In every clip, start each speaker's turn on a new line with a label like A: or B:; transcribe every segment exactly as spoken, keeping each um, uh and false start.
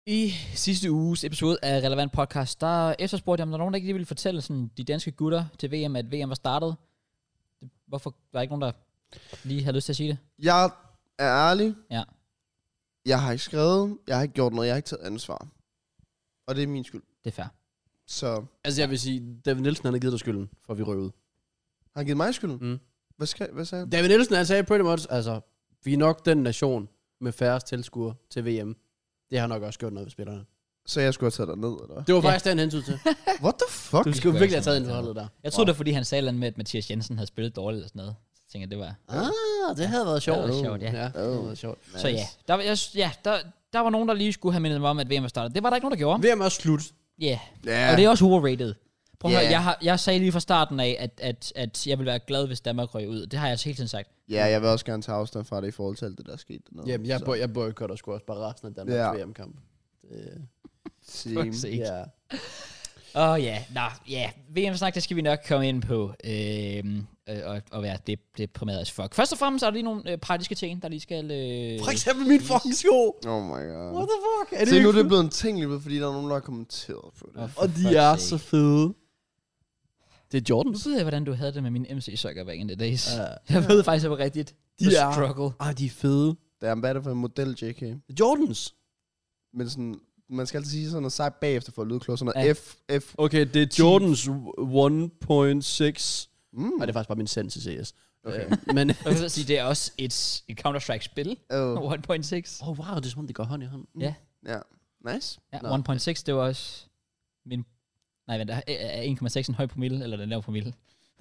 A: I sidste uges episode af Relevant Podcast, der efterspurgte jeg, om der er nogen, der ikke lige ville fortælle sådan, de danske gutter til V M, at V M var startet. Hvorfor var der ikke nogen, der lige havde lyst til at sige det?
B: Jeg er ærlig.
A: Ja.
B: Jeg har ikke skrevet, jeg har ikke gjort noget, jeg har ikke taget ansvar. Og det er min skyld.
A: Det er fair.
B: Så
C: Altså jeg vil sige, David Nielsen han har givet dig skylden, for vi røg ud.
B: har han givet mig skylden?
C: Mm.
B: Hvad, skal, hvad sagde han?
C: David Nielsen han sagde pretty much, altså, vi er nok den nation med færrest tilskuere til V M. Det har nok også gjort noget ved spillerne.
B: Så jeg skulle have taget dig ned, eller?
C: Det var
A: Ja.
C: faktisk den hensyn til.
B: What the fuck?
C: Du skulle virkelig have taget ind for holdet der.
A: Jeg troede wow. det, fordi han sagde noget med, at Mathias Jensen havde spillet dårligt eller sådan noget. Så tænkte jeg, det var...
C: Ah, det havde været sjovt.
A: Det havde været sjovt, ja.
C: Ja, det havde været sjovt.
A: Så ja, der, var, jeg, ja der, der var nogen, der lige skulle have mindet mig om, at V M var startet. Det var der ikke nogen, der gjorde.
C: V M er slut.
A: Ja, yeah.
B: Ja.
A: Og det er også overrated. Prøv at
B: Yeah.
A: høre, jeg, har, jeg sagde lige fra starten af, at, at, at jeg ville være glad, hvis Danmark røg ud. Det har jeg altså hele tiden sagt.
B: Ja, jeg vil også gerne tage afstand fra det i forhold til alt det, der er sket dernede.
C: Jamen, jeg,
B: Så-
C: bo, jeg boykotter sgu også bare resten af Danmarks
B: Ja.
C: V M-kamp. Det,
B: Same.
A: Se.
C: ja.
A: Åh oh, ja, nå, ja. V M-snak, det skal vi nok komme ind på. Øhm, øh, og, og være det, det er primært as fuck. Først og fremmest er der lige nogle øh, praktiske ting, der lige skal... Øh,
C: For eksempel min fucking sko.
B: Oh my god.
C: What the fuck? Er det
B: Se, nu er
C: ikke
B: det blevet en ting lige ved, fordi der er nogen, der har kommenteret på det.
A: Åh, for
C: Og
A: fuck's
C: de er
A: sake.
C: så fede. Det er
A: Nu
C: Jordans.
A: ved jeg, hvordan du havde det med mine M C-sokker back in the days.
C: Ja.
A: Jeg ved faktisk, det var rigtigt.
C: De
A: The
C: er-
A: struggle.
C: Ej, de er fede.
B: Det er en hvad er det for en model, J K.
C: Det er Jordans.
B: Men sådan, man skal altid sige sådan noget sejt bagefter for at lyde klog. Sådan noget
A: Ja.
B: F, F.
C: Okay, det er Jordans en komma seks.
B: Mm.
C: Nej, det er faktisk bare min send til C S.
B: Okay.
C: Øh, men...
A: Jeg vil sige, det er også et, et Counter-Strike-spil.
B: Oh.
A: en komma seks.
C: Åh, oh, wow, det er som om, det går hånd i hånd.
A: Ja.
B: Ja, nice.
A: Ja,
C: Nå.
A: en komma seks, det var også min... Nej, vent, er er en komma seks en høj promille, eller den lav promille?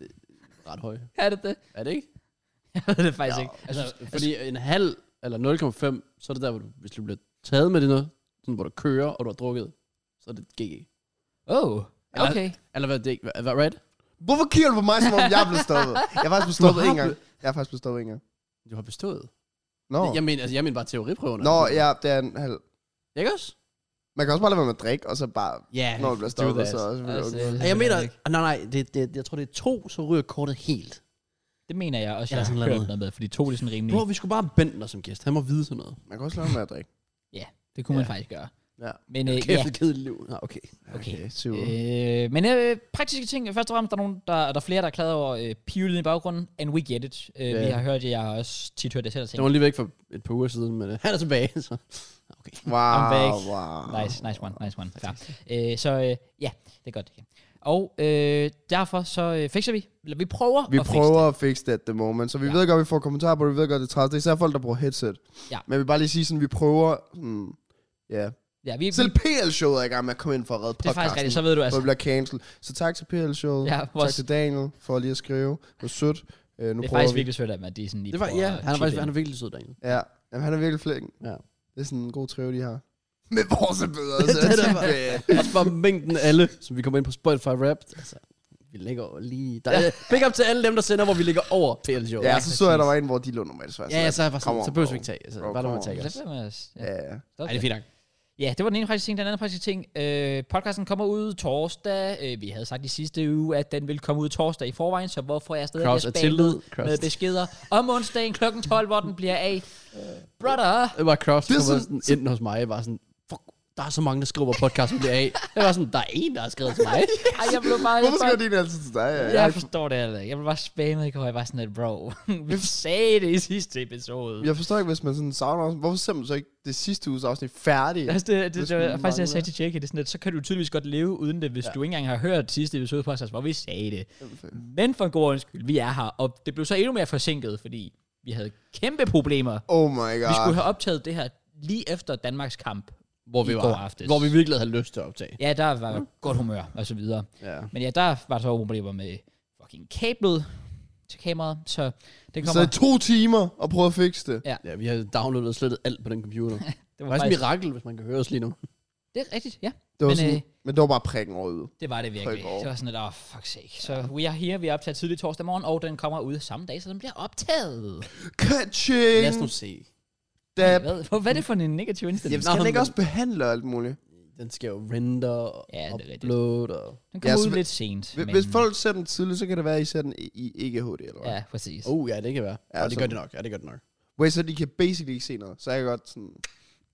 C: Ret høj.
A: Er det det?
C: Er det ikke?
A: Jeg ved det faktisk
C: Ja,
A: ikke.
C: Altså, fordi en halv eller nul komma fem, så er det der, hvor du, hvis du bliver taget med det noget, sådan, hvor du kører, og du har drukket, så er det G G.
A: Oh,
C: Eller-
A: okay.
C: Eller hvad er det ikke? Hvad, hvad, right?
B: Hvorfor kigger du på mig, som om jeg blev stoppet? Jeg er faktisk blevet stoppet
C: Du har
B: en gang.
C: ble-
B: Jeg er faktisk blevet stoppet en gang.
C: Du har bestået.
B: Nå.
C: Jeg mener, altså, jeg mener bare teoriprøverne.
B: Nå, ja, det er en halv.
C: Ikke også?
B: Man kan også bare lade være med at drikke, og så bare,
C: Ja,
B: når du bliver
C: do
B: stoppet,
C: that.
B: så er det selvfølgelig
A: Altså,
B: okay.
A: det-
C: Ej, jeg mener, nej, nej, det, det, jeg tror, det er to, så ryger kortet helt.
A: Det mener jeg også,
C: Ja,
A: jeg
C: sådan
A: har
C: noget.
A: hørt noget med, fordi to er sådan rimelig...
C: Bro, vi skulle bare have Bentner som gæst. Han må vide sådan noget.
B: Man kan også lade være med at drikke.
A: Det kunne man
C: Ja.
A: faktisk gøre.
B: Ja.
A: Men øh,
C: Kæft,
A: ja,
C: det kedeligt liv. Nå, okay.
A: okay.
B: super.
A: Øh, men øh, praktiske ting. Først og fremmest, der er, nogen, der, der er flere, der er klaget over øh, pivlyden i baggrunden, and we get it. Øh,
C: Ja.
A: Vi har hørt det, jeg har også tit hørt det selv. og
C: Det
A: tænkt,
C: var lige væk for et par uger siden, men uh, han er tilbage, så... Okay.
B: Wow,
A: I'm back.
B: wow.
A: Nice, nice one, nice one. Ja. Øh, så øh, ja, det er godt. Ja. Og øh, derfor så øh, fikser vi, eller vi prøver
B: Vi
A: at
B: prøver at fikse det at the moment, så vi
A: Ja.
B: ja. ved godt, at vi får kommentarer på det, vi ved godt, det er træt. Det er især folk, der bruger headset.
A: Ja.
B: Men jeg vil bare lige sige sådan, vi prøver, hmm, ja.
A: fikse det. Ja, vi,
B: Selv P L-showet er i gang med at komme ind for at redde
A: det er
B: podcasten.
A: faktisk rigtigt, så ved du
B: Hvor
A: altså.
B: det bliver cancelled. Så tak til P L-showet,
A: Ja,
B: ja,
A: vores-
B: tak til Daniel for lige at skrive. Det var sødt. Uh, nu
A: Det er
B: prøver
A: faktisk
B: vi.
A: virkelig sødt, at de sådan lige
C: Det var,
A: prøver
C: ja,
A: at
C: han er,
A: chippe
C: faktisk,
A: ind.
C: han er virkelig sød derinde.
B: Ja, jamen, han er virkelig flink.
C: Ja.
B: Det er sådan en god trio, de har. Med vores bedre.
C: Det er bare- Også bare mængden af alle, som vi kommer ind på Spotify Wrapped. Altså, vi ligger over lige... Der er, big up til alle dem, der sender, hvor vi ligger over P L Show.
B: Ja, så så jeg, der var en, hvor de lå normalt svært.
C: Ja, ja, så er jeg bare sådan,
B: Come
C: så
B: on,
C: behøver vi
B: bro.
C: ikke tage. Altså,
B: Bro,
C: bare lad mig
B: come
C: tage
B: on.
C: os.
A: Lad være med at- ja.
B: Ja, ja.
A: Stop
C: Ej, det er fint nok.
A: Ja, det var den ene praktiske ting. Den anden praktiske ting. Øh, podcasten kommer ud torsdag. Øh, vi havde sagt i sidste uge, at den ville komme ud torsdag i forvejen, så hvorfor jeg stadig
C: Cross
A: bliver
C: er tillid.
A: spammet
C: Cross.
A: med beskeder om onsdagen klokken tolv, hvor den bliver af. Brother!
C: Det var Cross,
B: Det er
C: der var
B: sådan-
C: sådan ind hos mig, var sådan, fuck, der er så mange, der skriver, hvor podcasten bliver af. Det var sådan, der er en, der har skrevet til mig.
A: Ej, jeg blev bare...
B: Hvorfor
A: jeg,
B: skriver de altid til dig? Ja,
A: jeg, jeg forstår det heller ikke. Jeg blev bare spammet i går. Jeg var sådan lidt, bro. vi sagde det i sidste episode.
B: Jeg forstår ikke, hvis man sådan savner også. Hvorfor ser man så ikke det sidste uges afsnit færdigt?
A: Altså, det, det, det,
B: Hvis
A: det, var
B: man
A: faktisk, det, jeg
B: mangler.
A: sagde til Jake, det er sådan, at så kan du tydeligvis godt leve uden det, hvis ja.
C: Ja.
A: du ikke engang har hørt sidste episode på os, hvor vi sagde det. Men for en god ordens skyld, vi er her, og det blev så endnu mere forsinket, fordi vi havde kæmpe problemer.
B: Oh my god.
A: Vi skulle have optaget det her lige efter Danmarks kamp.
C: Hvor vi
A: I
C: var,
A: går aftes.
C: hvor vi virkelig havde lyst til at optage.
A: Ja, der var godt humør og så videre.
C: Ja.
A: Men ja, der var så problemer med fucking kablet til kameraet, så det kommer...
B: Så i to timer og prøve at fikse det.
A: Ja.
C: Ja, vi har downloadet og slettet alt på den computer. Det
A: det
C: var
A: var
C: faktisk
A: faktisk...
C: et mirakel, hvis man kan høre os lige nu.
A: Det er rigtigt, ja.
B: Det var
A: Men,
B: sådan,
A: øh,
B: men det var bare prikken over ud.
A: Det var det virkelig.
B: Tryk over.
A: Det var sådan lidt, åh, oh, fuck sake. Så we are here, vi er optaget tidligt torsdag morgen, og den kommer ud samme dag, så den bliver optaget.
B: Catching!
C: Lad os nu se.
B: Dab.
A: Hvad, hvad er det for en negativ indstilling?
B: Jamen, skal den ikke også behandle alt muligt?
C: Den skal jo render og
A: Ja, det er rigtigt.
C: upload og...
A: Den kommer
B: Ja,
A: ud
B: så-
A: lidt sent.
B: Hvis-
A: men...
B: Hvis folk ser den tidligt, så kan det være, at I ser den i, i ikke H D, eller hvad?
A: Ja, præcis.
C: Oh ja, det kan være.
B: Ja,
C: Ja, og det
B: så-
C: gør det nok. Ja, det gør det nok.
B: Wait, så de kan basically ikke se noget. Så jeg kan godt sådan...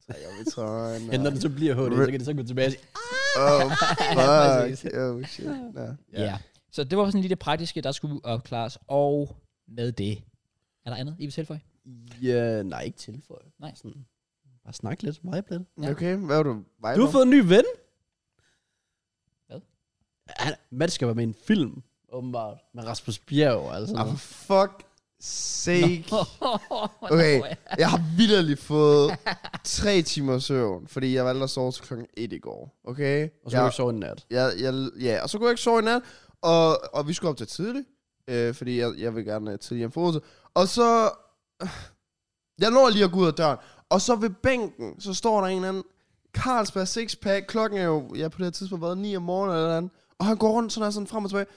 B: trækker vi trøjen.
C: Ja, når det så bliver H D, så kan det så gå tilbage og sige,
B: Oh,
A: præcis.
B: fuck. Oh, shit. Ja.
A: Ja. Yeah. Så det var sådan lige det praktiske, der skulle opklares. Og med det, er der andet, I vil tilføje?
C: ja, nej, ikke tilføje.
A: Nej.
C: Sådan, bare snak lidt, vibe lidt.
A: Ja.
B: Okay, hvad er du? Viber?
C: Du har fået en ny ven.
A: Hvad?
C: Han, Mads skal være med i en film, åbenbart, med Rasmus Bjerg, altså.
B: Ah, for fuck sake. Okay, jeg har vitterligt fået tre timer søvn, fordi jeg valgte at sove til klokken et i går. Okay?
C: Og så har
B: jeg,
C: du ikke sovet en nat.
B: jeg, jeg, ja, og så kunne jeg ikke sove i nat, og, og vi skulle op til tidligt, øh, fordi jeg, jeg vil gerne uh, tidligere få det. Og så... Øh, jeg når lige at gå ud af døren, og så ved bænken, så står der en eller anden Carlsberg sixpack. Klokken er jo, jeg ja, på det her tidspunkt været ni om morgenen eller andet, og han går rundt sådan, sådan frem og tilbage.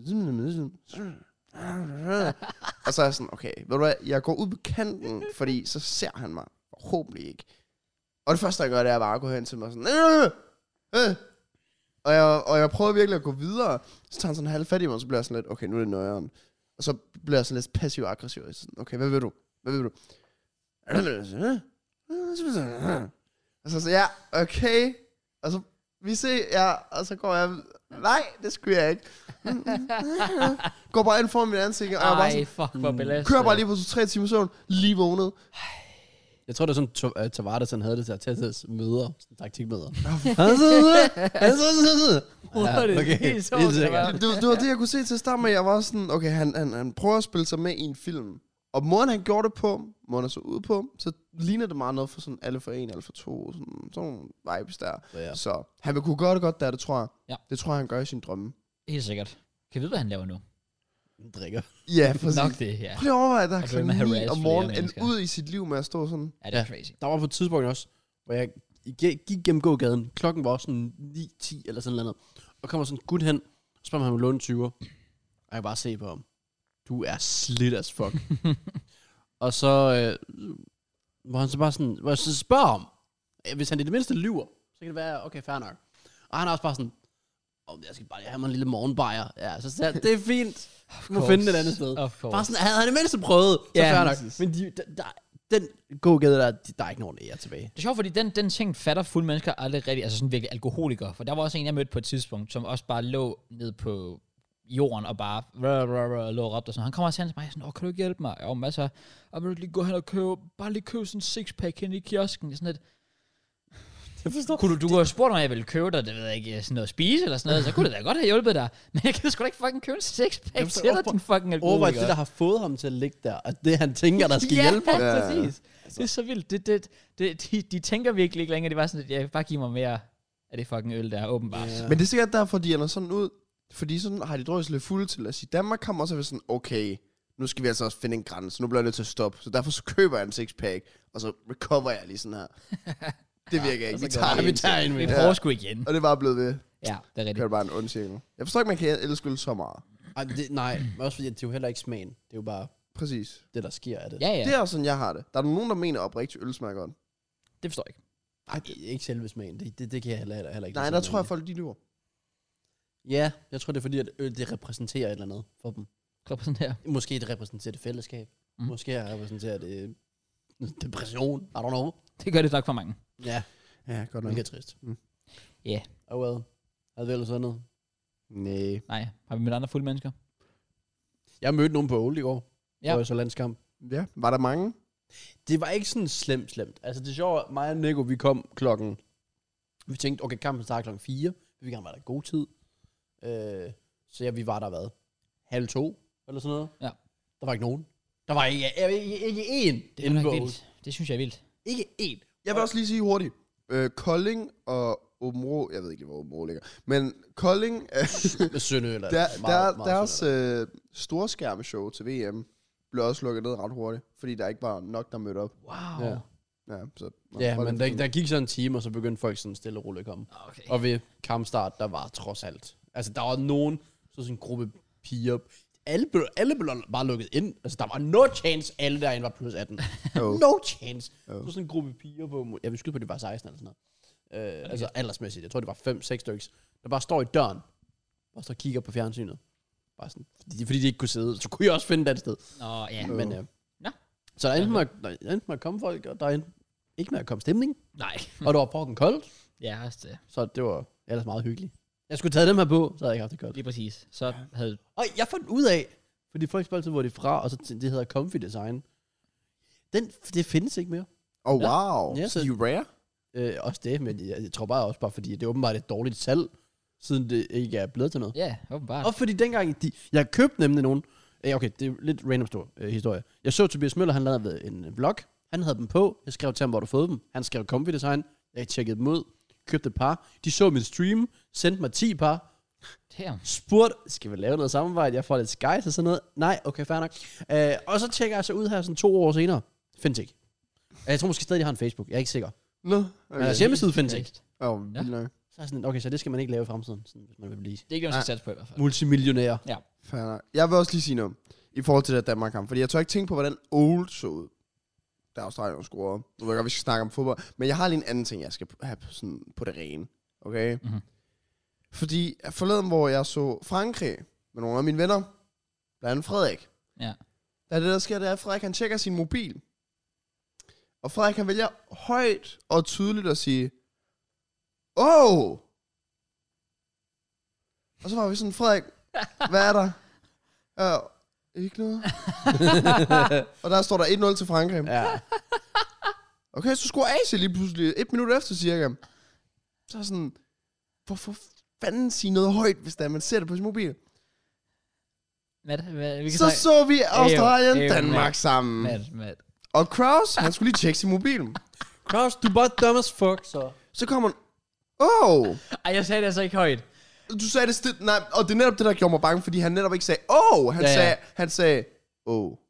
B: Og så er jeg sådan, okay, ved du hvad, jeg går ud på kanten, fordi så ser han mig forhåbentlig ikke. Og det første, jeg gør, det er bare at gå hen til mig sådan, øh, øh. Og, jeg, og jeg prøver virkelig at gå videre. Så tager han sådan halv fat i mig, og så bliver jeg sådan lidt, okay, nu er det nøjeren. Og så bliver jeg sådan lidt passiv-aggressiv. Sådan, okay, hvad vil du? Hvad vil du? Og så siger jeg, ja, okay. Og så, vi ser, ja, og så går jeg, nej, det skulle jeg ikke. Går bare ind foran mit ansigt, og jeg bare
A: Ej,
B: sådan,
A: fuck, hvor belastet.
B: kører bare lige på to-tre timer søvn, lige vågnet.
C: Jeg tror, det er sådan, at Tavares han havde det til at tage til møder, sådan taktikmøder.
A: Ja, okay. Helt så,
C: helt sikkert.
B: Det, det var det, jeg kunne se til at starte med. Jeg var sådan, okay, han, han, han prøver at spille sig med i en film. Og måden han gjorde det på, måden han så ud på, så ligner det meget noget for sådan alle for en, alle for to, sådan, sådan nogle vibes der.
C: Ja.
B: Så han vil kunne gøre det godt der, det tror jeg.
A: Ja.
B: Det tror jeg, han gør i sin drømme.
A: Helt sikkert. Kan vi vide, hvad han laver nu?
C: Drikker.
B: Ja, præcis.
A: Nok det, ja.
B: Prøv lige at overveje, der er
A: Og bliver med
B: klokken
A: at
B: ni
A: harasse
B: om
A: flere
B: morgenen,
A: mennesker.
B: end ud i sit liv med at stå sådan.
A: Ja, det er
C: Ja.
A: crazy.
C: Der var på et tidspunkt også, hvor jeg gik gennem gågaden. Klokken var også sådan ni ti eller sådan noget. Og kommer sådan en gut hen, og spørger mig, om han vil låne tyver. Og jeg kan bare se på ham. Du er slidt as fuck. Og så, øh, hvor han så bare sådan, hvor jeg så spørger om, øh, hvis han i det mindste lyver, så kan det være, okay, fair nok. Og han er også bare sådan, oh, jeg skal bare lige have mig en lille morgenbajer. Ja, så sagde jeg, det er fint. Du må finde det et andet sted.
A: Of course.
C: Bare sådan, havde han i det mindste prøvet, så
A: Ja,
C: fair nok.
B: præcis.
C: Men de, der, der, den gågade der, der er ikke nogen ære tilbage.
A: Det er sjovt, fordi den, den ting fatter fulde mennesker aldrig rigtig, altså sådan virkelig alkoholikere. For der var også en, jeg mødte på et tidspunkt, som også bare lå ned på jorden og bare rrr, rrr, rrr, lå og råbte og sådan. Han kommer også hen til mig sådan, åh, kan du ikke hjælpe mig? Og masser, og vil du lige gå hen og købe, bare lige købe sådan en sixpack hen i kiosken. Sådan lidt.
C: Jeg forstår.
A: Kunne du, du kunne have spurgt, om jeg ville købe dig, det ved jeg ikke, sådan noget at spise eller sådan noget, så kunne det da godt have hjulpet dig. Men jeg kan sgu da ikke fucking købe en sixpack til dig, din fucking
C: Overvej
A: alkoholiker.
C: det, der har fået ham til at ligge der, at det han tænker, der skal
A: ja,
C: hjælpe ham.
A: Ja, præcis. Det er så vildt. Det, det, det, de, de tænker virkelig ikke længere. Det var sådan, at jeg bare give mig mere af det fucking øl der, åbenbart.
C: Ja.
B: Men det er sikkert derfor, de ender sådan ud. Fordi sådan har de drøjet lidt fulde til at sige, Danmark kommer også være sådan, okay, nu skal vi altså også finde en grænse. Nu bliver jeg nødt til at stoppe. Så derfor så køber jeg en sixpack, og så recover jeg lige sådan her. Det virker ikke. Vi tager,
C: vi
B: en
C: tager
B: til.
C: en
A: Vi
C: mere.
A: prøver sgu igen.
B: Og det er bare blevet ved.
A: Ja, det er
B: Det
A: rigtigt.
B: er bare en ond cirkel. Jeg forstår ikke, man kan elske øl så meget.
C: Ej, det, nej, men også fordi, det er jo heller ikke smagen. Det er jo bare
B: Præcis.
C: det, der sker af det.
A: Ja, ja.
B: Det er også sådan, jeg har det. Der er nogen, der mener oprigtigt øl smager godt.
A: Det forstår jeg ikke.
C: Ej, det er ikke selve smagen. Det, det, det kan jeg heller, heller, heller ikke.
B: Nej,
C: lide
B: der
C: selv
B: tror jeg,
C: med.
B: folk de lyver.
C: Ja, jeg tror, det er fordi, at øl, det repræsenterer et eller andet for dem.
A: Repræsenterer.
C: Måske det repræsenterer det fællesskab.
A: Mm.
C: Mm. Måske repræsenterer det depression. I don't know.
A: Det gør det nok for mange.
C: Ja,
B: Ja, godt nok.
C: mega trist.
B: Mm.
A: Ja.
C: Oh well. Havde vi ellers sådan noget?
B: Nej.
A: Nej, har vi mødt andre fulde mennesker?
C: Jeg mødte nogen på Old i går.
A: Ja.
C: Ja. Hvor jeg så landskamp.
B: Ja, var der mange?
C: Det var ikke sådan slemt, slemt. Altså det er sjovt, mig og Nico, vi kom klokken... Vi tænkte, okay, kampen starter klokken fire. Vi vil gerne være der i god tid. Øh, så ja, vi var der hvad? Halv to, eller sådan noget.
A: Ja.
C: Der var ikke nogen. Der var ikke, ikke, ikke, ikke én.
A: Det er
C: inde
A: nok
C: på
A: vildt.
C: Old.
A: Det synes jeg er vildt.
C: Ikke én.
B: Jeg vil også lige sige hurtigt. Øh, Kolding og Åben Rå, jeg ved ikke lige, hvor Åben Rå ligger, men Kolding, øh,
C: Med Sønderjylland.
B: der,
C: Meget-
B: der,
C: meget
B: deres
C: Sønderjylland.
B: øh, storskærmeshow til V M blev også lukket ned ret hurtigt, fordi der ikke var nok, der mødte op.
A: Wow.
C: Ja.
B: Ja, så,
C: Ja, men der, der gik så en time, og så begyndte folk sådan stille og roligt at komme.
A: Okay.
C: Og ved kampstart, der var trods alt. Altså, der var nogen, så sådan en gruppe piger. Alle blev, alle blev bare lukket ind. Altså, der var no chance, alle derinde var plus atten.
B: Oh.
C: No chance.
B: Oh.
C: Så sådan en gruppe piger på, jeg vil skyde på, at det var seksten eller sådan noget. Øh, altså, aldersmæssigt. Jeg tror, det var fem seks stykker. Der bare står i døren, og så kigger på fjernsynet. Bare sådan, fordi, fordi de ikke kunne sidde. Så kunne jeg også finde det et sted.
A: Nå, ja.
B: Oh.
C: Men, øh,
A: Nå.
C: så der endte med, der endte med at komme folk, og der endte ikke med at komme stemning,
A: Nej.
C: og det var fucking koldt,
A: Ja, også det.
C: så det var ellers meget hyggeligt. Jeg skulle tage dem her på, så havde jeg ikke haft det godt.
A: Lige præcis. Så havde...
C: Og jeg fandt ud af, fordi folk spørger altid, hvor det er fra, og så t- det hedder Comfy Design. Den, det findes ikke mere.
B: Oh,
C: Ja.
B: wow.
C: Ja,
B: Så
C: så-
B: de er rare?
C: Øh, også det, men jeg, jeg tror bare også bare, fordi det er åbenbart et dårligt salg, siden det ikke er blevet til noget.
A: Ja, åbenbart.
C: Og fordi dengang, de, jeg købte nemlig nogen, øh, okay, det er lidt random stor øh, historie. Jeg så Tobias Møller, han lavede en vlog, han havde dem på, jeg skrev til ham, hvor du fået dem, han skrev Comfy Design, jeg tjekkede dem ud, købte et par, de så min stream, sendte mig ti par,
A: Damn.
C: spurgte, skal vi lave noget samarbejde, jeg får lidt skies og sådan noget, nej, okay, fair nok. Øh, og så tjekker jeg så ud her sådan to år senere, findes ikke. Jeg tror måske stadig, jeg har en Facebook, jeg er ikke sikker.
B: Nå,
C: Men
B: okay.
C: deres hjemmeside findes ikke.
B: Åh, oh, vildt nok.
C: Så er jeg sådan, okay, så det skal man ikke lave i fremtiden, sådan, hvis man vil blive
A: Det er ikke noget, man skal satse på i hvert fald.
C: multimillionær.
B: Fair nok. Jeg vil også lige sige noget i forhold til det Danmark-kamp, fordi jeg tør ikke tænke på, hvordan Old så ud, da Australien scorede. Nu ved jeg godt, vi skal snakke om fodbold, men jeg har lige en anden ting, jeg skal have på, sådan, på det rene. Okay?
A: Mhm.
B: Fordi forleden, hvor jeg så Frankrig med nogle af mine venner, blandt andet Frederik,
A: Ja.
B: der er det, der sker, det er, at Frederik han tjekker sin mobil. Og Frederik han vælger højt og tydeligt at sige, åh! Og så var vi sådan, Frederik, hvad er der? Ja, ikke noget. Og der står der et nul til Frankrig.
C: Ja.
B: Okay, så scorer A C lige pludselig et minut efter cirka. Så er jeg sådan, hvorfor fanden sige noget højt, hvis der man ser det på sin mobil?
A: Matt, hvad, vi kan
B: Så
A: snakke-
B: så vi Australien,
A: Ew, ew,
B: Danmark
A: Matt.
B: sammen.
A: Matt, Matt.
B: Og Kraus, han skulle lige tjekke sin mobil.
C: Kraus, du er bare dumb as fuck, så.
B: Så kommer han, åh! Oh!
A: Ej, jeg sagde det altså ikke højt.
B: Du sagde det stil, nej, og det er netop det, der gjorde mig bange, fordi han netop ikke sagde, åh! Oh! Han,
C: Ja, ja.
B: sagde, han sagde, åh. Oh.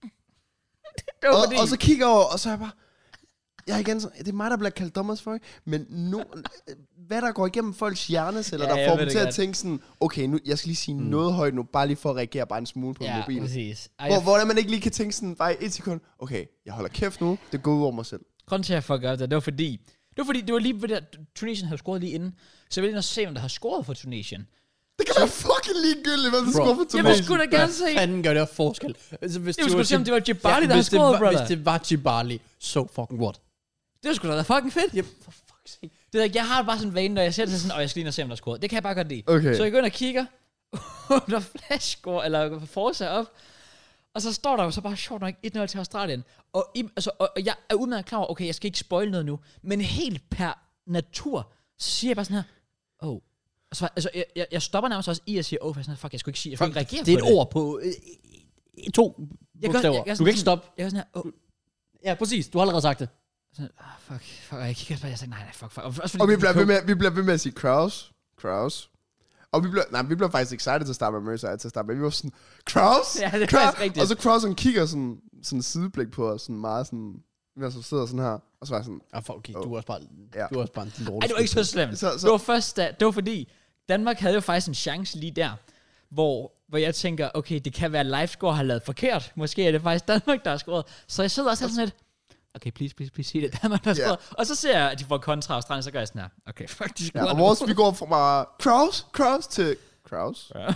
A: Det var
B: Og,
A: fordi...
B: og så kigger jeg over, og så er jeg bare, jeg er igen sådan, det er mig, der bliver kaldt dummers for, men nu, hvad der går igennem folks hjerneceller,
A: Ja,
B: der
A: jeg
B: får
A: ved
B: dem
A: det
B: til at
A: godt.
B: tænke sådan, okay, nu, jeg skal lige sige mm. noget højt nu, bare lige for at reagere bare en smule på
A: Ja,
B: mobilen.
A: præcis. Ej,
B: Hvor,
A: jeg,
B: hvor man ikke lige kan tænke sådan, bare i et sekund, okay, jeg holder kæft nu, det går ud over mig selv.
A: grunden til, at jeg fucker op det, det var fordi... Det var fordi, det var lige ved det, at Tunesien havde scoret lige inden. Så jeg ville ind og se, om der har scoret for Tunesien.
B: Det kan være fucking ligegyldigt, hvem der
C: Bro,
B: skuffer til
A: Jeg
B: mig.
A: vil sgu da gerne se.
C: Hvad fanden gør det her forskel? Altså, hvis
A: Det var sgu se, om det var Jibali, der har
C: hvis det
A: scoret,
C: var,
A: brother.
C: Hvis det var Jibali, so fucking what?
A: Det var sgu da være fucking fedt.
C: Yep, for fuck's sake.
A: Det er, jeg har bare sådan en vane, når jeg ser det, så sådan, og jeg skal lige ind og se, om der er scoret. Det kan jeg bare godt lide.
B: Okay.
A: Så jeg går ind og kigger, åbner flashscore, eller Forza op, og så står der jo så bare sjovt nok et nul til Australien. Og, i, altså, og, og jeg er udmærket klar over, okay, jeg skal ikke spoil noget nu, men helt per natur, så siger jeg bare sådan her, oh. Altså, altså jeg, jeg, jeg stopper nærmest også i at sige, oh, sådan, fuck, jeg skulle ikke sige, jeg skulle ikke reagere
C: Det er
A: på
C: et
A: det.
C: ord på øh, øh, to
A: Jeg gør-
C: bogstaver.
A: jeg gør
C: Du
A: sådan-
C: kan ikke stoppe.
A: Jeg var sådan her, oh.
C: Ja, præcis. Du har allerede sagt det.
A: Sådan, ah, fuck, fuck, og jeg kigger bare, jeg sagde, nej, nej, fuck, fuck. Og, også fordi,
B: Og vi bliver ved med, vi bliver ved med at sige Kraus, Kraus. Og vi bliver, nej, vi bliver faktisk excited til at starte med Mercer, til at starte med. Vi var sådan, Kraus,
A: Ja, det er
B: Kraus.
A: faktisk rigtigt.
B: Og så Kraus han kigger sådan, sådan sideblik på os, sådan meget sådan, vi så sidder sådan her, og så var jeg sådan,
C: Ah, fuck, okay.
B: Oh.
C: Du er også bare,
B: Ja.
C: du er også bare en lille
A: Ej, det var ikke så slemt.
B: Så- så-
A: Det var først, da, det var fordi, Danmark havde jo faktisk en chance lige der, hvor, hvor jeg tænker, okay, det kan være, at livescore har lavet forkert. Måske er det faktisk Danmark, der har scoret. Så jeg sidder også sådan lidt, okay, please, please, please, sig det, Danmark, der har
B: Ja.
A: scoret. Og så ser jeg, at de får kontra Australien, så gør jeg sådan her, okay, fuck, de
B: ja,
A: scorer
B: og
A: nu.
B: vores, vi går fra bare, Kraus, Kraus til, Kraus,
A: Ja.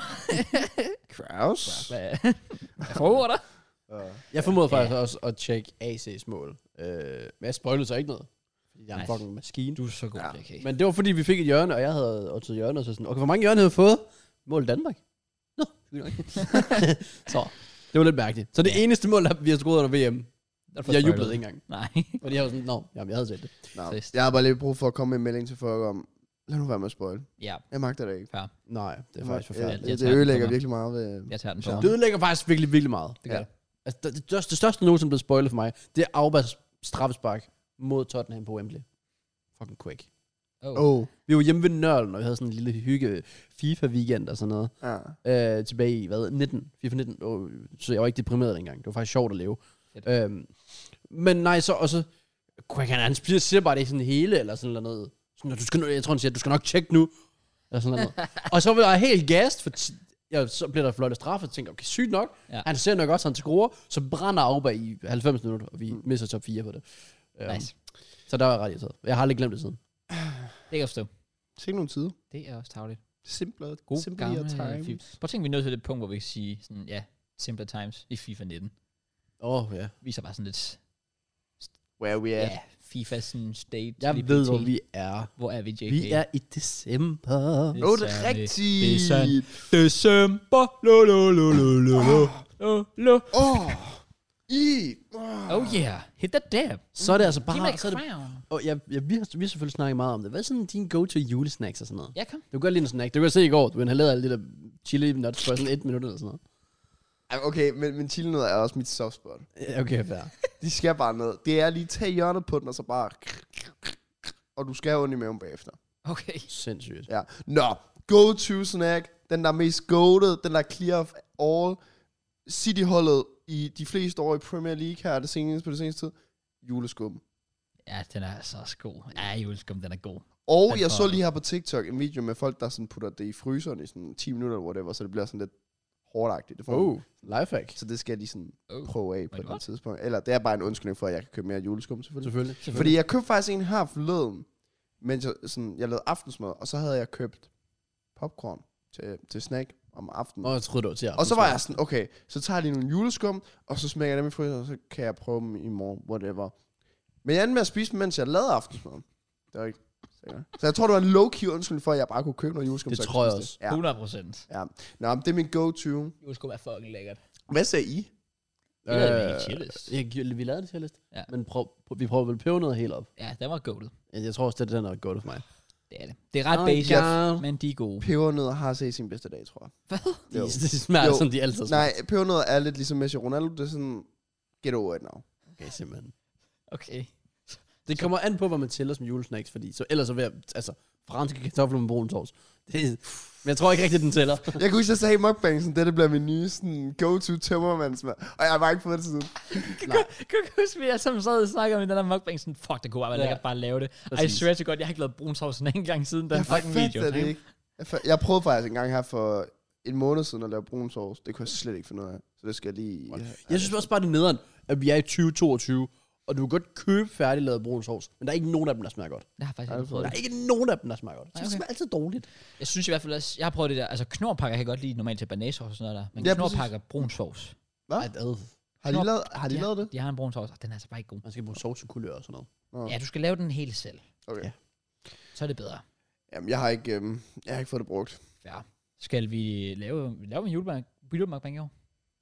B: Kraus.
A: Hvad hvad foregår der?
C: Jeg formåede faktisk også at tjekke A C's mål. Øh, men jeg spoilede så ikke noget. Fordi jeg er en
A: Nice.
C: fucking maskine.
A: Du er så god,
B: Ja.
A: J K.
C: Men det var fordi, vi fik et hjørne, og jeg havde også et hjørne, og så sådan, okay, hvor mange hjørne havde jeg fået? Mål Danmark. Nå, fint nok. Så, det var lidt mærkeligt. Så det
A: Ja.
C: eneste mål, der vi har scoret under V M,
A: Der får
C: jeg
A: spoilet.
C: jublede ikke engang.
A: Nej.
C: Fordi jeg var sådan, nå, jamen, jeg havde set det.
B: Nå,
A: Trist.
B: jeg har bare lige brug for at komme med en melding til folk om, lad nu være med at spoil.
A: Ja,
B: Jeg magter det ikke.
A: fair.
C: Nej, det er
B: Jeg
C: faktisk
B: mag-
C: forfærdeligt.
B: ja,
A: Jeg
B: det,
A: tager
B: det
A: den
B: ødelægger
A: på mig.
B: virkelig meget ved...
A: Jeg tager den på
B: Så.
A: mig.
C: Det ødelægger faktisk virkelig, virkelig meget.
A: Det gør
B: Ja.
A: det.
C: Altså, det, det, største, det største nogensinde blevet spoilet for mig, det er Aubas straffespark mod Tottenham på Wembley. Fucking quick.
A: Oh.
B: Oh,
C: Vi var hjemme ved Nørlen, og vi havde sådan en lille hygge FIFA-weekend og sådan noget.
B: ja.
C: Øh, tilbage i, hvad, nitten? FIFA nitten. Oh, så jeg var ikke deprimeret dengang. Det var faktisk sjovt at leve.
A: Fedt.
C: Øhm, men nej, så, og så, Quick, han, han siger siger bare, det er sådan hele, eller sådan noget. Sådan, du skal, jeg tror, han siger, du skal nok tjekke nu. Eller sådan noget. Og så var jeg helt gassed, for t- ja, så bliver der fløjt straffe, og tænker, okay, sygt nok.
A: Ja.
C: Han ser nok også, han scorer, så brænder Auba i halvfems minutter, og vi mm. mister top fire på det. Um,
A: Nice.
C: Så der var jeg ret irriteret. Jeg har aldrig glemt det siden.
A: Det kan jeg forstå.
B: Se nogle tider.
A: Det er også tavligt.
B: Simplere,
A: God
B: simplere
A: gamle
B: times.
A: FIFA. Prøv at tænke, vi er nået til det punkt, hvor vi kan sige, sådan, ja, simpler times i FIFA nitten.
C: Åh, oh, ja.
A: Viser bare sådan lidt,
B: Where we
A: ja,
B: at.
A: yeah, FIFA sådan state.
C: Jeg
A: lige
C: ved,
A: pt.
C: hvor vi er.
A: Hvor er vi, J K?
C: Vi er i december.
B: Åh, oh, det er rigtigt.
A: Det er sandt. December. Lo, lo, lo, lo, lo, lo. Lo, lo.
B: Åh, oh, i. Oh.
A: Oh yeah, hit that dab.
C: Så er det altså
A: Giv mig
C: bare...
A: et
C: Så er det,
A: crown.
C: og jeg, jeg, vi, har, vi har selvfølgelig snakket meget om det. Hvad er sådan din go-to julesnacks og sådan noget?
A: Ja, kom.
C: Du kan godt lide en snack. Du kan se i går, du inhalerede alle de der chili nuts for sådan et minut eller sådan noget.
B: Ej, okay, men, men chili er også mit soft spot.
C: Ja, okay, fair.
B: De skal bare ned. Det er lige tage hjørnet på den, og så bare... Og du skal have ondt i maven bagefter.
A: Okay.
C: Sindssygt.
B: Ja. Nå, go-to snack. Den der er mest goated. Den der clear of all. City-holdet i de fleste år i Premier League her, det seneste på det seneste tid. Juleskum.
A: Ja, den er så også god. Ja, juleskum, den er god.
B: Og
A: Den
B: jeg
A: får-
B: så lige her på TikTok en video med folk, der sådan putter det i fryseren i sådan ti minutter, eller whatever, så det bliver sådan lidt hårdagtigt. Det får
C: Oh, lifehack.
B: Så det skal jeg lige sådan
A: Oh.
B: prøve af på
A: Wait,
B: et
A: what?
B: tidspunkt. Eller det er bare en undskyldning for, at jeg kan købe mere juleskum, selvfølgelig.
C: Selvfølgelig.
B: Fordi jeg købte faktisk en her forleden, mens jeg, sådan, jeg lavede aftensmad, og så havde jeg købt popcorn til, til snack om aftenen.
C: Åh, jeg troede, det var til
B: Og så var jeg sådan, okay, så tager jeg lige nogle juleskum, og så smækker jeg dem i fryseren, og så kan jeg prøve dem i morgen, whatever. Men jeg endte med at spise dem, mens jeg lavede aftensmad. Det var ikke sikkert. Så jeg tror, det var en low-key undskyldning for, at jeg bare kunne købe noget juleskum.
C: Det
B: så
C: tror jeg
B: kunne spise
C: også.
B: det. Ja.
A: hundrede procent.
B: Ja. Nå, men det er min go-to.
A: Juleskum er fucking lækkert.
B: Hvad sagde I?
A: Det lavede vi i
C: Øh,
A: chillest.
C: Ja, vi lavede det til list.
A: Ja.
C: Men prøv, prøv, vi prøver vel pebernødder helt op.
A: Ja, den var goated.
C: Jeg tror også, det er den, der er godt for mig.
A: Det er det. Det er ret
C: Oh,
A: basic,
C: God.
A: men de er gode.
B: Pebernødder har set sin bedste dag, tror jeg.
C: De,
B: Jo.
C: de smager
B: Jo.
C: som de altid smager.
B: Nej, pebernødder er lidt ligesom Messi og Ronaldo. Det er sådan, get over it now.
C: Okay, simpelthen.
A: Okay.
C: Det kommer an på, hvad man tæller som julesnacks, fordi så ellers så vil jeg, altså, franske kartofler med brun sovs. Det, men jeg tror ikke rigtigt, den tæller.
B: Jeg kan huske, at jeg sagde i mukbang, sådan, det bliver min nye sådan, go-to tømmermandsmad. Og jeg har bare ikke fået det siden.
A: Kan du huske, vi er sammen sad og snakker om i den der mukbang, sådan, fuck, det kunne bare være
C: Ja.
A: lækkert bare at lave det. I
C: Præcis.
A: swear to God, jeg har ikke lavet brun sovs sådan en gang siden den
B: Jeg
A: fucking video.
B: fatter det ikke. Jeg, fa- jeg prøvede faktisk en gang her for en måned siden at lave brun sovs. Det kunne jeg slet ikke finde ud af. Så det skal jeg lige...
C: Jeg synes også bare, det er nederen, at vi er i tyve toogtyve, og du kan godt købe færdiglavet brun sovs, men der er ikke nogen af dem, der smager godt.
A: Det har jeg faktisk
B: Ej,
A: ikke prøvet.
C: Der er ikke nogen af dem, der smager godt. Så
A: Nej,
C: det
A: okay.
C: smager altid dårligt.
A: Jeg synes i hvert fald også, jeg har prøvet det der, altså knorpakker kan jeg godt lide normalt til banæsovs og sådan noget der, men
B: Ja,
A: ja,
B: præcis.
A: knorpakker brun sovs.
B: Hvad?
C: Ej, ad.
B: Har de
A: Knop-
B: lavet, har de
A: Ja.
B: lavet det?
A: De har en brun sovs, og den er altså bare ikke god.
C: Man skal bruge sovs og kulør og sådan noget.
B: Nå,
A: Ja, du skal lave den helt selv,
B: okay.
C: Ja.
A: så er det bedre.
B: Jamen, jeg har ikke, øhm, jeg har ikke fået det brugt.
A: Ja. Skal vi lave, lave en julebag, julemukbang i år?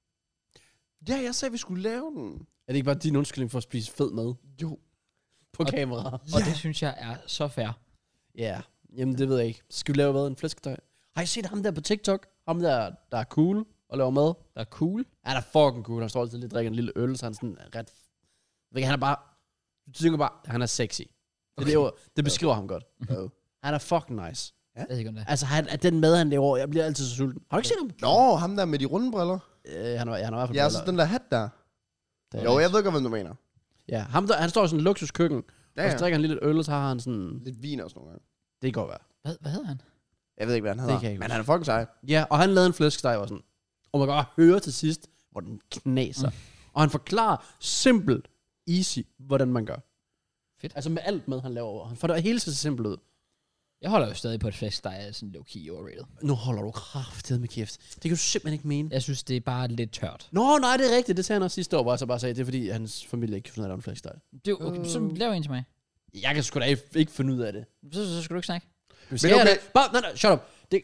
B: Ja, jeg sagde, vi skulle lave den.
C: Er det ikke bare din undskyldning for at spise fed mad
B: Jo.
C: på
A: Og-
C: kamera?
A: Og det synes jeg er så fair.
C: Ja, yeah. Jamen det ved jeg ikke. Skal vi lave hvad? En flæskesteg? Har I set ham der på TikTok? Ham der, der er cool og laver mad?
A: Der er cool.
C: Ja, der er fucking cool. Han står altid lidt og drikker en lille øl, så han er sådan ret... Ved ikke, han er bare... Du tænker bare, han er sexy. Det,
A: Okay.
C: okay. det, det beskriver ham godt.
B: Oh.
C: Han er fucking nice.
A: Jeg ved ikke om det.
C: Altså, han, at den mad, han laver, jeg bliver altid så sulten. Har du ikke set ham?
B: Nå, ham der med de runde briller.
C: Øh, han, er, han er i hvert fald...
B: Ja, så den der hat der.
C: der
B: Jo, jeg ved godt, hvad du mener.
C: Ja, ham der, han står i sådan en luksuskøkken,
B: Ja,
C: og så
B: ja.
C: drikker han lidt øl, og så har han sådan...
B: Lidt vin også nogle gange.
C: Det kan godt være.
A: Hvad, hvad hedder han?
B: Jeg ved ikke, hvad han hedder.
C: kan jeg ikke
B: Men han er fucking sej.
C: Ja, og han lavede en flæskesteg og sådan. Og man kan godt høre til sidst, hvor den knaser. Mm. Og han forklarer simpelt, easy, hvordan man gør.
A: Fedt.
C: Altså med alt med, han laver. Han får det hele til så simpelt ud.
A: Jeg holder jo stadig på et flæsk, der er sådan low-key overrated.
C: Nu holder du kraftedet med kæft. Det kan du simpelthen ikke mene.
A: Jeg synes, det er bare lidt tørt.
C: Nå, nej, det er rigtigt. Det sagde han også sidste år, hvor jeg så bare sagde, det er fordi, hans familie ikke kan finde ud af, at der er en flæskesteg.
A: Det er jo- okay, så lav en til mig.
C: Jeg kan sgu da ikke ikke finde ud af det.
A: Så, så skal du ikke snakke.
C: Men
B: okay.
C: okay. Bare, nej, nej, shut up. Det,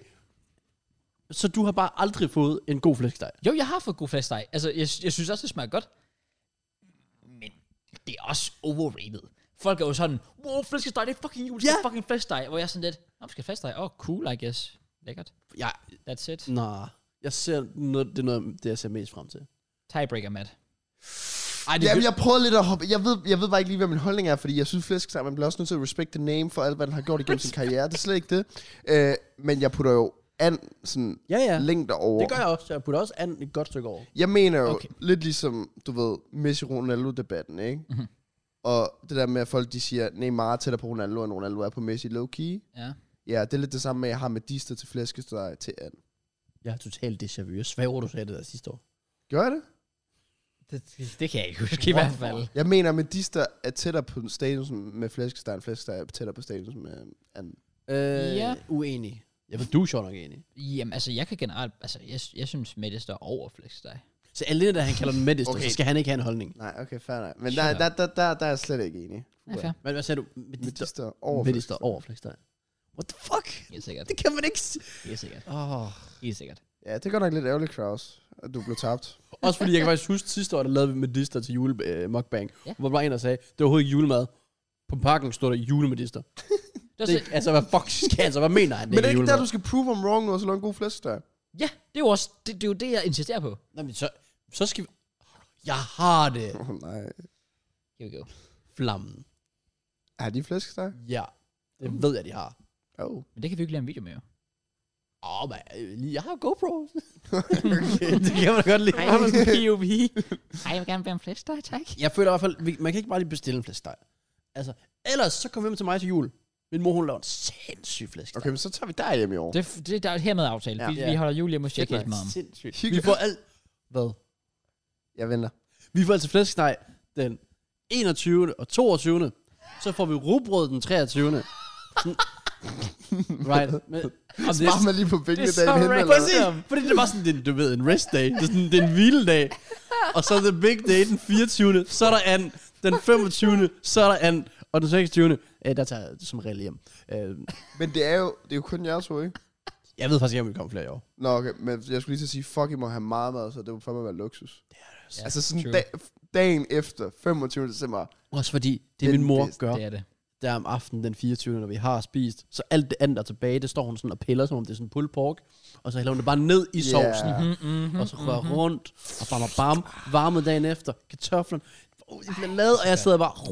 C: så du har bare aldrig fået en god flæskesteg?
A: Jo, jeg har fået god flæskesteg. Altså, jeg, jeg synes også, det smager godt. Men det er også overrated. Folk er jo sådan, wow, flæskesteg, det er fucking jul, det er
C: Ja.
A: fucking flæskesteg. Hvor jeg er sådan lidt, nå, skal flæskesteg? Åh, oh, cool, I guess. Lækkert.
C: Ja,
A: That's it.
C: nej. Jeg ser noget, det er noget, det jeg ser mest frem til.
A: Tiebreaker, Matt.
C: Ej, det
B: Jamen, jeg prøvede lidt at hoppe. Jeg ved, jeg ved bare ikke lige, hvad min holdning er, fordi jeg synes flæskesteg, man bliver også nødt til at respect the name for alt, hvad den har gjort igennem sin karriere. Det er slet ikke det. Øh, men jeg putter jo an sådan
C: Ja, ja.
B: længder over.
C: Det gør jeg også. Jeg putter også an et godt stykke over.
B: Jeg mener jo
A: Okay.
B: okay. lidt ligesom, du ved, Messi-Ronaldo-debatten, ikke?
A: Mhm.
B: Og det der med, at folk de siger, Neymar er tættere på Ronaldo, end Ronaldo er på Messi low-key.
A: Ja.
B: Ja, det er lidt det samme med, at jeg har medister til flæskesteg til and.
C: Jeg har totalt déjà vu. Jeg svæver, du sagde det der sidste år.
B: Gør jeg det?
A: Det, det kan jeg ikke huske i hvert fald.
B: Jeg mener, at medister er tættere på status med flæskesteg, end flæskesteg er tættere på status med and.
C: Øh,
A: Ja.
C: Uenig. Jeg ved, du er sjovt nok enig.
A: Jamen, altså, jeg kan generelt, altså, jeg, jeg synes, Mette står over flæskesteg.
C: Så alene da han kalder den Medister,
B: Okay.
C: okay. så skal han ikke have en holdning.
B: Nej, okay, fair nok. Men
A: Shut
B: der,
A: up.
B: der, der, der, der er jeg slet ikke enig.
A: Ja, fair.
C: Men hvad sagde du? Medister,
B: Medister over
C: Medister over flæksteg. What the fuck?
A: Helt sikkert.
C: Det kan man ikke sige.
A: Helt sikkert.
C: Oh.
A: Helt sikkert.
B: Ja, det er godt nok lidt ærgerligt, Kraus, at du blev tabt.
C: Også fordi jeg kan faktisk huske sidste år, der lavede vi Medister til jule øh, mukbang.
A: Ja.
C: Hvor der var en, der sagde, det var overhovedet ikke julemad. På pakken stod der julemedister.
A: Det var
C: Det,
A: så,
C: altså, hvad fuck skal altså, hvad mener han?
B: Men det er ikke
C: julemad?
B: der, du skal prove om wrong nu, og så lave en god flæskesteg.
A: ja, det er jo også, det, det er jo det, jeg insisterer på.
C: Nå, men så, så skal vi... Jeg har det.
B: Åh, oh, nej.
A: Here we go.
C: Flammen.
B: Er de flæskesteg?
C: Ja, det ved jeg, de har.
B: Oh.
A: Men det kan vi jo ikke lave en video med, jo.
C: Åh, oh, man, jeg har GoPro. det kan man da godt lide.
A: Ej, det er P O V. Ej, jeg vil gerne være en flæskesteg, tak.
C: Jeg føler i hvert fald, vi- man kan ikke bare lige bestille en flæskesteg. Altså, ellers så kommer vi hjem til mig til jul. Min mor, hun laver en sindssyg flæskesteg.
B: Okay, men så tager vi dig hjem i år.
A: Det, det der er hermed aftalt.
B: Ja.
A: Vi,
C: Ja.
A: vi holder jul hjemme hos Jack
C: Fedt,
A: mom.
C: sindssygt.
B: Hygge.
C: Vi får alt... Hvad?
B: Jeg venter.
C: Vi får altså flæskesteg den enogtyvende og toogtyvende Så får vi rugbrød den treogtyvende Sådan- right. Men, om det er
B: Spar mig lige på
A: det
B: pengene
A: er så
B: dagen hen,
A: random.
B: eller hvad?
C: præcis, fordi det var sådan, det, du ved, en rest day. Det er, sådan, det er en hviledag. Og så er the big day den fireogtyvende Så er der an. Den femogtyvende Så er der an. Og den seksogtyvende Øh, der tager jeg som regel hjem. Øh,
B: Men det er jo, det er jo kun jer to, ikke?
C: jeg ved faktisk ikke, om vi kommer flere i år.
B: Nå, okay, men jeg skulle lige til at sige, fuck, I må have meget mad, så det må fandme være luksus.
A: Ja,
B: Altså sådan
A: true.
B: dag, dagen efter, femogtyvende december.
C: Også fordi, det
B: Den
C: min mor
B: bedste.
C: gør,
A: Det er det.
C: der om aftenen den fireogtyvende når vi har spist, så alt det andet der er tilbage, det står hun sådan og piller, som om det er sådan pulled pork, og så hælder hun det bare ned i
B: Yeah.
C: sovsen,
A: Mm, mm,
C: og så rører rundt, og bam, bam, varmet dagen efter, kartoflen, oh, det bliver lavet, og jeg sidder bare,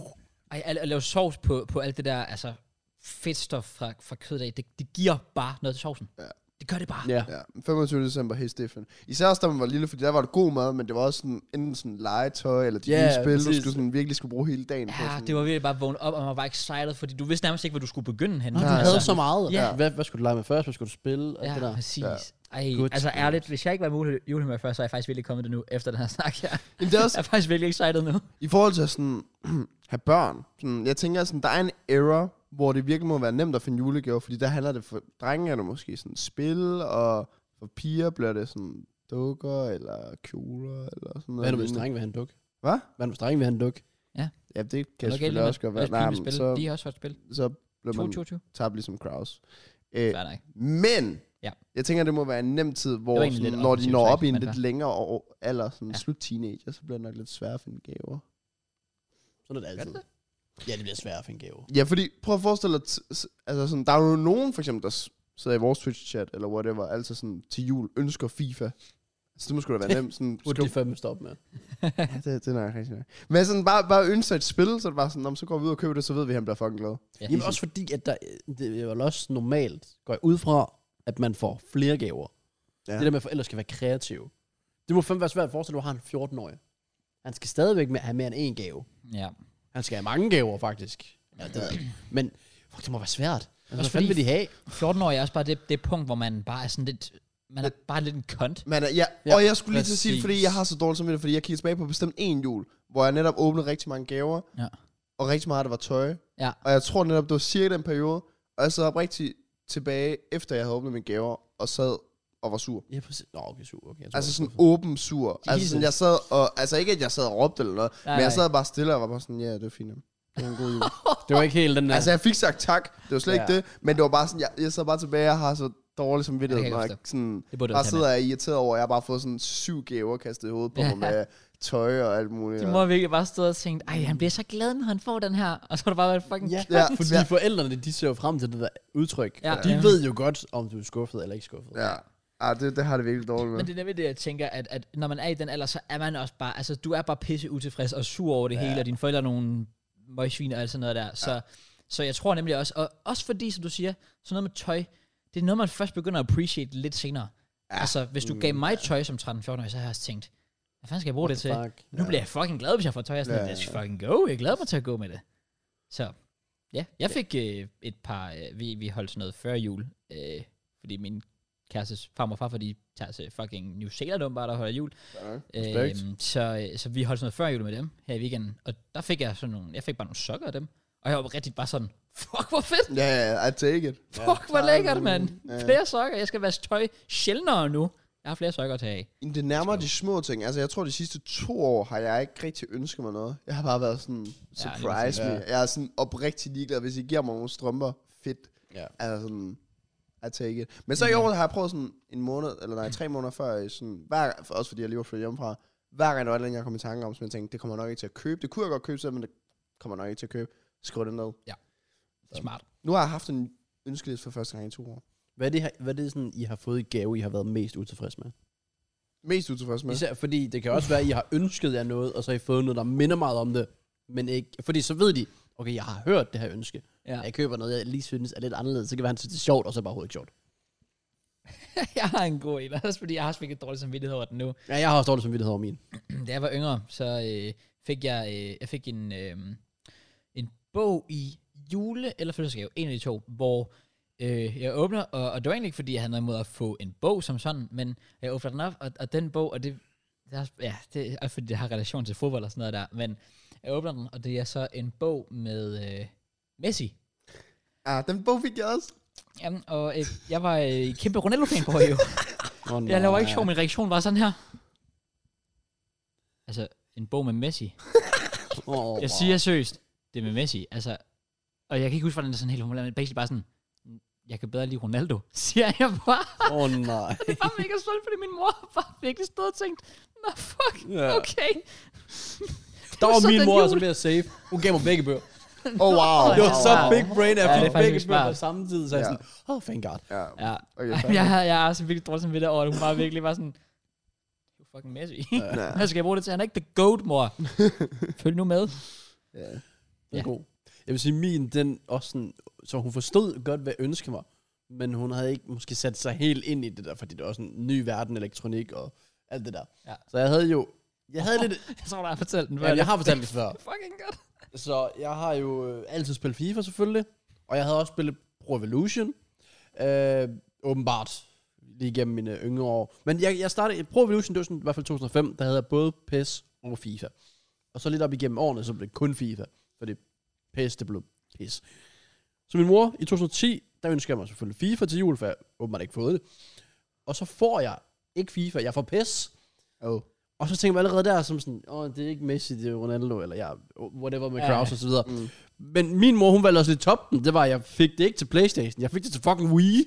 A: Ej, at, at lave sovs på, på alt det der, altså fedtstof fra, fra kødet af, det, det giver bare noget til sovsen.
B: Ja.
A: Det gør det bare.
C: ja.
B: Ja, femogtyvende december, hey Stefan. Især også, da man var lille, fordi der var det god mad, men det var også sådan, enten sådan legetøj, eller de
C: Ja,
B: yeah, spil, du
C: præcis.
B: skulle sådan, virkelig skulle bruge hele dagen på.
A: Ja,
B: Sådan.
A: det var virkelig bare vågne op, og man var excited, fordi du vidste nærmest ikke, hvor du skulle begynde hen.
C: Nå, du
B: Ja,
C: havde
B: ja.
C: så meget.
A: Ja.
C: Hvad, hvad skulle du lege med først? Hvad skulle du spille? Alt
A: Ja,
C: det der.
A: præcis.
B: Ja.
A: Ej,
C: Good
A: altså
C: stuff.
A: ærligt, hvis jeg ikke var mulig julehumør før, så er jeg faktisk virkelig kommet det nu, efter den her snak her.
B: Jamen, det er
A: Jeg
B: også,
A: er faktisk virkelig excited nu.
B: i forhold til at sådan, have børn, sådan, jeg tænker sådan, der er en era, hvor det virkelig må være nemt at finde julegaver, fordi der handler det for drenge, er det måske sådan spil, og for piger bliver det sådan dukker, eller kjoler, eller sådan noget.
C: Hvad er det, hvis
B: lignende.
C: drenge vil have en duk?
B: Hvad?
C: Hvad er det, hvis drenge vil have en duk?
B: Ja, det kan
A: Okay,
B: selvfølgelig også godt være. Nej, men
A: spil.
B: så,
A: De har også fået spil.
B: så bliver
A: to
B: man
A: to to
B: tabt ligesom Kraus. Øh,
A: Fair nok.
B: men,
A: Ja.
B: jeg tænker, det må være en nem tid,
A: var
B: hvor
A: egentlig
B: sådan,
A: lidt
B: når de
A: offensivt
B: når
A: sagt,
B: op i en
A: men
B: lidt
A: fair.
B: længere år, alder, sådan
A: Ja.
B: slut teenager, så bliver det nok lidt svært at finde gaver.
C: Sådan er det
A: Gør
C: altid.
A: det
C: Ja, det bliver svært at finde gave.
B: Ja, fordi prøv at forestille dig, t- s- altså sådan, der er jo nogen for eksempel, der s- sidder i vores Twitch-chat, eller whatever, altså sådan til jul, ønsker FIFA. Så det må sgu da være nemt. Sådan,
C: Burde de fandme stoppe med.
B: ja, det, det er nok rigtig nok. Men sådan bare, bare ønske et spil, så er det bare sådan, "Nå, men så går vi ud og køber det, så ved vi, at han bliver fucking glad.
A: Ja,
C: Jamen også fordi, at der, det er jo også normalt, går jeg ud fra, at man får flere gaver.
B: Ja.
C: Det der med, at forældre skal være kreative. Det må fandme være svært at forestille, at du har en fjorten-årig. Han skal stadigvæk med, have mere end én gave.
A: Ja.
C: Han skal have mange gaver, faktisk. Ja, det ved jeg ikke. Men fuck, det må være svært. Altså, hvad
A: Også
C: fanden
A: fordi-
C: vil de have?
A: fjorten-årige er også bare det, det punkt, hvor man bare er sådan lidt... Man er bare lidt en kont.
B: Men ja,
C: Ja,
B: og jeg skulle lige til at sige det, fordi
A: præcis.
B: jeg har så dårligt samvittighed, fordi jeg kigger tilbage på bestemt en jul, hvor jeg netop åbnede rigtig mange gaver,
A: Ja.
B: og rigtig meget af det var tøj.
A: Ja.
B: Og jeg tror netop, det var cirka den periode, og jeg sad op rigtig tilbage, efter jeg havde åbnet mine gaver, og sad og var sur.
C: Ja, præcis. Nå, okay, super. Okay, jeg tror,
B: Altså
C: jeg
B: sådan
C: skulle-
B: åben sur. Altså
A: Jesus.
B: sådan, jeg sad og, altså ikke at jeg sad og råbte eller noget,
A: Nej,
B: men jeg
A: nej.
B: sad bare stille og var bare sådan, ja, det var fint. Det var en god jul.
C: Det var ikke helt den der.
B: Altså jeg fik sagt tak, det var slet
C: Ja.
B: ikke det, men det var bare sådan, jeg, jeg sad bare tilbage og har så dårlig samvittighed,
A: Ja, det kan
B: når
A: jeg
B: jeg sådan,
A: Det burde du
B: bare
A: også have
B: sidder og er irriteret over, at jeg har bare fået sådan syv gaver kastet i hovedet på
A: Ja.
B: mig med tøj og alt muligt.
A: De
B: og-
A: må virkelig bare stå og tænke, ej, han bliver så glad, når han får den her. Og så har det bare været fucking
C: Ja,
B: Ja,
C: fordi
B: ja.
C: forældrene, de ser jo frem til det der udtryk.
A: Ja.
C: Ja, de
A: Ja.
C: ved jo godt, om du er skuffet eller ikke skuffet.
B: Ja, ah, det, det har det virkelig dårligt med.
A: Men det er nemlig det, jeg tænker, at, at når man er i den alder, så er man også bare, altså du er bare pisse utilfreds og sur over det ja. hele, og dine forældre er nogle møgsvin og alt sådan noget der. Så, ja. så jeg tror nemlig også, og også fordi, som du siger, sådan noget med tøj, det er noget, man først begynder at appreciate lidt senere. Ja. Altså, hvis du gav mig tøj som tretten-fjorten-årig, så har jeg også tænkt, hvad fanden skal jeg bruge det til?
C: Fuck.
A: Nu bliver jeg fucking glad, hvis jeg får tøj. Jeg er sådan,
B: Ja,
A: ja, let's
B: ja.
A: fucking go. Jeg glæder mig til at gå med det. Så, ja. Jeg fik øh, et par, øh, vi, vi holdt sådan noget før jul, øh, fordi min kærestes farmor og farfar, de tager til fucking New Zealand åbenbart og holder jul.
B: Ja.
C: Respekt.
A: Øhm, så, så vi holdt sådan noget før jul med dem her i weekenden, og der fik jeg sådan nogle, jeg fik bare nogle sokker af dem, og jeg var rigtig bare sådan, fuck hvor fedt,
B: Ja, ja, I take it.
A: fuck hvor lækkert, mand.
B: Ja.
A: Flere sokker, jeg skal vaske tøj sjældnere nu. Jeg Jeg har flere sokker at tage af.
B: Det nærmer de små ting. Altså, jeg tror, de sidste to år har jeg ikke rigtig ønsket mig noget. Jeg har bare været sådan, surprise
A: ja,
B: me. Jeg er sådan oprigtig ligeglad. Hvis I giver mig nogle strømper, fedt.
C: Ja.
B: Altså sådan, I take it. Men så i år har jeg prøvet sådan en måned, eller nej, tre måneder før, sådan, hver, også fordi jeg lige var flyttet hjemmefra, hver gang der var et eller andet, jeg kom i tanke om, så jeg tænkte, det kommer nok ikke til at købe. Det kunne jeg godt købe selv, men det kommer nok ikke til at købe. Skriv det ned.
A: Ja. Det er smart.
B: Nu har jeg haft en ønskeliste for første gang i to år.
C: Hvad er det, hvad er det sådan, I har fået i gave, I har været mest utilfreds med?
B: Mest utilfreds med?
C: Især fordi det kan også være, at I har ønsket jer noget, og så har I fået noget, der minder meget om det, men ikke... Fordi så ved de, okay, jeg har hørt det her ønske.
A: Ja.
C: Jeg køber noget, jeg lige synes er lidt anderledes. Så kan være, han synes, det er sjovt, og så er det bare overhovedet ikke sjovt.
A: Jeg har en god en, også fordi jeg har også fik et dårligt samvittighed over den nu.
C: Ja, jeg har også dårligt samvittighed over min.
A: Da jeg var yngre, så øh, fik jeg, øh, jeg fik en, øh, en bog i jule- eller fødselsdagsgave, en af de to, hvor øh, jeg åbner, og, og det var egentlig ikke, fordi jeg havde noget imod at få en bog som sådan, men jeg åbner den op, og, og den bog, og det, det er, ja, det er fordi det har relation til fodbold og sådan noget der, men jeg åbner den, og det er så en bog med øh, Messi.
B: Ah, den bog fik jeg også.
A: Jamen, og øh, jeg var øh, kæmpe Ronaldo-fan på jo.
C: Oh,
A: Jeg laver ikke sjov, min reaktion var sådan her. Altså, en bog med Messi.
C: Oh,
A: Jeg siger seriøst, det er med Messi. Altså, og jeg kan ikke huske, hvordan det er sådan helt humorligt, men basically bare sådan, jeg kan bedre lide Ronaldo, siger jeg bare.
C: Åh oh, nej.
A: Det var mega sundt, fordi min mor var virkelig stået og tænkt, nå fuck,
C: Ja.
A: okay.
C: Der var
A: så
C: min
A: den
C: mor
A: jul.
C: altså mere safe. Hun gav mig begge bøger.
B: Oh, wow.
C: Det var så
A: Wow.
C: big brain, at
A: Ja,
C: jeg
A: det er
C: fik
A: faktisk
C: begge bøger
A: smart.
C: på samme tid. Så jeg
B: Ja.
C: sådan, oh, thank god.
B: Ja.
A: Ja,
B: Okay,
A: okay, jeg, har- jeg er også virkelig dårlig som ved det over det. Hun var virkelig bare sådan, du fucking Messi.
B: Ja.
A: Hvad skal jeg bruge det til? Han er ikke the goat, mor. Følg nu med.
B: Ja.
C: Den
A: Ja.
C: er god. Jeg vil sige, min, den også sådan, så hun forstod godt, hvad jeg ønskede mig, men hun havde ikke måske sat sig helt ind i det der, fordi det var sådan en ny verden, elektronik og alt det der.
A: Ja.
C: Så jeg havde jo, jeg havde lidt,
A: Jeg tror, der har fortalt den.
C: ja, jeg har fortalt det før.
A: Fucking godt.
C: Så jeg har jo øh, altid spillet FIFA selvfølgelig, og jeg havde også spillet Pro Evolution, øh, åbenbart, lige gennem mine yngre år. Men jeg, jeg startede, Pro Evolution, det var sådan, i hvert fald to tusind og fem, der havde jeg både P E S og FIFA. Og så lidt op igennem årene, så blev det kun FIFA, fordi P E S, det blev P E S. Så min mor, i to tusind og ti, der ønsker jeg mig selvfølgelig FIFA til jul, for jeg åbenbart ikke fået det. Og så får jeg ikke FIFA, jeg får P E S.
B: Oh.
C: Og så tænker jeg allerede der, som sådan, åh, det er ikke Messi, det er Ronaldo, eller ja, whatever med
A: Ja.
C: Kraus og så videre.
B: Mm.
C: Men min mor, hun valgte også lidt toppen. Det var, at jeg fik det ikke til PlayStation. Jeg fik det til fucking Wii.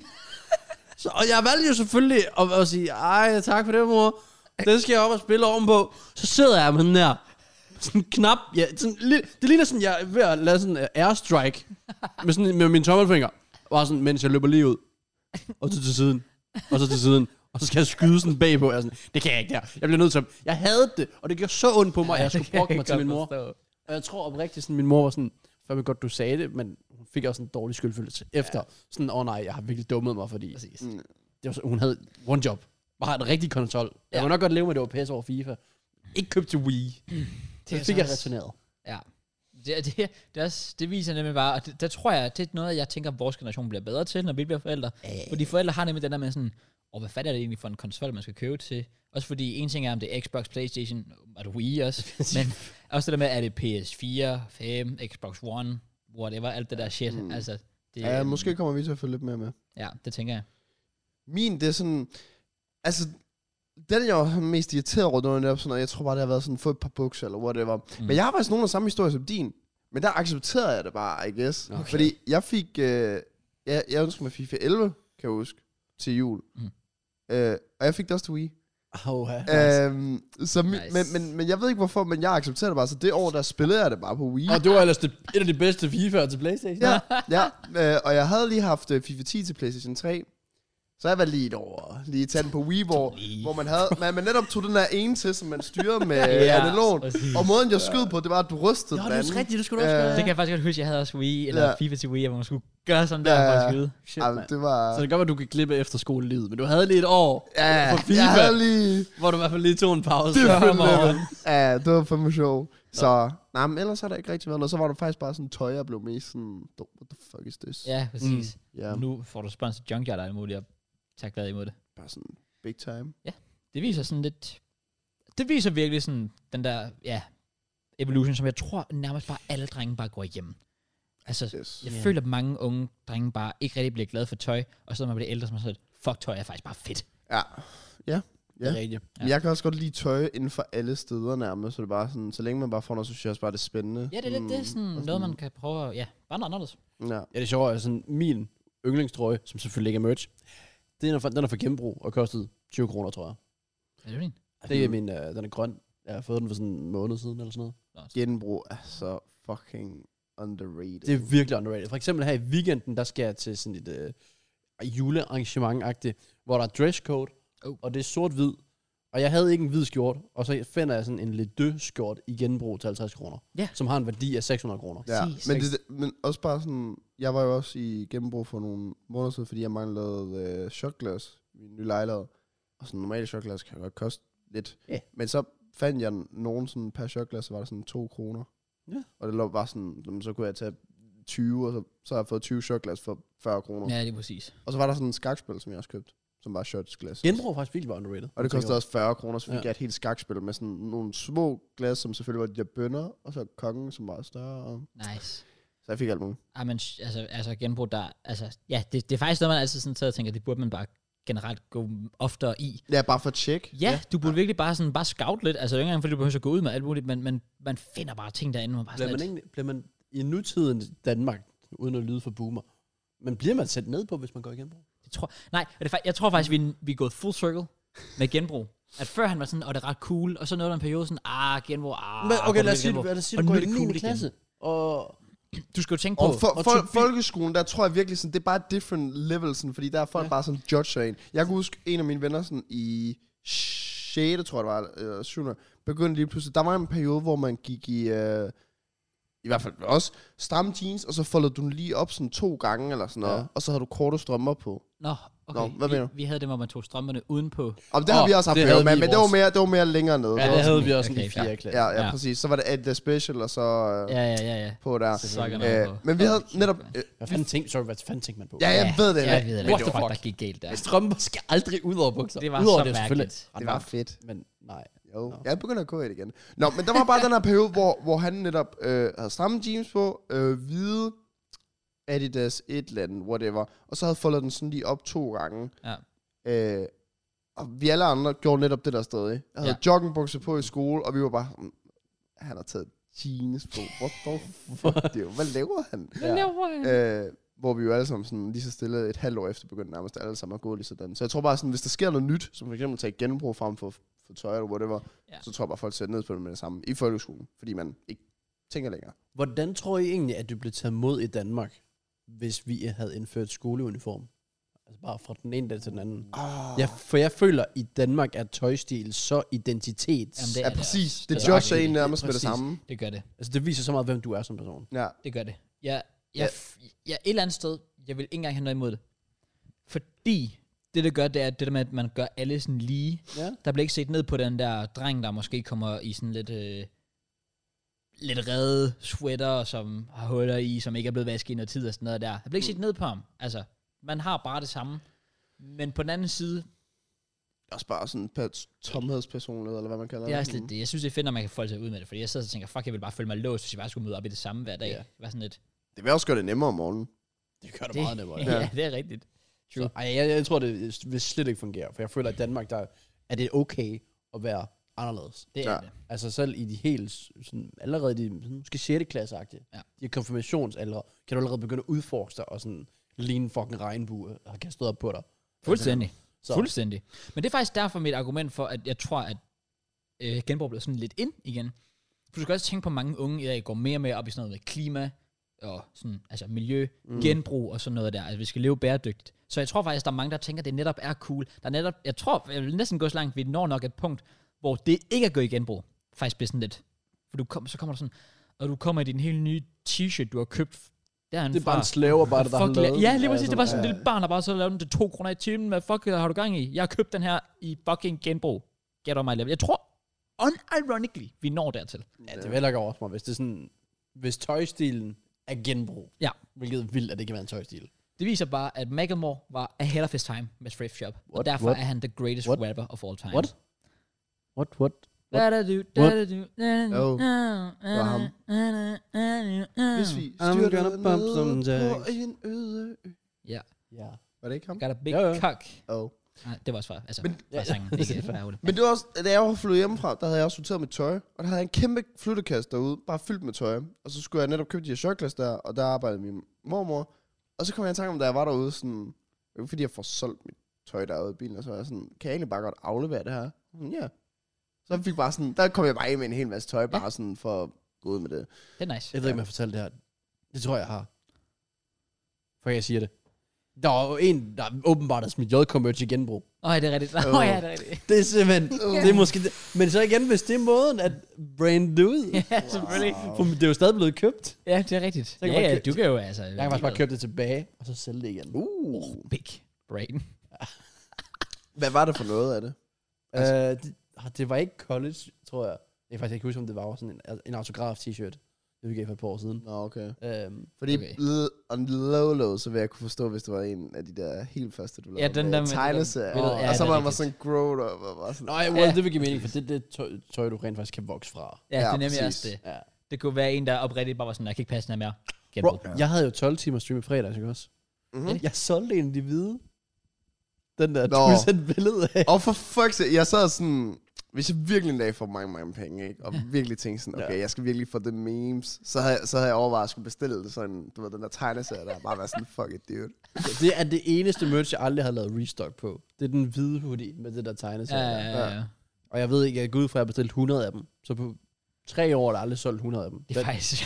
C: så, og jeg valgte jo selvfølgelig at, at sige, ej, tak for det, mor. Den skal jeg op og spille ovenpå. Så sidder jeg med den der sådan en knap. Ja, sådan, li- det ligner sådan, jeg er ved at lave sådan en airstrike med, sådan, med min tommelfinger. Bare sådan, mens jeg løber lige ud. Og så til siden. Og så til siden. Og så skal jeg skyde sådan bagpå. Jeg er sådan, det kan jeg ikke der. Jeg bliver nødt til at... Jeg havde det, og det gjorde så ondt på mig, at jeg skulle brokke mig til min mor. Og jeg tror oprigtigt, sådan min mor var sådan, før godt du sagde det, men hun fik også en dårlig skyldfølelse efter. Ja. Sådan, åh oh, nej, jeg har virkelig dummet mig, fordi
A: Præcis.
B: Mm.
C: det var så, hun havde one job. Bare en rigtig konsol. Ja. Jeg
A: Ja.
C: kunne nok godt leve med, at det var P S over FIFA. Ikke købt til Wii.
A: Det
C: Så
A: er
C: fik
A: så
C: jeg
A: også-
C: returneret.
A: Ja. Det, det, det, er også, det viser nemlig bare, og det, der tror jeg, det er noget, jeg tænker, at vores generation bliver bedre til, når vi bliver forældre.
C: Øh.
A: Fordi forældre har nemlig den der med sådan, og hvad fanden er det egentlig for en konsol, man skal købe til? Også fordi en ting er, om det er Xbox, Playstation, og det Wii også, men også det der med, er det P S fire, fem, Xbox One, whatever, alt det der shit.
B: Mm.
A: Altså, det,
B: Ja, måske kommer vi til at følge lidt mere med.
A: Ja, det tænker jeg.
B: Min, det er sådan... Altså, den jeg var mest irriteret over, det var netop sådan noget, jeg tror bare, det har været sådan, få et par bukser, eller whatever. Mm. Men jeg har faktisk nogle af samme historier som din. Men der accepterede jeg det bare, I guess.
C: Okay.
B: Fordi jeg fik... Øh, jeg, jeg ønskede mig FIFA elleve, kan jeg huske, til jul.
A: Mm.
B: Øh, og jeg fik det også til Wii.
C: Oh, ja.
B: Øhm, så mi-
A: Nice.
B: men, men, men jeg ved ikke hvorfor, men jeg accepterede det bare. Så det år, der spillede jeg det bare på Wii.
C: Og det var ellers det, et af de bedste FIFA'er til PlayStation.
B: Ja, ja. Øh, og jeg havde lige haft uh, FIFA ti til PlayStation tre. Så jeg var lige et år, lige tage den på Wii, hvor, hvor man havde, man, man netop tog den der ene til, som man styrede med
A: Ja,
B: ja, analogen.
A: præcis.
B: Og måden jeg skød på, det var, at du rystede
C: Nå,
B: den
C: det er
B: anden.
C: også rigtigt, det skulle du også
B: Øh,
C: gøre.
A: Det kan jeg faktisk godt huske, jeg havde også Wii, eller
B: Ja.
A: FIFA til Wii, hvor man skulle gøre sådan der
B: Ja,
A: for
B: ja.
A: at skyde.
C: Shit,
B: Ej,
C: mand.
B: det var...
C: Så det kan godt være, at du kan klippe efter skolelivet, men du havde lige et år
B: ja,
C: for FIFA,
B: jeg havde lige...
C: hvor du i hvert fald lige tog en pause.
B: Det
C: før
B: var
C: morgenen.
B: Ja, det var fandme sjov. Så, nej, men ellers har der ikke rigtig været noget. Så var der faktisk bare sådan tøj, jeg blev mest sådan, what the fuck is this?
A: Ja, præcis.
B: Ja,
A: Nu får du spons til Junkyard, og alt muligt, og tak glad imod det.
B: bare sådan big time.
A: Det viser sådan lidt... Det viser virkelig sådan den der, ja, evolution, som jeg tror nærmest bare alle drenge bare går igennem. Altså,
B: Yes.
A: jeg
C: Ja.
A: føler, at mange unge drenge bare ikke rigtig bliver glade for tøj, og så når man bliver ældre, så er man sådan, fuck, tøj er faktisk bare fedt.
B: Ja. Ja.
C: Det er rigtigt.
B: Men jeg kan også godt lide tøj inden for alle steder nærmest, så det er bare sådan, så længe man bare får noget, så synes jeg også bare, det er spændende.
A: Ja, det er lidt det er sådan
B: og
A: noget, man kan prøve at, ja, bare noget anderledes.
B: Ja.
C: Ja, det er sjovt, at sådan min yndlingstrøje, som selvfølgelig ikke er merch, den er fra, den er fra genbrug og kostede tyve kroner, tror jeg.
A: Er det din?
C: Det er min, uh, den er grøn. Jeg har fået den for sådan en måned siden eller sådan noget.
B: Genbrug er så fucking underrated.
C: Det er virkelig underrated. For eksempel her i weekenden, der skal jeg til sådan et uh, julearrangement-agtigt, hvor der er dresscode,
A: oh.
C: og det er sort-hvid. Og jeg havde ikke en hvid skjort, og så finder jeg sådan en lidt død skjort i genbrug til halvtreds kroner.
A: Ja.
C: Som har en værdi af seks hundrede kroner.
B: Ja,
A: Præcis.
B: men, det, men også bare sådan, jeg var jo også i genbrug for nogle måneder siden, fordi jeg manglede øh, shotglas i min nye lejlighed. Og sådan normale shotglas kan godt koste lidt.
C: Ja.
B: Men så fandt jeg nogen sådan per shotglas, så var der sådan to kroner.
C: Ja.
B: Og det lå bare sådan, så kunne jeg tage tyve, og så, så har jeg fået tyve shotglas for fyrre kroner.
A: Ja, det er præcis.
B: Og så var der sådan en skakspil, som jeg også købte, som var shotsglas.
C: Genbrug er faktisk virkelig bare underrated.
B: Og det kostede også fyrre kroner, så fik
C: Ja.
B: jeg et helt skakspil med sådan nogle små glas, som selvfølgelig var de der bønner, og så kongen, som var større. Og
A: Nice.
B: så jeg fik alt muligt.
A: Ej, men sh- altså, altså genbrug, der, altså, ja, det, det er faktisk noget, man altid sådan tager og tænker, det burde man bare generelt gå oftere i.
B: Ja, bare for at tjekke.
A: Ja, du burde virkelig bare sådan, bare scout lidt, altså det er ikke engang, fordi du behøver at gå ud med alt muligt, men, men man finder bare ting derinde, man bare
C: Bliver
A: sådan
C: man,
A: lidt,
C: egentlig, bliver man i nutiden Danmark, uden at lyde for boomer, men bliver man sat ned på, hvis man går i genbrug?
A: det tror, nej, det er, fa- jeg tror faktisk, vi, er- vi er gået full circle med genbrug. At før han var sådan, og det er ret cool, og så nåede der en periode sådan, ah, genbrug, ah,
C: Men
A: går
C: okay,
A: du
C: lad
A: i
C: os sige,
A: genbrug?
C: lad os sige,
A: Og
C: du
A: nu
C: går
A: er
C: i
A: det
C: niende
A: cool igen.
C: klasse, og
A: Du skal jo tænke på,
B: Og, for,
C: og
B: for,
C: to be-
B: folkeskolen, der tror jeg virkelig sådan, det er bare different level, sådan, fordi der er folk
C: Ja.
B: ja. bare sådan judger en. Jeg kan huske, en af mine venner sådan i sjette tror jeg det var, øh, syvende begyndte lige pludselig, der var en periode, hvor man gik i, øh, i hvert fald også, stramme jeans, og så foldede du den lige op sådan to gange, eller sådan noget,
C: Ja.
B: og så havde du korte strømmer på.
A: Nå, okay,
B: Nå, hvad
A: vi,
B: mener du?
A: vi havde det, hvor man tog strømperne udenpå.
B: Og det har
C: Åh,
B: vi også haft,
C: det
B: med,
C: havde
B: men,
C: vi i
B: men det var,
C: vores-
B: mere, det var mere længere nede.
C: ja,
B: Det
C: det
B: var
C: havde
A: sådan-
C: vi også
A: okay,
C: i fjerde
A: ja.
C: klasse.
B: Ja, ja,
A: Ja.
B: ja, præcis. Så var det Adidas Special, og så øh,
A: Ja, ja, ja, ja.
B: på der.
A: Sukker noget
B: Øh,
A: på.
B: men vi havde netop... Øh,
C: Hvad fanden tænkte, sorry, hvad fanden tænkte man på?
B: ja, jeg ved det.
A: Ja, jeg
B: ikke.
A: ved det.
C: What
A: What
C: the
A: the fuck,
C: fuck?
A: der gik galt der.
C: Strømper skal aldrig ud over bukser.
A: Det var
C: Udover
A: så
C: det er selvfølgelig
A: mærkeligt.
C: ret
B: Det var
C: varmt,
B: fedt.
C: men nej.
B: Jo,
C: Nå.
B: jeg begynder at gå i det igen. Nå, men der var bare den her periode, hvor, hvor han netop øh, havde stramme jeans på, øh, hvide Adidas et eller andet, whatever, og så havde foldet den sådan lige op to gange.
A: Ja.
B: Øh, og vi alle andre gjorde netop det der stadig. Jeg havde
A: Ja.
B: ja. joggingbukser på i skole, og vi var bare, "Mm, han har taget jeans på. What the fuck, dude? Hvad laver han?
C: Ja.
B: Øh, hvor vi jo alle sammen sådan, lige så stille et halvt år efter begyndte nærmest alle sammen at gå lige sådan. Så jeg tror bare sådan, hvis der sker noget nyt, som for eksempel tage genbrug frem for, for tøj eller whatever,
A: Ja.
B: ja. så tror jeg bare, folk sætter ned på det med det samme i folkeskolen, fordi man ikke tænker længere.
C: Hvordan tror I egentlig, at du blev taget mod i Danmark, hvis vi havde indført skoleuniform? Altså bare fra den ene dag til den anden.
B: Oh.
C: Ja, for jeg føler, i Danmark er tøjstil så identitets...
A: Jamen, det
B: Ja,
A: er det
B: præcis.
A: også.
B: Det
A: Altså,
B: judger
A: okay,
B: en nærmest med det
C: præcis.
B: samme.
A: Det gør det.
C: Altså det viser så meget, hvem du er som person.
B: Ja.
A: Det gør det. Jeg, jeg, jeg, jeg, et eller andet sted, jeg vil ikke engang have noget imod det. Fordi det, det gør, det er det der med, at man gør alle sådan lige.
C: Ja.
A: Der bliver ikke set ned på den der dreng, der måske kommer i sådan lidt... Øh, lidt redde sweater, som har huller i, som ikke er blevet vasket i noget tid og sådan noget der. Der bliver ikke set ned på ham. Altså, man har bare det samme. Men på den anden side,
B: Også bare sådan en tomhedspersonlighed, eller hvad man kalder
A: det er også
B: Sådan.
A: lidt det. Jeg synes, det er fedt, når man kan folde sig ud med det. Fordi jeg sidder og tænker, fuck, jeg vil bare føle mig låst, hvis jeg bare skulle møde op i det samme hver dag.
C: Ja.
A: Det var sådan lidt...
B: Det vil også gøre det nemmere om morgenen.
C: Det gør det,
A: Det,
C: meget nemmere.
A: ja,
C: Ja.
A: det er rigtigt.
C: Så, ej, jeg, jeg tror, det vil slet ikke fungere. For jeg føler, at i Danmark, der er det okay at være anderledes.
A: Det er
B: Ja.
A: det.
C: Altså selv i de helt, sådan, allerede de sådan, måske sjette klasse-agtige,
A: Ja.
C: de her konfirmationsaldre, kan du allerede begynde at udforske dig og sådan ligne fucking regnbue og kan stå op på dig.
A: Fuldstændig.
C: Så.
A: Fuldstændig. Men det er faktisk derfor mit argument for, at jeg tror, at øh, genbrug bliver sådan lidt ind igen. For du skal også tænke på, at mange unge i dag går mere og mere op i sådan noget med klima og sådan, altså miljø, mm. genbrug og sådan noget der. Altså vi skal leve bæredygtigt. Så jeg tror faktisk, der er mange, der tænker, at det netop er cool. Der er netop, jeg tror, jeg vil næsten gå så langt, vi når nok et punkt, hvor det ikke er at gå i genbrug. Faktisk bliver sådan lidt. For du kom, så kommer der sådan, og du kommer i din helt nye t-shirt, du har købt derhen
C: Det er bare en slavearbejder, der har
A: Fuck,
C: lavet
A: la- ja,
C: den.
A: lige præcis. Det var sådan
C: ja.
A: en lille barn, der bare så lavede den til to kroner i timen. Hvad fuck har du gang i? Jeg har købt den her i fucking genbrug. Get on my level. Jeg tror, unironically, vi når dertil.
C: Ja, det vil heller ikke overraske mig, hvis det er sådan, hvis tøjstilen er genbrug.
A: Ja.
C: Hvilket vildt, at det kan være en tøjstil.
A: Det viser bare, at Macklemore var ahead of his time med Thrift Shop. What? Og
C: What?
A: derfor
C: What?
A: er han the greatest
C: What?
A: rapper of all time.
C: What? What, what?
A: Da da du, da da du, da da du,
B: Jo,
A: det
B: var ham. Hvis vi styrter
C: gonna bump some
B: ned på
C: jacks.
B: en øde ø.
A: Ja.
C: Ja.
B: Var det ikke ham?
A: Got a big
C: Jo, jo.
A: cock.
B: Oh.
A: Nej, det var også for, altså,
B: Men-
A: men, bare sangen, ikke for ærgerligt.
B: Men det var også, da jeg var flyttet hjemmefra, der havde jeg også sorteret mit tøj. Og der havde jeg en kæmpe flyttekasse derude, bare fyldt med tøj. Og så skulle jeg netop købe de her shortglass der, og der arbejdede min mormor. Og så kom jeg i tanke om, da jeg var derude, sådan, det er jo fordi, jeg får solgt mit tøj derude i bilen, og så var jeg sådan, kan jeg egentlig bare godt aflevere det her? Sådan, ja. Så jeg fik bare sådan, der kom jeg bare ind med en hel masse tøj, bare sådan for at gå ud med det.
A: Det er nice.
C: Jeg ved ikke, om jeg fortalte det her. Det tror jeg, jeg har. For jeg siger det. Der var jo en, der åbenbart har smidt J K-merch i genbrug.
A: Åh, oh, det er rigtigt. Åh,
B: Åh.
A: oh, ja, det er rigtigt.
C: Det er simpelthen... Det er måske det. Men så igen, hvis det er måden at brand det ud.
A: Ja, selvfølgelig.
C: For det er jo stadig blevet købt.
A: Ja, det er rigtigt.
C: kan
A: Ja,
C: man
A: ja,
C: købe-
A: du kan jo altså...
C: Jeg kan faktisk bare købe det tilbage, og så sælge det igen.
B: Uh.
A: Big brain.
B: Hvad var det for noget af det?
C: Altså, øh, det, ah, det var ikke college, tror jeg. Jeg kan faktisk ikke huske, om det var sådan en, en autograf-t-shirt. Det vi gav for et par år siden.
B: Nå, okay.
C: Øhm,
B: Fordi
A: Okay.
B: okay. on low low, så vil jeg kunne forstå, hvis det var en af de der helt første, du lavede.
A: Ja, den der med-
B: tegneserier.
A: Billede- ja,
B: og så
A: det er
B: var man
A: rigtigt.
B: sådan growed up og bare sådan.
C: nej, well,
A: Ja.
C: det vil give mening, for det er det tøj, tøj, du rent faktisk kan vokse fra.
A: Ja, det
B: Ja,
A: er nemlig
B: præcis.
A: også det.
C: Ja.
A: Det kunne være en, der oprigtigt bare var sådan, jeg kan ikke passe den her mere.
C: Bro,
A: Genbrug.
C: jeg havde jo tolv timer stream i fredags, ikke også?
B: Mm-hmm.
C: Jeg solgte en af de hvide. Den der,
B: Nå.
C: du sendte billede af.
B: Og for fuck's sake, jeg sad sådan, hvis jeg virkelig en dag får mange, mange penge, ikke? Og virkelig tænkte sådan, okay,
C: Ja.
B: jeg skal virkelig få det memes, så havde, så havde jeg overvejet at skulle bestille det sådan, du ved, den der tegneserie der, bare være sådan, fuck it, dude.
C: Det er det eneste merch, jeg aldrig har lavet restock på. Det er den hvide hoodie med det der
A: Ja,
C: tegneserie.
A: ja,
C: der.
A: ja, ja.
C: Og jeg ved ikke, jeg går ud fra, at jeg har bestilt hundrede af dem. Så på tre år er der aldrig solgt hundrede af dem.
A: Det er faktisk...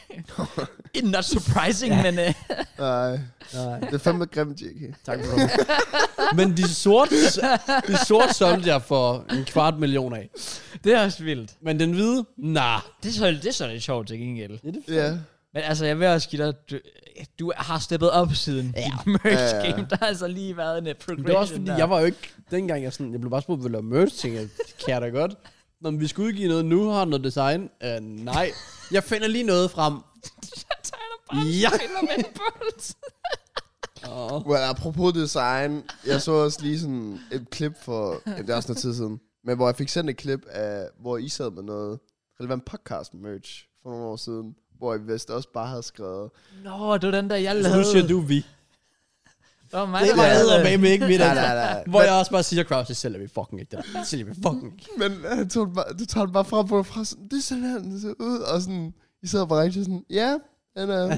A: Not surprising, men... Uh,
B: Nej,
C: Nej.
B: det er fandme grimt, J K.
C: Tak, bro. Men de sorte, de sorte solgte jeg for en kvart million af.
A: det er også vildt.
C: Men den hvide, nah.
A: Det er så, det er så lidt sjovt til gengæld.
C: Ja, det er
B: Ja.
A: Men altså, jeg vil også give dig, du, du har steppet op siden ja. dit merch
B: Ja, ja.
A: game. Der har altså lige været en progression.
C: det er også fordi,
A: der.
C: jeg var jo ikke... Dengang jeg sådan... Jeg blev bare spurgt, vil du lave merch? Tænkte jeg, det kan jeg da godt. Når vi skal udgive noget nu, har noget design. Uh, nej. Jeg finder lige noget frem.
A: Jeg tegner bare
C: Ja.
A: spiller med en bold.
C: Oh.
B: Well, apropos design, jeg så også lige sådan et klip for, ja, det er også noget tid siden, men hvor jeg fik sendt et klip af, hvor I sad med noget relevant podcast merch for nogle år siden, hvor I vist også bare havde skrevet,
A: Nå, det var den der, jeg
C: Så
A: lavede.
C: nu siger du vi.
A: Det var mig,
B: Det
A: der
C: Det var
B: Ja.
C: æder
A: lavede.
C: med ikke mit.
B: nej, nej, nej,
C: Hvor jeg også bare siger, Kraus, det sælger vi fucking ikke. Det, der. det sælger vi fucking ikke.
B: men han tog den bare, du tager den bare frem på fra sådan, det er sådan her, den ser ud, og sådan, I sidder bare rigtig sådan, ja, den er,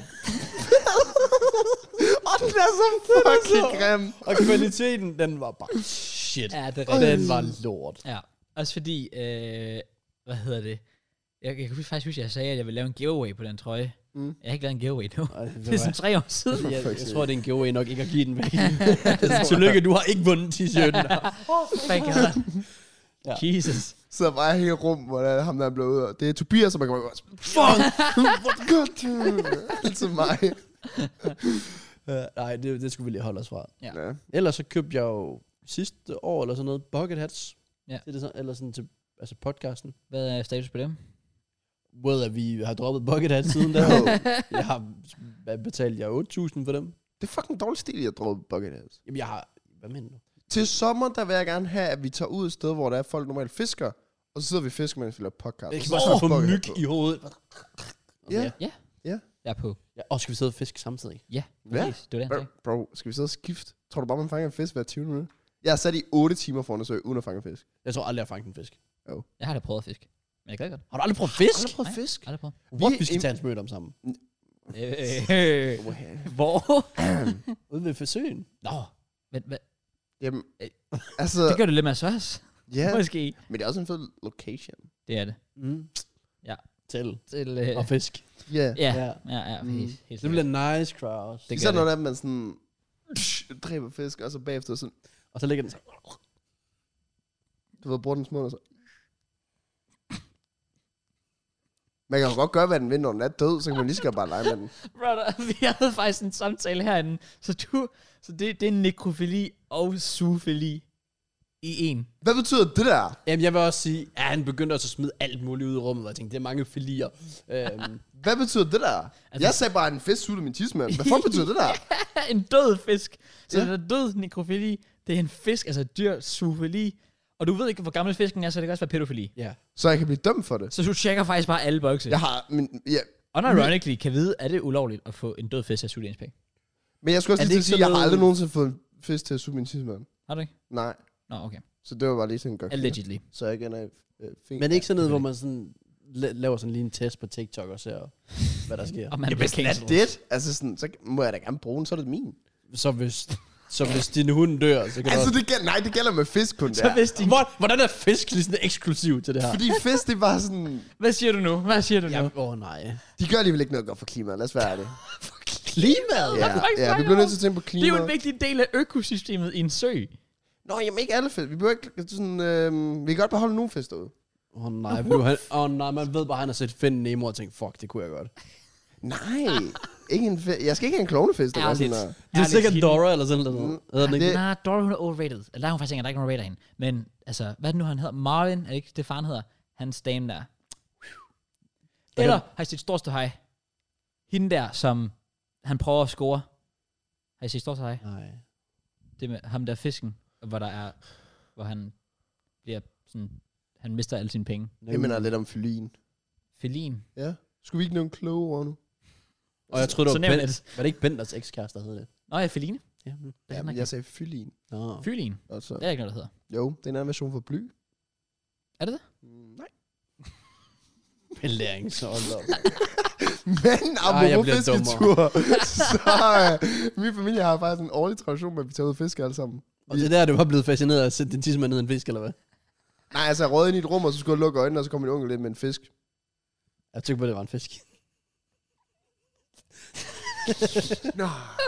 B: og den er så fucking grim.
C: Og kvaliteten, den var bare shit.
A: Ja, det er
C: Og
A: rigtigt.
C: den var lort.
A: Ja, også fordi, øh, hvad hedder det? Jeg, jeg kan faktisk huske, at jeg sagde, at jeg ville lave en giveaway på den trøje.
B: Mm.
A: Jeg har ikke lavet en giveaway nu.
C: Ej, det
A: Det er
C: var-
A: sådan tre år siden.
C: Jeg, jeg tror, det er en giveaway nok ikke at give den væk. Tillykke, du har ikke vundet t-shirten.
A: Thank God.
C: Ja.
A: Jesus.
B: Så bare hele rum, hvor der er ham, der er blevet ude, og det er Tobias, og man kan bare gå, fuck, what god, altid mig.
C: Uh, nej, det, det skulle vi lige holde os fra.
A: Ja.
B: Ja.
C: Ellers så købte jeg jo sidste år eller sådan noget bucket hats.
A: Ja.
C: Til det sådan, eller sådan til altså podcasten.
A: Hvad er status på dem?
C: Well, at vi har droppet bucket hats siden der.
B: Jo.
C: Jeg har hvad betalte jeg otte tusind for dem.
B: Det er fucking dårlig stil, jeg droppe bucket hats.
C: Jamen jeg har... Hvad mener du?
B: Til sommer, der vil jeg gerne have, at vi tager ud et sted, hvor der er folk normalt fisker, og så sidder vi og fisker, mens vi laver podcast.
C: Jeg
B: Og
C: kan
B: så
C: bare
B: får
C: få
B: bucket
C: myg
B: hat på.
C: i hovedet.
B: Ja.
A: Jeg er på.
C: Ja, og skal vi sidde og fiske samtidig?
A: Ja,
B: Ja.
A: præcis. Det var det, han
B: Bro,
A: sagde.
B: bro, skal vi sidde og skifte? Tror du bare, man fanger en fisk hver tyve minutter? Jeg har sat i otte timer for at undersøge, uden at fange en fisk.
C: Jeg tror aldrig, jeg har fanget en fisk.
A: Jeg har da prøvet at fiske. Men jeg kan godt.
C: Har du aldrig prøvet fisk?
B: Aldrig prøvet
A: Nej.
B: fisk?
A: Aldrig prøvet.
C: What,
B: Vi-
C: vi skal tage en smøt om sammen.
A: Øh, Hvor?
C: Ude ved forsøgen.
A: Nå. Men, hvad?
B: Jamen,
A: Øh,
B: altså,
A: Det gør det lidt mere søs.
B: ja,
A: Måske.
B: men det er også en fed location.
A: Det er det.
C: Mm.
A: Ja.
C: Til.
A: Til, øh,
C: Og fisk.
B: Ja.
A: ja,
C: Ja.
A: ja, ja.
B: Mm.
A: Helt, helt
C: Det bliver nice, Kraus.
A: Det
B: Især
A: gør
B: når
A: det.
B: der er, man sådan psh, dræber fisk, og så bagefter sådan,
C: Og så ligger den så.
B: du ved, bruger den små, og så... Man kan jo godt gøre, hvad den vil, når den er død, så kan man lige så godt bare lege med den.
A: Brother, vi havde faktisk en samtale herinde. Så du, så det, det er nekrofili og zoofili i en.
B: Hvad betyder det der?
C: Jamen, jeg vil også sige, at han begyndte også at smide alt muligt ud i rummet, og jeg tænkte, det er mange filier. øhm,
B: Hvad betyder det der?
A: Altså-
B: Jeg sagde bare, at en fisk suttede min tidsmand. Hvad fuck betyder det der?
A: En død fisk. Så
B: Ja.
A: ja. det er død nekrofili. Det er en fisk, altså dyr zoofili. Og du ved ikke, hvor gammel fisken er, så det kan også være pædofili.
C: ja.
B: Så jeg kan blive dømt for det.
A: Så du tjekker faktisk bare alle bokse.
B: Jeg har, men, ja,
A: Unironically kan vide, er det ulovligt at få en død fisk til at sutte ens penge?
B: men jeg skulle også
C: Er
B: lige
C: det
B: til at
C: ikke
B: sige, at jeg
C: sådan
B: har
C: noget-
B: aldrig nogensinde fået en fisk til at sutte min tidsmand.
A: Har Har du ikke?
B: Nej.
A: Nå, okay.
B: Så det var bare lige sådan en godt.
A: Allegedly.
B: Så jeg igen er øh, fint.
C: Men ikke sådan noget,
A: Ja,
C: hvor man sådan la- laver sådan lige en test på TikTok og ser, hvad der sker.
A: Og man
B: Ja,
A: bliver
B: hvis det er
A: cancelled.
B: det, altså sådan, så må jeg da gerne bruge den, så er det min.
C: Så hvis, så hvis din hund dør, så kan
B: Altså,
C: du
B: det gælder, nej, det gælder med fisk kun
A: Så
B: der.
A: hvis din...
C: Hvor, hvordan er fisk lige sådan eksklusiv til det her?
B: Fordi fisk, det er bare sådan,
A: Hvad siger du nu? Hvad siger du nu?
C: Ja, åh oh, nej.
B: de gør alligevel ikke noget godt for klimaet, lad os være det.
C: Klimaet?
B: Ja,
A: faktisk
B: ja, vi
A: snakker
B: bliver nødt
A: om?
B: til at tænke på
A: Det er jo
B: klimaet.
A: en vigtig del af økosystemet i en sø.
B: Nå, jamen ikke alle fisk. Vi behøver ikke sådan, øh, vi kan godt beholde nogle fisk derude.
C: Åh oh, nej, vil du have, oh, nej, man ved bare, at han har set Find Nemo og tænkt, fuck, det kunne jeg godt.
B: Nej, ikke en fisk. Jeg skal ikke have en klovnefisk. eller
A: Ærligt.
B: sådan noget.
C: Det er
A: Ærligt,
C: sikkert
A: hende-
C: Dora eller sådan noget.
B: Mm,
C: Hedder den ikke?
B: det-
A: Nej, Dory, hun er overrated. Eller der er hun faktisk ikke, der er ikke nogen rater hende. Men, altså, hvad er det nu, han hedder? Marvin, er det ikke det, faren hedder? Hans dame der. Eller, har I set Storste Hej? Hende der, som han prøver at score. Har I set Storste Hej?
C: Nej.
A: Det med ham der fisken, hvor der er, hvor han bliver sådan, han mister alle sine penge.
B: Det minder lidt om fylin.
A: Felin.
B: Ja. Skulle vi ikke nævne kloge ord nu?
C: Og jeg troede,
A: Så
C: det var,
A: nævn
C: ben,
A: et.
C: var det ikke Benders ekskæreste, der hed det?
A: Nå ja, Feline.
C: Ja. mm.
A: Det
B: Ja,
A: er
B: men
A: ikke.
B: jeg sagde fylin.
C: Nå.
A: Fylin.
B: Altså,
A: Det er ikke noget, der hedder.
B: jo, det er en anden version for bly.
A: Er det det?
B: Mm, nej.
C: Belæring, så hold op.
B: Men
C: jeg
B: apropos
C: bliver
B: fisketur, så øh, min familie har faktisk en årlig tradition med, at vi tager ud og fiske alle sammen.
C: Og det er der, du var blevet fascineret af at sætte din tidsmand ned i en fisk, eller hvad?
B: Nej, altså jeg rød ind i et rum, og så skulle jeg lukke øjnene, og så kom min onkel lidt med en fisk.
C: Jeg tænkte på, at det var en fisk.
B: Nej.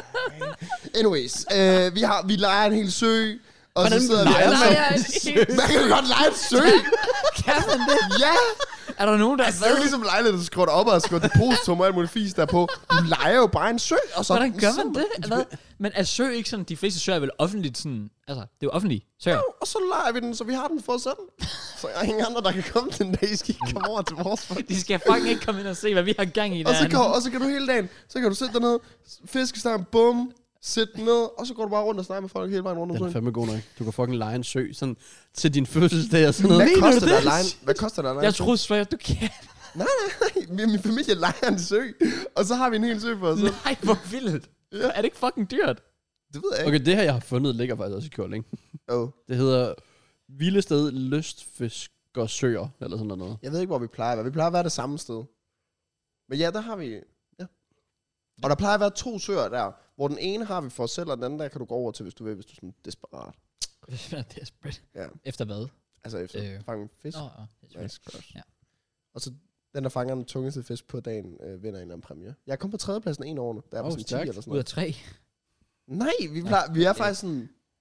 B: Anyways, øh, vi, har, vi leger en hel sø, og
C: Hvordan
B: så sidder vi
C: leger
B: alle
C: man?
B: sammen. Man kan jo godt lege en sø.
A: Kan man det?
B: Ja,
A: Er der nogen, der
B: altså det er jo ligesom lejlighed, der skruer op og skriver depositum og alt muligt fisk derpå. Du leger jo bare en sø, og så...
A: Hvordan gør man
B: så-
A: det? Hvad? Men er sø ikke sådan, de fleste søer er vel offentligt sådan, altså, det er jo offentlige søer.
B: Jo, og så leger vi den, så vi har den for os selv. Så jeg er ingen andre, der kan komme den dag, I skal ikke komme over til vores folk.
A: De skal fucking ikke komme ind og se, hvad vi har gang i
B: Og så,
A: derinde.
B: kan, og så kan du hele dagen, så kan du sætte dig ned, fiskestang, bum, sæt den ned, og så går du bare rundt og snakker med folk hele vejen rundt om
C: Den er
B: søen.
C: fandme god nok. Du kan fucking lege en sø, sådan til din fødselsdag og sådan noget.
B: Hvad
A: Mener
B: koster
A: du
B: det at
A: det?
B: lege en- Hvad koster det at lege
A: Jeg
B: en sø?
A: troede svært, du kan.
B: Nej, nej, nej. Min familie leger en sø, og så har vi en hel sø for os selv.
A: Nej, hvor vildt.
B: Ja.
A: Er det ikke fucking dyrt?
B: Det ved jeg ikke.
C: Okay, det her, jeg har fundet, ligger faktisk også i Kolding.
B: Oh.
C: Det hedder Vildested Lystfiskersøer, eller sådan noget.
B: Jeg ved ikke, hvor vi plejer at være. Vi plejer at være det samme sted. Men ja, der har vi... Ja. Og der plejer at være to søer der, hvor den ene har vi for os selv, og den anden der kan du gå over til, hvis du vil, hvis du er sådan desperat.
A: Det er desperate.
B: Ja.
A: Efter hvad?
B: Altså efter
A: Øh.
B: øh. fange fisk.
A: Nå, oh, det er
B: Nice, godt.
A: Ja.
B: Og så den, der fanger den tungeste fisk på dagen, øh, vinder en eller anden præmie. Jeg kom på tredjepladsen en år nu. Der er
C: Åh,
B: på sådan ti
C: stærkt.
B: eller sådan
A: Ud af
B: noget.
A: tre.
B: Nej, vi, plejer, vi er faktisk sådan...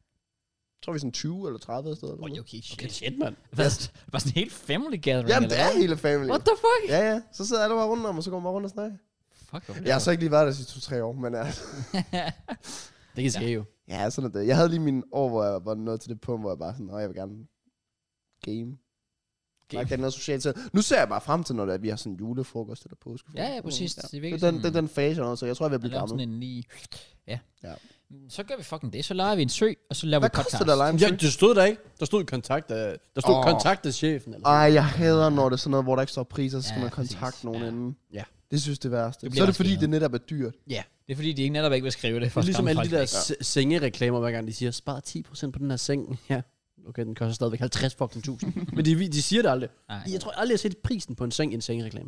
B: Jeg tror, vi er sådan tyve eller tredive steder.
A: Oh, okay, shit.
C: Okay, shit, mand.
A: Hvad? Det var sådan en helt family gathering.
B: Jamen, det
A: eller
B: er
A: hvad?
B: hele family.
A: What the fuck?
B: Ja, ja. Så sidder alle bare rundt om, og så går man bare rundt og snakker.
A: Fuck, hvor
B: Jeg har så ikke lige været der de sidste to-tre år, men ja.
C: Det kan ske jo.
B: Ja, sådan er det. Jeg havde lige min år, hvor jeg var nået til det punkt, hvor jeg bare sådan, åh, jeg vil gerne game. Der er ikke noget socialt til. Nu ser jeg bare frem til, når det er, vi har sådan en julefrokost eller påskefrokost.
A: Ja, ja, præcis. Det er
B: Det
A: virkelig
B: er den, det
A: sådan-
B: er den fase, og noget, så jeg tror, jeg vil
A: Man
B: blive
A: laver
B: gammel.
A: sådan en lige... Ja.
B: Ja.
A: Mm, Så gør vi fucking det. Så leger vi en sø, og så laver
B: Hvad
A: vi podcast.
B: koster det at lege en
C: Ja,
B: sø?
C: det stod der ikke. Der stod kontakt af, der stod
B: Åh.
C: kontakt af chefen. Eller sådan.
B: Ej, jeg hader, når det er sådan noget, hvor der ikke står priser, så skal
A: Ja,
B: man
A: præcis.
B: kontakte nogen
A: Ja.
B: inden.
C: Ja.
B: Det synes det er værste.
A: Det bliver
B: Så er det
A: også
B: fordi,
A: bedre.
B: det netop er dyrt.
C: Ja.
A: Det er fordi, de ikke netop ikke vil skrive det. For
C: Det er ligesom
A: at
C: alle de
A: skræmme
C: der
A: folk
C: s- sengereklamer, hver gang de siger, spar ti procent på den her seng. Ja. Okay, den koster stadigvæk halvtreds fucking tusind. Men de, de siger det aldrig.
A: væk. Nej,
C: Jeg tror aldrig, jeg har set prisen på en seng i en sengereklame.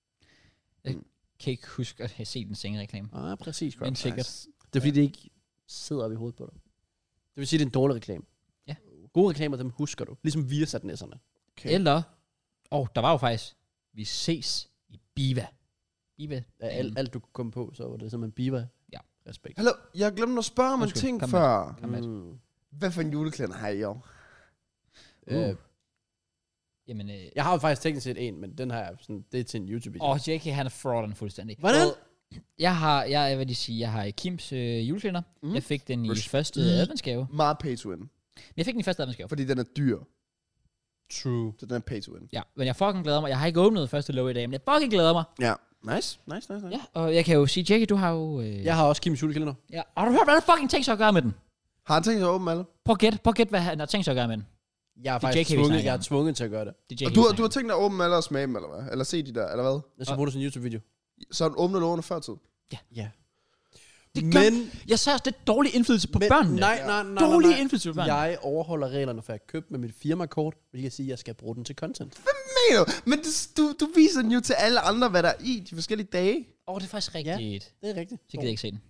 A: kan ikke huske at have set en sengereklame.
C: Ah, præcis.
A: Men
C: Godt.
A: sikkert.
C: Det er fordi, det ikke sidder op i hovedet på dig. Det vil sige, det er en dårlig reklame.
A: Ja.
C: Gode reklamer, dem husker du. Ligesom Viasat-næsserne.
B: Okay.
A: Eller... Åh, oh, der var jo faktisk... Vi ses i Biva. Biva.
C: Ja, alt, alt du kunne komme på, så var det simpelthen Biva.
A: Ja.
C: Respekt.
B: Hallo, jeg glemte at spørge om en
A: Undskyld,
B: ting
A: kom med.
B: før.
A: Kom med.
C: Mm.
B: Hvad for en juleklæder har I i år?
C: Øh,
A: Jamen, øh...
C: jeg har jo faktisk teknisk set en, men den har jeg sådan, det er til en YouTube-video.
A: Åh, oh, J K, han er frauden fuldstændig.
C: Hvordan?
A: Og Jeg har, jeg, jeg vil lige sige, jeg har Kims øh, juleklæder.
B: Mm.
A: Mm. Jeg fik den i
B: Res-
A: første
B: Mm.
A: adventsgave.
B: Meget pay to win.
A: Jeg fik den i første adventsgave.
B: Fordi den er dyr.
C: True.
B: Så den er pay to win.
A: Ja, men jeg fucking glæder mig. Jeg har ikke åbnet første lov i dag, men jeg fucking glæder mig.
B: Ja. Nice, nice, nice, nice.
A: Ja, og jeg kan jo sige, Jackie, du har jo... Øh,
C: Jeg har også Kims julekalender.
A: ja. Og har du hørt, hvad der fucking tænkt sig at gøre med den?
B: Har han tænkt sig at åbne alle?
A: Prøv at gætte, prøv at gætte, hvad han har tænkt sig at gøre med den.
C: Jeg er
A: Det er
C: faktisk
A: J K, vi
C: tvunget,
A: snakker
C: jeg er
A: om.
C: tvunget til at gøre det.
A: Det er
B: Og
A: J K,
B: du,
A: vi
B: har- du
A: snakker
B: har tænkt dig at åbne alle og smage dem, eller hvad? Eller se de der, eller hvad?
C: Jeg skal bruge det som en YouTube-video.
B: Så han åbner lågene før tid.
C: Ja.
A: Det gør,
C: Men,
A: jeg sagde også, det er dårlig indflydelse på
C: men
A: børnene.
C: nej, nej, nej, nej,
A: Dårlig
C: nej.
A: indflydelse på børnene.
C: Jeg overholder reglerne, for jeg købte med mit firmakort, hvilket jeg siger, at jeg skal bruge den til content.
B: Mener du? Men du, du viser den jo til alle andre, hvad der er i de forskellige dage.
A: Åh, oh, det er faktisk rigtigt.
C: Det er rigtigt.
A: Så kan jeg ikke se den.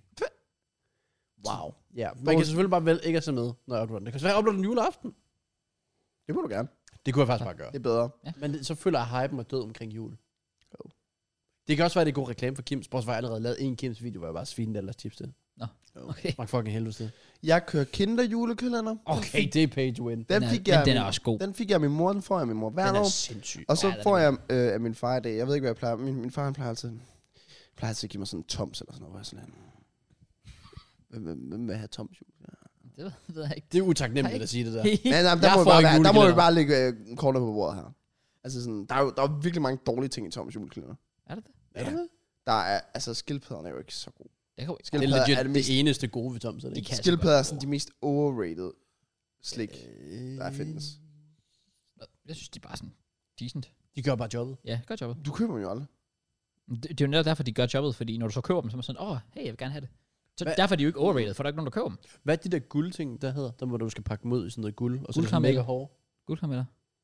C: Wow. Ja, man kan selvfølgelig bare vælge ikke at se med, når jeg uploader den. Det kan selvfølgelig uploade den juleaften.
B: Det må du gerne.
C: Det kunne jeg faktisk bare gøre.
B: Det er bedre.
C: Men det, så føler jeg, at hypen er død omkring jul. Oh. Det kan også være, at det er god reklame for Kims. Bortset fra, jeg allerede lavet en Kims video, hvor jeg bare sviner ellers chips til.
A: Nå, okay.
C: Smag fucking helvede til.
B: Jeg kører Kinder julekalender.
C: Okay, det er pay to win.
B: Den
A: Den er,
B: fik jeg
A: men den er
B: min-
A: også god.
B: Den fik jeg af min mor, den får jeg af min mor hver
C: Den er
B: år.
C: sindssyg.
B: Og så
A: Ja, den er
B: får jeg øh, af min far i dag. Jeg ved ikke, hvad jeg plejer. Min, min far, han plejer altid, plejer altid at give mig sådan en toms eller sådan noget. Hvor jeg sådan en, hvem, hvem, hvem vil have toms jul? Ja.
A: Det ved, det ved jeg ikke.
C: Det er utaknemmeligt at sige det der.
B: Men nej,
C: Jeg
B: der, må vi
C: får
B: bare,
C: ikke
B: være, der må vi
C: julekalender.
B: bare lægge øh, kortet på bordet her. Altså sådan, der er jo der er virkelig mange dårlige ting i Toms julekalender.
A: Er det det?
C: Er det det?
B: Der er, altså skildpadderne er jo ikke så gode.
A: Det kan
C: Det er
B: Skildpadder
C: legit
B: er
C: det,
B: det mest,
C: det eneste gode ved Tom, så det
A: De
C: ikke.
A: kan så
B: skildpadder er
A: godt
B: sådan
A: gå.
B: de mest overrated slik, der findes.
A: Jeg synes, de er bare sådan decent.
C: De gør bare jobbet.
A: Ja, godt jobbet.
B: Du køber dem jo aldrig.
A: Det, det er jo netop derfor, de gør jobbet, fordi når du så køber dem, så er man sådan, åh, oh, hey, jeg vil gerne have det. Så
C: Hvad-
A: derfor er de jo ikke overrated, for der er ikke nogen, der køber dem.
C: Hvad er de der guldting, der hedder? Der hvor du skal pakke dem ud i sådan noget guld, og så er det sådan
A: Guldkarameller.
C: mega hård.
A: Guldkarameller.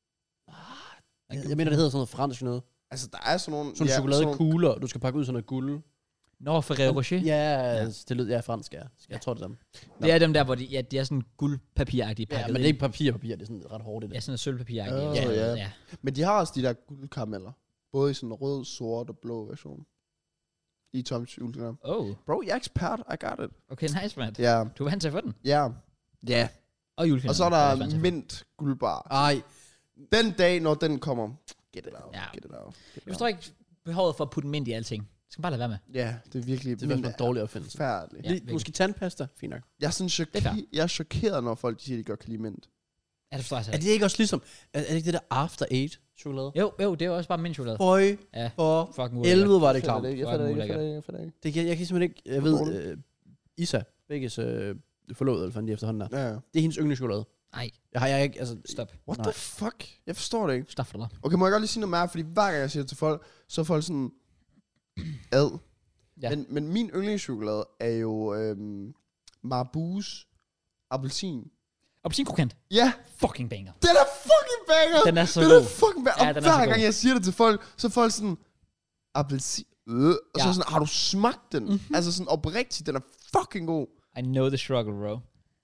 C: Jeg, jeg mener, det hedder sådan noget fransk noget.
B: Altså, der er sådan nogle...
C: Sådan ja, chokoladekugler, og du skal pakke ud i sådan noget guld.
A: Nå, Ferrero Rocher.
C: Ja,
A: Ja.
C: ja. det lyder ja, fransk, ja. Jeg tror, det er dem.
A: Det er dem der, hvor de, ja, de er sådan guldpapiragtige
C: Ja,
A: pakket
C: men det er ikke papir, papir, det er sådan ret hårdt det der.
A: Ja, sådan noget sølvpapiragtige.
B: Åh,
A: ja,
B: ja.
A: ja.
B: Men de har også de der guldkarameller. Både i sådan rød, sort og blå version. I Toms julekalender.
A: Oh,
B: Bro, jeg er ekspert. I got it.
A: okay, nice, man.
B: Ja,
A: Du er vant til at få den.
B: ja. Ja.
A: Og julekalender.
B: Og så er
A: Jeg også vant til
B: der
A: at få den.
B: mint guldbar.
C: Ej,
B: Den dag, når den kommer, get it out.
A: Ja.
B: Get it out. Get it
A: Jeg forstår ikke behovet for at putte mint i alting. Det skal man bare lade være med.
B: Ja, det er virkelig...
C: det er faktisk en dårlig opfindelse.
B: Forfærdeligt.
A: Ja,
C: Ja,
A: virkelig.
C: måske tandpasta, fint nok.
B: Jeg er sådan
A: Det er fair.
B: choke- jeg er chokeret, når folk de siger, de godt kan lide mint.
A: Ja, det forstår jeg så
C: Er
A: ikke.
C: det ikke også ligesom, er, er det ikke det der After Eight chokolade?
A: Jo, jo, det er jo også bare mint chokolade.
C: Boy,
A: Ja,
C: for
A: fucking ulækkert.
C: helvede var det
B: Jeg
C: klart.
B: fatter det ikke, jeg
A: Fucking
B: fatter det ikke, jeg
A: ulækkert.
B: fatter det ikke, jeg fatter det ikke.
C: Det kan, jeg kan simpelthen ikke, jeg
B: Hvor
C: ved, øh, Isa, begges øh, forlovede, eller fandt de efterhånden der.
B: Ja, ja.
C: Det er hendes yndlingschokolade.
A: Nej,
C: Jeg har jeg ikke, altså,
A: stop.
B: What
C: Nej.
B: the fuck? Jeg forstår det ikke.
A: Stop for dig.
B: Okay, må jeg godt lige sige noget mere? Fordi hver gang jeg siger det til folk, så er folk sådan... Ad.
A: Ja.
B: Men, men min yndlingschokolade er jo øhm, Marbus appelsin.
A: Appelsinkrokant.
B: Ja,
A: Fucking banger.
B: den er fucking banger!
A: Den er så
B: den
A: god.
B: er fucking banger!
A: Ja,
B: Og
A: den er så
B: hver
A: god.
B: gang jeg siger det til folk, så er folk sådan... Appelsin... Øh, og så
A: Ja.
B: er sådan, har du smagt den?
A: Mhm.
B: Altså sådan oprigtigt, den er fucking god.
A: I know the struggle, bro.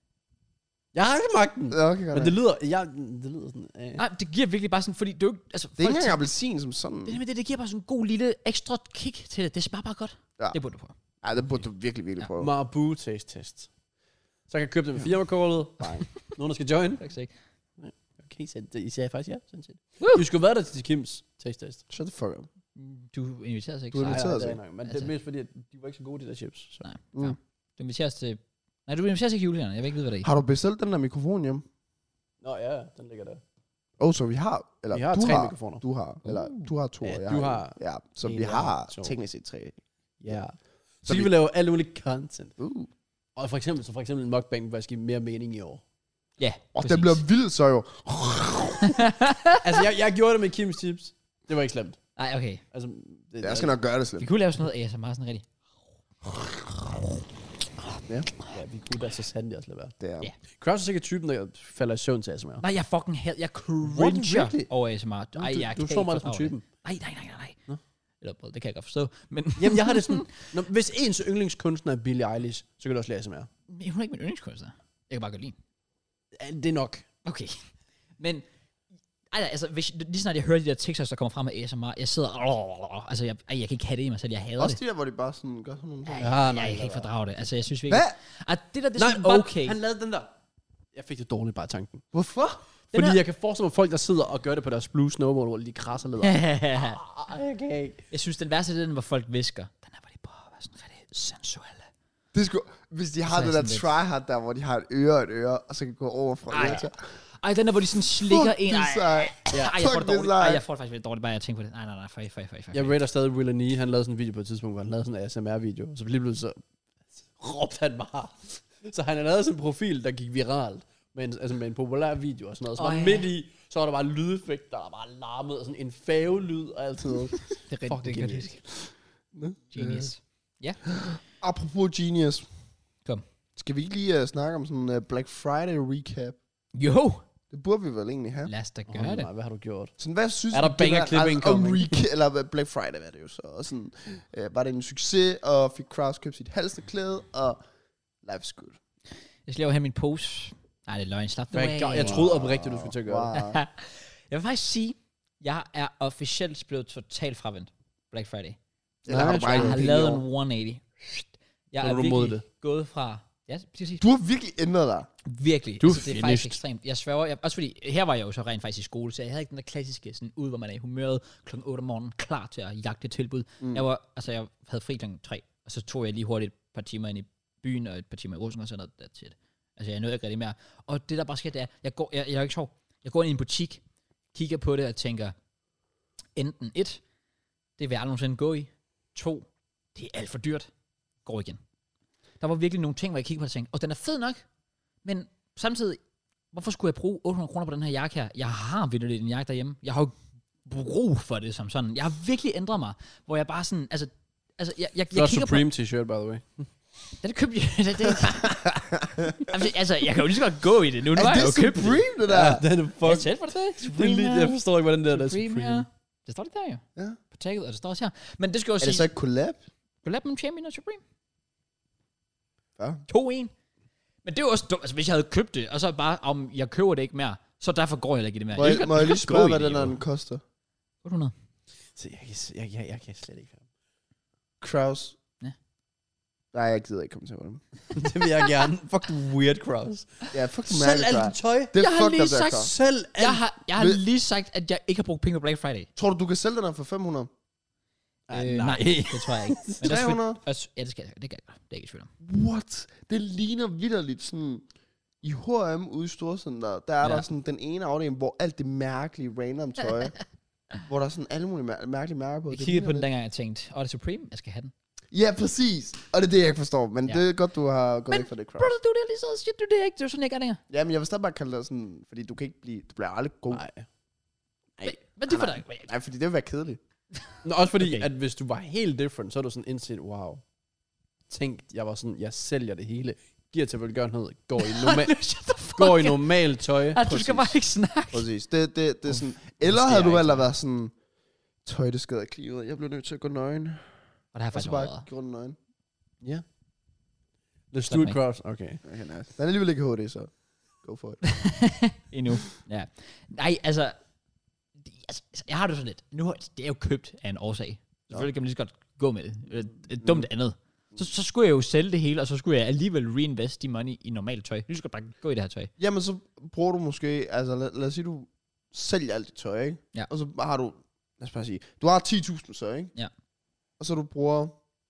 C: jeg har ikke smagt den.
B: Ja, okay, godt.
C: Men det lyder, jeg, det lyder sådan, øh.
A: Nej, det giver virkelig bare sådan, fordi det er jo ikke... Altså,
B: det er ikke
A: folk
B: engang
A: tænker-
B: appelsin som sådan.
A: det, er nemlig det, det giver bare sådan en god lille ekstra kick til det. Det smager bare godt.
B: Ja.
A: Det burde du på.
B: Ej, det burde du virkelig, virkelig
A: Ja.
B: prøve.
C: Marabu taste test. Så kan jeg købe det med firmakortet. Bang. Nogen, der skal join.
A: Faktisk ikke.
C: Okay, så det, I sagde faktisk ja, sådan set.
A: Woo!
C: Vi skulle være der til Kims taste test.
B: Shut the fuck up.
A: Du inviterer os ikke.
B: Du
A: så-
B: er inviteret.
C: det er
B: os
C: nok, men det
A: Altså.
C: er mest fordi, at de var ikke så gode, de der chips. Så.
A: Nej.
B: Mm.
A: Ja. Du inviterer os til... Nej, du inviterer os ikke julekalender. Jeg vil ikke vide, hvad det er i.
B: Har du bestilt den der mikrofon hjem?
C: Nå ja, den ligger der.
B: Oh, så vi har... Eller
C: Vi har
B: du
C: tre
B: har,
C: mikrofoner.
B: Du har. Eller
A: Uh.
B: du har to,
C: Ja,
B: og jeg
C: du
B: en.
C: har
B: Ja, så
C: en,
B: vi
C: jeg
B: har
C: har to.
B: teknisk set tre.
C: Ja. Så,
B: Så
C: kan
B: vi-
C: vi lave alle mulige content.
B: Uh.
C: Og for eksempel, så for eksempel en mukbang vil faktisk give mere mening i år.
A: Ja,
B: Og
A: præcis.
B: den bliver vild så jo.
C: altså, jeg, jeg gjorde det med Kims chips. Det var ikke slemt.
A: Nej, okay.
C: Altså, det,
B: Jeg skal nok gøre det
A: Vi
B: slemt.
A: kunne lave sådan noget A S M R sådan rigtig.
C: Ja, vi kunne da så sandelig også lade være.
B: Det er.
A: Ja.
C: Kraus er sikkert typen, der falder i søvn til A S M R.
A: Nej, jeg fucking had, jeg
B: What,
A: cringer
B: really?
A: over A S M R. Ej,
C: du,
A: jeg
C: du
A: kan
C: så
A: ikke
C: mig som
A: fordrage
C: typen.
A: det. Nej, nej, nej, nej, nej.
C: Nå.
A: Eller både, det kan jeg godt forstå. Men
C: Jamen, jeg har det sådan, når, hvis ens yndlingskunstner er Billie Eilish, så kan du også lide A S M R.
A: hun er ikke min yndlingskunstner. Jeg kan bare godt lide hende.
C: Ja, det er nok.
A: Okay. Men, ej, altså, hvis, lige snart jeg hører de der TikToks, der kommer frem med A S M R, jeg sidder, altså, jeg, ej, jeg kan ikke have det i mig selv, jeg hader
B: Også
A: det.
B: de der, hvor de bare sådan gør sådan nogle ting.
A: Ja,
C: Ja,
A: jeg,
C: nej,
A: jeg kan
C: lad
A: ikke
C: være.
A: fordrage det. Altså, jeg synes virkelig...
B: Hvad?
A: At det der, det er sådan
C: bare-
A: okay.
C: Han lavede den der. Jeg fik det dårligt bare i tanken.
B: Hvorfor?
C: Fordi
A: er-
C: jeg kan forestille mig folk, der sidder og gør det på deres blue snowball, hvor de krasser lidt. Okay.
A: Jeg synes, den værste er den, hvor folk visker. Den er, hvor de prøver at være sådan rigtig sensuelle.
B: Det skulle, hvis de har
A: Så er
B: det
A: jeg
B: der
A: sådan lidt-
B: tryhard der, hvor de har et øre og et øre, og så kan gå over fra
A: Ej.
B: øre til.
A: Ej, den der, hvor de sådan slikker
B: Fuck,
A: en.
B: det er
A: Ej,
B: sej.
A: ej, jeg
B: Fuck,
A: får det
B: det er
A: dårligt.
B: sej.
A: Ej, jeg får det faktisk lidt dårligt, bare jeg tænker på det. Nej, nej, nej, fej, fej, fej, fej.
C: Jeg rater stadig Will and E. Han lavede sådan en video på et tidspunkt, hvor han lavede sådan en A S M R-video. Og så lige pludselig så råbte han bare. Så han har lavet sådan en profil, der gik viralt. Med en, altså med en populær video og sådan noget. Så var
A: Ej.
C: midt i, så var der bare lydeffekter, der bare larmede, og sådan en fævelyd og alt sådan noget.
A: Det er
C: Fuck,
A: rigtigt, det
C: det
A: kan
C: er
A: jeg huske. Genius. Ja.
B: Apropos Genius.
A: Kom.
B: Skal vi ikke lige uh, snakke om sådan en uh, Black Friday recap?
A: Jo!
B: Det burde vi vel egentlig have.
A: Lad os da
C: Åh,
A: gøre
C: oh,
A: det.
C: nej, hvad har du gjort?
B: Sådan, hvad synes
C: Er der
B: du
C: banger
B: generelt
C: clipping
B: om
C: coming?
B: recap, eller Black Friday var det jo så. Og sådan, uh, var det en succes, og fik Kraus købt sit halsterklæde, og life's good.
A: Jeg skal lige have min pose. Nej, det er løgn. Slap det
C: Hvad
A: af.
C: gør- Jeg troede oprigtigt, du skulle til at gøre det.
B: wow.
A: Jeg vil faktisk sige, jeg er officielt blevet totalt fravendt Black Friday.
B: Eller har du bare
A: Jeg
B: ikke
A: har
B: penge
A: lavet
B: i
A: en
B: år?
A: et hundrede og otte. Jeg
C: Så
A: er
C: er du mod
A: virkelig gået fra... Ja, præcis.
B: Du har virkelig ændret dig.
A: Virkelig.
C: Du er
A: altså, det er faktisk
C: finished.
A: ekstremt. Jeg sværger, jeg, også fordi, her var jeg jo så rent faktisk i skole, så jeg havde ikke den der klassiske sådan ud, hvor man er i humøret klokken otte om morgenen, klar til at jagte tilbud. Mm. Jeg var, altså jeg havde fri klokken tre, og så tog jeg lige hurtigt et par timer ind i byen, og et par timer i Rosen, og sådan noget, that's it. Altså jeg nåede ikke rigtig mere. Og det der bare sker, det er, jeg går, jeg, jeg er jo ikke sjov, jeg går ind i en butik, kigger på det og tænker, enten et, det vil jeg aldrig nogensinde gå i, to, det er alt for dyrt, går igen. Der var virkelig nogle ting, hvor jeg kiggede på det og tænkte, og den er fed nok, men samtidig, hvorfor skulle jeg bruge otte hundrede kroner på den her jakke her? Jeg har virkelig en jakke derhjemme. Jeg har jo brug for det som sådan. Jeg har virkelig ændret mig, hvor jeg bare sådan, altså, altså jeg, jeg, jeg
C: Flot
A: kigger
C: Supreme t-shirt, by the way.
A: på, den købte jeg, det, det, altså, altså, jeg kan jo lige så godt gå i det nu, nu
B: Er
A: har jeg
B: det
A: jo købt det.
B: Supreme, det der?
C: Ja, den er
A: Jeg
C: fuck.
A: tæt for det,
C: Det er
A: Supreme
C: lige,
A: her.
C: jeg forstår ikke, hvordan det er, der er
A: Supreme
C: Supreme.
A: her. Det står det der jo.
B: Ja.
A: På tagget, og det står også her. Men det skal jo
B: Er
A: sige,
B: det så ikke collab?
A: collab med Champion og Supreme.
B: Ja.
A: to en. Men det er jo også dumt. Altså, hvis jeg havde købt det, og så bare, om jeg køber det ikke mere, så derfor går jeg ikke i det mere.
B: Må jeg,
A: kan-
B: må jeg lige
A: kan
B: spørge,
A: gå i
B: hvad
A: det,
B: den her
A: jo.
B: den koster?
A: otte hundrede.
C: Så jeg, kan- jeg, jeg, jeg kan slet ikke høre.
B: Kraus?
A: Ja.
B: Nej, jeg gider ikke komme til dem.
C: Det vil jeg gerne. Fuck du weird, Kraus.
B: Ja, fuck du
C: Selv
B: mærke,
C: alt
B: Kraus.
C: dit tøj.
B: Det er
A: Jeg har
B: fucked
A: lige
B: up, der,
A: sagt-
B: Kraus.
C: Selv alt.
A: Jeg har, jeg har
B: Ved-
A: lige sagt, at jeg ikke har brugt penge på Black Friday.
B: Tror du, du kan sælge den her for fem hundrede?
C: Ah,
A: Øh,
C: nej.
A: nej, det tror jeg ikke. Men det er
B: tre hundrede?
A: selvfølgelig- også- Ja, det skal jeg. Det kan jeg. Det er ikke i tvivl om.
B: What? Det ligner vitterligt sådan... I H og M ude i Storcenter, der er
A: Ja.
B: der sådan den ene afdeling, hvor alt det mærkelige random tøj, hvor der er sådan alle mulige mær- mærkelige mærker på.
A: Jeg
B: Det
A: kiggede
B: ligner
A: på den
B: lidt-
A: dengang, jeg tænkte, åh, det er Supreme, jeg skal have den.
B: Ja, præcis. Og det er det, jeg ikke forstår. Men
A: Ja.
B: det er godt, du har gået
A: Men,
B: væk fra det, Kraus.
A: Bro, du det lige så shit, du det ikke. Det er sådan, jeg gør længere.
B: Ja, men jeg vil stadig bare kalde det sådan, fordi du kan ikke blive, du bliver aldrig god.
C: Nej.
A: Men, men det er for
B: nej.
A: dig.
B: Nej, fordi det vil være kedeligt.
C: Nå, også fordi,
A: Okay.
C: okay. at hvis du var helt different, så er du sådan indset, wow. Tænk, jeg var sådan, jeg sælger det hele, giver til velgørenhed, går i, norma-
A: Shut the fuck
C: går i
A: up.
C: normalt tøj.
A: Ah, du skal bare ikke snakke.
B: Præcis. Det, det, det er sådan, eller
C: skal
B: havde
C: jeg
B: du
C: ikke
B: valgt at være sådan, tøj, det skader klivet. Jeg blev nødt til at gå nøgen.
A: Og det har jeg
B: Og
A: faktisk
B: så bare
A: overvejet.
B: gå rundt nøgen.
C: Ja. Let's
A: Slap
C: do it,
A: mig.
C: Kraus. Okay.
B: Okay, nice. Den er alligevel ikke H D, så go for it.
A: Endnu. Ja. Nej, altså, det- altså, jeg har det sådan lidt. Nu, har- det er jo købt af en årsag. Selvfølgelig kan man lige så godt gå med det. Et, et dumt andet. Så, så skulle jeg jo sælge det hele, og så skulle jeg alligevel reinvest de money i normalt tøj. Nu skal jeg bare gå i det her tøj.
B: Jamen, så bruger du måske, altså lad, lad os sige, du sælger alt dit tøj, ikke?
A: Ja.
B: Og så har du, lad os bare sige, du har ti tusind så, ikke?
A: Ja.
B: Og så du bruger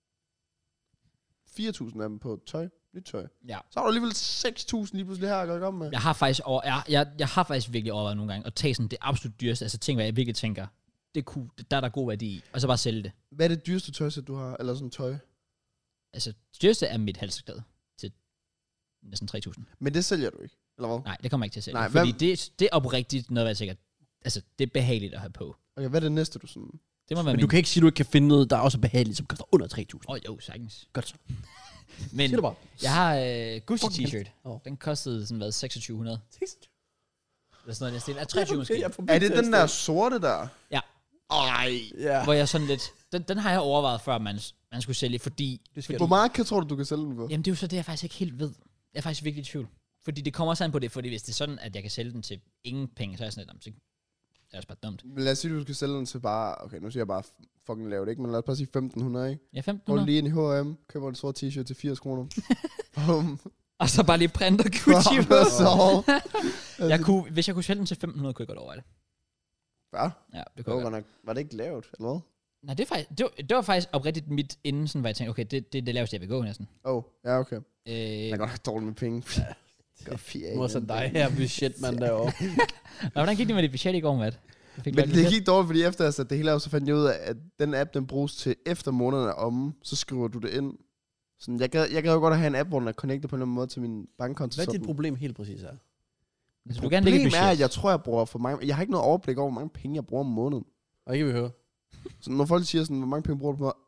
B: fire tusind af dem på tøj, nyt tøj.
A: Ja.
B: Så har du alligevel seks tusind lige pludselig her at gå i gang med.
A: Jeg har faktisk over, jeg, jeg, jeg har faktisk virkelig overvejet nogle gange at tage sådan det absolut dyreste, altså ting, hvad jeg virkelig tænker, det kunne, der er der god værdi i, og så bare sælge det.
B: Hvad er det dyreste tøjsæt, du har? Eller sådan tøj?
A: Altså, det dyreste er mit halsklæde til næsten tre tusind.
B: Men det sælger du ikke, eller hvad?
A: Nej, det kommer jeg ikke til at sælge.
B: Nej,
A: Nej, fordi
B: hvad-
A: det, det er oprigtigt noget, hvad jeg sikkert, altså, det er behageligt at have på.
B: Okay, hvad er det næste, du sådan...
A: Det må være
C: Men
A: min...
C: du kan ikke sige, at du ikke kan finde noget, der er også behageligt, som koster under tre tusind.
A: Åh, oh, jo, sagtens.
C: Godt så.
A: Men
C: Sig det bare.
A: jeg har øh, Gucci
C: Fucking
A: t-shirt.
C: Åh.
A: Den kostede sådan, hvad, seksogtyve hundrede. Eller sådan noget, jeg stiller.
C: Jeg
A: treogtyve måske.
B: Er det den der sorte der?
A: Ja.
B: Ej.
C: Ja.
A: Hvor jeg sådan lidt... Den, den har jeg overvejet, før man, man skulle sælge, fordi...
C: Det skal
B: Hvor meget kan tror du, du kan sælge den for?
A: Jamen, det er jo så det, jeg faktisk ikke helt ved. Jeg er faktisk virkelig i tvivl. Fordi det kommer også an på det, fordi hvis det er sådan, at jeg kan sælge den til ingen penge, så er jeg sådan lidt, så det er også bare dumt.
B: Men lad os sige, du skal sælge den til bare... Okay, nu siger jeg bare fucking lavt, ikke? Men lad os bare sige femten hundrede, ikke?
A: Ja,
B: Går
A: femten
B: du
A: hundrede.
B: lige ind i H og M, køber en sort t-shirt til firs kroner. Bum.
A: Og så bare lige printer Gucci på.
B: så.
A: Jeg kunne, hvis jeg kunne sælge den til femten hundrede, kunne jeg godt overveje det.
B: Hvad?
A: Ja, det
B: Det
A: kunne
B: var,
A: jeg godt.
B: nok, var det ikke lavt, eller hvad?
A: Nej, det, er faktisk, det, var, det var faktisk oprigtigt mit inden, sådan, hvor jeg tænkte, okay, det, det er det laveste, jeg vil gå næsten.
B: Åh, oh, ja, okay.
A: Øh,
B: Jeg er godt nok dårlig med penge. Gør fire
C: Nu er så dig her, budget, man derovre.
A: og hvordan gik det med det budget i går, Matt? Jeg fik
B: Men
A: lagt
B: det
A: lidt.
B: gik dårligt, fordi efter jeg satte det hele af, så fandt jeg ud af, at den app, den bruges til efter måneden er omme, så skriver du det ind. Sådan, jeg gad, jeg gad jo godt at have en app, hvor den er connected på en eller anden måde til min bankkonto.
C: Hvad er
B: så
C: dit
B: den-
C: problem helt præcis her?
A: Altså, du vil gerne lægge et
B: Problemet
A: budget.
B: er, at jeg tror, jeg bruger for mange... Jeg har ikke noget overblik over, hvor mange penge jeg bruger om måneden.
C: Og ikke vil høre.
B: Så når folk siger sådan, hvor mange penge bruger du på,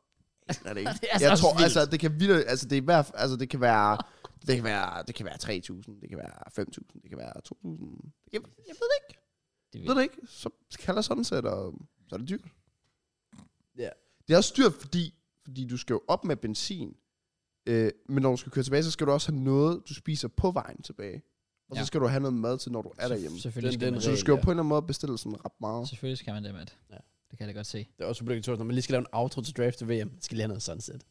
B: aner det ikke.
A: Det er så
B: Jeg tror,
A: vildt.
B: altså, det kan vildt, altså, det er i hvert fald, altså, det kan være, det kan være, det kan være tre tusind, det kan være fem tusind, det kan være to tusind. Jeg, jeg ved det ikke.
A: Det
B: Jeg ved det ikke. Så kalder Sunset, og så er det dyrt.
C: Ja.
B: Det er også dyrt, fordi, fordi du skal jo op med benzin. Øh, men når du skal køre tilbage, så skal du også have noget, du spiser på vejen tilbage. Og
A: Ja.
B: så skal du have noget mad til, når du er derhjemme.
A: Selvfølgelig
C: Den-
A: skal
C: den
A: man
B: Så du
A: det.
B: skal jo
C: ja.
B: på en eller anden måde bestille sådan ret meget.
A: Selvfølgelig skal man det, Matt.
C: Ja.
A: Det kan jeg da godt se.
C: Det er også obligatorisk, når man lige skal lave en outro til draft til V M. Skal lige have noget Sunset.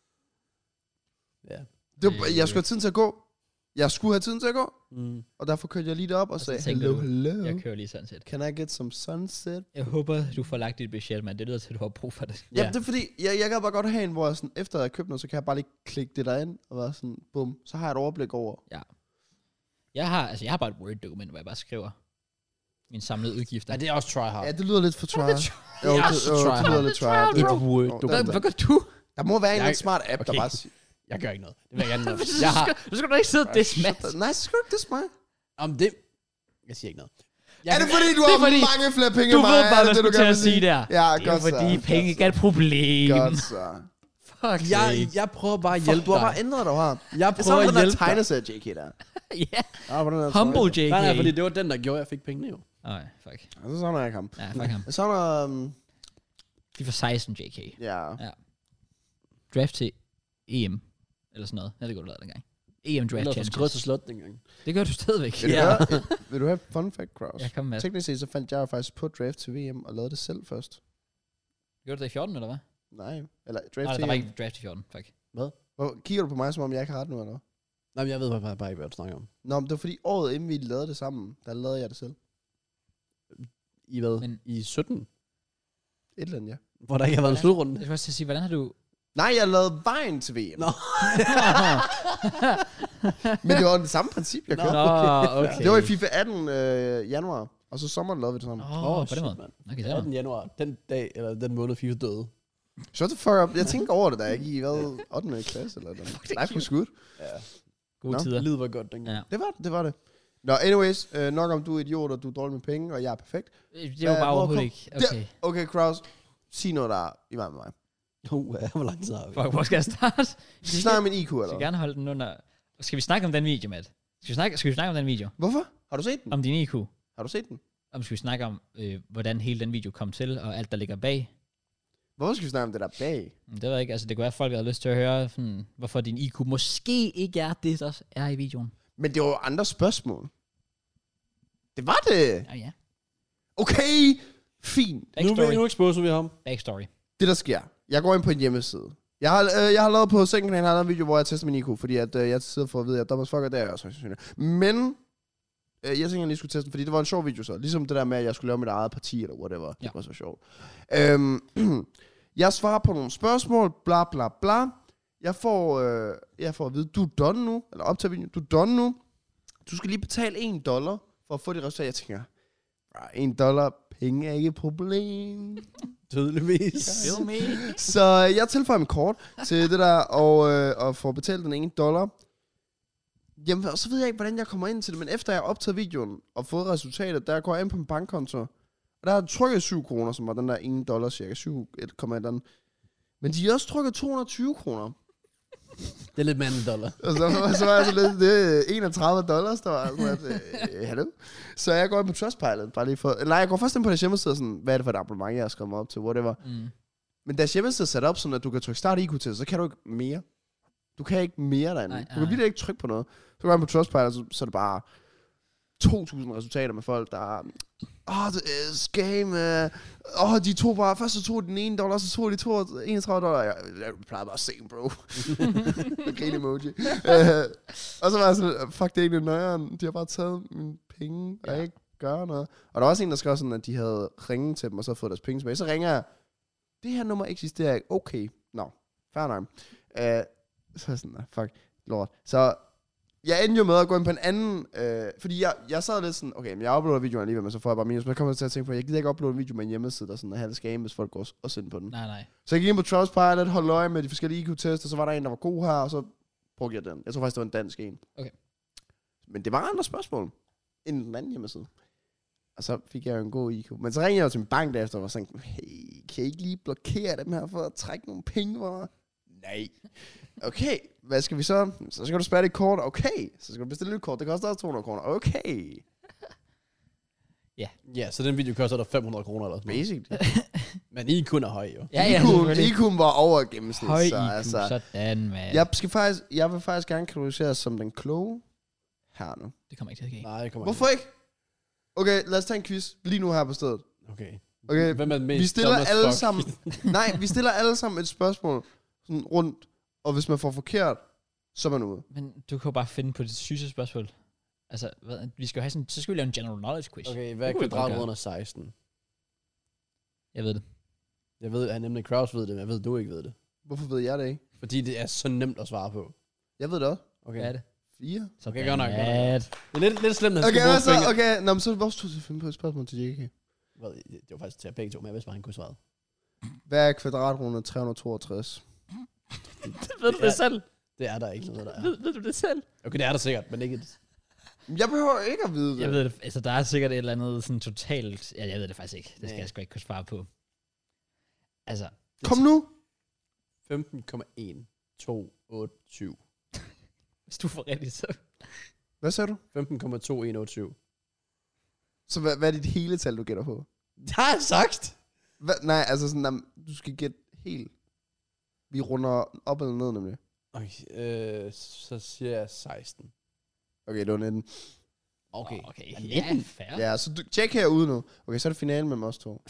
C: Ja.
B: Det, var- jeg skulle have tiden til at gå. Jeg skulle have tiden til at gå.
C: Mm.
B: Og derfor kørte jeg lige derop og
A: så
B: sagde,
A: tænker
B: hello,
A: du,
B: hello.
A: Jeg kører lige sådan set.
B: Can I get some sunset?
A: Jeg håber, du får lagt dit budget, men det lyder til, at du har brug for det.
B: Ja, det er fordi, jeg, jeg kan bare godt have en, hvor jeg sådan, efter jeg har købt noget, så kan jeg bare lige klikke det derind, og være sådan, bum, så har jeg et overblik over.
A: Jeg har, altså, jeg har bare et Word-dokument, hvor jeg bare skriver mine samlede udgifter.
C: Ja, det er også try hard.
B: Ja, det lyder lidt for try. Jo,
C: Det er
B: det,
C: så
B: jo,
C: try
B: det lyder
C: hard.
B: lidt try.
C: Et
B: Det-
C: Word
B: Jo,
C: dokument.
A: Hvad, hvad gør du?
B: Der må være en
C: Jeg-
B: lidt smart app, der
C: okay.
B: bare siger,
C: Jeg gør ikke noget. Det vil jeg gerne noget. Jeg har...
A: Du skal da ikke sidde og diss Matt.
B: nej, så skal du ikke det mig.
C: Om det... Jeg siger ikke noget. Jeg
B: Er det
C: kan-
B: fordi, du
A: Det er
B: har
A: fordi-
B: mange flere penge
A: Du
B: end mig?
A: ved
B: Er
A: bare,
B: det
A: hvad
B: det,
A: du skal til
B: gerne
A: at
B: vil
A: sige der.
B: Ja,
A: Det er
B: godt så.
A: fordi, penge ikke er et problem.
B: Godt så.
A: Fuck
C: Jeg,
A: sake.
C: jeg prøver bare at
B: Hjælp,
C: hjælpe
B: du har
C: dig.
B: bare ændret dig her.
C: Jeg
B: Jeg så
C: prøver
B: den
C: at
B: der
C: hjælpe dig.
B: tegneserie, J K, der.
A: Ja.
B: Ja, på den der
A: Humble
B: trøje.
A: J K.
C: Nej, nej, fordi det var den, der gjorde, at jeg fik pengene jo.
A: Nej, fuck.
B: Og så savner jeg ikke ham.
A: Ja, fuck ham.
B: Jeg savner, um,
A: FIFA seksten J K.
B: ja.
A: Draft til E M. Eller sådan noget. Ja, det går du lavet dengang. E M
C: Jeg
A: Draft
C: lavede for skråt til
A: Challenges.
C: slot dengang.
A: Det gør du stadigvæk.
B: Vil du,
C: Ja.
B: høre, et, vil du have et fun fact, Kraus?
A: Ja, kom med.
B: Teknisk set, så fandt jeg jo faktisk på draft til V M og lavede det selv først.
A: Gjorde du det i fjorten, eller hvad?
B: Nej, eller draft
A: Nej,
B: til
A: der var
B: V M.
A: ikke draft i fjorten, fuck.
B: Hvor, kigger du på mig, som om jeg ikke har ret nu, eller hvad?
C: Nej, men jeg ved bare, bare ikke, hvad du snakker om.
B: Nå, men det var fordi året inden vi lavede det sammen, der lavede jeg det selv.
C: I hvad?
A: Men-
C: I sytten?
B: Et eller andet, ja.
C: Hvor der ikke har været en
A: Jeg
C: slutrunde.
A: skulle også til at sige, hvordan har du...
B: Nej, jeg lavede vejen til V M.
C: Nå.
B: Men det var det samme princip, jeg
C: Nå.
B: kørte.
A: Nå, okay.
B: Det var i FIFA atten øh, januar, og så sommeren lavede vi det sammen.
A: Åh, oh, på den måde.
C: mand.
A: Okay, det
C: attende januar, den dag, eller den måned, FIFA døde.
B: Shut the fuck up. Jeg tænker over det, da jeg gik i hvad, ottende klasse eller noget. Life was good.
C: Ja.
A: Gode
B: Nå.
A: tider.
C: Livet var godt dengang.
A: Ja.
B: Det var det, det var det. Nå, anyways, øh, nok om du er idiot, og du er dårlig med penge, og jeg er perfekt.
A: Det var
B: Hvad-
A: bare
B: hvor
A: overhovedet
B: kom-
A: ikke. Okay.
B: Okay, Kraus, sig noget, der er i vejen med mig.
C: Uh, ja, hvor lang tid har vi?
A: Fuck, hvor skal jeg starte?
B: Vi snakker om en I Q,
A: Jeg
B: eller
A: skal
B: hvad?
A: gerne holde den under... Skal vi snakke om den video, Matt? Skal vi snakke, skal vi snakke om den video?
B: Hvorfor? Har du set den?
A: Om din I Q?
B: Har du set den?
A: Om skal vi snakke om, øh, hvordan hele den video kom til, og alt, der ligger bag?
B: Hvorfor skal vi snakke om det der bag?
A: Det ved jeg ikke. Altså, det kunne være, at folk havde lyst til at høre, sådan, hvorfor din I Q måske ikke er det, der er i videoen.
B: Men det var jo andre spørgsmål. Det var det.
A: Ja, ja.
B: Okay, fint.
C: Nu,
A: Backstory.
C: vil- nu exposer vi ham.
A: Backstory.
B: Det der sker. Jeg går ind på en hjemmeside. Jeg har, øh, jeg har lavet på Second Hand, har lavet en video, hvor jeg tester min I Q, fordi at, øh, jeg sidder for at vide, at jeg er dumb as fuck, og det er jeg også højst sandsynligt. Men øh, jeg tænker, jeg lige skulle teste den, fordi det var en sjov video så. Ligesom det der med, at jeg skulle lave mit eget parti, eller whatever. Ja.
A: Ja.
B: Det var så sjovt. Øhm, jeg svarer på nogle spørgsmål, bla bla bla. Jeg får, øh, jeg får at vide, du er done nu, eller op til videoen, du er done nu. Du skal lige betale en dollar for at få det resultat. Jeg tænker, "Bra, en dollar, penge er ikke et problem.
C: Tydeligvis.
A: Feel me?
B: Så jeg tilføjer mit kort til det der, og, øh, og får betalt den ene dollar. Jamen, og så ved jeg ikke, hvordan jeg kommer ind til det, men efter jeg har optaget videoen og fået resultatet, der går jeg ind på min bankkonto, og der har jeg trykket syv kroner, som var den der ene dollar cirka, syv komma et andet. Men de har også trykket to hundrede og tyve kroner.
C: Det er lidt mere end en dollar.
B: Og så, så var jeg så lidt, det er enogtredive dollars, der var sådan, at, øh, hallo? Så jeg går ind på Trustpilot, bare lige for, nej, jeg går først ind på deres hjemmeside, sådan, hvad er det for et abonnement, jeg har skrevet mig op til, whatever.
A: Mm.
B: Men deres hjemmeside er sat op sådan, at du kan trykke start I Q til, så kan du ikke mere. Du kan ikke mere derinde.
A: Nej,
B: Du kan
A: nej.
B: virkelig ikke trykke på noget. Så går jeg på Trustpilot, så, så er det bare to tusind resultater med folk, der er, åh, oh, det er scam, øh. åh, oh, de tog bare, først så tog den ene dollar, så tog de to, enogtredive dollar, jeg, jeg plejede bare same, bro. Green emoji. uh, og så var jeg sådan, fuck, det er egentlig nøjeren, de har bare taget mine penge, og
A: Ja.
B: ikke gør noget. Og der var også en, der skrev sådan, at de havde ringet til dem, og så fået deres penge tilbage. Så ringer jeg, det her nummer eksisterer ikke. Okay, nå, no, fair nok. Uh, så er jeg sådan, fuck, lort. Så jeg endte jo med at gå ind på en anden, øh, fordi jeg, jeg sad lidt sådan, okay, men jeg uploader videoen alligevel, men så får jeg bare minus. Men jeg kommer til at tænke på, at jeg gider ikke uploade en video med en hjemmeside, der sådan er halv scam, hvis folk går også ind på den.
A: Nej, nej.
B: Så jeg gik ind på Trustpilot, holdt øje med de forskellige I Q-tester, så var der en, der var god her, og så brugte jeg den. Jeg tror faktisk, det var en dansk en.
A: Okay.
B: Men det var andre spørgsmål end den anden hjemmeside. Og så fik jeg jo en god I Q. Men så ringede jeg jo til min bank derefter og var sådan, hey, kan I ikke lige blokere dem her for at trække nogle penge for mig? Nej. Okay, hvad skal vi så? Så skal du spærre dit kort. Okay, så skal du bestille et kort. Det koster også to hundrede kroner. Okay.
A: Ja.
C: Ja, så den video koster der fem hundrede kroner eller sådan noget.
B: Basic.
C: Men I kun er høj, jo.
A: Ja, ja,
B: I Q'en,
A: selvfølgelig.
B: I Q'en var over gennemsnit.
A: Høj
B: så,
A: I Q,
B: altså,
A: sådan, mand.
B: jeg, skal faktisk, jeg vil faktisk gerne kategoriseres som den kloge her nu.
A: Det kommer ikke til at ske.
C: Nej, det kommer
B: Hvorfor ikke? Okay, lad os tage en quiz lige nu her på stedet.
C: ikke. Okay.
B: Okay,
C: Hvem er den mest
B: vi stiller
C: dumb as
B: alle
C: fuck?
B: sammen... Nej, vi stiller alle sammen et spørgsmål sådan rundt, og hvis man får forkert, så er man ude.
A: Men du kan jo bare finde på det sygeste spørgsmål. Altså, hvad, vi skal jo have sådan, så skal vi lave en general knowledge quiz.
C: Okay, hvad er
A: Det kunne vi godt
C: kvadratroden
A: gøre.
C: af seksten?
A: Jeg ved det.
C: Jeg ved, at nemlig Kraus ved det, men jeg ved, at du ikke ved det.
B: Hvorfor ved jeg det ikke?
C: Fordi det er så nemt at svare på.
B: Jeg ved det også.
C: Okay.
A: Hvad er det?
B: Fire.
A: Så
C: Okay, godt nok, godt nok.
A: bad.
C: Det er lidt, lidt slemt, at han
B: Okay,
C: skal
B: hvad
C: bruge
B: så?
C: fingre.
B: Okay, nå, men så hvorfor stod til at finde på et spørgsmål til J K?
C: Hvad, det var faktisk til at begge to, men jeg vidste bare, han kunne svare.
B: Hvad er kvadratroden af tre hundrede toogtres?
A: Ved du det selv?
C: Det er der ikke noget, der er.
A: Ved, ved du det selv?
C: Okay, det er der sikkert, men ikke et...
B: Jeg behøver ikke at vide det.
A: Jeg ved det. Altså, der er sikkert et eller andet sådan totalt... Ja, jeg ved det faktisk ikke. Det skal
C: Nej.
A: jeg sgu ikke kunne svare på. Altså,
B: Kom nu.
C: femten komma en to otte syv.
A: hvis du får rigtigt, så...
B: Hvad sagde du?
C: femten komma to en otte syv.
B: Så hvad, hvad er dit hele tal, du gætter på?
C: Det har jeg sagt!
B: Hvad, nej, altså sådan, jamen, du skal gætte helt. Vi runder op eller ned nemlig.
C: Okay, øh, så siger jeg seksten.
B: Okay, det var nitten.
C: Okay,
A: okay.
C: Ja,
A: Ja,
C: nitten.
A: fair.
B: Ja, så du, Jack her ude nu. Okay, så er det finalen mellem os to.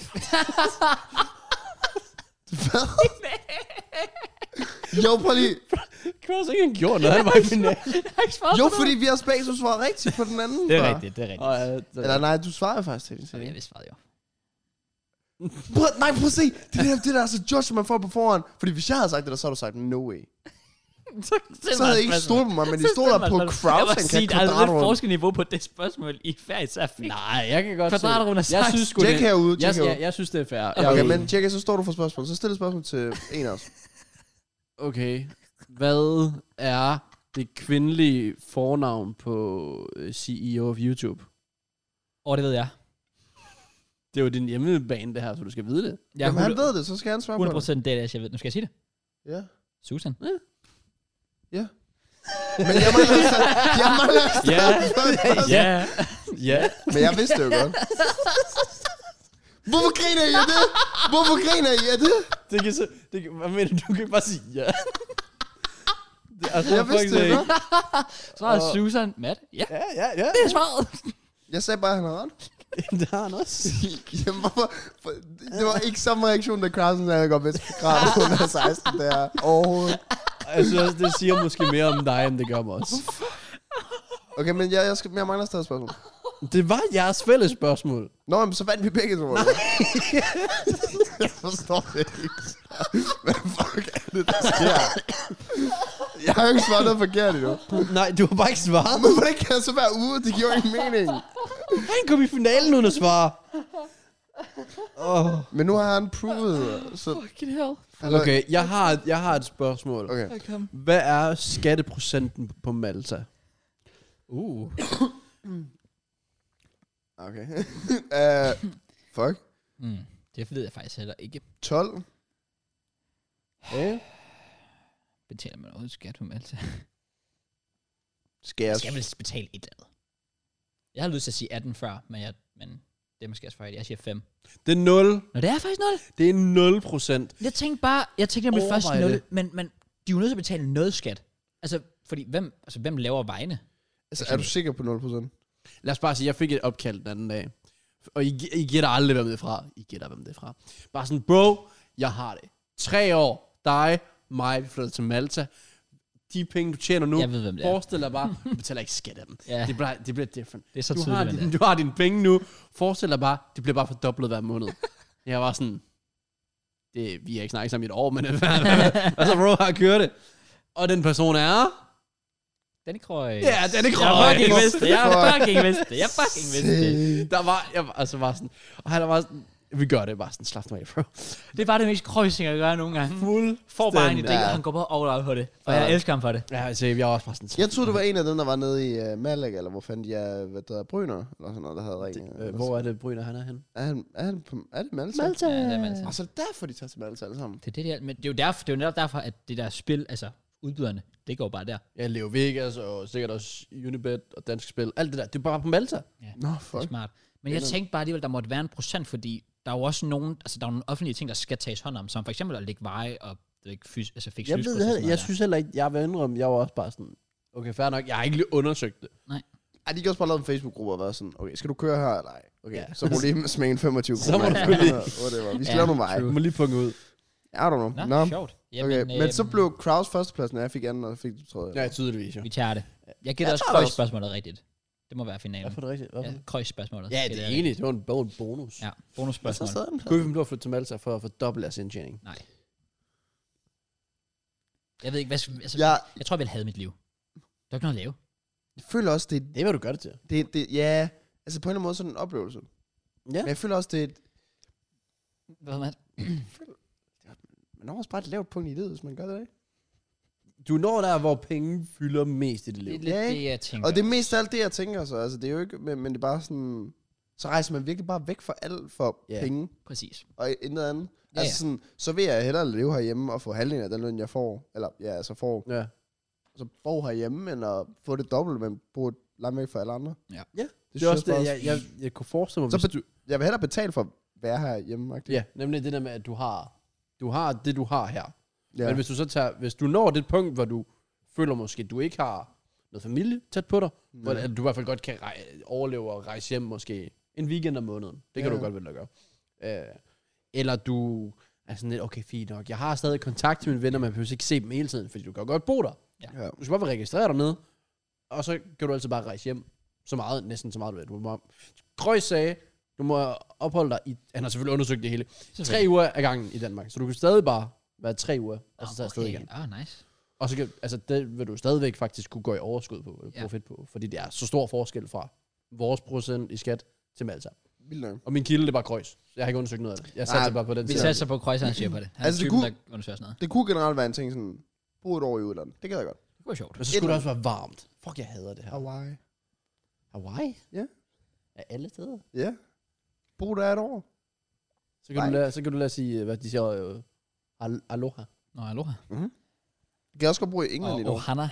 B: Hvad? Jo, prøv lige.
C: Kraus ikke engang gjort noget, han var i finalen.
B: Jo, fordi vi har begge to svaret rigtigt på den anden.
A: Det er
B: før.
A: rigtigt, det er rigtigt.
C: Og, øh, det-
B: Eller nej, du svarede faktisk til
A: Så jeg
B: det.
A: vidste svaret jo.
B: Prøv, nej, prøv at se. Det der, det der er så Josh, man får på forhånd. Fordi hvis jeg havde sagt det, der, så havde du sagt, no way.
A: så,
B: Så havde jeg ikke stolet på mig, men de stoler på Kraus,
A: Jeg
B: han
A: må
B: kan
A: sige, der er lidt
B: kvadratrunden.
A: forskelniveau på det spørgsmål i hver især fik.
C: Nej, jeg kan godt
A: Kvadratroden er
C: se. Jeg
A: seksten.
C: synes sgu
B: Jack
C: det.
B: herude,
C: Jeg,
B: Jack
C: jeg,
B: herude.
C: jeg synes, det er fair.
B: Okay,
C: Jeg er
B: men
C: ude.
B: Jack, så står du for spørgsmål. Så stil et spørgsmål til en af os.
C: Okay. Hvad er det kvindelige fornavn på øh, C E O of YouTube?
A: Åh, det ved jeg.
C: Det er jo din hjemmebane, det her, så du skal vide det.
A: Jeg
B: Jamen,
A: er
B: han
A: hundrede
B: ved det, så skal han svare på det.
A: procent det, er det, jeg ved. Nu skal jeg sige det.
B: Ja.
A: Susan.
B: Ja. Men jeg mangler stadig- jeg mangler stadig
C: Ja.
B: først.
A: Ja.
C: Ja.
B: Men jeg vidste det jo godt. Hvorfor griner I af det? Hvorfor griner I af det?
C: Det kan så... Det kan, hvad mener du? Du kan bare sige ja. Det, altså,
B: Jeg vidste det jo godt.
A: Så er
C: Og-
A: Susan. Matt. Ja.
C: Ja, ja, ja.
A: Det er svaret.
B: Jeg sagde bare, at han havde ret.
C: Det har han også.
B: Jamen, hvorfor? For- Det var ikke samme reaktion, da Carlsen sagde, at jeg går bedst på grad under seksten der overhovedet.
C: Jeg synes også, det siger måske mere om dig, end det gør mig også.
B: Okay, men jeg, jeg, skal, jeg mangler stadig et spørgsmål.
C: Det var jeres fælles spørgsmål.
B: Nå, men så vandt vi begge to. Nej. Jeg forstår det ikke. Hvad fuck er det, der sker? Jeg har jo ikke svaret noget forkert endnu.
C: Nej, du har bare ikke svaret.
B: Men hvordan kan jeg så være ude? Det giver jo ingen mening.
C: Han kom i finalen uden at svare. Oh.
B: Men nu har han provet, så...
A: Fucking hell.
C: Okay, jeg har, et- jeg har et spørgsmål.
B: Okay.
A: Her kom.
C: Hvad er skatteprocenten på Malta?
A: Uh.
B: Okay. uh, fuck.
A: Mm. Det ved jeg faktisk heller ikke.
B: tolv.
C: Ja.
A: Betaler man overhovedet skat på Malta?
B: Skal
A: Jeg
B: jeg...
A: skal vel betale et eller andet. Jeg har lyst til at sige atten før, men, jeg, men det er måske også fejl. Jeg siger fem.
C: Det er nul.
A: Nå, det er faktisk nul.
C: Det er nul procent.
A: Jeg tænkte bare, jeg tænkte, jeg blev først
C: Overvej
A: nul,
C: det.
A: men, men de er jo nødt til at betale noget skat. Altså, fordi hvem, altså, hvem laver vejene?
B: Altså, er du sikker på nul procent?
C: Lad os bare sige, jeg fik et opkald den anden dag. Og I, I gætter aldrig, hvem det er fra. I gætter, hvem det er fra. Bare sådan, bro, jeg har det. Tre år, dig, mig, vi flytter til Malta. De penge, du tjener nu,
A: Jeg ved, hvem det er.
C: forestil dig bare, du betaler ikke skat af dem.
A: Ja.
C: Det, bliver, det bliver different.
A: Det er så
C: du,
A: tydeligt,
C: har
A: hvem
C: din,
A: det
C: du har dine penge nu. Forestil dig bare, det bliver bare fordoblet hver måned. Jeg var sådan, det, vi har ikke snakket sammen i et år, men altså bro, har kørt det. Og den person er...
A: Danny Krøj.
C: Ja, Danny Krøj.
A: Jeg fucking vidste det. Jeg fucking vidste det. Jeg fucking vidste det.
C: Der var, jeg var, altså var sådan, og han var sådan, Vi gør det bare sådan, slap mig af, bro.
A: Det er bare det mest krøjsing at gøre nogle gange.
C: Fuld.
A: Får bare en idé,
B: Ja.
A: og han går bare all out på det. Og
B: Ja.
A: jeg elsker ham for det.
C: Ja, altså, jeg er også bare sådan...
B: Jeg troede, du var en af dem, der var nede i uh, Malaga, eller hvor fanden de er, hvad der er, Bryner, eller sådan noget, der havde ringet.
C: Øh, hvor er det, Bryner, han er henne?
B: Er han, er han på, er det Malta?
C: Malta.
A: Ja, det er Malta.
B: Og så er det derfor, de tager til Malta alle sammen.
A: Det er det der, men det er jo derfor, det er jo netop derfor, at det der spil, altså udbyderne, det går bare der.
C: Ja, Leo Vegas, og sikkert også Unibet og Dansk Spil. Alt det der, det er bare på Malta.
A: Ja,
B: Nå,
A: det er
B: fuck.
A: smart. Men jeg tænkte bare alligevel, der måtte være en procent, fordi der er jo også nogen, altså der er jo nogle offentlige ting, der skal tages hånd om, som for eksempel at lægge veje og det er ikke fys- altså fik
C: Jeg, ved, heller, jeg synes heller ikke, jeg vil indrømme, jeg var også bare sådan, okay, fair nok, jeg har ikke lige undersøgt det.
B: Ej, de kan også bare lave en Facebook-gruppe og være sådan, okay, skal du køre her eller ej? Okay,
C: Ja.
B: så må du lige smænge femogtyve
C: Så må
B: kroner.
C: du lige-
B: Whatever. Vi skal
A: Ja,
B: lave nogle veje.
C: Du må lige punge ud.
B: I don't know.
A: Nå,
B: Nå.
A: sjovt.
B: Okay, men så blev Kraus førstepladsen, og jeg fik anden, og så fik du tredje.
C: Ja, tydeligvis jo.
A: vi tager det. Jeg gætter
B: Jeg
A: også
B: tager det også.
A: krøjs-spørgsmålet rigtigt. Det må være
C: Hvad
A: finalen.
C: for det rigtigt? Hvad for
A: Ja,
C: det?
A: krøjs-spørgsmålet.
C: Ja, det er enig. Det var en, en bonus.
A: Ja,
B: Men så
A: bonusspørgsmål.
B: sad den
C: Kunne vi finde på at flytte til Malta for at få dobbelt af sin indtjening?
A: Nej. Jeg ved ikke, hvad... Altså,
B: Jeg,
A: jeg tror, jeg ville have mit liv. Der er ikke noget at lave.
B: jeg føler også, det er,
C: Det er, hvad du gør det til.
B: det, det, ja, altså på en eller anden måde sådan en oplevelse.
C: Ja.
B: Men jeg føler også, det er et,
A: Hvad med
B: man når også bare et lavt punkt i livet, hvis man gør det, ikke?
C: Du når der, hvor penge fylder mest i dit
A: Det
C: liv.
A: er lidt
B: Ja,
A: det,
B: ikke?
A: jeg tænker.
B: Og det er mest af alt det, jeg tænker så. Altså, det er jo ikke, men, men det er bare sådan, så rejser man virkelig bare væk fra alt for
C: Ja.
B: yeah. penge,
A: Præcis.
B: og intet andet.
A: Ja,
B: Altså
A: ja.
B: sådan, så vil jeg hellere leve herhjemme og få halvdelen af den løn, jeg får. Eller, ja, altså får,
C: Ja.
B: så bo herhjemme, end at få det dobbelt, men bo langt væk fra alle andre.
A: Ja.
C: Ja,
B: Det,
C: det er også det,
B: bare-
C: jeg, jeg, jeg kunne forestille mig,
B: Så
C: hvis
B: bet-
C: du...
B: Jeg vil hellere betale for at være herhjemme.
C: Ja, nemlig det der med, at du har, du har det, du har her.
B: Ja.
C: Men hvis du så tager, hvis du når det punkt, hvor du føler måske, at du ikke har noget familie tæt på dig, ja. hvor at du i hvert fald godt kan rej- overleve og rejse hjem måske en weekend om måneden. Det kan
B: Ja.
C: du godt vælge at gøre. Øh, eller du er sådan lidt, okay, fint nok. Jeg har stadig kontakt til mine venner, men jeg behøver ikke se dem hele tiden, fordi du kan godt bo der.
B: Ja.
C: Du skal bare være registreret dernede, og så kan du altid bare rejse hjem så meget, næsten så meget du vil. Du må, Krøjs sagde, du må opholde dig i, han har selvfølgelig undersøgt det hele, tre uger ad gangen i Danmark, så du kan stadig bare være tre uger, og så tage afsted igen.
A: Ah, nice.
C: Og så kan, altså det vil du stadigvæk faktisk kunne gå i overskud på, eller
A: Ja.
C: profit på, fordi det er så stor forskel fra vores procent i skat til Malta.
B: Vildt nok.
C: Og min kilde, det er bare Krøjs. Jeg har ikke undersøgt noget af det. Jeg
B: Nej,
C: satte bare på den
A: Vi
C: side.
A: satser på Krøjs, han siger på det. Han er
B: Altså, det
A: typen,
B: kunne-
A: der undersøger sådan noget.
B: Det kunne generelt være en ting sådan, bo et år i udlandet. Det gad jeg godt.
A: Det var sjovt.
C: Men så skulle det også være varmt. Fuck, jeg hader det her.
B: Hawaii.
C: Hawaii?
B: Ja.
C: Af alle steder.
B: Ja. Bo der et år.
C: Så kan, du
B: Nej.
C: lære, så kan du lære at sige, hvad de siger, øh, al- aloha.
A: Nå, aloha.
B: Mm-hmm. Jeg kan også godt bo i England i et
A: Og
B: år.
A: Ohana.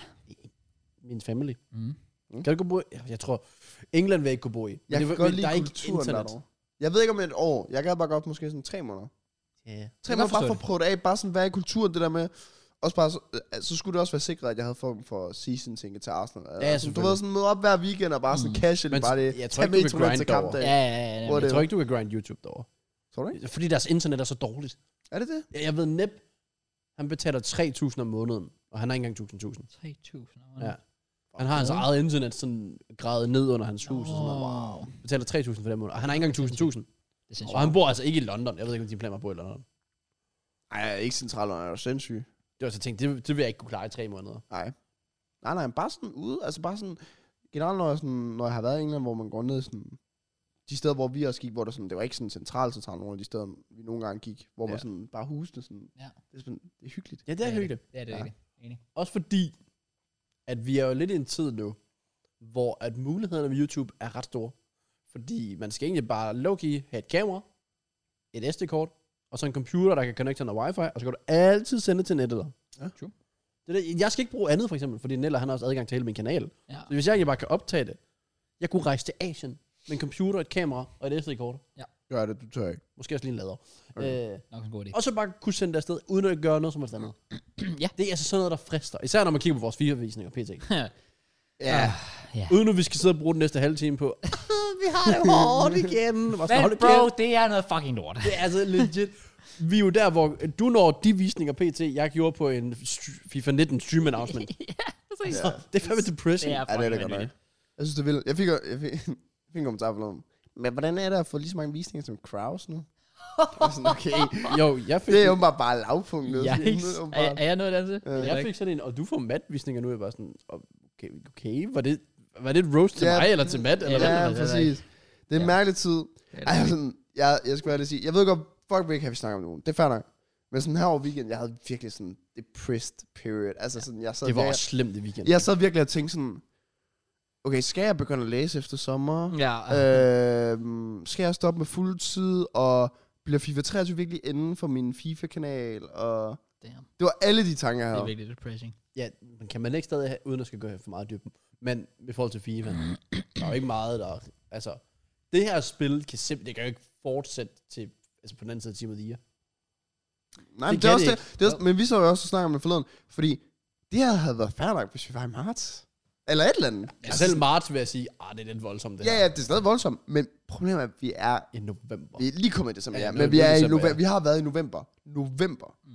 C: Min family.
A: Mm.
C: Kan du ikke bo i? Jeg, jeg tror, England vil jeg ikke kunne bo i. Men
B: Jeg
C: det,
B: kan
C: men
B: godt lide
C: der er ikke
B: kulturen
C: internet.
B: derovre. Jeg ved ikke om et år. Jeg gad bare godt måske sådan tre måneder.
C: Ja.
B: Tre
A: kan
B: måneder
A: godt
B: bare for
A: forstå
B: at prøve det af. Bare sådan være i kulturen, det der med. Også bare, så, øh, så skulle det også være sikret, at jeg havde form for season ting til Arsenal.
C: Ja,
B: Altså, du
C: selvfølgelig.
B: ved sådan møde op hver weekend og bare sådan
A: Mm.
B: casual.
C: Men
B: Bare det.
C: jeg tror
B: Tag
C: ikke, du
B: med
C: kan
B: til
C: grind
B: kampdag.
A: Ja, ja, ja.
B: Hvor
A: ja.
B: det-
C: Jeg tror ikke, du kan grind YouTube derovre.
B: Tror du ikke?
C: Fordi deres internet er så dårligt.
B: Er det det?
C: Jeg, jeg ved, Nep, han betaler tre tusind om måneden, og han har ikke engang tusind tusind.
A: tre tusind.
C: Ja. Han har hans eget internet sådan gradet ned under hans hus og sådan noget.
A: Wow.
C: Betaler tre tusind for den måned, og han har ikke engang tusind tusind.
A: Det er sindssygt.
C: Og han bor altså ikke i London. Jeg ved ikke, om de planer at bo i London.
B: Nej, ikke centralt, jeg er jo sindssyg.
C: Det var så tænkt, det, det vil jeg ikke kunne klare i tre måneder.
B: Nej. Nej, nej, bare sådan ude. Altså bare sådan, generelt når jeg, sådan, når jeg har været i England, hvor man går ned sådan, de steder, hvor vi også gik, hvor der sådan, det var ikke sådan centralt, centralt, nogle af de steder, vi nogle gange gik, hvor man
C: Ja.
B: sådan bare husede sådan.
A: Ja.
B: Det er, sådan, det er hyggeligt.
C: Ja, det er hyggeligt.
A: Ja, det er
B: Ja.
A: det. Enig.
C: Også fordi, at vi er jo lidt i en tid nu, hvor at mulighederne med YouTube er ret store. Fordi man skal egentlig bare low-key have et kamera, et S D-kort, og så en computer, der kan connecte til noget wifi, og så kan du altid sende det til nettet der.
B: Ja.
A: True.
C: Det er det. Jeg skal ikke bruge andet, for eksempel, fordi Neller, han har også adgang til hele min kanal.
A: Ja.
C: Så hvis jeg ikke bare kan optage det, jeg kunne rejse til Asien med en computer, et kamera og et S D-kort.
B: Gør det, du tør ikke.
C: Måske også lige en lader.
B: Okay.
C: Øh,
A: Nok en god idé.
C: og så bare kunne sende det afsted, uden at gøre noget som helst andet.
A: Ja.
C: Det er altså sådan noget, der frister. Især når man kigger på vores FIFA-visninger, P T.
B: Ja.
A: Ja.
C: Uden at vi skal sidde og bruge den næste halve time på, vi har det hårdt igen. Bare sådan,
A: Men
C: hold
A: bro,
C: kæft.
A: det er noget fucking lort.
C: Det er altså legit. Vi er jo der, hvor du når de visninger P T, jeg gjorde på en st- FIFA nitten stream announcement.
A: Præcis.
C: Så det er fandme depressing.
A: Det er
B: Ja, det er
A: fucking
B: det godt nok.
A: vanvittigt.
B: Jeg synes, det er vildt. Jeg fik, jeg fik, jeg fik en kommentar for noget. Men hvordan er det at få lige så mange visninger som Kraus nu? Jeg var sådan, okay.
C: Jo, jeg fik,
B: Det er jo bare bare lavpunktet.
A: Yikes. Er, er jeg nået dertil?
B: Ja.
A: Det er
C: jeg
A: ikke.
C: fik sådan en, og du får Matt-visninger nu. Jeg var sådan, okay, okay var, det, var det et roast til
B: Ja.
C: mig, eller til Matt? Eller
A: Ja,
C: hvad?
B: Ja,
A: det ved jeg
B: præcis. Det er en
A: Ja.
B: mærkelig tid.
A: Det er
B: Ej,
A: det.
B: sådan, jeg, jeg skal være sige, jeg ved godt, fuck vil ikke have, vi snakker om nogen. Det er fair nok. Men sådan her over weekend, jeg havde virkelig sådan depressed period. Altså sådan, jeg sad
C: Det var
B: virkelig,
C: også slemt i weekenden.
B: jeg sad virkelig og tænkte sådan, okay, skal jeg begynde at læse efter sommer?
A: Ja.
B: Øh, skal jeg stoppe med fuldtid? Og bliver FIFA treogtyve virkelig inden for min FIFA-kanal? Og
A: Damn.
B: det var alle de tanker, jeg
A: Det er
B: havde.
A: virkelig depressing.
C: Ja, men kan man ikke stadig have, uden at skal gå for meget dybden. Men i forhold til FIFA, der er jo ikke meget, der... Altså, det her spil kan simpelthen... Det kan jo ikke fortsætte til... Altså på den anden side af Team of the Year.
B: Nej,
C: Det
B: men, det er
C: kan
B: også
C: det
B: det, det er også, men vi så jo også snakke om det forleden. Fordi det her havde været fair nok, hvis vi var i marts. Eller et eller andet.
C: Ja, selv marts vil jeg sige, ah, det er lidt voldsomt det
B: Ja,
C: her.
B: ja, det er stadig voldsomt. Men problemet er, at vi er...
C: I november.
B: Vi er lige kommet i december,
C: Ja,
B: ja,
C: nu-
B: men vi,
C: nu er
B: er i
C: december,
B: november,
C: ja.
B: vi har været i november. November.
A: Mm.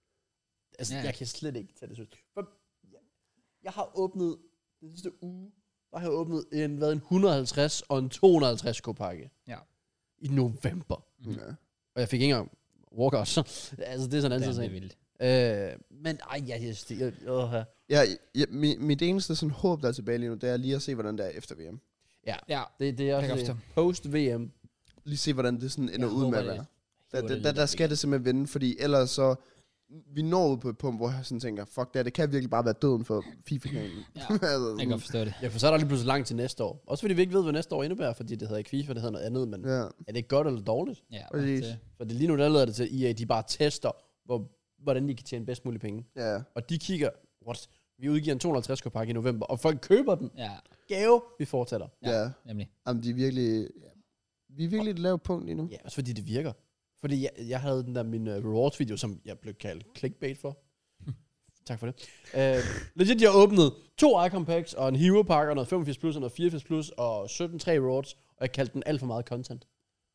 C: Altså,
A: Ja.
C: jeg kan slet ikke tage det seriøst. For jeg, jeg har åbnet den sidste uge, der har jeg åbnet en, hvad, en et hundrede og halvtreds og en to hundrede og halvtreds k-pakke.
A: Ja.
C: I november.
B: Mm. Ja.
C: Og jeg fik ikke engang walkouts. altså, det er sådan en anden
A: Det er
C: side.
A: vildt.
C: Øh, men ej, jeg, jeg, jeg, jeg, jeg
B: Ja, ja mit, mit eneste sådan håb, der er tilbage lige nu, det er lige at se, hvordan det er efter V M.
A: Ja.
C: det, det er
A: Kan jeg
C: også
A: godt
C: det. Post-V M.
B: Lige se, hvordan det sådan ender
A: Jeg
B: ud
A: håber,
B: med at
A: det
B: være. Der,
A: hiver
B: der,
A: det
B: der,
A: lidt
B: der
A: op
B: skal
A: igen.
B: det simpelthen vinde, fordi ellers så... Vi når ud på et punkt, hvor jeg sådan tænker, fuck det, her, det kan virkelig bare være døden for FIFA-kanalen.
A: Ja.
B: altså,
A: Jeg kan
B: sådan,
A: godt forstå det.
C: Ja, for så er der lige pludselig langt til næste år. Også fordi vi ikke ved, hvad næste år indebærer, fordi det hedder ikke FIFA, det hedder noget andet, men
B: ja.
C: er det ikke godt eller dårligt?
A: Ja,
B: Præcis.
A: det,
C: For det lige nu, der leder det til, at E A, de bare tester, hvor, hvordan de kan tjene bedst mulige penge.
B: ja.
C: Og de kigger, what? Vi udgiver en to hundrede og halvtreds k-pakke i november, og folk køber den.
A: ja,
C: Gave, vi fortsætter.
B: Ja. ja.
A: nemlig.
B: Jamen, de er virkelig... Ja. Vi er virkelig et lavt punkt lige nu.
C: Ja, også fordi det virker. Fordi jeg, jeg havde den der min uh, rewards video, som jeg blev kaldt clickbait for. Tak for det. Uh, legit, jeg åbnede to icon packs, og en hero pakke, og noget femogfirs plus, og noget fireogfirs plus, og sytten tre rewards, og jeg kaldte den alt for meget content.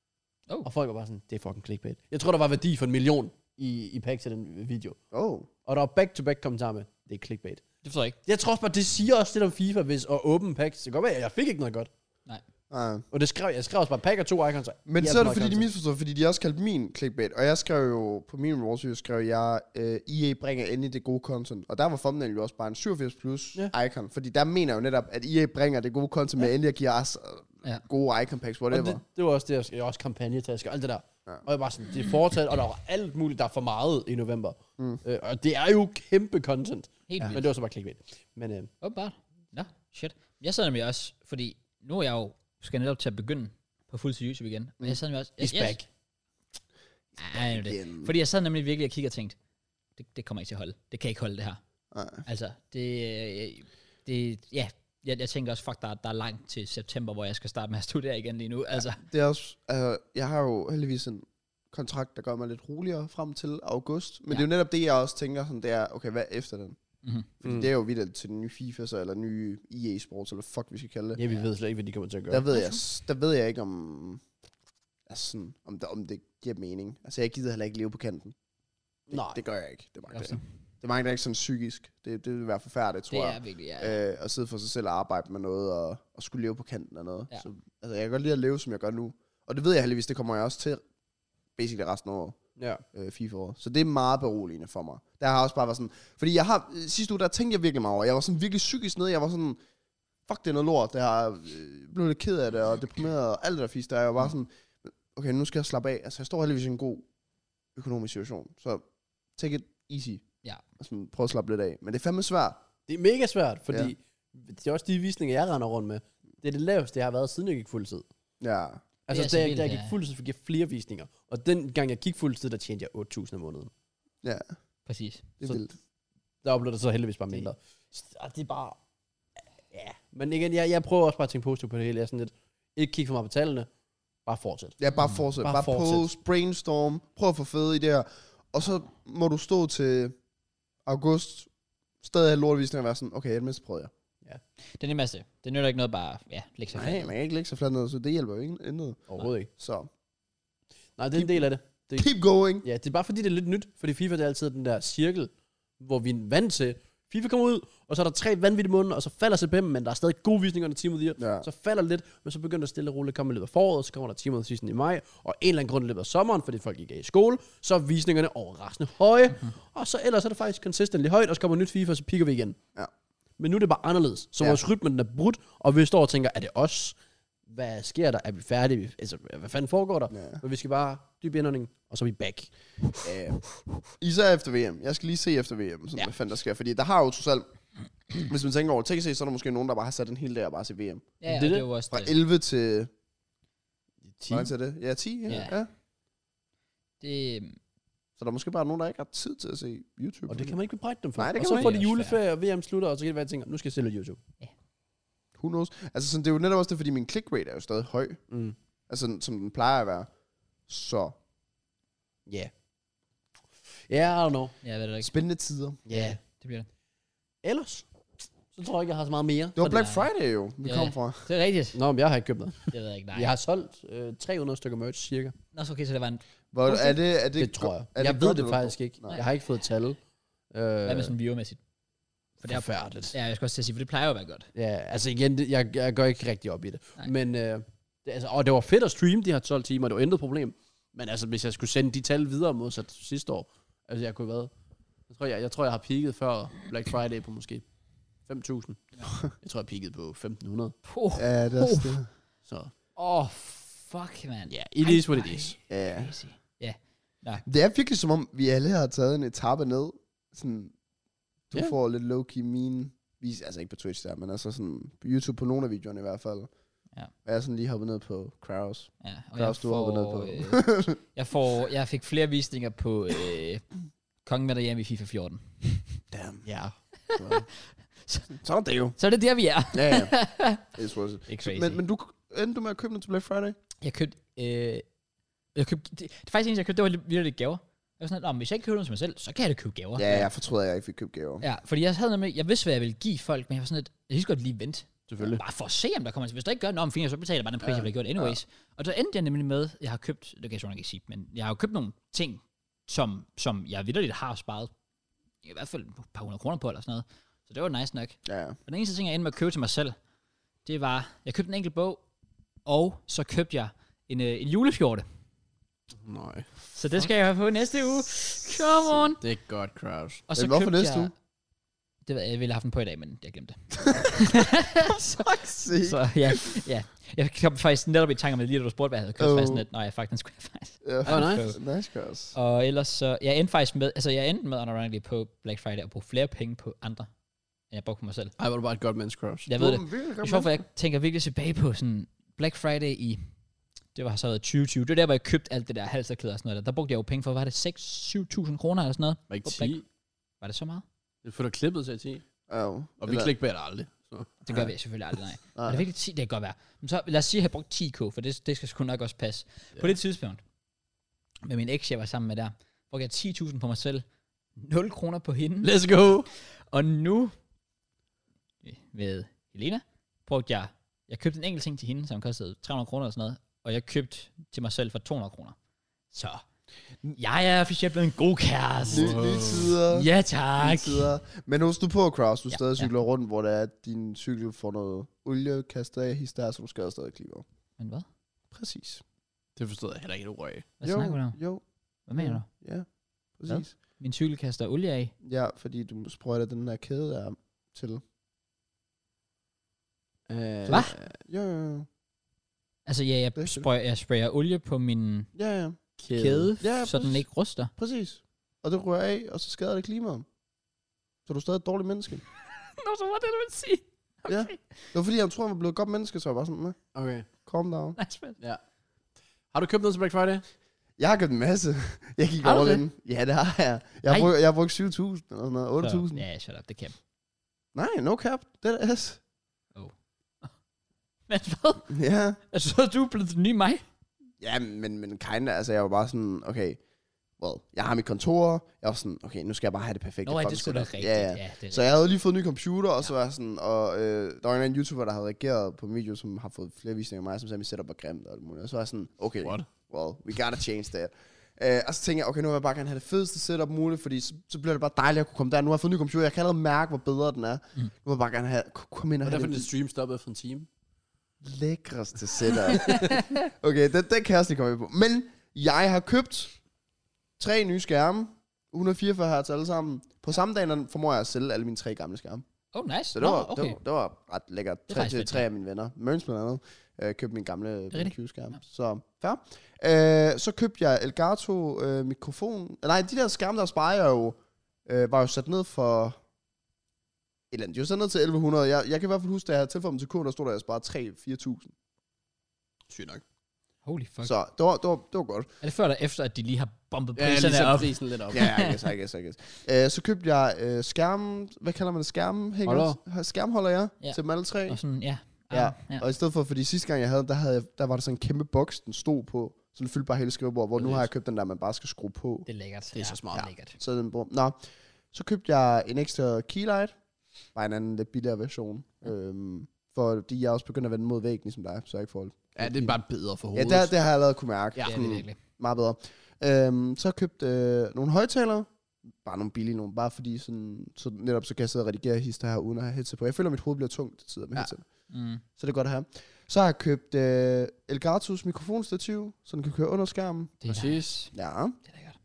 A: Oh.
C: Og folk var bare sådan, det er fucking clickbait. Jeg tror, der var værdi for en million i, i pack til den video.
B: Oh.
C: Og der var back-to-back kommentarer med, det er clickbait.
A: Det forstår jeg ikke.
C: Jeg tror også bare, det siger også lidt om FIFA, hvis at åbne packs. Det kan godt være, at jeg fik ikke noget godt.
B: Nej.
C: Og det skrev, jeg skrev også bare pack og to icons.
B: Men
C: Ja,
B: så er det
C: meget
B: fordi, de
C: content.
B: misforstår, fordi de også kaldte min clickbait. Og jeg skrev jo, på min rewards video, skrev jeg, uh, E A bringer endelig det gode content. Og der var thumbnail jo også bare en syvogfirs plus
C: Ja.
B: icon. Fordi der mener jeg jo netop, at E A bringer det gode content med endelig at give os uh,
A: Ja.
B: gode icon packs, whatever.
C: Og det, det var også det, jeg skrev. Også kampagnetasker og alt det der.
B: Ja.
C: Og jeg var sådan, det er fortsat, og der var alt muligt, der er for meget i november.
B: Mm.
C: Øh, og det er jo kæmpe content.
A: Helt
C: Ja.
A: vildt.
C: Men det var så bare clickbait. Men øh,
A: Åbenbart. Nå, shit. Jeg sad nemlig også, fordi nu er jeg jo, skal netop til at begynde på fuldtid YouTube igen. Men jeg sad nemlig også...
C: it's back.
A: Ej, det.
B: Igen.
A: Fordi jeg sad nemlig virkelig og kiggede og tænkte, det, det kommer ikke til at holde. Det kan ikke holde det her.
B: Nej.
A: Altså, det, øh, det ja, jeg, jeg tænker også, fuck, der, er- der er langt til september, hvor jeg skal starte med at studere igen lige nu. Altså,
B: Det er også, altså, jeg har jo heldigvis en kontrakt, der gør mig lidt roligere frem til august. Men
A: Ja.
B: det er jo netop det, jeg også tænker, sådan, det er, okay, hvad er efter den?
A: mm-hmm.
B: Fordi
C: Mm.
B: det er jo vidt til den nye FIFA, så, eller nye E A Sports, eller fuck, vi skal kalde det.
C: Ja, vi ved slet ikke, hvad de kommer til at gøre.
B: Der ved jeg, der ved jeg ikke, om, altså sådan, om, der, om det giver mening. Altså, jeg gider heller ikke leve på kanten. Det,
C: Nej.
B: det gør jeg ikke. Det magter
A: Også.
B: jeg ikke. Det magter jeg ikke sådan psykisk. Det, det vil være forfærdeligt, tror
A: Det
B: jeg.
A: er virkelig, ja.
B: Øh, at sidde for sig selv og arbejde med noget, og, og skulle leve på kanten af noget.
A: Ja.
B: Så, altså, jeg kan godt lide at leve, som jeg gør nu. Og det ved jeg heldigvis, det kommer jeg også til, basically resten af året,
C: Ja.
B: øh, FIFA-året. Så det er meget beroligende for mig. Der har også bare været sådan, fordi jeg har, øh, sidste uge, der tænkte jeg virkelig meget over, jeg var sådan virkelig psykisk nede, jeg var sådan, fuck, det er noget lort, det har øh, blevet lidt ked af det, og deprimeret, og alt det der fisk, der er jo bare sådan, okay, nu skal jeg slappe af. Altså, jeg står heldigvis i en god økonomisk situation, så take it easy.
A: Ja.
B: Altså, prøv at slappe lidt af. Men det er fandme svært.
C: Det er mega svært, fordi
B: Ja.
C: det er også de visninger, jeg render rundt med. Det er det laveste, jeg har været, siden jeg gik fuldtid.
B: Ja.
C: Altså,
A: Det er så
C: da, jeg,
A: vildt,
C: da jeg
A: ja.
C: gik fuldtid, fik jeg flere visninger. Og den gang, jeg gik fuldtid, der tjente jeg otte tusind om måneden.
B: Ja,
A: Præcis.
B: det er
C: Så-
B: vildt.
C: Der blev det så heldigvis bare mindre. Så, og det er bare... Ja. Men igen, jeg, jeg prøver også bare at tænke positivt på det hele. Jeg er sådan lidt... Ikke kigge for meget på tallene. Bare fortsæt.
B: Ja, bare fortsæt.
C: Bare
B: Bare, bare
C: fortsæt.
B: post, brainstorm, prøv at få fede idéer. Og så må du stå til august, stadig have lortvisninger og være sådan, okay, jeg mindst prøvede jeg.
A: Det er det meste. Det nytter ikke noget bare, ja, lægge sig
B: Nej,
A: fast.
B: man kan ikke lægge sig fladt ned, så det hjælper jo ikke intet.
C: Overhovedet ikke.
B: Så,
C: Nej, det er en del af det. det
B: keep going.
C: ja, det er bare fordi, det er lidt nyt. Fordi FIFA, det er altid den der cirkel, hvor vi er vant til. FIFA kommer ud, og så er der tre vanvittige måneder, og så falder C P M, men der er stadig gode visninger under Team of the Year.
B: Ja.
C: Så falder det lidt, men så begynder det stille og roligt at komme i løbet af foråret, så kommer der Team of the Season i maj, og en eller anden grund i løbet af sommeren, fordi folk ikke er i skole, så er visningerne overraskende høje, mm-hmm. og så ellers er det faktisk consistently højt, og så kommer nyt FIFA, og så piker vi igen.
B: Ja.
C: Men nu er det bare anderledes, så
B: Ja.
C: vores rytme den er brudt, og vi står og tænker, er det os? hvad sker der? Er vi færdige? Altså, hvad fanden foregår der?
B: Ja.
C: Men vi skal bare dybe indånding, og så er vi back.
B: Ja. Især efter V M. Jeg skal lige se efter V M, sådan,
C: Ja.
B: hvad fanden der sker. Fordi der har jo trods alt, hvis man tænker over T C, så er der måske nogen, der bare har sat en hel dag og bare se V M.
A: Ja,
C: Det
A: det,
C: er
A: det,
C: det.
A: det var også
B: Fra
A: det.
B: elleve til...
C: ti.
B: Hvor lang tid er det? Ja, ti. Ja.
A: Ja.
B: ja.
A: det
B: Så der er måske bare nogen, der ikke har tid til at se YouTube.
C: Og det kan man ikke bebrejde dem for.
B: Nej, det
C: og
B: kan
C: så
B: man
C: får
A: ikke.
C: de juleferie, og V M slutter, og så kan det være, at jeg tænker, nu skal jeg stille YouTube.
B: Who knows? Altså, sådan, det er jo netop også det, fordi min click rate er jo stadig høj.
C: Mm.
B: Altså, som den plejer at være. Så
C: Ja. Yeah. Ja, yeah, I don't know.
A: Ja, ved det ikke.
B: spændende tider.
C: Ja. Yeah.
A: Det bliver det.
C: Ellers, så tror jeg ikke, jeg har så meget mere.
B: Det var
A: Så
B: Black
A: det
B: Friday jo, vi
A: Ja.
B: kom fra.
A: Det er rigtigt.
C: Nå, men jeg har ikke købt noget.
A: Det ved jeg ikke, nej.
C: Jeg har solgt øh, tre hundrede stykker merch, cirka.
A: Nå, så okay, så det var en...
B: Hvor, er det, er det,
C: Det tror jeg.
B: er
C: Jeg
B: det
C: ved
B: godt
C: det
B: eller
C: faktisk ikke.
B: Nej.
C: Jeg har ikke fået tal. Øh,
A: Hvad med sådan viewermæssigt? For det er
C: forfærdeligt.
A: Ja, jeg skal også til at sige, for det plejer jo at være godt.
C: Ja, altså igen, det, jeg, jeg går ikke rigtig op i det.
A: Nej.
C: Men, øh, det, altså, og det var fedt at streame de her tolv timer, det var intet problem. Men altså, hvis jeg skulle sende de tal videre modsat sidste år, altså jeg kunne have været, jeg tror, jeg, jeg, tror, jeg har peaked før Black Friday på måske fem tusind. Ja. Jeg tror, jeg peaked på femten hundrede.
A: Puh.
B: Ja, det er også det.
C: Så
A: Åh, oh, fuck, man.
C: ja, yeah, it is what it is.
B: Ja.
A: Crazy. Ja.
B: Det er virkelig som om, vi alle har taget en etape ned. Sådan, du
C: Ja.
B: får lidt low-key mine vis, altså ikke på Twitch der, men altså sådan på YouTube på nogle af videoerne i hvert fald.
A: Ja.
B: Og jeg er sådan lige hoppet ned på Kraus.
A: Ja, og
B: Der er
A: jeg
B: også du hoppet ned
A: får,
B: på.
A: øh, jeg får, jeg fik flere visninger på øh, Kongen med derhjemme i FIFA fjorten.
B: Damn.
C: Ja.
B: Så er det jo.
A: Så er det der, vi er.
B: Ja, ja. It's worth it.
A: Det er crazy.
B: Men, men du endte du med at købe noget til Black Friday?
A: Jeg købte, øh, jeg købte, det, det er faktisk en, jeg købte, det var lidt, virkelig lidt gaver. Jeg var sådan, at, hvis jeg ikke køber noget til mig selv, så kan jeg da købe gaver.
B: Ja, jeg fortryder, at jeg ikke fik købt gaver.
A: Ja, fordi jeg havde noget med, jeg vidste, hvad jeg ville give folk, men jeg var sådan lidt, jeg lige så godt lige vente.
C: Selvfølgelig.
A: Bare for at se, om der kommer til. Hvis der ikke gør noget, fint, så betaler jeg bare den pris, ja, jeg ville have gjort anyways. Ja. Og så endte jeg nemlig med, jeg har købt, det kan jeg så nok ikke sige, men jeg har jo købt nogle ting, som, som jeg vitterligt har sparet, i hvert fald et par hundrede kroner på, eller sådan noget. Så det var nice nok.
B: Ja.
A: Og den eneste ting, jeg endte med at købe til mig selv, det var, jeg købte en enkelt bog, og så købte jeg en, øh, en julefjorte.
C: Nej.
A: Så det skal jeg have på næste uge. Come on!
C: Det er godt, Kraus.
A: Og så
B: Men hvorfor
A: købte
B: næste
A: jeg,
B: uge?
A: Det ved jeg, jeg ville have haft den på i dag, men jeg glemte det.
B: Fuck sake.
A: Så ja, ja. Jeg kom faktisk netop i tanke om det lige, da du spurgte, hvad jeg havde købt.
B: Oh.
A: Oh. Faktisk net. Nå, jeg faktisk skulle jeg faktisk.
B: Ja,
C: Oh, nice.
B: nice, Kraus.
A: Og ellers så, jeg endte faktisk med, altså jeg endte med unironically på Black Friday at bruge flere penge på andre, end jeg brugte på mig selv.
C: Ej, var du bare et godt menneske, Kraus.
A: Jeg ved det.
B: Virkelig
A: Det er
B: godt
A: sjovt, for
B: med.
A: jeg tænker virkelig tilbage på sådan Black Friday i, det var så været tyve tyve. Det var der, hvor jeg købte alt det der halserklæder og sådan noget der. Der brugte jeg jo penge for, var det seks til syv tusind kroner eller sådan noget?
C: Var ikke
A: På
C: ti?
A: Black- Var det så meget?
C: Det er for, du klippet til ti.
B: Oh.
C: Og vi clickbaiter aldrig. Så.
A: Det gør vi selvfølgelig aldrig, nej.
B: Nej.
A: Er det virkelig ti? Det kan godt være. Men så lad os sige, at jeg har brugt ti k, for det, det skal sgu nok også passe.
C: Ja.
A: På det tidspunkt, med min eks, jeg var sammen med der, brugte jeg ti tusind på mig selv, nul kroner på hende.
C: Let's go!
A: Og nu, med Helena, brugte jeg, jeg købte en enkelt ting til hende, som kostede tre hundrede kroner eller sådan noget, og jeg købte til mig selv for to hundrede kroner. Så, jeg er officielt blevet en god kæreste.
B: Nye, nye tider.
A: Ja,
B: Nye
A: tak.
B: tider. Men husk du på, Kraus, du
A: Ja,
B: stadig
A: ja.
B: cykler rundt, hvor det er, at din cykel får noget olie kastet af hist der, så du skal stadig klippe.
A: Men hvad?
B: Præcis.
C: Det forstod jeg heller ikke et ord af.
A: Hvad snakker du om?
B: Jo,
A: Hvad mener du?
B: ja, præcis.
A: Min cykel kaster olie af.
B: Ja, fordi du sprøjter den her kæde der til.
C: Øh,
A: Hvad?
B: Jo, jo, jo.
A: Altså, ja, jeg,
B: Det er
A: sprayer, jeg sprayer olie på min
B: Ja, ja,
A: kæde,
B: Ja,
A: så den
B: præcis.
A: ikke ruster.
B: præcis. Og det rører af, og så skader det klimaet. Så er du stadig et dårligt menneske.
A: Nå, så var det, du ville sige.
B: Ja. Det var fordi, han troede, han var blevet et godt menneske, så jeg var sådan, med.
C: Okay.
B: Calm down.
A: Nice, man.
C: Ja. Har du købt noget til Black Friday?
B: Jeg har købt en masse. Jeg gik
A: Har du
B: over
A: det?
B: den. Ja, det har jeg. Jeg har
A: Ej.
B: brugt, jeg har brugt syv tusind eller sådan noget. otte tusind.
A: Ja, shut up, det kan.
B: Nej, no cap. Det er S.
A: Men hvad?
B: Ja.
A: Altså, så er du blevet den nye mig?
B: Ja, men, men kinda, altså jeg var bare sådan, okay, well, jeg har mit kontor, jeg var sådan, okay, nu skal jeg bare have det perfekte
A: Nå, ja,
B: fucking
A: det skulle da
B: setup.
A: rigtigt.
B: Ja, ja.
A: ja det er
B: Så jeg havde lige fået en ny computer, og så var jeg sådan, og øh, der var en anden YouTuber, der havde reageret på en video, som har fået flere visninger end mig, som sagde, at mit setup var grimt og alt muligt. Og så var jeg sådan, okay,
C: What?
B: well, we gotta change that. Uh, og så tænkte jeg, okay, nu vil jeg bare gerne have det fedeste setup muligt, fordi så, så bliver det bare dejligt at kunne komme der. Nu har jeg fået en ny computer, jeg kan allerede mærke, hvor bedre den er. Mm. Nu vil jeg bare gerne have, kunne komme ind og
C: Og
B: have
C: derfor
B: det
C: din stream stoppede efter en time.
B: lækreste setup. Okay, den, den kan jeg også lige komme ind på. Men jeg har købt tre nye skærme, et hundrede og fireogfyrre hertz alle sammen. På samme dag, der formår jeg at sælge alle mine tre gamle skærme.
A: Oh, nice.
B: Så det var,
A: Nå, okay.
B: det var, det var ret lækkert.
A: Det er
B: Tre,
A: faktisk
B: til
A: fedt,
B: tre
A: ja.
B: af mine venner. Mørns blandt andet. Øh, købte min gamle
A: rigtigt.
B: Q-skærm.
A: Ja.
B: Så fair. Øh, så købte jeg Elgato øh, mikrofon. Øh, nej, de der skærme, der sparer jo, øh, var jo sat ned for et eller andet. De var sat ned til elleve hundrede. Jeg, jeg kan i hvert fald huske, da jeg havde tilføjet dem til kunden, der stod der, at jeg sparede tre til fire tusind.
C: Sygt nok.
A: Holy fuck.
B: Så det var, det, var, det var godt.
A: Er det før eller efter, at de lige har bombet
C: Ja,
A: priserne
C: lige
A: op?
C: så prisen lidt op.
B: Ja, ja, I guess, I guess, I guess. Øh, så købte jeg øh, skærmen, hvad kalder man det? Skærmhænger? Skærmholder, ja.
A: Ja.
B: Til dem alle tre.
A: Og sådan, ja.
B: Ja.
A: Ah, ja.
B: Og i stedet for, fordi sidste gang jeg havde, der, havde jeg, der var der sådan en kæmpe boks, den stod på. Så den fyldte bare hele skrivebordet, hvor nu har jeg købt den der, man bare skal skrue på.
A: Det er lækkert.
C: Det er så smart.
A: Ja. Lækkert.
B: Så den bruger. Nå, så købte jeg en ekstra keylight. Bare en anden lidt billigere version. Ja. Øhm, fordi jeg også begynder at vende mod væggen, ligesom dig, så jeg ikke får det.
C: Ja, det er bare bedre for
B: Ja,
C: hovedet.
B: det, det har jeg allerede kunne mærke.
A: Ja, det er virkelig.
B: Meget bedre. Øhm, så købte øh, nogle højtalere. Bare nogle billige nogle. Bare fordi sådan, så netop så kan jeg sidde og redigere hister her, uden at have headset på. Jeg føler, at mit hoved bliver tungt til tider med
C: Ja.
B: headset.
A: Mm.
B: Så det er godt at have. Så har jeg købt øh, Elgatos mikrofonstativ, så den kan køre under skærmen.
A: Det er
C: Præcis.
A: nice.
B: Ja,
A: Det er lækkert.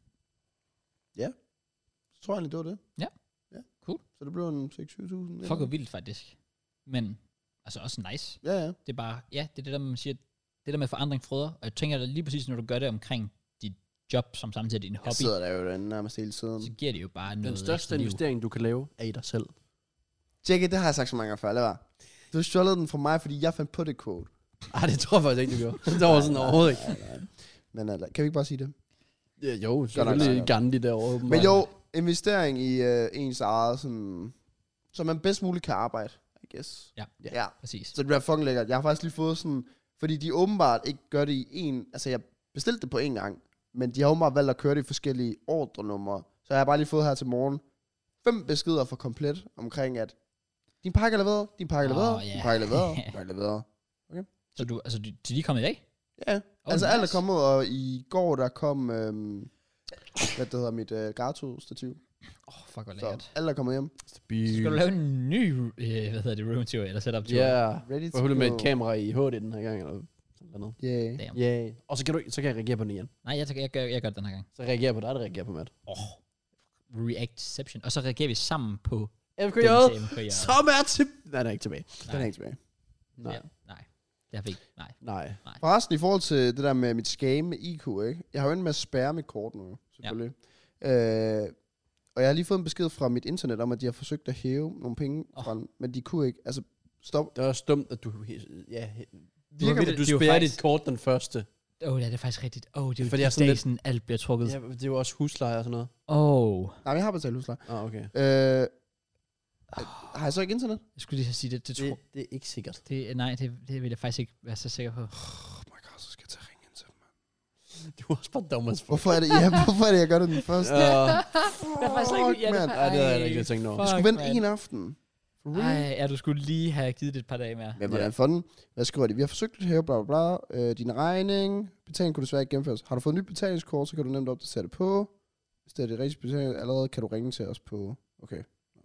B: så tror jeg egentlig, det var det.
A: Ja.
B: Ja.
A: Cool.
B: Så det blev en seks til syv tusind.
A: Fuck, hvor vildt faktisk. Men, altså også nice.
B: Ja, ja.
A: Det er bare, ja, det er det der, man siger, det der med forandring frøder. Og jeg tænker, at lige præcis når du gør det omkring dit job, som samtidig er din
B: Jeg
A: hobby,
B: sidder der jo derinde nærmest hele tiden.
A: så giver det jo bare noget
C: Den største
A: ekstra liv.
C: investering, du kan lave, er i dig selv.
B: Tjekke, det har jeg sagt så mange gange før, det var. Du har stjålet den fra mig, fordi jeg fandt på det quote.
C: Ej, det tror jeg faktisk ikke, du gjorde. Det var sådan overhovedet ikke.
B: Nej, nej. Men altså, kan vi ikke bare sige det?
C: Ja, jo,
B: nok
C: selvfølgelig
B: nok.
C: Gandhi derovre.
B: Men jo, investering i øh, ens eget, sådan, så man bedst muligt kan arbejde, I guess.
A: Ja.
B: Ja. ja.
A: Præcis.
B: Så det bliver fucking lækkert. Jeg har faktisk lige fået sådan, fordi de åbenbart ikke gør det i en, altså jeg bestilte det på en gang, men de har åbenbart valgt at køre det i forskellige ordrenumre. Så jeg har bare lige fået her til morgen fem beskeder for komplet omkring, at din pakke er leveret, din pakke er
A: Åh,
B: leveret,
A: ja.
B: din pakke er leveret, din pakke er leveret.
A: Så du, altså, de, de er kommet i dag?
B: Ja,
A: Oh,
B: altså
A: nice.
B: alt er kommet, og i går der kom, øhm, hvad det hedder, mit øh, Gato-stativ.
A: Åh, oh, fuck, hvor
B: Så
A: lækkert.
B: alt er kommet hjem.
A: Skal du lave en ny, øh, hvad hedder det, room tour, eller setup tour?
C: Ja, yeah.
B: Ready
C: for
B: to
C: med
B: go.
C: et kamera i H D den her gang, eller sådan noget.
B: Yeah.
A: Damn.
C: Ja, yeah. Og så kan, du, så kan jeg reagere på den igen.
A: Nej, jeg, jeg, gør, jeg gør det den her gang.
C: Så reagerer på dig, der reagerer på Matt.
A: Åh, oh, reactception. Og så reagerer vi sammen på
C: F K
A: den
C: J,
A: til M K J.
C: som er til... Nej, den er ikke tilbage.
B: Den er ikke tilbage.
C: Nej.
A: Ja, nej. Det har vi ikke. Nej.
C: Nej.
B: Forresten, i forhold til det der med mit scam med I Q, ikke? Jeg har jo endt med at spærre mit kort nu, selvfølgelig. Ja. Øh, og jeg har lige fået en besked fra mit internet om, at de har forsøgt at hæve nogle penge
A: Åh.
B: fra den, men de kunne ikke. Altså, stop.
C: Det er også dumt, at du... Ja,
B: Virker
C: at
A: det-
C: du
A: det er jo
C: spærrer
A: faktisk-
C: dit kort den første.
A: Åh, oh, ja, det er faktisk rigtigt. Åh, oh, det er jo
C: Fordi
A: de
C: jeg er sådan
A: dage,
C: lidt-
A: sådan alt bliver trukket.
C: Ja, det er jo også husleje og sådan noget.
A: Åh. Oh.
B: Nej, jeg har betalt husleje.
C: Ah, okay.
B: Øh, har jeg så ikke internet?
A: Jeg skulle lige sige det. Det,
C: Det,
A: tror,
C: det er ikke sikkert.
A: det, nej, det, det vil jeg faktisk ikke være så sikker på.
B: Oh my god, så skal jeg til at ringe ind til dem, mand.
C: Du er også bare dum as fuck.
B: Hvorfor er det, ja, hvorfor er det, jeg gør det den første?
C: Ja.
A: Det er faktisk
B: Fuck,
A: ikke...
B: mand.
C: Ej, det havde jeg ikke tænkt over.
B: Jeg skulle vente en aften. For real?
A: Nej, ja, du skulle lige have givet det et par dage mere.
B: Men hvordan for den? Hvad skriver de? Vi har forsøgt at hæve, bla bla bla. Øh, din regning. Betaling kunne desværre ikke gennemføres. Har du fået et nyt betalingskort, så kan du nemt opdatere det på. Hvis det er det rigtige betaling allerede, kan du ringe til os på... Okay.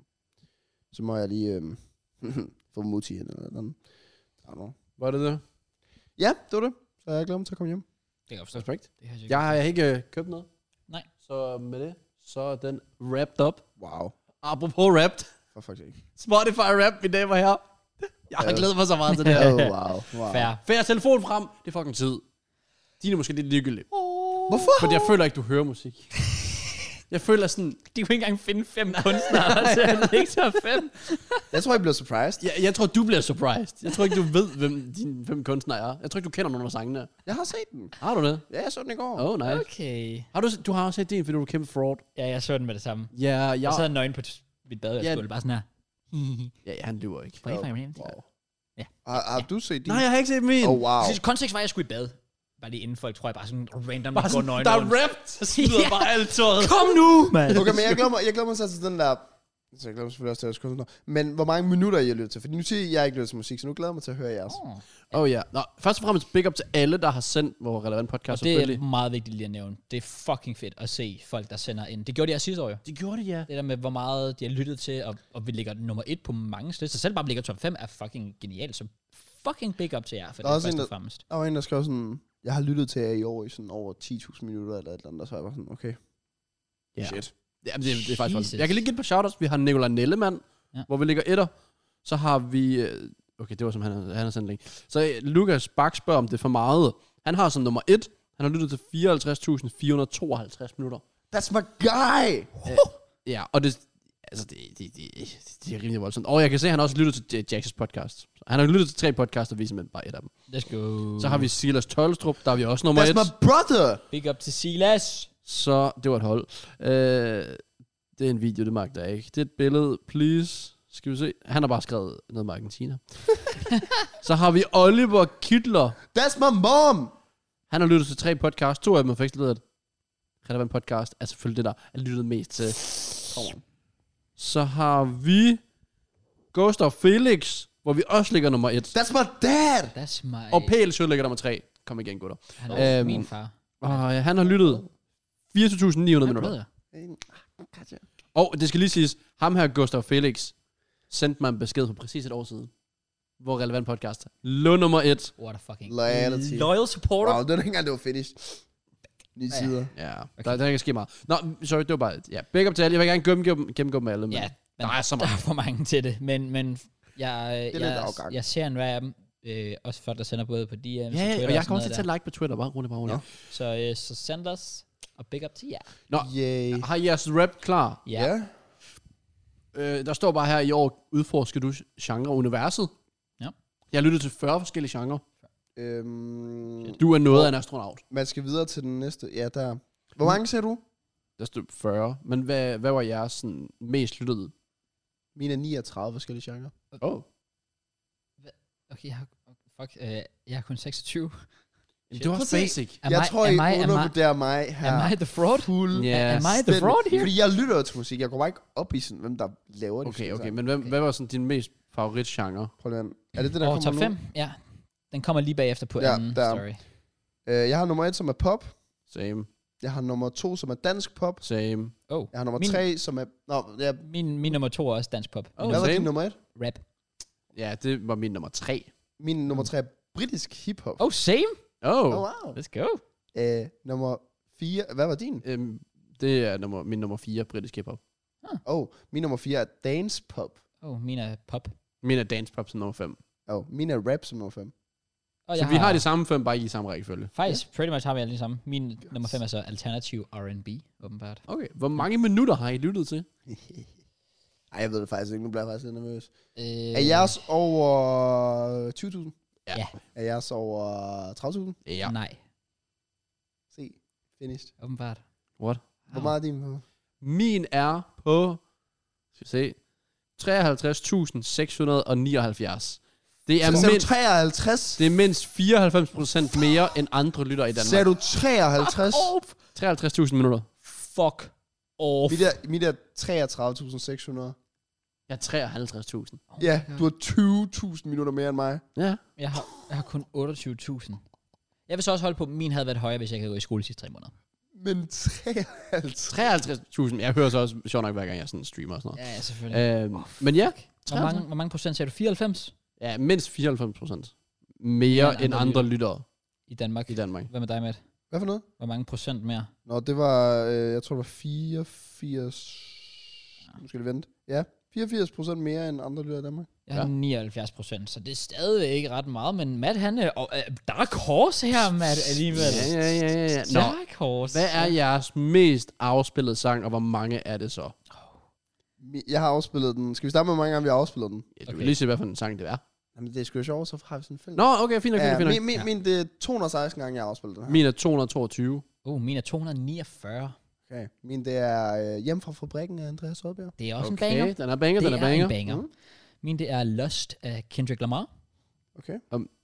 B: Så må jeg lige øhm, få Muti ind eller noget. andet.
C: Var det det?
B: Ja, det var det. Så jeg glæder mig til at komme hjem.
A: Det kan jeg forstå.
C: Respekt.
A: Det har jeg
C: Jeg har ikke øh, købt noget.
A: Nej.
C: Så med det, så er den wrapped up.
B: Wow.
C: Apropos wrapped.
B: For faktisk ikke.
C: Spotify rap, mine damer og herrer. Jeg har
B: Ja.
C: glædet mig så meget til det her.
B: Oh, wow. wow.
A: Fair.
C: Få jeres telefon frem. Det er fucking tid. Dine er måske lidt ligegyldigt.
B: Hvorfor?
C: Fordi jeg føler ikke, du hører musik. Jeg føler sådan...
A: De kunne ikke engang finde fem kunstnere, så han ikke så fem.
B: Jeg tror, jeg bliver surprised.
C: Jeg, jeg tror, du bliver surprised. Jeg tror ikke, du ved, hvem dine fem kunstnere er. Jeg tror ikke, du kender nogen af sangene.
B: Jeg har set den.
C: Har du det?
B: Ja, jeg så den i går.
C: Oh, nice.
A: Okay.
C: Har du, du har også set din, fordi du er kæmpe fraud.
A: Ja, jeg så den med det samme.
C: Ja,
A: Jeg
C: jeg...
A: sad nøgen på t- mit badeværelsesgulv,
C: Ja.
A: bare sådan her.
C: Ja, ja, han lyver ikke.
A: Får I fra min?
C: Wow.
B: Har, har du set din?
C: Nej, jeg har ikke set min.
B: Oh, wow.
A: Sidste kontekst var, at jeg skulle i bad. Bare lige inden folk, tror jeg bare sådan random
C: Bare
A: går
C: sådan,
A: nøgen
C: der er
A: rundt.
C: rap, så smider
A: Ja.
C: bare alt tøjet.
A: Kom nu, mand!
B: Okay, men jeg glæder mig, jeg glæder mig så til den der... Så jeg glæder mig selvfølgelig også til at kunstner. Men hvor mange minutter I har lyttet til? Fordi nu siger I, at jeg ikke lytter til musik, så nu glæder jeg mig til at høre jeres.
A: Oh.
C: Oh ja. Nå, først og fremmest big up til alle, der har sendt vores relevant podcast,
A: Og det
C: selvfølgelig.
A: er meget vigtigt lige at nævne. Det er fucking fedt at se folk, der sender ind. Det gjorde de her sidste år jo.
C: Det gjorde det, ja.
A: Det der med, hvor meget de har lyttet til, og, og vi ligger nummer et på mange lister. Selv bare vi ligger top fem er fucking genialt. Så fucking big up til jer, for
B: Der
A: det
B: er
A: er
B: også
A: først
B: en,
A: og fremmest.
B: Der var en, der skrev sådan... Jeg har lyttet til jer i år i sådan over ti tusind minutter eller et eller andet, og så er jeg bare sådan, okay.
C: Ja.
B: Shit.
C: Ja, det, det er faktisk
A: Jesus.
C: faktisk. Jeg kan lige give et par shoutouts. Vi har Nicolai Nellemann,
A: Ja.
C: hvor vi ligger etter. Så har vi... øh, Okay, det var som han, han har sendt link. Så øh, Lukas Bak spørger, om det er for meget. Han har som nummer et. Han har lyttet til fireoghalvtreds tusind fire hundrede og tooghalvtreds minutter.
B: That's my guy!
C: Øh, ja, og det... Altså, det, det, det, det er rimelig voldsomt. Og jeg kan se, at han har også lyttet til Jax's podcast. Så han har lyttet til tre podcasts, og vi er simpelthen bare et af dem.
A: Let's go.
C: Så har vi Silas Tolstrup, der er vi også nummer
B: That's
C: et.
B: my brother!
A: Big up til Silas.
C: Så det var et hold. Øh, det er en video, det magter jeg ikke. Det er et billede, please. Skal vi se. Han har bare skrevet noget med Argentina. Så har vi Oliver Kittler.
B: That's my mom!
C: Han har lyttet til tre podcasts. To af dem har faktisk lyttet relevant podcast. Er selvfølgelig det, der er lyttet mest til. Så har vi Ghost of Felix, hvor vi også ligger nummer et.
B: That's my dad!
A: That's my...
C: Og P L Sjø ligger nummer tre. Kom igen, gutter.
A: Han er
C: Øhm,
A: min far.
C: Og ja, han har lyttet fireogtyve tusind ni hundrede
A: Han
C: minutter.
A: bløder.
C: Og det skal lige siges, ham her, Gustav Felix, sendte mig en besked for præcis et år siden. Hvor relevant podcast lå nummer et.
A: What a fucking...
B: Loyalty.
A: Loyal supporter.
B: Wow, det var ikke engang, det var finished. Nye
A: Ja.
B: sider.
C: Ja,
A: Okay.
C: der, der kan ske meget. Nå, sorry, det var bare... Ja, big up til alle. Jeg vil gerne gennemgå, gennemgå dem alle, men
A: Ja, men
C: der er så
A: der er
C: meget.
A: for mange til det. Men, men jeg,
B: lidt
A: jeg,
B: afgang.
A: jeg ser en hver af dem. Øh, også folk, der sender både på D M's
C: Ja,
A: og
C: ja,
A: Twitter
C: og jeg
A: og
C: kommer
A: sådan
C: også til
A: noget
C: at like på Twitter. Bare roligt, bare roligt.
B: Nå.
A: der. Så, øh, så send os, og big up til jer.
C: Nå,
B: Yay.
C: har I jeres rap klar?
A: Ja.
B: Ja.
C: Øh, der står bare her, i år udforsker du genre-universet.
A: Ja.
C: Jeg har lyttet til fyrre forskellige genrer.
B: Øhm,
C: Du er noget af en astronaut.
B: man skal videre til den næste. Ja, der. Hvor mange ser du?
C: Der står fyrre. Men hvad, hvad var jeres sådan, mest lyttede?
B: Mine er niogtredive forskellige genrer.
C: Oh.
A: Okay, jeg har, fuck, øh, jeg har kun seksogtyve.
C: Det var
B: Prøv at se.
C: basic.
A: Am
B: Jeg
A: I-
B: tror,
A: am
B: I
A: I- am I-
B: undervurderer mig her.
A: Am I the fraud?
B: Fuld.
C: Ja.
A: Am I the fraud here?
B: Fordi jeg lytter jo til musik. Jeg går bare ikke op i sådan, hvem der laver det.
C: Okay, okay. Men hvad, hvad var sådan din mest favoritgenre?
B: Prøv lige at- Er det det, der
A: Over
B: kommer
A: top
B: nu?
A: fem? Ja. Den kommer lige bagefter på
B: Ja,
A: anden
B: der.
A: story.
B: Øh, jeg har nummer et, som er pop.
C: Same.
B: Jeg har nummer to, som er dansk pop.
C: Same.
A: Oh,
B: Jeg har nummer
A: Min-
B: tre, som er... Nå, ja.
A: min, min nummer to er også dansk pop.
C: Oh,
A: Min
B: Hvad var
C: same.
B: din nummer et?
A: Rap.
C: Ja, det var min nummer tre.
B: Min nummer tre er britisk hiphop.
A: Oh, same?
C: Oh.
B: Oh, wow.
A: Let's go.
B: Øh, nummer fire... Hvad var din?
C: Øhm, det er nummer, min nummer fire, britisk hiphop.
B: Oh, min nummer fire er dance pop.
A: Oh, min er pop.
C: Min er dance pop som nummer fem.
B: Oh, min er rap som nummer fem.
A: Og
C: Så
A: jeg
C: vi har de samme fem, bare ikke i samme rækkefølge.
A: Faktisk, pretty much har vi alle de samme. Min nummer fem er så alternativ R and B, åbenbart.
C: Okay. Hvor mange minutter har I lyttet til?
B: Ej, jeg ved det faktisk ikke. Nu bliver jeg faktisk lidt nervøs.
A: Øh,
B: Er jeres over tyve tusind?
C: Ja.
A: Ja.
B: Er jeres over tredive tusind?
C: Ja.
A: Nej,
B: Se, finished.
A: åbenbart.
C: What?
B: Hvor meget er din på?
C: Min er på... Skal vi se... treoghalvtreds tusind seks hundrede og nioghalvfjerds. Det er,
B: Så sagde du
C: mindst,
B: treoghalvtreds?
C: det er mindst fireoghalvfems procent mere end andre lytter i
B: Sagde
C: Danmark.
B: du treoghalvtreds?
C: treoghalvtreds tusind minutter.
A: Fuck off.
B: Mit er, mit er treogtredive tusind seks hundrede.
C: Jeg er treoghalvtreds tusind.
A: Oh
B: Ja,
A: my God.
B: du har tyve tusind minutter mere end mig.
C: Ja.
A: Jeg har, jeg har kun otteogtyve tusind. Jeg vil så også holde på, at min havde været højere, hvis jeg ikke havde gået i skole de sidste tre måneder.
B: Men treoghalvtreds?
C: treoghalvtreds tusind. Jeg hører så også sjovt nok, hver gang jeg sådan streamer og sådan
A: Ja, ja, selvfølgelig.
C: noget. Øhm, men ja,
A: Hvor mange, hvor mange procent sagde du? fireoghalvfems
C: ja, mindst fireoghalvfems procent. Mere
A: Mere
C: end
A: end
C: andre
A: andre
C: lyttere
A: i Danmark?
C: i Danmark.
A: Hvad med dig, Matt?
B: Hvad for noget?
A: Hvor mange procent mere?
B: Nå, det var, øh, jeg tror det var fireogfirs... Nu skal det vente. Ja, fireogfirs procent mere end andre lytter i Danmark.
A: Jeg har
C: Ja.
A: nioghalvfjerds procent, så det er stadig ikke ret meget, men Matt, han er... Og, uh, dark horse her, Matt, alligevel.
C: Ja, ja, ja, ja, ja. Nå,
A: Dark horse.
C: hvad er jeres mest afspillede sang, og hvor mange er det så?
B: Mi- Jeg har afspillet den. Skal vi starte med, hvor mange gange vi har afspillet den?
C: Ja, du
A: Okay.
C: kan lige se, hvad for en sang det er.
B: Jamen, det er sgu da sjovt, så har vi sådan en film.
C: Nå, okay, fint nok, fint
B: ja,
C: nok, fint nok.
B: min, min, min, det er to hundrede og seksten gange, jeg har afspillet den her.
C: Min er to hundrede og toogtyve.
A: Oh, min er to hundrede og niogfyrre.
B: Okay. Min, det er øh, Hjem fra fabrikken af Andreas Rødbjerg.
A: Det er også
C: Okay,
A: en banger.
C: den er banger,
A: Det
C: den er
A: er
C: banger.
A: en banger.
B: Mm.
A: Min, det er Lust af Kendrick Lamar.
B: Okay.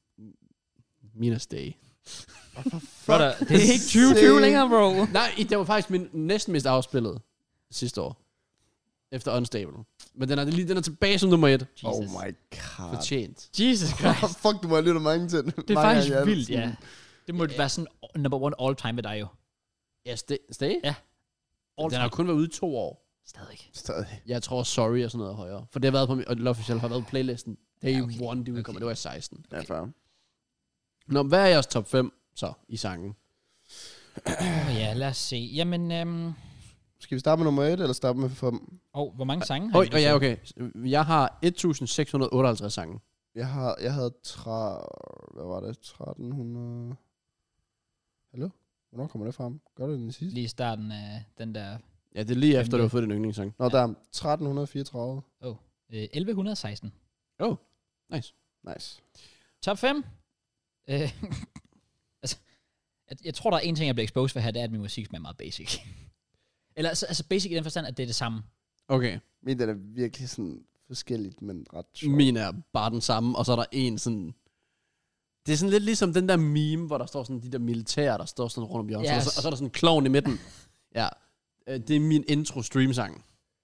C: Min er Stay.
A: Brother, det er ikke tyve tyve længere, bro.
C: Nej, det var faktisk min næsten mest afspillet sidste år. Efter Unstable. Men den er, lige, den er tilbage som nummer et.
A: Jesus.
B: Oh my god.
C: Fortjent.
A: Jesus Christ.
B: Fuck, du må have lyttet mange til den.
A: Det er
B: Mange
A: faktisk
B: gange,
A: vildt, ja. Det må
C: Ja.
A: være sådan number one all time med dig jo.
C: Ja, Stay? Stay?
A: Ja. All
C: Den har
A: time.
C: kun været ude i to år.
A: Stadig.
B: Stadig.
C: Jeg tror Sorry og sådan noget højere. For det har været på min, og Love Official har været på playlisten. Day
A: Ja,
C: ja,
A: okay.
C: okay. one, det udkom,
A: Okay.
C: det var i seksten.
B: Ja, fair.
C: Nå, hvad er jeres top fem så i sangen?
A: Oh, ja, lad os se. Jamen, øhm,
B: Skal vi starte med nummer et, eller starte med fem?
A: Og hvor mange sange har
C: Oj,
A: I?
C: oh, ja, okay. Jeg har tusinde seks hundrede otteoghalvtreds sange.
B: Jeg, har, jeg havde tre... Hvad var det? tretten hundrede... Hallo? Hvornår kommer det frem? Gør det den sidste?
A: Lige i starten af den der
C: Ja, det er lige efter,
A: Femte.
C: du har fået din yndlingssang.
B: Nå, der er tretten fireogtredive.
A: øh, elleve seksten.
C: Oh, nice.
B: Nice.
A: Top fem. Øh, altså, jeg, jeg tror, der er en ting, jeg bliver exposed for her, det er, at min musik smager meget basic. Eller altså, altså basic i den forstand, at det er det samme.
C: Okay.
B: Min den er virkelig sådan forskelligt, men ret sjov.
C: Min er bare den samme, og så er der en sådan... Det er sådan lidt ligesom den der meme, hvor der står sådan de der militære, der står sådan rundt om hjørnet,
A: Yes.
C: og, så, og så er der sådan en klovn i midten. Ja, øh, det er min intro stream-sang.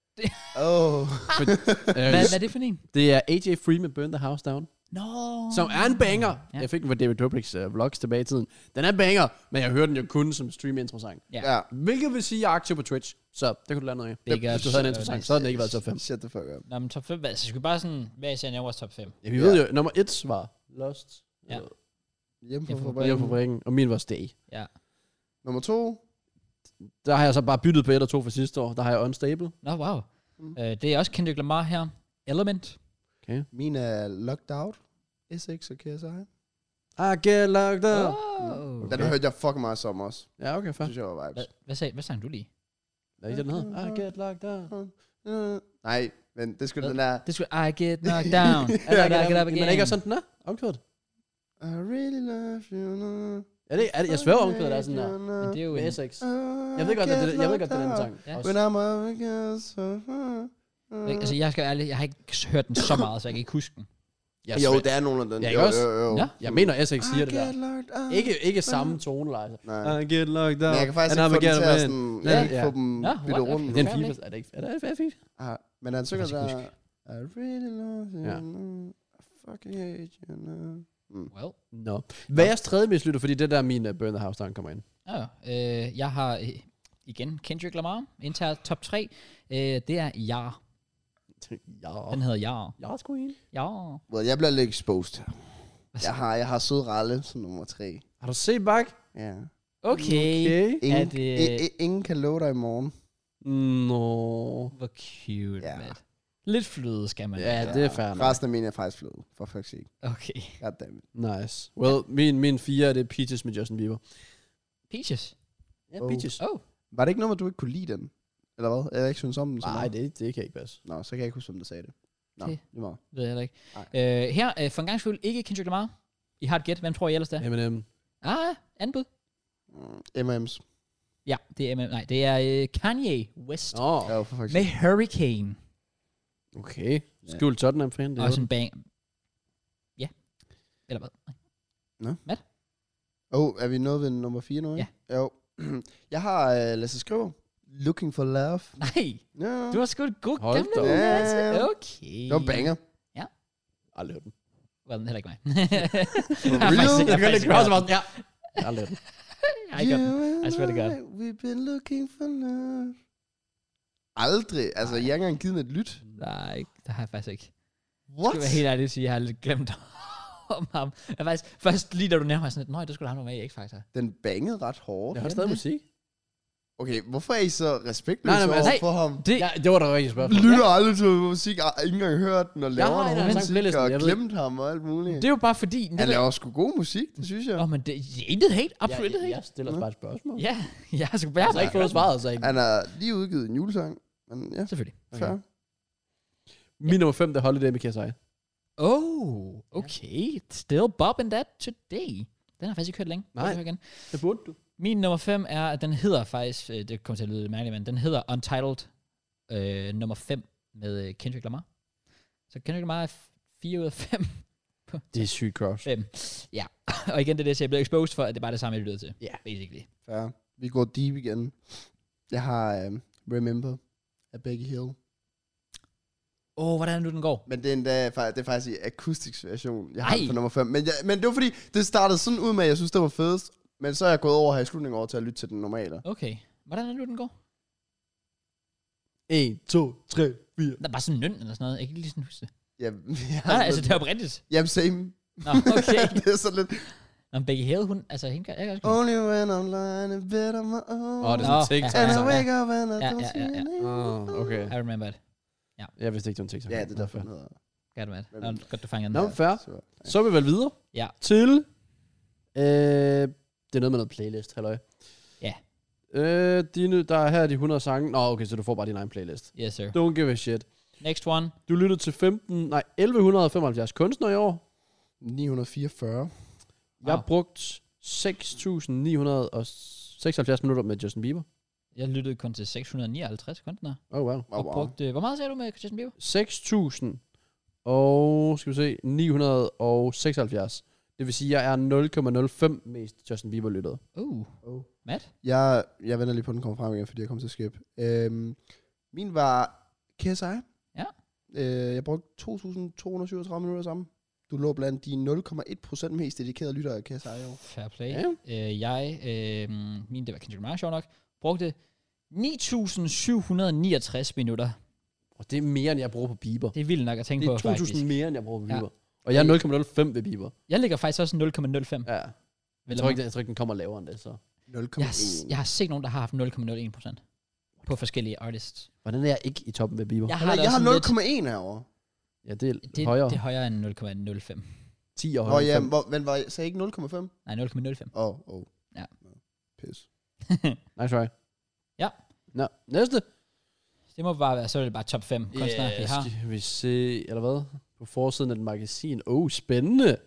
B: Oh.
C: For, øh,
A: Hvad, hvad er det for en?
C: det er A J Free med Burn the House Down,
A: Nå.
C: som er en banger.
A: Ja.
C: Jeg fik den fra David Dobrik's uh, vlogs tilbage i tiden. Den er banger, men jeg hørte den jo kun som stream-intro-sang.
A: Ja.
B: Ja.
C: Hvilket vil sige, at jeg er aktiv på Twitch, så det kunne du lære noget af.
A: Big
C: Hvis
A: up.
C: du havde en intro-sang, så havde den ikke været top fem.
B: Shut the fuck up.
A: Nå, men top fem, hvad? Så skal vi bare sådan, hvad er især vores top fem?
C: Ja, vi
B: Ja.
C: ved jo, nummer et var Lost.
A: Ja.
C: Øh,
B: Hjemme
A: Hjemme
B: fra
A: fra
C: Hjemme fra
B: fabrikken.
C: fabrikken, og min var Stay.
A: Ja.
B: Nummer to.
C: Der har jeg så bare byttet på et og to fra sidste år. Der har jeg Unstable.
A: Nå, wow.
B: Mm.
A: Uh, det er også Kendrick Lamar her. Element.
B: Min er Locked Out. S X og K S I.
C: I get locked up.
A: Oh.
B: Den hørte jeg fucking meget som også.
C: Ja, okay, fair.
B: Synes jeg var
A: Hvad,
B: vibes.
A: hvad, sagde, hvad sang du lige?
C: Hvad er det, den hedder? I get locked up.
B: Øh, Nej, men det skulle
A: Hvad?
B: den der...
A: Det skulle I get knocked down. I
C: Er
A: get up again.
C: Men er det ikke også sådan, den er? Omkvædet?
B: I really love you now.
C: Er det, er det, jeg sværger omkvædet, der er sådan der.
A: Men det er jo
C: Med
A: en...
C: S X. Jeg ved godt, det, det, jeg ved godt, det er den sang.
A: Ja.
C: Også.
B: When I'm up against so far.
A: Altså, jeg skal være ærlig, jeg har ikke hørt den så meget, så jeg kan ikke huske den.
C: Jeg,
B: Jo,
C: svær-
B: det er nogle af den.
C: Ja, ikke
B: jo,
C: også?
B: jo, jo.
A: Ja.
C: jeg mener, S X siger
B: I
C: det der.
B: get locked out.
C: Ikke, ikke samme toneleje.
B: Nej.
C: I get locked up.
B: Men jeg kan faktisk
C: and
B: ikke
C: I'm
B: få den
C: a
B: til
C: gentleman.
B: at sådan,
C: Ja,
B: ja,
C: ja.
B: få dem
A: Ja,
B: bytte
A: what?
B: rundt.
C: Det er en
A: Fair
C: FIFA.
A: play.
C: Er det ikke? Er det, er det fint?
B: Ah, men han synger
A: Jeg kan
B: der... I really love you
C: Ja.
B: now. I fucking hate you now. Mm.
A: Well.
C: Nå. Hvad er jeres tredje mislytter? Fordi det der min uh, Burn the House Down kommer ind.
A: Ja, øh, jeg har øh, igen Kendrick Lamar, indtager top tre. Øh, det er Jar.
C: Ja.
A: Den hedder Jar.
C: Ja, sgu en.
A: Jar.
B: Well, jeg bliver lidt exposed her. Jeg har, jeg har sød Ralle som nummer tre.
C: Har du set bak?
B: Ja.
A: Okay.
C: Okay.
B: Ingen,
A: Er det-
B: i- i- ingen kan love dig i morgen.
C: Nå.
A: Hvor cute,
B: Ja.
A: mand. Lidt fløde skal man.
C: Ja, det er fair nok.
B: Resten af mine er faktisk fløde, for fuck's sake.
A: Okay.
B: Goddammit.
C: Nice. Well, min, min fire, det er Peaches med Justin Bieber.
A: Peaches.
C: Ja,
B: Oh.
C: Peaches.
A: Oh.
B: Var det ikke noget, du ikke kunne lide den? Eller hvad? Eller ikke synes om den? så
C: Nej,
B: meget?
C: det, det kan ikke passe.
B: Nå, så kan jeg ikke huske, om der sagde det. Nå,
A: Det-
B: lige meget.
A: Ved jeg heller ikke.
B: Nej.
A: Øh, her, øh, for en gang skyld, ikke Kendrick Lamar. I har et gæt. Hvem tror I ellers det er?
C: Eminem.
A: Ah, anden bud.
B: Mm, M M's.
A: Ja, det er, nej, det er øh, Kanye West.
C: Åh,
B: Ja, for fuck's
A: Med
B: sake.
A: Hurricane.
C: okay. Skjult Tottenham-fan. Det er
A: Også
C: jo-
A: en bang. Ja. Eller hvad? Nej.
B: Oh, er vi nået ved nummer fire nu, ikke? Ja. Jo. Jeg har uh, Lasse Skriver. Looking for love.
A: Nej,
B: Ja.
A: du har sgu et god
C: Hold
A: gamle
C: da op.
A: Lasse.
B: Ja.
A: Okay.
B: Det var en banger.
C: Aldrig hørt den.
A: Well, heller ikke mig.
B: real?
C: Jeg kan
A: faktisk
C: ikke cross
A: godt.
C: mig. Ja. Jeg har aldrig hørt den.
A: Jeg har ikke hørt den. I swear to God.
B: We've been looking for love. Aldrig. Altså, jeg har ikke engang givet den et lyt.
A: Nej, det har jeg faktisk ikke. Jeg
B: What?
A: skal være helt ærlig at sige, at jeg har lidt glemt om ham. Jeg faktisk, først lige da du nærmede mig sådan lidt, nej, det skulle han være med i X-Factor.
B: Den bangede ret hårdt.
C: Jeg har stadig musik.
B: Okay, hvorfor er I så respektløse
C: Nej, nej, men
B: over
A: altså-
B: for ham?
A: Det,
C: Ja, det var da rigtig spørgsmål.
B: Lytter aldrig til musik, har ikke engang hørt den, og laver
C: har en
B: noget
C: sang på
B: musik,
C: playlisten,
B: og
C: jeg ved
B: glemt ham og alt muligt.
A: det er jo bare fordi...
B: Han laver sgu god musik, det synes jeg.
A: Åh, men det er intet hate. Absolut intet
C: Jeg,
A: hate.
C: jeg stiller bare et spørgsmål.
A: Ja, jeg har sgu bare...
C: Jeg har så ikke fået svaret, så ikke.
B: Han har lige udgivet en julesang, men ja,
A: Selvfølgelig.
B: fair.
C: Okay. Min nummer fem, det er Holiday med K S I.
A: Oh, okay. Still bobbing that today. Den har jeg faktisk ikke hørt længe.
C: Nej.
A: Prøv at høre igen.
C: Det burde du.
A: Min nummer fem er, at den hedder faktisk, øh, det kommer til at lyde lidt mærkeligt, men den hedder Untitled øh, nummer fem med øh, Kendrick Lamar. Så Kendrick Lamar er fire ud af fem.
C: Det er sygt cross.
A: fem. Ja, og igen det er det, så jeg blev exposed for, at det er bare det samme, jeg lytter til.
C: Ja.
A: Basically.
B: Fair. Vi går deep igen. Jeg har um, Remember af Becky Hill.
A: Åh, oh, hvordan er nu den går?
B: Men det er, endda, fa- det er faktisk i akustisk version. Jeg har
A: Ej.
B: den på nummer fem. Men, jeg, men det var fordi, det startede sådan ud med, at jeg synes, det var fedest. Men så er jeg gået over her i slutningen over til at lytte til den normale.
A: Okay. Hvordan er nu den går?
C: en, to, tre, fire.
A: Der er bare sådan en nøn eller sådan noget. Jeg kan ikke lige sådan huske det.
B: Ja,
A: Nej, altså det er oprindeligt.
B: Jamen, same.
A: Nå, okay.
B: det er sådan lidt...
A: Om Becky Hill, hun, altså hende kan jeg også
B: Only when I'm lying in bed on my own.
C: Åh, oh, det er sådan en
A: Nå,
C: TikTok.
B: And I
A: ja.
B: wake up and I
A: Ja,
B: don't
A: ja,
B: see
A: ja, ja.
B: anything.
C: Oh, okay.
A: I remember it.
C: Jeg vidste ikke, det var en TikTok.
B: Ja, det er derfor, den hedder.
A: Got it,
B: Hvem-
A: man. Godt, du fanger den.
C: Nå, fair.
B: Så, ja.
C: Så er vi vel videre
A: Ja.
C: til... Øh, det er noget med noget playlist, halløj.
A: Ja.
C: Øh, dine, der er her de hundrede sange. Nå, okay, så du får bare din egen playlist.
A: Yes, sir.
C: Don't give a shit.
A: Next one.
C: Du lyttede til femten, nej, elleve femoghalvfjerds kunstnere i år.
B: ni hundrede fireogfyrre.
C: Jeg har
A: Wow.
C: brugt seks tusind ni hundrede seksoghalvfjerds minutter med Justin Bieber.
A: Jeg lyttede kun til seks hundrede nioghalvtreds kunstnere.
C: Oh, wow.
B: Wow,
A: Og
B: wow.
A: brugte, hvor meget sagde du med Justin Bieber?
C: seks tusind og, skal vi se, ni hundrede seksoghalvfjerds. Det vil sige, at jeg er nul komma nul fem mest Justin Bieber lyttet.
A: Uh,
B: Oh.
A: Matt?
B: Jeg, jeg venter lige på, at den kommer frem igen, fordi jeg kom til at skip. Øhm, min var K S I.
A: Ja.
B: Øh, jeg brugte to tusind to hundrede syvogtredive minutter sammen. Du lå blandt de nul komma en procent mest dedikerede lyttere af K S I i år.
A: Fair play.
C: Ja.
A: Øh, jeg, øh, min, det var Kendrick Lamar, sjov nok, brugte ni tusind syv hundrede niogtres minutter.
C: Og det er mere, end jeg bruger på Bieber.
A: Det er vildt nok at tænke
C: Det
A: på,
C: er to tusind
A: faktisk.
C: mere, end jeg bruger på
A: Ja.
C: Bieber. Og jeg er nul komma nul fem ved Bieber.
A: Jeg ligger faktisk også nul komma nul fem.
C: Ja. Jeg
A: Eller
C: tror,
A: hvad?
C: ikke, jeg tror ikke, den kommer lavere end det, så.
B: nul komma
A: Jeg, har,
B: en.
A: jeg har set nogen, der har haft nul komma nul en procent på forskellige artists.
C: Hvordan er jeg ikke i toppen ved Bieber?
A: Jeg
B: Jeg
A: har,
B: har,
A: det
B: jeg har
A: også
B: nul
A: lidt-
B: komma en herovre.
C: Ja, det er
A: det,
C: højere.
A: Det er højere end nul komma nul fem.
C: ti og
B: Hvor,
C: højere.
B: ja,
C: end
B: hvor, men var, sagde jeg ikke nul komma fem?
A: Nej, nul komma nul fem.
B: Åh, oh, åh. Oh.
A: Ja.
B: Pis.
C: fem. Nice try.
A: Ja.
C: Nå, næste.
A: Det må bare være, så er det bare top fem kunstnere, vi har.
C: skal vi se, eller hvad? På forsiden af et magasin. Oh, spændende.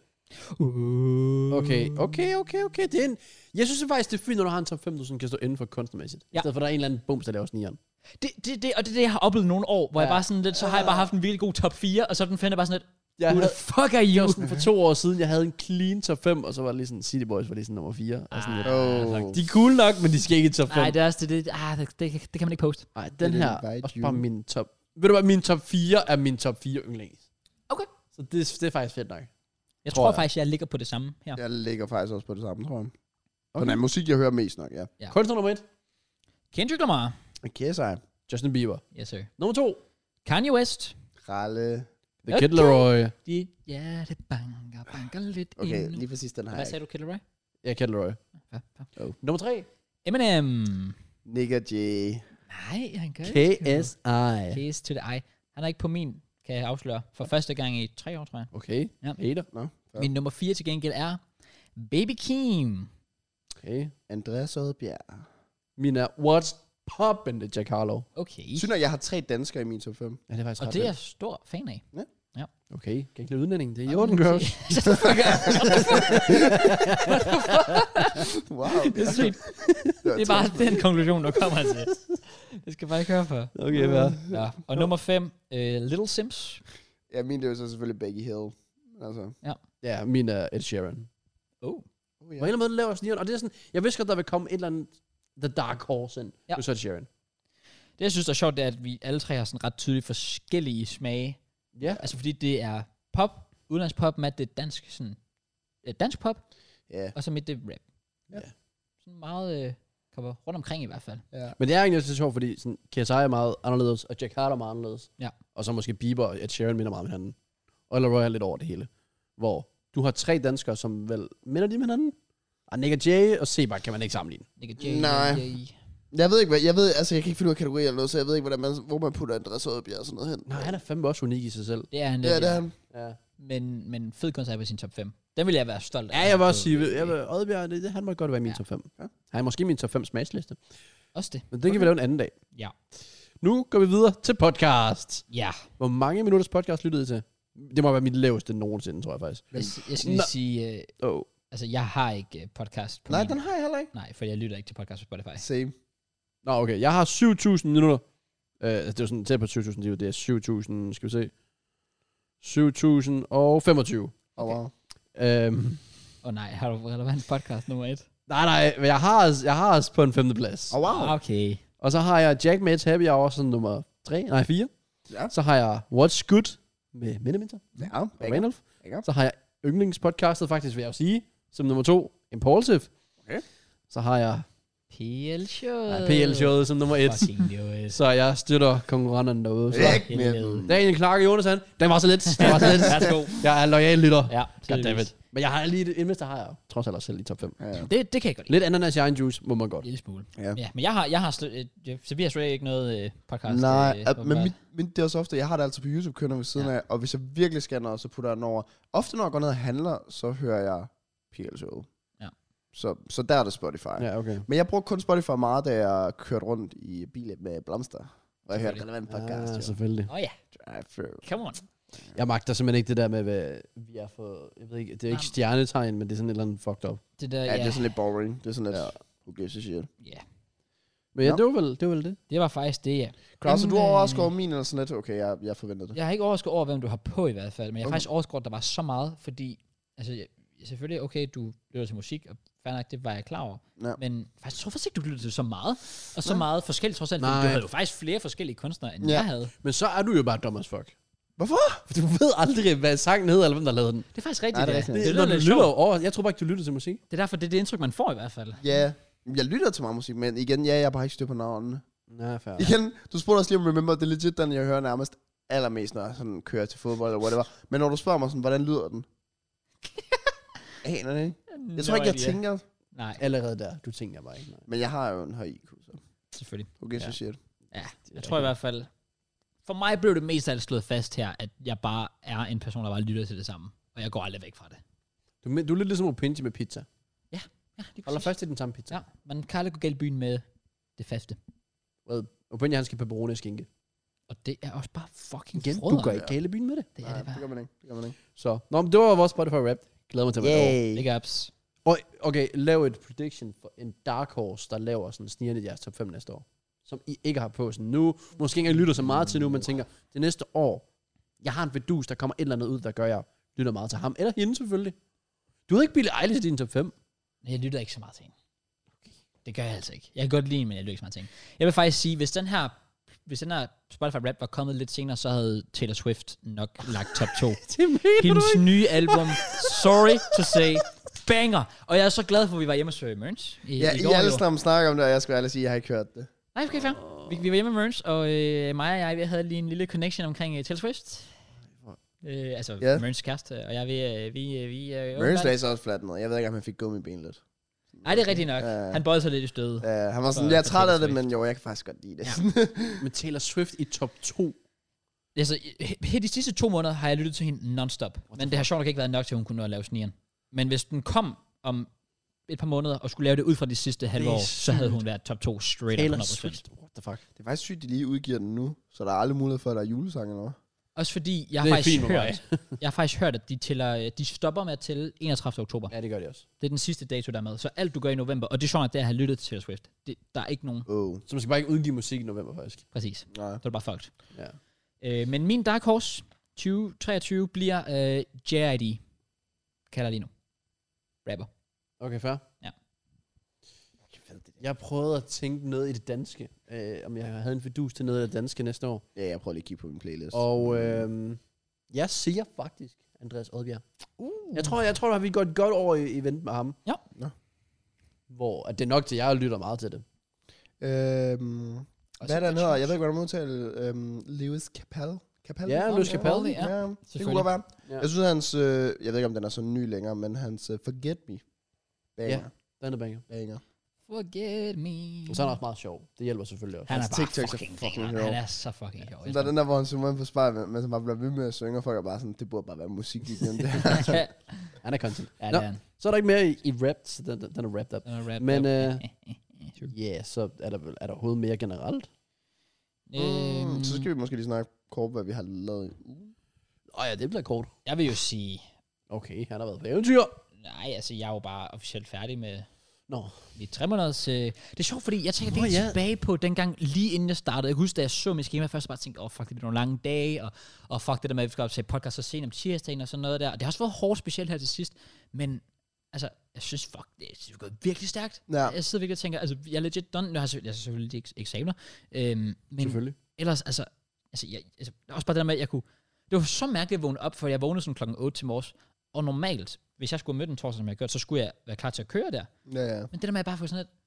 C: Okay, okay, okay, okay. Det er en... Jeg synes det faktisk, det er fint, når du har en top fem, du sådan kan stå inden for kunstnermæssigt.
A: Ja.
C: I stedet for, der er en eller anden bums, der laver snigeren.
A: Det, det, det, og det er det, jeg har oplevet nogle år, hvor ja.
C: Ja.
A: jeg bare sådan lidt, så har jeg bare haft en virkelig god top fire, og så den finder jeg bare sådan lidt,
C: Jeg
A: who the
C: havde,
A: fuck are
C: det
A: you?
C: var sådan for to år siden, jeg havde en clean top fem, og så var det lige sådan, City Boys var lige sådan nummer fire. Og sådan lidt,
B: Oh.
C: de er cool nok, men de skal ikke i top fem.
A: Nej, det er også det, det, ah, det, det, det kan man ikke poste.
C: Nej, den
B: Det er
C: her
B: den
C: er
B: Invite
C: også
B: You.
C: bare min top... Ved du hvad, min top fire er min top fire yndlings.
A: Okay.
C: Så det, det er faktisk fedt nok.
A: Jeg
C: Tror
A: tror
C: jeg.
A: faktisk, jeg ligger på det samme her.
B: Jeg ligger faktisk også på det samme, tror jeg.
C: Okay.
B: Den er musik, jeg hører mest nok, ja.
A: Ja.
C: Kunstner nummer et,
A: Kendrick Lamar.
B: K S I.
C: Justin Bieber.
A: Yes, sir.
C: Nummer to,
A: Kanye West.
B: Ralle.
C: The
A: Okay.
C: Kid Laroi.
A: De, ja, det banker, banker lidt
B: Okay,
A: ind.
B: lige præcis den har
A: Hvad
B: jeg
A: sagde du, Kid Laroi?
C: Ja, Kid Laroi.
A: Ja, ja.
C: Oh. Nummer tre,
A: Eminem.
B: Nigga J.
A: Nej, han gør
C: K
A: ikke.
C: S I.
A: Case to the eye. Han er ikke på min, kan jeg afsløre, for første gang i tre år, tror jeg.
C: Okay,
A: Ja.
C: hater.
B: Nå, ja.
A: Min nummer fire til gengæld er Baby Keem.
C: Okay.
B: Andreas Oddbjerg.
C: Min er What's Poppin' det Jack Harlow.
A: Okay.
B: Synes jeg, jeg har tre danskere i min top fem.
C: Ja, det er faktisk
A: Og
C: ret
A: det er jeg
C: vildt.
A: stor fan af.
C: Okay, kan ikke lide udlænding. Det er i orden, girl.
A: Shut the fuck up.
B: Wow.
A: Det er sygt. Det er bare den konklusion, du kommer til. Det skal bare ikke høre for.
C: Okay, hvad?
A: Ja. Og nummer fem, uh, Little Sims.
B: Ja, min det er jo så selvfølgelig Becky Hill. Altså.
C: Ja, min er Ed Sheeran.
A: Oh.
B: Oh,
C: På en eller anden måde laver snigeren, og det er sådan, jeg vidste godt, der vil komme et eller andet The Dark Horse ind.
A: Ja.
C: Ja. Så Ed Sheeran.
A: Det, jeg synes, er sjovt, det er, at vi alle tre har sådan ret tydeligt forskellige smage.
C: Ja.
A: Altså, fordi det er pop, udenlandspop, Matt, det er dansk, sådan, øh, dansk pop,
B: Ja.
A: og så mit det er rap.
C: Ja.
A: Sådan meget, øh, kommer rundt omkring i hvert fald.
B: Ja.
C: Men det er egentlig også sjovt, fordi sådan, K S I er meget anderledes, og Jack Harlow er meget anderledes.
A: Ja.
C: Og så måske Bieber og Ed Sheeran minder meget om hinanden. Og Laroi er lidt over det hele. Hvor du har tre danskere, som vel minder de om hinanden? Og Nick og Jay og Sebak kan man ikke sammenligne.
A: Nick J,
B: Nej.
A: J.
B: Jeg ved ikke, hvad, jeg ved, altså jeg kan ikke finde ud af kategorier eller noget, så jeg ved ikke, hvordan man, hvor man putter Andreas Oddbjerg og sådan noget hen.
C: Nej, han er fandme også unik i sig selv.
A: Det er han lidt,
B: Ja, det er han.
C: Ja.
A: Men, men fed koncert på sin top fem. Den vil jeg være stolt af.
C: Ja, jeg vil også sige, jeg vil, Oddbjerg, det, det, han må godt være i min
A: Ja.
C: top fem.
B: Ja.
C: Han er måske min top fem smagsliste.
A: Også det.
C: Men det kan vi lave en anden dag.
A: Ja.
C: Nu går vi videre til podcast.
A: Ja.
C: Hvor mange minutters podcast lyttede I til? Det må være mit laveste nogensinde, tror jeg faktisk.
A: Jeg, jeg skal lige
C: Nå.
A: sige, øh,
C: Oh.
A: altså jeg har ikke øh, podcast på
B: Nej,
A: min.
B: den har jeg heller ikke.
A: Nej, for jeg lytter ikke til podcast på Spotify.
B: Same.
C: Nå, okay. Jeg har syv tusind minutter. Uh, det er jo sådan tæt på syv tusind, det er syv tusind, skal vi se. syv tusind og femogtyve.
B: Oh, wow.
C: Øhm,
A: Åh oh, nej, har du relevant podcast nummer et?
C: nej, nej, men jeg har, os- jeg har os på en femte plads.
B: Oh, wow.
A: Ah, okay.
C: Og så har jeg Jack Mates Happy Hour som nummer tre, nej fire.
B: Ja.
C: Så har jeg What's Good med Mindeminter
B: Ja,
C: og
B: banger.
C: Randolph.
B: Banger.
C: Så har jeg yndlingspodcastet faktisk, vil jeg jo sige, som nummer to, Impulsive.
B: Okay.
C: Så har jeg
A: P L-showet.
C: P L-showet som nummer et.
A: Fucking Lewis.
C: Så jeg støtter konkurrenterne derude. Så.
B: Ikke med den.
C: Daniel Clark og Jonathan. Den var så lidt. Den var så lidt.
A: Værsgo.
C: Jeg er lojal lytter.
A: Ja,
C: Goddammit. Men jeg har lige et investor, har jeg trods alt også selv i top fem.
B: Ja, ja.
A: Det, det kan jeg godt lide.
C: Lidt ananas i egen juice, må man godt.
A: En lille smule.
B: Ja.
A: Ja, men jeg har, jeg har slet, øh, så vi har slet ikke noget øh, podcast.
B: Nej,
A: øh,
B: at,
A: hvor
B: men
A: vi
B: mit, mit, det er også ofte, jeg har det altid på YouTube kørende ved siden
A: Ja.
B: ja. af, og hvis jeg virkelig skal noget, så putter jeg den over. Ofte når jeg går ned og handler, så hører jeg P L-showet.
A: Ja.
B: Så, så der er det Spotify.
C: Ja, okay.
B: Men jeg brugte kun Spotify meget, da jeg kørte rundt i bilen med Blomster. Og jeg hørte relevant podcast.
C: Ja,
B: jo.
C: selvfølgelig.
A: Åh oh, ja,
B: Drive through.
A: come on.
C: Jeg magter simpelthen ikke det der med, hvad vi er for... Jeg ved ikke, det er ikke stjernetegn, men det er sådan et eller andet fucked up.
A: Det der,
B: Ja,
A: ja,
B: det er sådan lidt boring. Det er sådan lidt,
C: Ja.
B: ja. who gives a shit.
A: ja,
C: Men ja,
B: Nå.
C: det var vel det. Var vel det.
A: det var faktisk det, ja.
B: Klaus, så
A: Jamen,
B: du
A: øh,
B: overrasket over min eller sådan lidt? Okay, jeg, jeg forventede det.
A: Jeg har ikke overrasket over, hvem du har på i hvert fald, men jeg har
B: Okay.
A: faktisk overrasket over, at der var så meget, fordi, altså, jeg, selvfølgelig, okay, du lytter til musik, og fair nok, det var jeg klar over,
B: Ja.
A: men faktisk, jeg tror faktisk ikke, du lyttede til så meget, og så
B: Nej.
A: meget forskelligt, trods alt, fordi
C: Nej.
A: du havde jo faktisk flere forskellige kunstnere, end
B: Ja.
A: jeg havde.
C: Men så er du jo bare dum as fuck.
B: Hvorfor?
C: For du ved aldrig, hvad sangen hedder, eller hvem der lavede den.
A: Det er faktisk rigtigt,
B: Nej, det er
A: ja.
B: rigtigt.
A: Det,
C: Det,
A: det
C: når
A: lyder
C: du
A: lidt
C: lytter
A: sjovt.
C: over, jeg tror bare ikke, du lytter til musik.
A: Det er derfor, det er det indtryk, man får i hvert fald.
B: Ja, jeg lytter til meget musik, men igen, ja, jeg har bare ikke styr på navnene.
C: Ja, fair.
B: Igen, du spurgte også lige om Remember, det er legit den, jeg hører nærmest allermest, når jeg sådan kører til fodbold eller whatever. Men når du spørger mig sådan, hvordan lyder den? Jeg aner det ikke. Jeg tror
A: No
B: ikke, jeg
A: idea.
B: tænker,
A: Nej,
C: Allerede der, du tænker bare ikke. Nej.
B: men jeg har jo en høj I Q, så
A: selvfølgelig.
B: who gives
C: Ja.
B: a shit.
A: Ja, jeg tror i hvert fald, for mig blev det mest af alt slået fast her, at jeg bare er en person, der bare lytter til det samme. Og jeg går aldrig væk fra det.
C: Du, du er lidt ligesom Opinji med pizza.
A: Ja, lige
C: Holder
A: præcis.
C: fast i den samme pizza.
A: Ja, man kan aldrig gå galt i byen med det faste.
C: Ja. Opinji, han skal pepperoni og skinke.
A: Og det er også bare fucking
C: Igen,
A: frøderen.
C: du går ikke galt i byen med det.
A: Det er
B: Nej,
A: det
B: det
A: bare.
B: gør man ikke. Det gør man ikke.
C: Så, nå, men det var vores Spotify rap. Glæder mig til at være yeah.
A: Big ups.
C: Og okay, lav et prediction for en dark horse, der laver sådan snigerne i jeres top fem næste år. Som I ikke har på sådan nu. Måske ikke engang lytter så meget til nu, men tænker, det næste år, jeg har en vedus, der kommer et eller andet ud, der gør, jeg lytter meget til ham. Eller hende selvfølgelig. Du havde ikke Billie Eilish i din top fem.
A: Jeg lytter ikke så meget til hende. Det gør jeg altså ikke. Jeg kan godt lide hende, men jeg lytter ikke så meget til hende. Jeg vil faktisk sige, hvis den her, hvis den her Spotify rap var kommet lidt senere, så havde Taylor Swift nok lagt top to.
C: Det mener
A: Hendes nye album, Sorry to Say, banger. Og jeg er så glad for, at vi var hjemme hos Mørns i,
B: Ja,
A: i
B: I
A: går.
B: alle
A: jo.
B: sammen snakker om det, og jeg skulle ærligt sige, at jeg har ikke hørt det.
A: Nej, okay, fair. Vi, vi var hjemme med Mørns, og øh, mig og jeg, vi havde lige en lille connection omkring uh, Taylor Swift. Øh, altså,
B: Ja.
A: yeah. Mørns kæreste, og jeg, vi, øh, vi, øh, vi øh,
B: Mørens lagde sig også fladt ned. Jeg ved ikke, om han fik gummiben lidt.
A: Nej, det er rigtigt nok.
B: Ja.
A: Han bøjede sig lidt i stødet.
B: Uh, han var sådan,
A: For-
B: jeg er
A: for
B: træt af
A: Taylor
B: det,
A: Swift.
B: men jo, jeg kan faktisk godt lide det.
A: Ja.
C: Med Taylor Swift i top to.
A: Altså, her de sidste to måneder har jeg lyttet til hende non-stop. Men det har sjovt nok ikke været nok til, at hun kunne nå at lave snigeren. Men hvis den kom om et par måneder, og skulle lave det ud fra de sidste halve
C: Det er
A: år, så havde
C: sygt.
A: hun været top to straight up
C: Taylor
A: hundrede procent.
C: Swift. What the fuck?
B: Det er faktisk sygt, at de lige udgiver den nu, så der er aldrig mulighed for, at der er julesang eller noget.
A: Også fordi, jeg har,
C: Det er
A: faktisk
C: fint med
A: hørt, jeg har faktisk hørt, at de, tæller, de stopper med at tælle enogtredivte oktober.
C: Ja, det gør de også.
A: Det er den sidste dato, der er med. Så alt, du gør i november, og det er sjovt, at det er at have lyttet til Taylor Swift. Det, der er ikke nogen.
B: Oh.
C: Så man skal bare ikke udgive musik i november, faktisk.
A: Præcis.
B: Nej.
A: Så er det bare fucked.
C: Ja.
A: Øh, men min Dark Horse tyve treogtyve bliver øh, J I D. Kalder jeg lige nu. Rapper.
C: Okay, fair.
A: Ja.
C: Jeg prøvede at tænke noget i det danske. Øh, om jeg havde en fidus til noget af det danske næste år.
B: Ja, jeg prøver lige at kigge på min playlist.
C: Og øh, jeg siger faktisk Andreas Odbjerg. Uh. Jeg tror, jeg tror, at vi går et godt år i event med ham.
A: Ja.
B: Nå.
C: Hvor at det er nok til, at jeg lytter meget til det.
B: Øhm, hvad er det, han hedder? Jeg ved ikke, hvordan man udtaler øhm, Lewis Capaldi. Capaldi?
C: Ja, Lewis Capaldi,
A: ja.
B: ja. Det kunne
A: Selvfølgelig.
B: godt være.
C: Ja.
B: Jeg synes, hans, øh, jeg ved ikke, om den er så ny længere, men hans uh, Forget Me. Banger.
C: Ja. Den er banger.
B: Banger.
A: Forget me.
C: Og så er han også meget sjov. Det hjælper selvfølgelig også.
A: Han er
B: Hans
A: bare
B: TikToks er
A: fucking,
B: fucking
A: fucking
B: sjov.
A: Han er så fucking sjov.
B: Så der er den der, hvor han zoomer ind på spejlet, men han bare bliver ved med at synge, og folk er bare sådan, det burde bare være musik igen. Det her.
A: ja,
C: Han er content.
A: det
C: Nå,
A: er han.
C: så er der ikke mere i, i rap, så den, den er wrapped up.
A: Den er rap,
C: Men,
A: rap.
C: Ja, yeah, så er der, vel- er der overhovedet mere generelt?
B: Mm, så skal vi måske lige snakke kort, hvad vi har lavet i ugen.
C: Åh oh, ja, det bliver kort.
A: Jeg vil jo sige,
C: Okay, han har været på eventyr.
A: nej, altså jeg er jo bare officielt færdig med
C: Nå,
A: mit tre måneders... Øh, det er sjovt, fordi jeg tænker
C: Nå,
A: virkelig
C: ja.
A: tilbage på dengang, lige inden jeg startede. Jeg kan huske, da jeg så mit schema først, så bare tænkte, åh oh, fuck, det bliver nogle lange dage, og, og fuck det der med, at vi skal optage podcast så sent om tirsdagen og sådan noget der. Og det har også været hårdt, specielt her til sidst, men altså, jeg synes, fuck, det er gået virkelig stærkt.
B: Ja.
A: Jeg sidder virkelig og tænker, altså, jeg er legit done. Nu har jeg, selvfølgelig- jeg har selvfølgelig ikke eksamener, øhm, men
C: selvfølgelig.
A: ellers, altså, altså, jeg, altså, også bare det der med, at jeg kunne... Det var så mærkeligt at vågne op, for jeg vågnede sådan klokken otte til morges, og normalt, hvis jeg skulle møde den torsdag, som jeg har gjort, så skulle jeg være klar til at køre der.
B: Ja, ja.
A: Men det der med, at jeg bare få sådan et,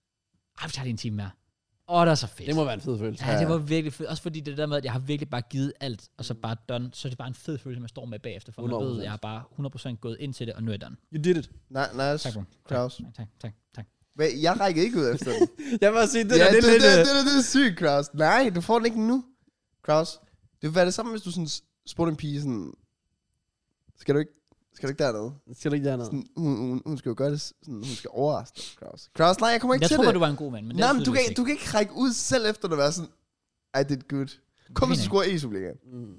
A: ej, vi tager lige en time mere. Åh, oh, det er så fedt.
C: Det må være en fed følelse.
A: Ja, det var virkelig fedt. Også fordi det der med, at jeg har virkelig bare givet alt, og så bare done, så er det bare en fed følelse, man står med bagefter, for man
C: hundrede
A: ved,
C: procent.
A: at jeg har bare hundrede procent gået ind til det, og nu er jeg done.
C: You did it.
B: Nej, nice.
A: Tak, bro.
B: Kraus.
A: Tak, tak, tak, tak.
B: Hvad, jeg rækker ikke ud efter den.
C: Jeg må sige, det
B: ja,
C: der,
B: det,
C: det, er
B: det,
C: lidt...
B: det,
C: øh,
B: det, det, det er sygt, Kraus. Nej, du får den ikke nu. Kraus, det vil være det samme, hvis du sådan spurgte en pige sådan, skal du ikke, skal du ikke dernede?
C: Skal du ikke dernede?
B: Sådan, hun, hun, hun skal jo gøre det, sådan, hun skal overraske dig, Kraus. Kraus, nej, jeg kommer ikke
A: Jeg
B: til
A: tror
B: det.
A: bare, du var en god mand, men det
B: Nej,
A: er
B: men du
A: tydeligvis
B: kan, du kan ikke række ud selv efter at være sådan, I did good. Kom, hvis du
A: fint,
B: scorer i Superligaen.
C: Mm.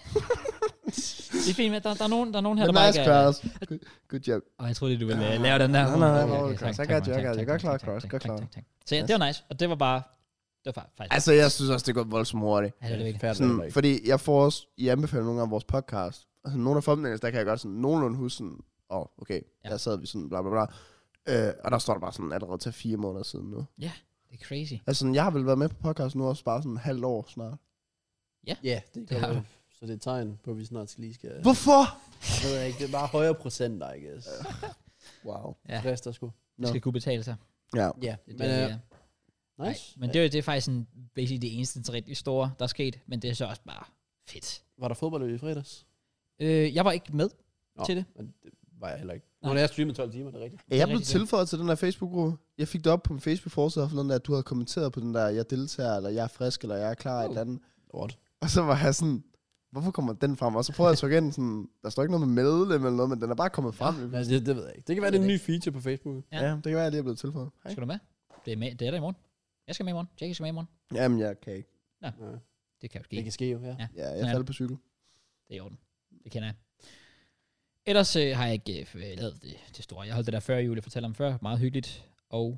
A: Det er fint, men der, der, er nogen, der er nogen her,
B: Men
A: der bare
B: nice,
A: ikke er...
B: Kraus. Good, good job.
A: Åh, jeg troede lige, du ville uh, lave den der.
B: Nej, nej, nej,
A: Okay,
B: nej,
A: okay,
B: Kraus.
A: tak,
B: Jeg
A: tak,
B: gør, jeg gør,
A: tak,
B: jeg gør
A: tak,
B: klar,
A: tak,
B: Kraus.
A: tak,
B: Gør
A: tak,
B: klar.
A: tak, tak. Så ja, det var nice, og det var bare... Det var faktisk...
B: Altså, jeg synes også, det går voldsomt hurtigt.
A: Ja, det er det virkelig.
C: Færdig
B: Sådan,
C: eller ikke.
B: fordi jeg får også, I anbefaler nogle af vores podcast. Altså, nogle af thumbnails, der kan jeg godt sådan nogenlunde huske sådan, åh, oh, okay,
A: Ja.
B: der sad vi sådan, bla bla bla. Øh, og der står der bare sådan, allerede til fire måneder siden nu.
A: Det er crazy.
B: Altså, sådan, jeg har vel været med på podcast nu også bare sådan en halvt år snart.
C: Ja, det
A: Det har
C: kan
A: du.
C: Så det er et tegn på, at vi snart skal lige skal...
B: Hvorfor?
C: Jeg ved ikke, det er bare højere procenter, I guess.
B: Wow.
A: Ja,
C: Frister sgu.
A: det skal kunne betale sig.
B: Ja.
C: Ja,
A: Det,
C: men
A: det,
C: øh,
A: er- Nej,
C: nice.
A: men det, er jo- det er faktisk sådan, basically det eneste så rigtig store, der er sket, men det er så også bare fedt.
C: Var der fodbold i fredags?
A: Øh, jeg var ikke med
C: Nå,
A: til det.
C: Men det var jeg heller ikke.
A: Nej.
C: Nu har jeg streamet tolv timer, det er rigtigt.
B: Er jeg
A: er
B: blevet
A: rigtigt, ja.
B: tilføjet til den der Facebook-gruppe? Jeg fik det op på min Facebook-forside for den der, at du havde kommenteret på den der, jeg deltager, eller jeg er frisk, eller jeg er klar, oh. et eller andet.
C: What?
B: Og så var jeg sådan, hvorfor kommer den frem? Og så prøvede jeg at trykke ind, sådan, der står ikke noget med medlem eller noget, men den er bare kommet frem.
C: Ja, det, det ved jeg ikke. Det kan være, det er en ny feature på Facebook.
A: Ja.
B: Ja, ja det kan være, at jeg lige er blevet tilføjet. Hej.
A: Skal du med? Det er, med, det er der i morgen. Jeg skal med i morgen. Jackie skal med i morgen.
B: Jamen, jeg kan ikke.
C: Ja.
A: Det kan jo ske.
C: Det kan ske jo, ja.
A: Ja.
B: Ja,
A: Sådan
B: jeg
A: er
B: faldt på cykel.
A: Det er i orden. Det kender jeg. Ellers øh, har jeg ikke øh, lavet det, det store. Jeg holdt det der før jul, jeg fortalte om før. Meget hyggeligt. Og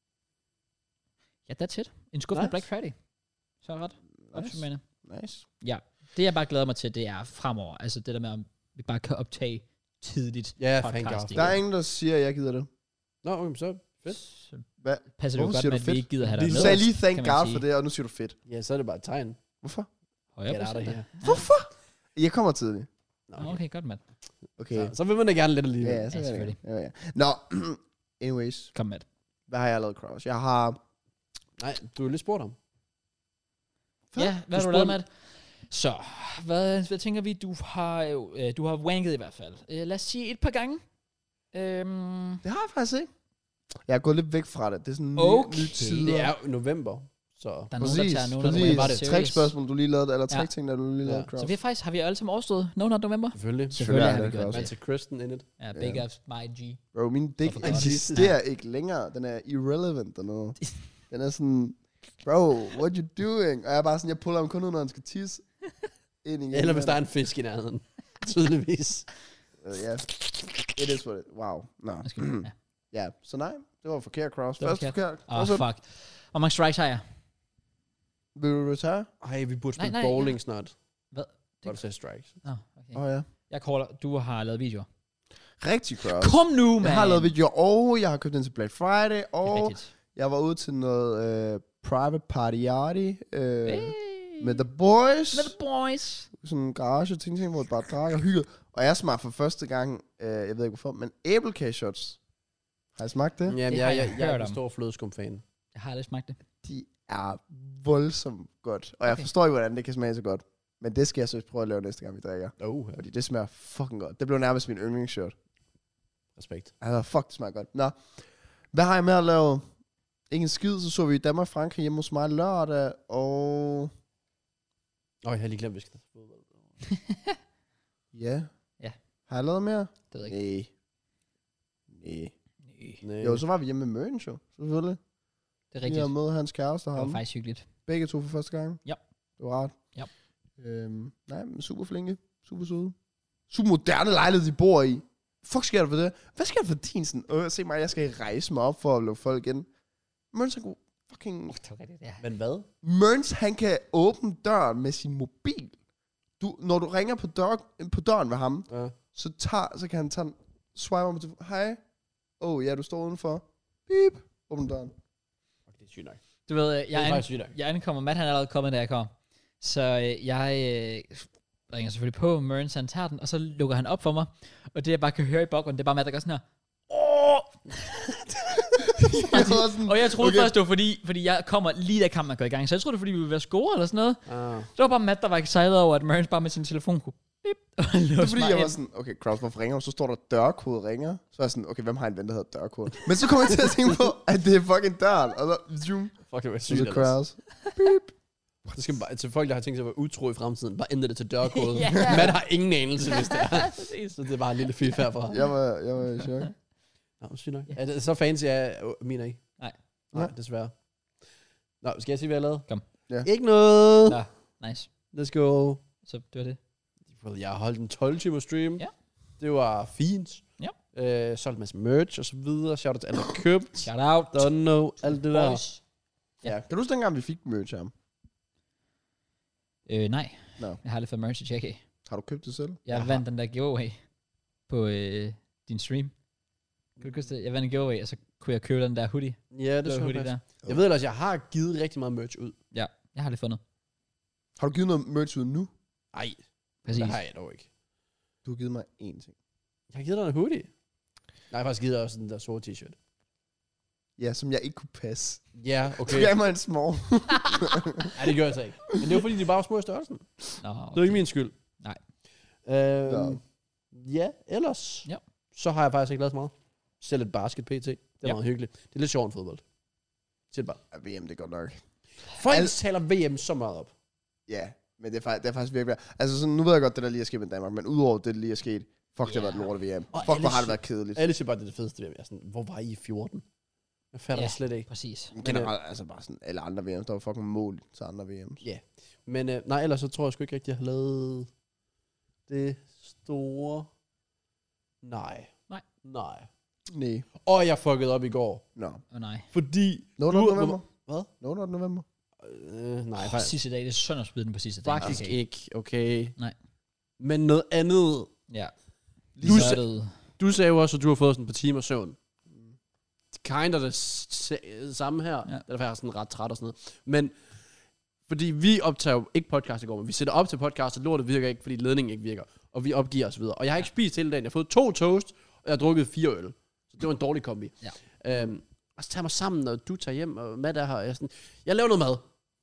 A: ja, that's it. En skuffende
C: Nice.
A: Black Friday. Så er det ret.
B: Nice.
A: Opsummerende.
B: Nice.
A: Det jeg bare glæder mig til, det er fremover. Altså det der med, om vi bare kan optage tidligt
C: Ja,
A: podcast.
C: thank God.
B: Der er ingen, der siger, at jeg gider det.
C: Nå, okay, så fedt.
A: Så
B: Hvad?
A: passer det jo
B: Hvorfor
A: godt
B: siger
A: med,
B: du
A: at vi
B: fedt?
A: ikke gider have
C: Du
A: dig
B: Du
A: med
B: sagde
A: os,
B: lige thank
A: kan man
B: God
A: sige.
B: for det, og nu siger du fedt.
C: Ja, så er det bare et tegn.
B: Hvorfor?
A: Højere
C: Get out of
A: procenter.
C: here.
B: Hvorfor? Jeg kommer tidligt.
C: Nå,
A: Okay. okay, godt, mand.
B: Okay.
C: Så, så vil man da gerne lidt alligevel.
B: Ja, ja, så
A: Ja,
B: er det.
A: selvfølgelig.
B: Ja, ja. Nå, anyways.
A: Kom med det.
B: Hvad har jeg lavet, Kraus? Jeg har...
C: Nej, du har lige spurgt ham.
A: Ja, hvad
C: Du
A: har du lavet
C: spurgte-
A: med det? Så, hvad, hvad tænker vi? Du har jo, øh, du har wanket i hvert fald. Øh, lad os sige et par gange. Øhm,
B: Det har jeg faktisk ikke. Jeg er gået lidt væk fra det. Det er sådan en ny,
A: Okay.
B: ny tider.
C: Det er jo november, så...
A: der er nogen,
B: Præcis,
A: der tager nogen, der
B: præcis.
A: var det
B: Tre spørgsmål, du lige lavede, eller tre
A: Ja.
B: ting, der du lige
C: Ja.
B: lavede, Kraus.
A: Så vi har faktisk, har vi alle sammen overstået No Not November?
C: Selvfølgelig.
A: Selvfølgelig har vi
B: det,
A: gjort
B: Kraus.
C: Man
A: det.
C: til Kristen in it.
A: Ja, big
B: Ja.
A: ups, my G.
B: Bro, min dick
A: Så for godt.
B: eksisterer ikke længere. Den er irrelevant og noget. Den er sådan, bro, what you doing? Og jeg er bare sådan, jeg puller ham kun ud, når han skal tisse. Ind igen.
C: Eller hvis der er en fisk i nærheden. Tydeligvis.
B: Uh, ja. It is what it... Wow. Nå.
A: Hvad skal vi- ja.
B: Ja, så nej. Det var forkert, Kraus.
A: Det var
B: Først
A: forkert.
B: forkert.
A: Åh,
B: Og så
A: fuck. Hvor mange strikes har jeg?
B: vil du retire?
C: Ej, vi burde
A: Nej,
C: spille
A: nej,
C: bowling snart.
A: Hvad?
C: Hvor du sagde strikes.
A: Nå, okay.
B: Åh oh, ja.
A: Jeg caller, du har lavet videoer.
B: Rigtig, Kraus.
A: Kom nu, mand!
B: Jeg har lavet videoer, og jeg har købt den til Black Friday,
A: Det er
B: og
A: rigtigt.
B: jeg var ude til noget øh, private party øh,
A: Hey.
B: med The Boys.
A: Med the boys.
B: Sådan en garage, ting, ting, hvor jeg bare drak og hygge. Og jeg smagte for første gang, øh, jeg ved ikke hvorfor, men æblekage shots. Har I smagt det?
C: Jamen,
A: Det
C: jeg,
A: har
C: jeg,
A: jeg
C: jeg, jeg er
A: hørt
C: en
A: om.
C: stor flødeskum-fan.
A: Jeg har aldrig smagt det.
B: De er voldsomt godt. Og jeg
A: Okay.
B: forstår ikke, hvordan det kan smage så godt. Men det skal jeg så prøve at lave næste gang, vi drikker.
C: Oh,
B: Fordi det smager fucking godt. Det blev nærmest min yndlingsshot.
C: respekt.
B: Altså, fuck, det smager godt. Nå. Hvad har jeg med at lave? Ingen skid, så så vi Danmark-Frankrig hjemme hos mig lørdag, og...
C: Åh, oh, jeg har lige glemt, vi skal til fodbold.
B: Ja.
A: Ja.
B: Har jeg lavet mere?
A: Det ved jeg ikke.
B: Nej. Nej.
C: Nej.
B: Jo, så var vi hjemme med Mørens jo, selvfølgelig.
A: Det er
B: Vi
A: rigtigt.
B: har mødt hans kæreste og
A: Det var
B: ham.
A: faktisk hyggeligt.
B: Begge to for første gang.
A: Ja.
B: Det var rart.
A: Ja.
B: Øhm, nej, men super flinke. Super søde. Super moderne lejlighed, de bor i. Fuck sker der for det? Hvad sker der for din sådan? Øh, se mig, jeg skal rejse mig op for at lukke folk ind. Mørens, han kunne fucking...
A: Det var rigtigt, ja.
C: Men hvad?
B: Mørens, han kan åbne døren med sin mobil. Du, når du ringer på, dør, på døren ved ham,
C: Ja.
B: så, tager, så kan han tage en swipe på telefonen. Hej. Åh, oh, ja, du står udenfor. Beep. Åbne døren.
C: Okay, det er sygt nok.
A: Du ved, øh,
C: Det er
A: jeg, an,
C: faktisk sygt nok.
A: jeg ankommer. Matt, han er allerede kommet, da jeg kommer. Så øh, jeg øh, ringer selvfølgelig på. Mørens, han tager den, og så lukker han op for mig. Og det, jeg bare kan høre i baggrunden, det er bare Matt, der gør sådan her. Åh!
B: var sådan,
A: Og jeg troede
B: okay.
A: først, det var fordi, fordi jeg kommer lige da kampen er gået i gang. Så jeg troede, det var fordi, vi ville være score eller sådan noget.
C: Ah.
A: Det var bare Matt, der var excited over, at Mørens bare med sin telefon kunne bip, og
B: Det er fordi, jeg var
A: ind.
B: sådan, okay, Kraus, hvorfor ringer du? Så står der dørkode ringer. Så er jeg sådan, okay, hvem har en ven, der hedder dørkode? Men så kommer jeg til at tænke på, at det er fucking døren. Og så, zoom.
C: Fuck, det var
B: Så
C: sygt
B: er
C: ellers.
B: Kraus.
C: Det skal man bare, til folk, der har tænkt sig at være utro i fremtiden, bare ændre det til dørkode.
A: Ja.
C: Man har ingen anelse, hvis det er.
A: Præcis.
C: Så det er bare en lille fif herfra.
B: Jeg var, jeg var i chok.
C: Nå, sygt nok. Er det så fancy, jeg mener ikke?
A: Nej.
C: Nej, desværre. Nå, skal jeg sige, hvad jeg lavede?
A: Kom.
B: Ja.
C: Ikke noget.
A: Nå, nice.
C: Let's go.
A: Så det var det.
C: Well, jeg har holdt en tolv timer stream.
A: Ja.
C: Det var fint.
A: Ja.
C: Øh, solgt en masse merch og så videre. Shout out til alle, der købt.
A: Shout out.
C: Don't know. Alt det der.
A: Boys.
B: Ja. Kan du huske dengang, vi fik merch af ham?
A: Øh, nej.
B: No.
A: Jeg har lidt for merch i tjekke.
B: Har du købt det selv?
A: Jeg
C: Jeg
A: vandt den der giveaway på øh, din stream. Kan du huske det? Jeg vandt en giveaway, og så kunne jeg købe den der hoodie.
C: Ja, det
A: Det
C: så
A: var hoodie
C: jeg.
A: der.
C: Jeg ved ellers, jeg har givet rigtig meget merch ud.
A: Ja, jeg har det fundet.
B: Har du givet noget merch ud nu?
C: Nej,
A: Præcis.
C: det har jeg dog ikke.
B: Du har givet mig én ting.
C: Jeg har givet dig en hoodie. Nej, jeg har faktisk givet dig også den der sorte t-shirt.
B: Ja, som jeg ikke kunne passe.
C: Ja,
B: Du
C: okay.
B: gav mig en small.
C: Nej, det gør jeg så ikke. Men det var fordi, de bare var små i størrelsen.
A: Nå,
C: Det var ikke min skyld.
A: Nej.
C: Øhm, ja, ellers.
A: Ja.
C: Så har jeg faktisk ikke lavet så meget. Selv et basket P T. Det er
A: Ja.
C: meget hyggeligt. Det er lidt sjovt fodbold. Sig det bare.
B: Ja, V M, det er godt nok.
C: Folk
B: Al-
C: taler V M så meget op.
B: Ja, men det er, faktisk, det er faktisk virkelig... Altså, sådan, nu ved jeg godt, det der lige er sket med Danmark, men udover det, der lige er sket, fuck, det
A: Ja.
B: har været lort V M.
C: Og
B: Fuck,
C: alle
B: hvor har det
C: sy-
B: været kedeligt.
C: Alle siger bare, det er det fedeste V M. Jeg er sådan, hvor var I i fjorten? Jeg fatter
A: Ja.
C: det slet ikke.
A: præcis.
B: Generelt, altså bare sådan alle andre V M's. Der var fucking mål til andre V M's.
C: Ja. Men øh, nej, ellers så tror jeg sgu ikke rigtig, jeg har lavet det store... Nej.
A: Nej.
C: Nej.
B: Nej.
C: Og jeg fuckede op i går.
B: Nå.
A: Åh oh, nej.
C: Fordi...
B: Nå,
C: Du-
B: november.
C: Hvad?
B: Nå, november.
C: Øh, nej,
A: Oh,
C: faktisk,
A: sidste dag, det er synd at smide den på sidste dag.
C: faktisk
A: Okay.
C: ikke. Okay.
A: Nej.
C: Men noget andet.
A: Ja.
C: Du
A: Du
C: sa-
A: sagde...
C: Du sagde jo også, at du har fået sådan et par timer søvn. Kind of det s- s- samme her.
A: Ja.
C: Ja. Derfor er jeg sådan ret træt og sådan noget. Men fordi vi optager jo ikke podcast i går, men vi sætter op til podcast, og lortet virker ikke, fordi ledningen ikke virker. Og vi opgiver os videre. Og jeg har ikke spist hele dagen. Jeg har fået to toast, og jeg har drukket fire øl. Så det var en dårlig kombi.
A: Ja.
C: Øhm, og så tager jeg mig sammen, og du tager hjem, og Matt er her. Og jeg, er sådan, jeg laver noget mad.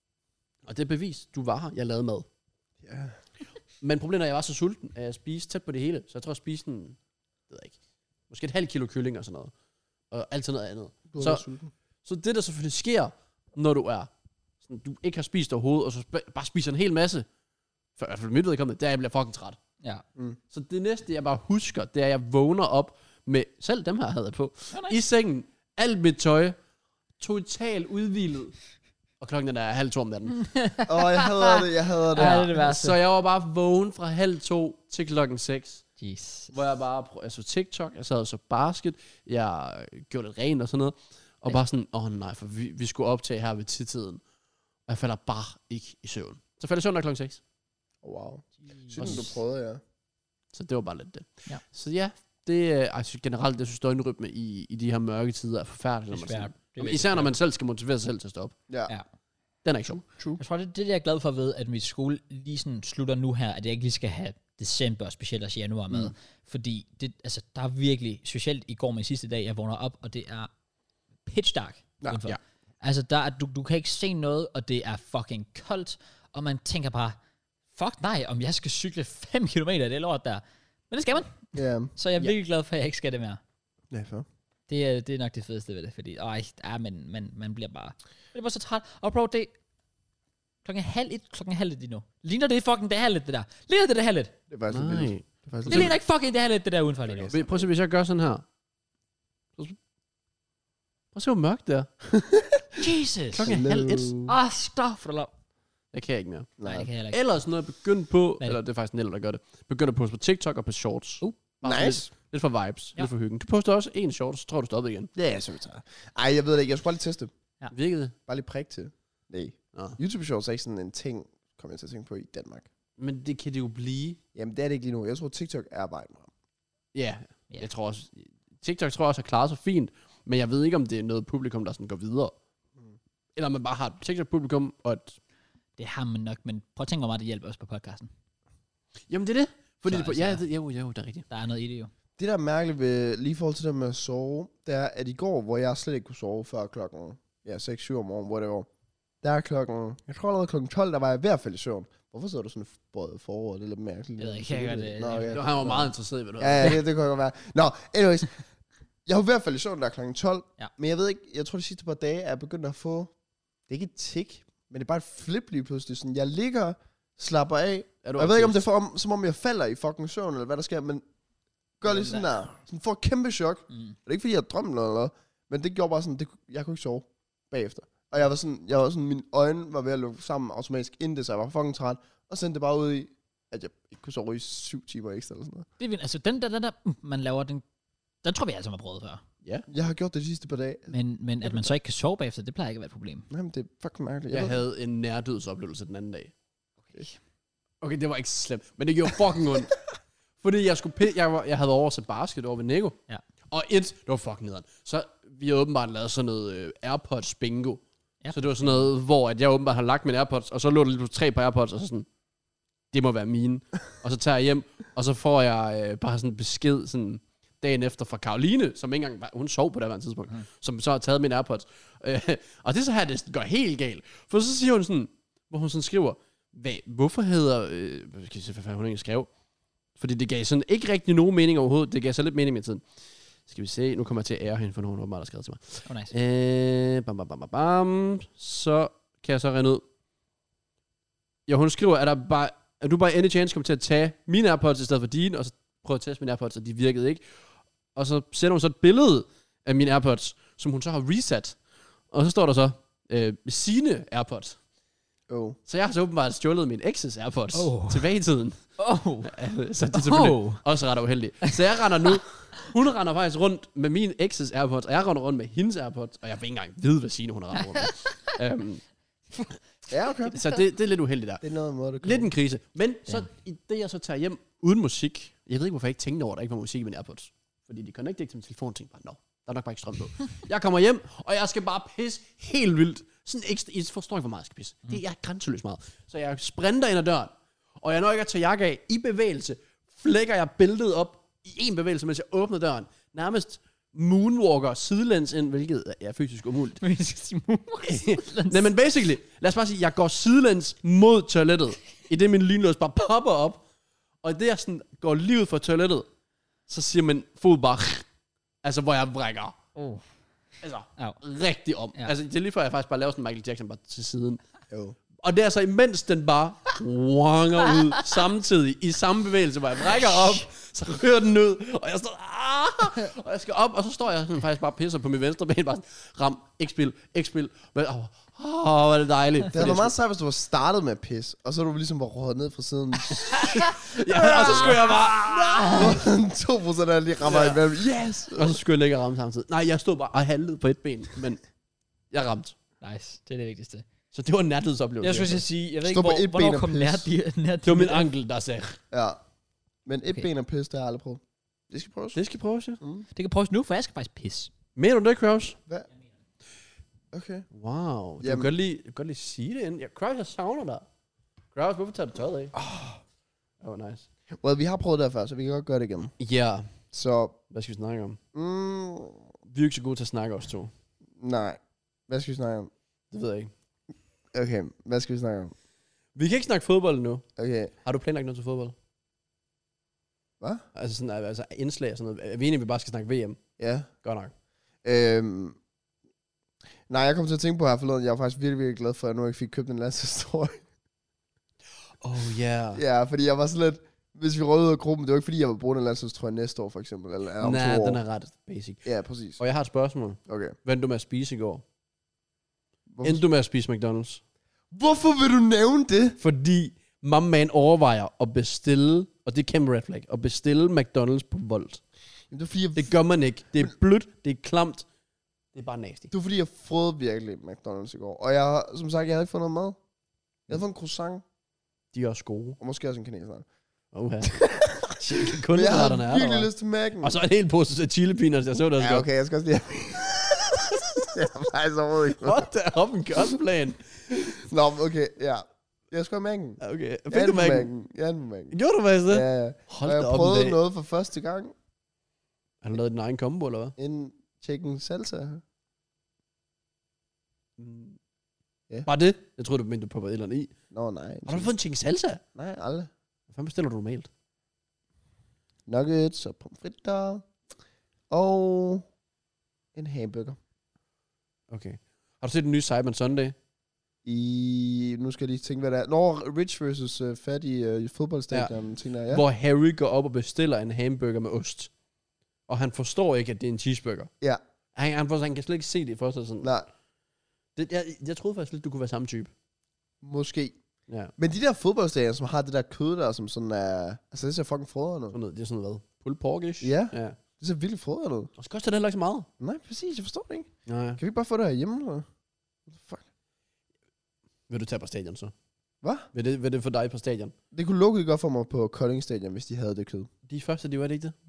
C: Og det er bevis. Du var her. Jeg lavede mad.
B: Ja.
C: Men problemet er, at jeg var så sulten, at jeg spiste tæt på det hele. Så jeg tror, jeg spiste en, det ved jeg ikke, måske et halvt kilo kylling og sådan noget. Og alt sådan noget andet.
B: Du er
C: Så-
B: så, sulten.
C: Så det, der selvfølgelig sker, når du er, sådan, du ikke har spist overhovedet, og så sp- bare spiser en hel masse, for i hvert fald mit vedkommende, det er, at jeg bliver fucking træt.
A: Ja.
C: Så det næste, jeg bare husker, det er, at jeg vågner op med, selv dem her havde jeg på,
A: Oh,
C: i sengen, alt mit tøj, totalt udhvilet, og klokken den er halv to om natten.
B: Åh, oh, jeg hader det, jeg hader det.
A: Ja, det er det værste.
C: Så jeg var bare vågen fra halv to til klokken seks.
A: Jesus.
C: Hvor jeg bare, prøv- jeg så TikTok, jeg sad og så basket, jeg gjorde lidt rent og sådan noget, og
A: Ja.
C: bare sådan, åh oh, nej, for vi, vi skulle optage her ved tidtiden, og jeg falder bare ikke i søvn. Så falder jeg i søvn der klokken seks.
B: Oh, wow. Synes du prøvede, ja.
C: Så det var bare lidt det.
A: Ja.
C: Så ja, det er altså generelt, jeg synes, døgnrytme i, i de her mørke tider er forfærdeligt.
A: Det er
C: når man
A: svært.
C: sådan-
A: Det er
C: Jamen,
A: virkelig
C: især når
A: svært.
C: man selv skal motivere sig selv til at stoppe.
B: Ja.
A: Ja.
C: Den er ikke sjov.
B: True.
A: Jeg tror, det, det er jeg er glad for ved, at mit skole lige sådan slutter nu her, at jeg ikke lige skal have december, specielt også januar med. Mm. Fordi det, altså, der er virkelig, specielt i går min sidste dag, jeg vågner op, og det er pitch dark.
B: Ja,
A: udenfor.
C: ja.
A: Altså, der er, du, du kan ikke se noget, og det er fucking koldt, og man tænker bare, fuck nej, om jeg skal cykle fem kilometer, det er lort der. Men det skal man.
B: Ja.
A: Så jeg er
C: Ja.
A: virkelig glad for, at jeg ikke skal det mere.
B: Ja, for.
A: Det er, det er nok det fedeste ved det, fordi øj, ja, men, men man bliver bare, man bliver bare så træt. Og bro, det klokken halv et, klokken halv et lige nu. Ligner det fucking det halv et, det der? Ligner det det halv et?
B: Det er faktisk
C: Nej.
B: lidt vildt. Det er faktisk
A: Det
B: lidt
A: ligner ikke fucking det halv et, det der udenfor lige nu.
C: Prøv at se, hvis jeg gør sådan her. Prøv at se, hvor mørkt det er.
A: Jesus!
C: Klokken er halv et.
A: Ah, stop for dig.
C: Jeg kan ikke mere.
A: Nej, det kan jeg heller ikke.
C: Ellers noget at begynde på,
A: Hvad er det?
C: eller det er faktisk Nelle, der gør det, begynder at poste på TikTok og på Shorts.
A: Uh,
C: Bare sådan
B: nice.
C: Lidt, lidt for vibes,
A: Ja.
C: lidt for hyggen. Du poster også en Shorts, så tror jeg, du stoppede igen.
B: Ja, ja, så vi tager. Ej, jeg ved det ikke. Jeg skulle bare lige teste.
A: Ja.
C: Virkede det?
B: Bare lige prik til. Nej.
C: Nå.
B: YouTube Shorts er ikke sådan en ting, kommer jeg til at tænke på i Danmark.
C: Men det kan det jo blive.
B: Jamen, det er det ikke lige nu. Jeg tror, TikTok er vejen frem.
C: Ja,
A: Ja.
C: jeg tror også, TikTok tror jeg også har klaret sig fint, men jeg ved ikke, om det er noget publikum, der sådan går videre. Mm. Eller om man bare har et TikTok-publikum, og et...
A: Det har man nok, men prøv at tænke, hvor meget det hjælper os på podcasten.
C: Jamen, det er det. Fordi
A: Så
C: det, på, ja,
A: altså-
C: det, jo, jo, det er rigtigt.
A: Der er noget i det jo.
B: Det, der er mærkeligt ved, lige i forhold til det med at sove, det er, at i går, hvor jeg slet ikke kunne sove før klokken, ja, seks syv om morgenen, whatever, der er klokken, jeg tror allerede klokken tolv, der var jeg i hvert fald i søvn. Hvorfor sidder du sådan både forår? Det er lidt mærkeligt.
A: Jeg ved ikke, jeg gør det.
B: Nå, okay.
C: Han var meget interesseret i, hvad du
B: Ja, ja det, det kunne godt være. Nå, anyways. Jeg var i hvert fald i søvn der klokken tolv,
A: ja.
B: Men jeg ved ikke, jeg tror de sidste par dage er jeg begyndt at få, det er ikke et tik, men det er bare et flip lige pludselig. Sådan, jeg ligger, slapper af, og jeg ved ikke, om det er for, om, som om jeg falder i fucking søvn, eller hvad der sker, men gør lige sådan der, sådan får et kæmpe chok. Mm. Det er ikke fordi, jeg drømte noget eller noget, men det gjorde bare sådan, det, jeg kunne ikke sove bagefter. Og jeg var sådan, jeg var sådan, mine øjne var ved at lukke sammen automatisk inden det, så jeg var fucking træt, og sendte det bare ud i, at jeg ikke kunne sove i syv timer ekstra eller sådan noget.
A: Det er vildt. Altså, den der, den der, man laver, den, den tror vi alle sammen har prøvet før.
B: Ja. Jeg har gjort det de sidste par dage.
A: Men, men at man så ikke kan sove bagefter, det plejer ikke at være et problem.
B: Nej, men det er fucking mærkeligt.
C: Jeg, jeg havde en nærdødsoplevelse den anden dag. Okay. Okay, det var ikke så slemt, men det gjorde fucking ondt. Fordi jeg skulle p- jeg, var, jeg havde over til basket over ved Nego.
A: Ja.
C: Og et, det var fucking nederen. Så vi har åbenbart lavet sådan noget øh, AirPods bingo. Ja. Så det var sådan noget, hvor at jeg åbenbart har lagt mine AirPods, og så lå der lige tre på AirPods, og så sådan, det må være mine. Og så tager jeg hjem, og så får jeg øh, bare sådan en besked sådan dagen efter fra Karoline, som ikke engang var, hun sov på det her tidspunkt, mm. som så har taget mine AirPods. Øh, og det er så her, det går helt galt. For så siger hun sådan, hvor hun sådan skriver, hvad, hvorfor hedder, øh, skal jeg se, hvad hun egentlig skrev? Fordi det gav sådan ikke rigtig nogen mening overhovedet. Det gav så lidt mening med tiden. Skal vi se. Nu kommer jeg til at ære hende, for nogen åbenbart har skrevet til mig.
A: Oh, nice.
C: Øh, bam, bam, bam, bam, bam. Så kan jeg så rende ud. Ja, hun skriver, at der bare, at du bare any chance kommer til at tage mine AirPods i stedet for dine, og så prøve at teste mine AirPods, og de virkede ikke. Og så sender hun så et billede af mine AirPods, som hun så har reset. Og så står der så, øh, sine AirPods.
B: Oh.
C: Så jeg har så åbenbart stjålet min exes AirPods
A: oh.
C: tilbage i tiden.
A: Oh.
C: Så det er selvfølgelig oh. også ret uheldigt. Så jeg render nu, hun render faktisk rundt med min exes AirPods, og jeg render rundt med hendes AirPods, og jeg vil ikke engang vide, hvad Signe hun render rundt med. um,
B: ja, okay.
C: Så det, det er lidt uheldigt der.
B: Det er noget måde, det
C: lidt en krise. Men så ja. I det, jeg så tager hjem uden musik, jeg ved ikke, hvorfor jeg ikke tænkte over, at der ikke var musik i min AirPods. Fordi de connecter ikke til min telefon, og tænkte bare, nå, der er nok bare ikke strøm på. Jeg kommer hjem, og jeg skal bare pisse helt vildt. Sådan ekstra, jeg forstår ikke, hvor meget jeg skal pisse. Mm. Det er grænseløst meget. Så jeg sprinter ind ad døren, og jeg når ikke at tage jakke af i bevægelse, flækker jeg bæltet op i en bevægelse, mens jeg åbner døren. Nærmest moonwalker sidelæns ind, hvilket er fysisk umuligt. Nej, men basically, lad os bare sige, jeg går sidelæns mod toilettet, i det min lynlås bare popper op, og i det jeg sådan går lige ud fra toilettet, så siger min fod bare, altså hvor jeg brækker. Oh. Altså, oh. rigtig om. Ja. Altså, det er lige før, jeg faktisk bare laver sådan Michael Jackson bare til siden. Jo. Og det er så imens den bare wanger ud samtidig i samme bevægelse, hvor jeg brækker op, så hører den ud, og jeg står ah, og jeg skal op, og så står jeg sådan faktisk bare pisser på min venstre ben, bare sådan, ram, ikke spil, ikke spil, men åh, oh, oh, hvor er det dejligt.
B: Det havde været meget sejt, hvis du var startet med at pisse, og så du ligesom var rådet ned fra siden.
C: Ja, og så skulle jeg bare
B: to procent af lige rammer ja. imellem, yes!
C: Og så skulle jeg ikke ramme samtidig. Nej, jeg stod bare og handlede på et ben, men jeg ramte.
A: Nice, det er det vigtigste.
C: Så det var en nærtidsoplevelse.
A: Jeg skulle sige, jeg ved ikke, hvor, hvornår kom nærtid.
C: Det var min ankel, der sagde.
B: Ja. Men et okay. ben af pis, det har jeg aldrig prøvet. Det skal prøves.
C: Det skal prøves, ja.
A: Mm. Det kan prøves nu, for jeg skal faktisk pisse.
C: Mener du det, Kraus?
B: Hvad? Okay.
C: Wow. Du kan godt lige, du kan godt lige sige det inden. Ja, Kraus, jeg savner dig. Kraus, hvorfor tager du tøjet af? Åh, oh, nice.
B: Well, vi har prøvet det før, så vi kan godt gøre det igen.
C: Ja. Yeah.
B: Så.
C: Hvad skal vi snakke om?
B: Mm.
C: Vi er ikke så gode til at snakke os to.
B: Nej. Hvad skal vi snakke om?
C: Det ved jeg ikke.
B: Okay, hvad skal vi snakke om?
C: Vi kan ikke snakke fodbold nu.
B: Okay.
C: Har du planlagt noget til fodbold?
B: Hvad?
C: Altså sådan, altså indslag og sådan noget. Er vi enige, vi bare skal snakke V M?
B: Ja.
C: Godt nok.
B: Øhm. Nej, jeg kom til at tænke på her forleden. Jeg var faktisk virkelig, virkelig glad for, at jeg nu ikke fik købt en landshistorie.
C: Oh yeah.
B: Ja, fordi jeg var sådan lidt, hvis vi rød ud af gruppen, det var ikke fordi, jeg var brugt en landshistorie næste år, for eksempel. Eller om
C: Nej,
B: to år.
C: den er ret basic.
B: Ja, præcis.
C: Og jeg har et spørgsmål.
B: Okay.
C: Hvad endte du med at spise i går?
B: Hvorfor?
C: Endte du med at spise McDonald's?
B: Hvorfor vil du nævne det?
C: Fordi mammaen overvejer at bestille, og det er kæmpe red flag, at bestille McDonald's på Volt.
B: Jamen, det, er, fordi jeg...
C: det gør man ikke. Det er blødt, det er klamt. Det er bare nasty.
B: Det var fordi, jeg frøede virkelig McDonald's i går. Og jeg, som sagt, jeg havde ikke fået noget mad. Jeg havde fået en croissant.
C: De er også gode.
B: Og måske også en kanelsnegl.
C: Oha.
B: Men jeg havde virkelig lyst til Mac'en.
C: Og så en hel pose chili peanuts, jeg så det også
B: ja, okay, jeg skal også lige jeg har faktisk overhovedet ikke.
C: What the op en kostplan.
B: Nå, okay, ja. Jeg skal have Mac'en.
C: Okay, fik du Mac'en?
B: Jeg er på Mac'en.
C: Gjorde du faktisk det?
B: Ja, ja.
C: Hold
B: og jeg
C: da op
B: prøvede noget for første gang.
C: Har du lavet din egen combo, eller hvad?
B: En chicken salsa.
C: Mm.
B: Ja.
C: Bare det? Jeg troede, du mente, du popper et eller andet i.
B: Nå, nej.
C: Har du fået en chicken salsa?
B: Nej, aldrig.
C: Hvad fanden bestiller du normalt?
B: Nuggets og pomfritter. Og en hamburger.
C: Okay. Har du set den nye Cyber Sunday?
B: I, nu skal jeg lige tænke, hvad det er. Nå, Rich versus uh, Fatty uh, fodboldstadion. Ja. Ting der, ja.
C: Hvor Harry går op og bestiller en hamburger med ost. Og han forstår ikke, at det er en cheeseburger.
B: Ja.
C: Han, han, forstår, han kan slet ikke se det for sig sådan.
B: Nej,
C: Det, jeg, jeg troede faktisk lidt, du kunne være samme type.
B: måske.
C: Ja.
B: Men de der fodboldstadion, som har det der kød der, som sådan er... Altså, det ser fucking frøderen ud.
C: Sådan noget, det er sådan noget hvad? Pulled porkish?
B: Ja.
C: ja.
B: Det ser virkelig frøderen ud.
C: Og så koster det heller ikke så meget.
B: Nej, præcis. Jeg forstår det ikke.
C: Ja, ja.
B: Kan vi ikke bare få det her hjemme? Eller? What the fuck?
C: Vil du tage på stadion så?
B: Hvad?
C: Vil det, vil det for dig på stadion?
B: Det kunne lukke godt for mig på Kolding Stadion, hvis de havde det kød.
C: De første, de var det ikke det?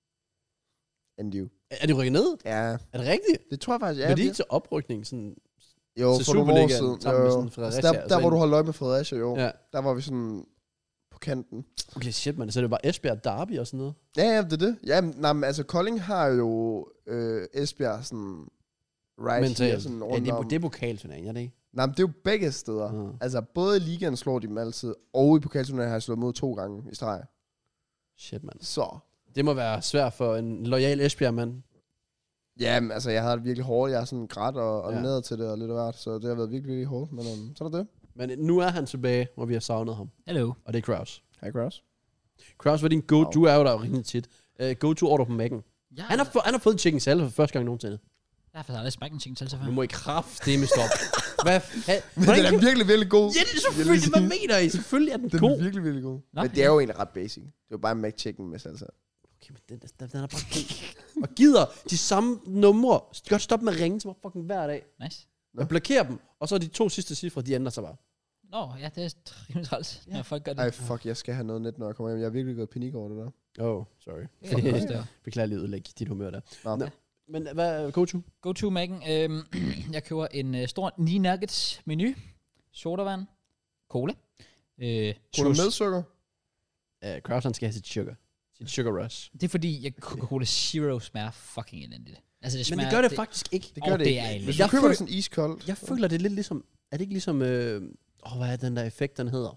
B: And you.
C: Er, er de rykket ned?
B: Ja,
C: Er det rigtigt?
B: det tror jeg faktisk,
C: Ja,
B: ja.
C: men de
B: vi-
C: ikke til oprykning? Sådan,
B: Jo,
C: til
B: for nogle år
C: Superligaen
B: siden.
C: sammen
B: Jo,
C: med
B: jo.
C: sådan Fredericia,
B: Altså, der,
C: og
B: der
C: så
B: hvor
C: en-
B: du holdt øje med Fredericia, jo.
C: ja.
B: Der var vi sådan på kanten.
C: Okay, shit, man. Så er det bare Esbjerg Derby og sådan noget.
B: Ja, ja, det er det. Ja, men, nej, men altså Kolding har jo øh, Esbjerg sådan right
C: Mentalt.
B: here, sådan
C: Ja,
B: rundt
C: det er,
B: om.
C: det er pokalturnering, er det ikke?
B: Nej, men det er jo begge steder.
C: Ja.
B: Altså, både i ligaen slår de dem altid, og i pokalturneringen har jeg slået mod to gange i streg.
C: Shit, mand.
B: Så.
C: Det må være svært for en loyal Esbjerg-mand.
B: Ja, men altså, jeg havde det virkelig hårdt. Jeg er sådan grædt og, og
C: Ja.
B: ned til det og lidt af hvert, så det har været virkelig, virkelig hårdt. Men um, så er det det.
C: Men nu er han tilbage, hvor vi har savnet ham.
A: Hello.
C: Og det er Kraus.
B: Hej, Kraus.
C: Kraus, hvad er din go?
B: Wow.
C: Du er jo der jo rimelig tit. Uh, go-to order på Mac'en.
A: Ja,
C: Han har, få, han har fået en chicken salad for første gang nogensinde.
A: jeg har faktisk aldrig smagt en chicken salsa før.
C: Nu må I kraftedeme stoppe. Hvad fa-
B: Men
C: Hvordan
B: den er
C: kan-
B: virkelig, virkelig god.
C: Ja, det er selvfølgelig, hvad mener I? Selvfølgelig er den,
B: Den
C: god.
B: er virkelig, virkelig god.
A: Nå,
B: Men det er jo egentlig ret basic. Det er jo bare McChicken med salsa.
C: Okay, men den, den, den er bare god. Og gider de samme numre. Godt stoppe med at ringe til mig fucking hver dag.
A: Nice.
C: Jeg blokerer dem, og så er de to sidste cifre, de ændrer sig bare.
A: Nå, ja, det er rimelig træls,
C: Ja.
A: når folk gør det.
B: Ej, fuck, jeg skal have noget net, når jeg kommer hjem. Jeg har virkelig gået i panik over det der.
C: Oh, sorry.
A: Det er også der.
C: Beklager lige ødelægge dit humør der.
B: Nå.
C: Nå. Men hvad er go-to?
A: Go to Mac'en. Øhm, jeg køber en uh, stor ni nuggets menu. Sodavand. Cola. Øh,
B: Cola
A: sauce.
B: med sukker?
C: Uh, Kraus, han skal have sit sugar. Sit sugar rush.
A: Det er fordi, jeg Coca-Cola Zero smager fucking elendigt. Altså, det
C: Men
A: smager,
C: det gør det, det faktisk ikke.
B: Det gør
A: Åh,
B: det
A: det
B: ikke.
A: er
B: Hvis
A: elendigt.
B: du
C: Jeg
B: køber
C: føler-
B: det sådan iskoldt.
C: Jeg føler, det er lidt ligesom... Er det ikke ligesom... Åh, øh, oh, hvad er den der effekt, den hedder?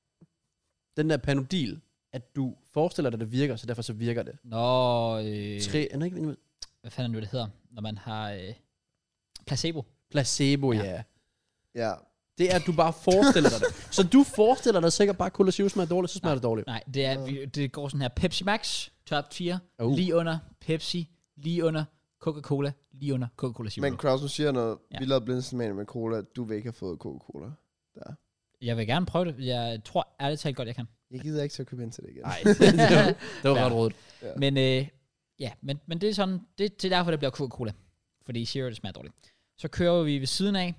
C: Den der panodil. At du forestiller dig, at det virker, så derfor så virker det.
A: Nå, øh,
C: Tre... Er det ikke...
A: hvad fanden er det, det hedder? Når man har øh, placebo.
C: Placebo, ja.
A: Ja.
C: ja.
B: Ja.
C: Det er, at du bare forestiller dig det. Så du forestiller dig sikkert bare, at Cola Zero smager dårligt, så smager det dårligt.
A: Nej, det, er, vi, det går sådan her. Pepsi Max, top fire.
C: Uh.
A: Lige under Pepsi. Lige under Coca-Cola. Lige under Coca-Cola Zero.
B: Men Kraus, nu siger noget.
A: Ja.
B: Vi lavede blindsmagning med cola. Du vil ikke have fået Coca-Cola. Der.
A: Jeg vil gerne prøve det. Jeg tror ærligt talt godt, jeg kan.
B: Jeg gider ikke til at købe ind til det igen.
C: Nej, det var, det var
A: Ja.
C: ret rådet.
B: Ja.
A: Men øh, ja, men, men det er sådan, det, det er derfor, det bliver Coca-Cola. Fordi Zero, det smager dårligt. Så kører vi ved siden af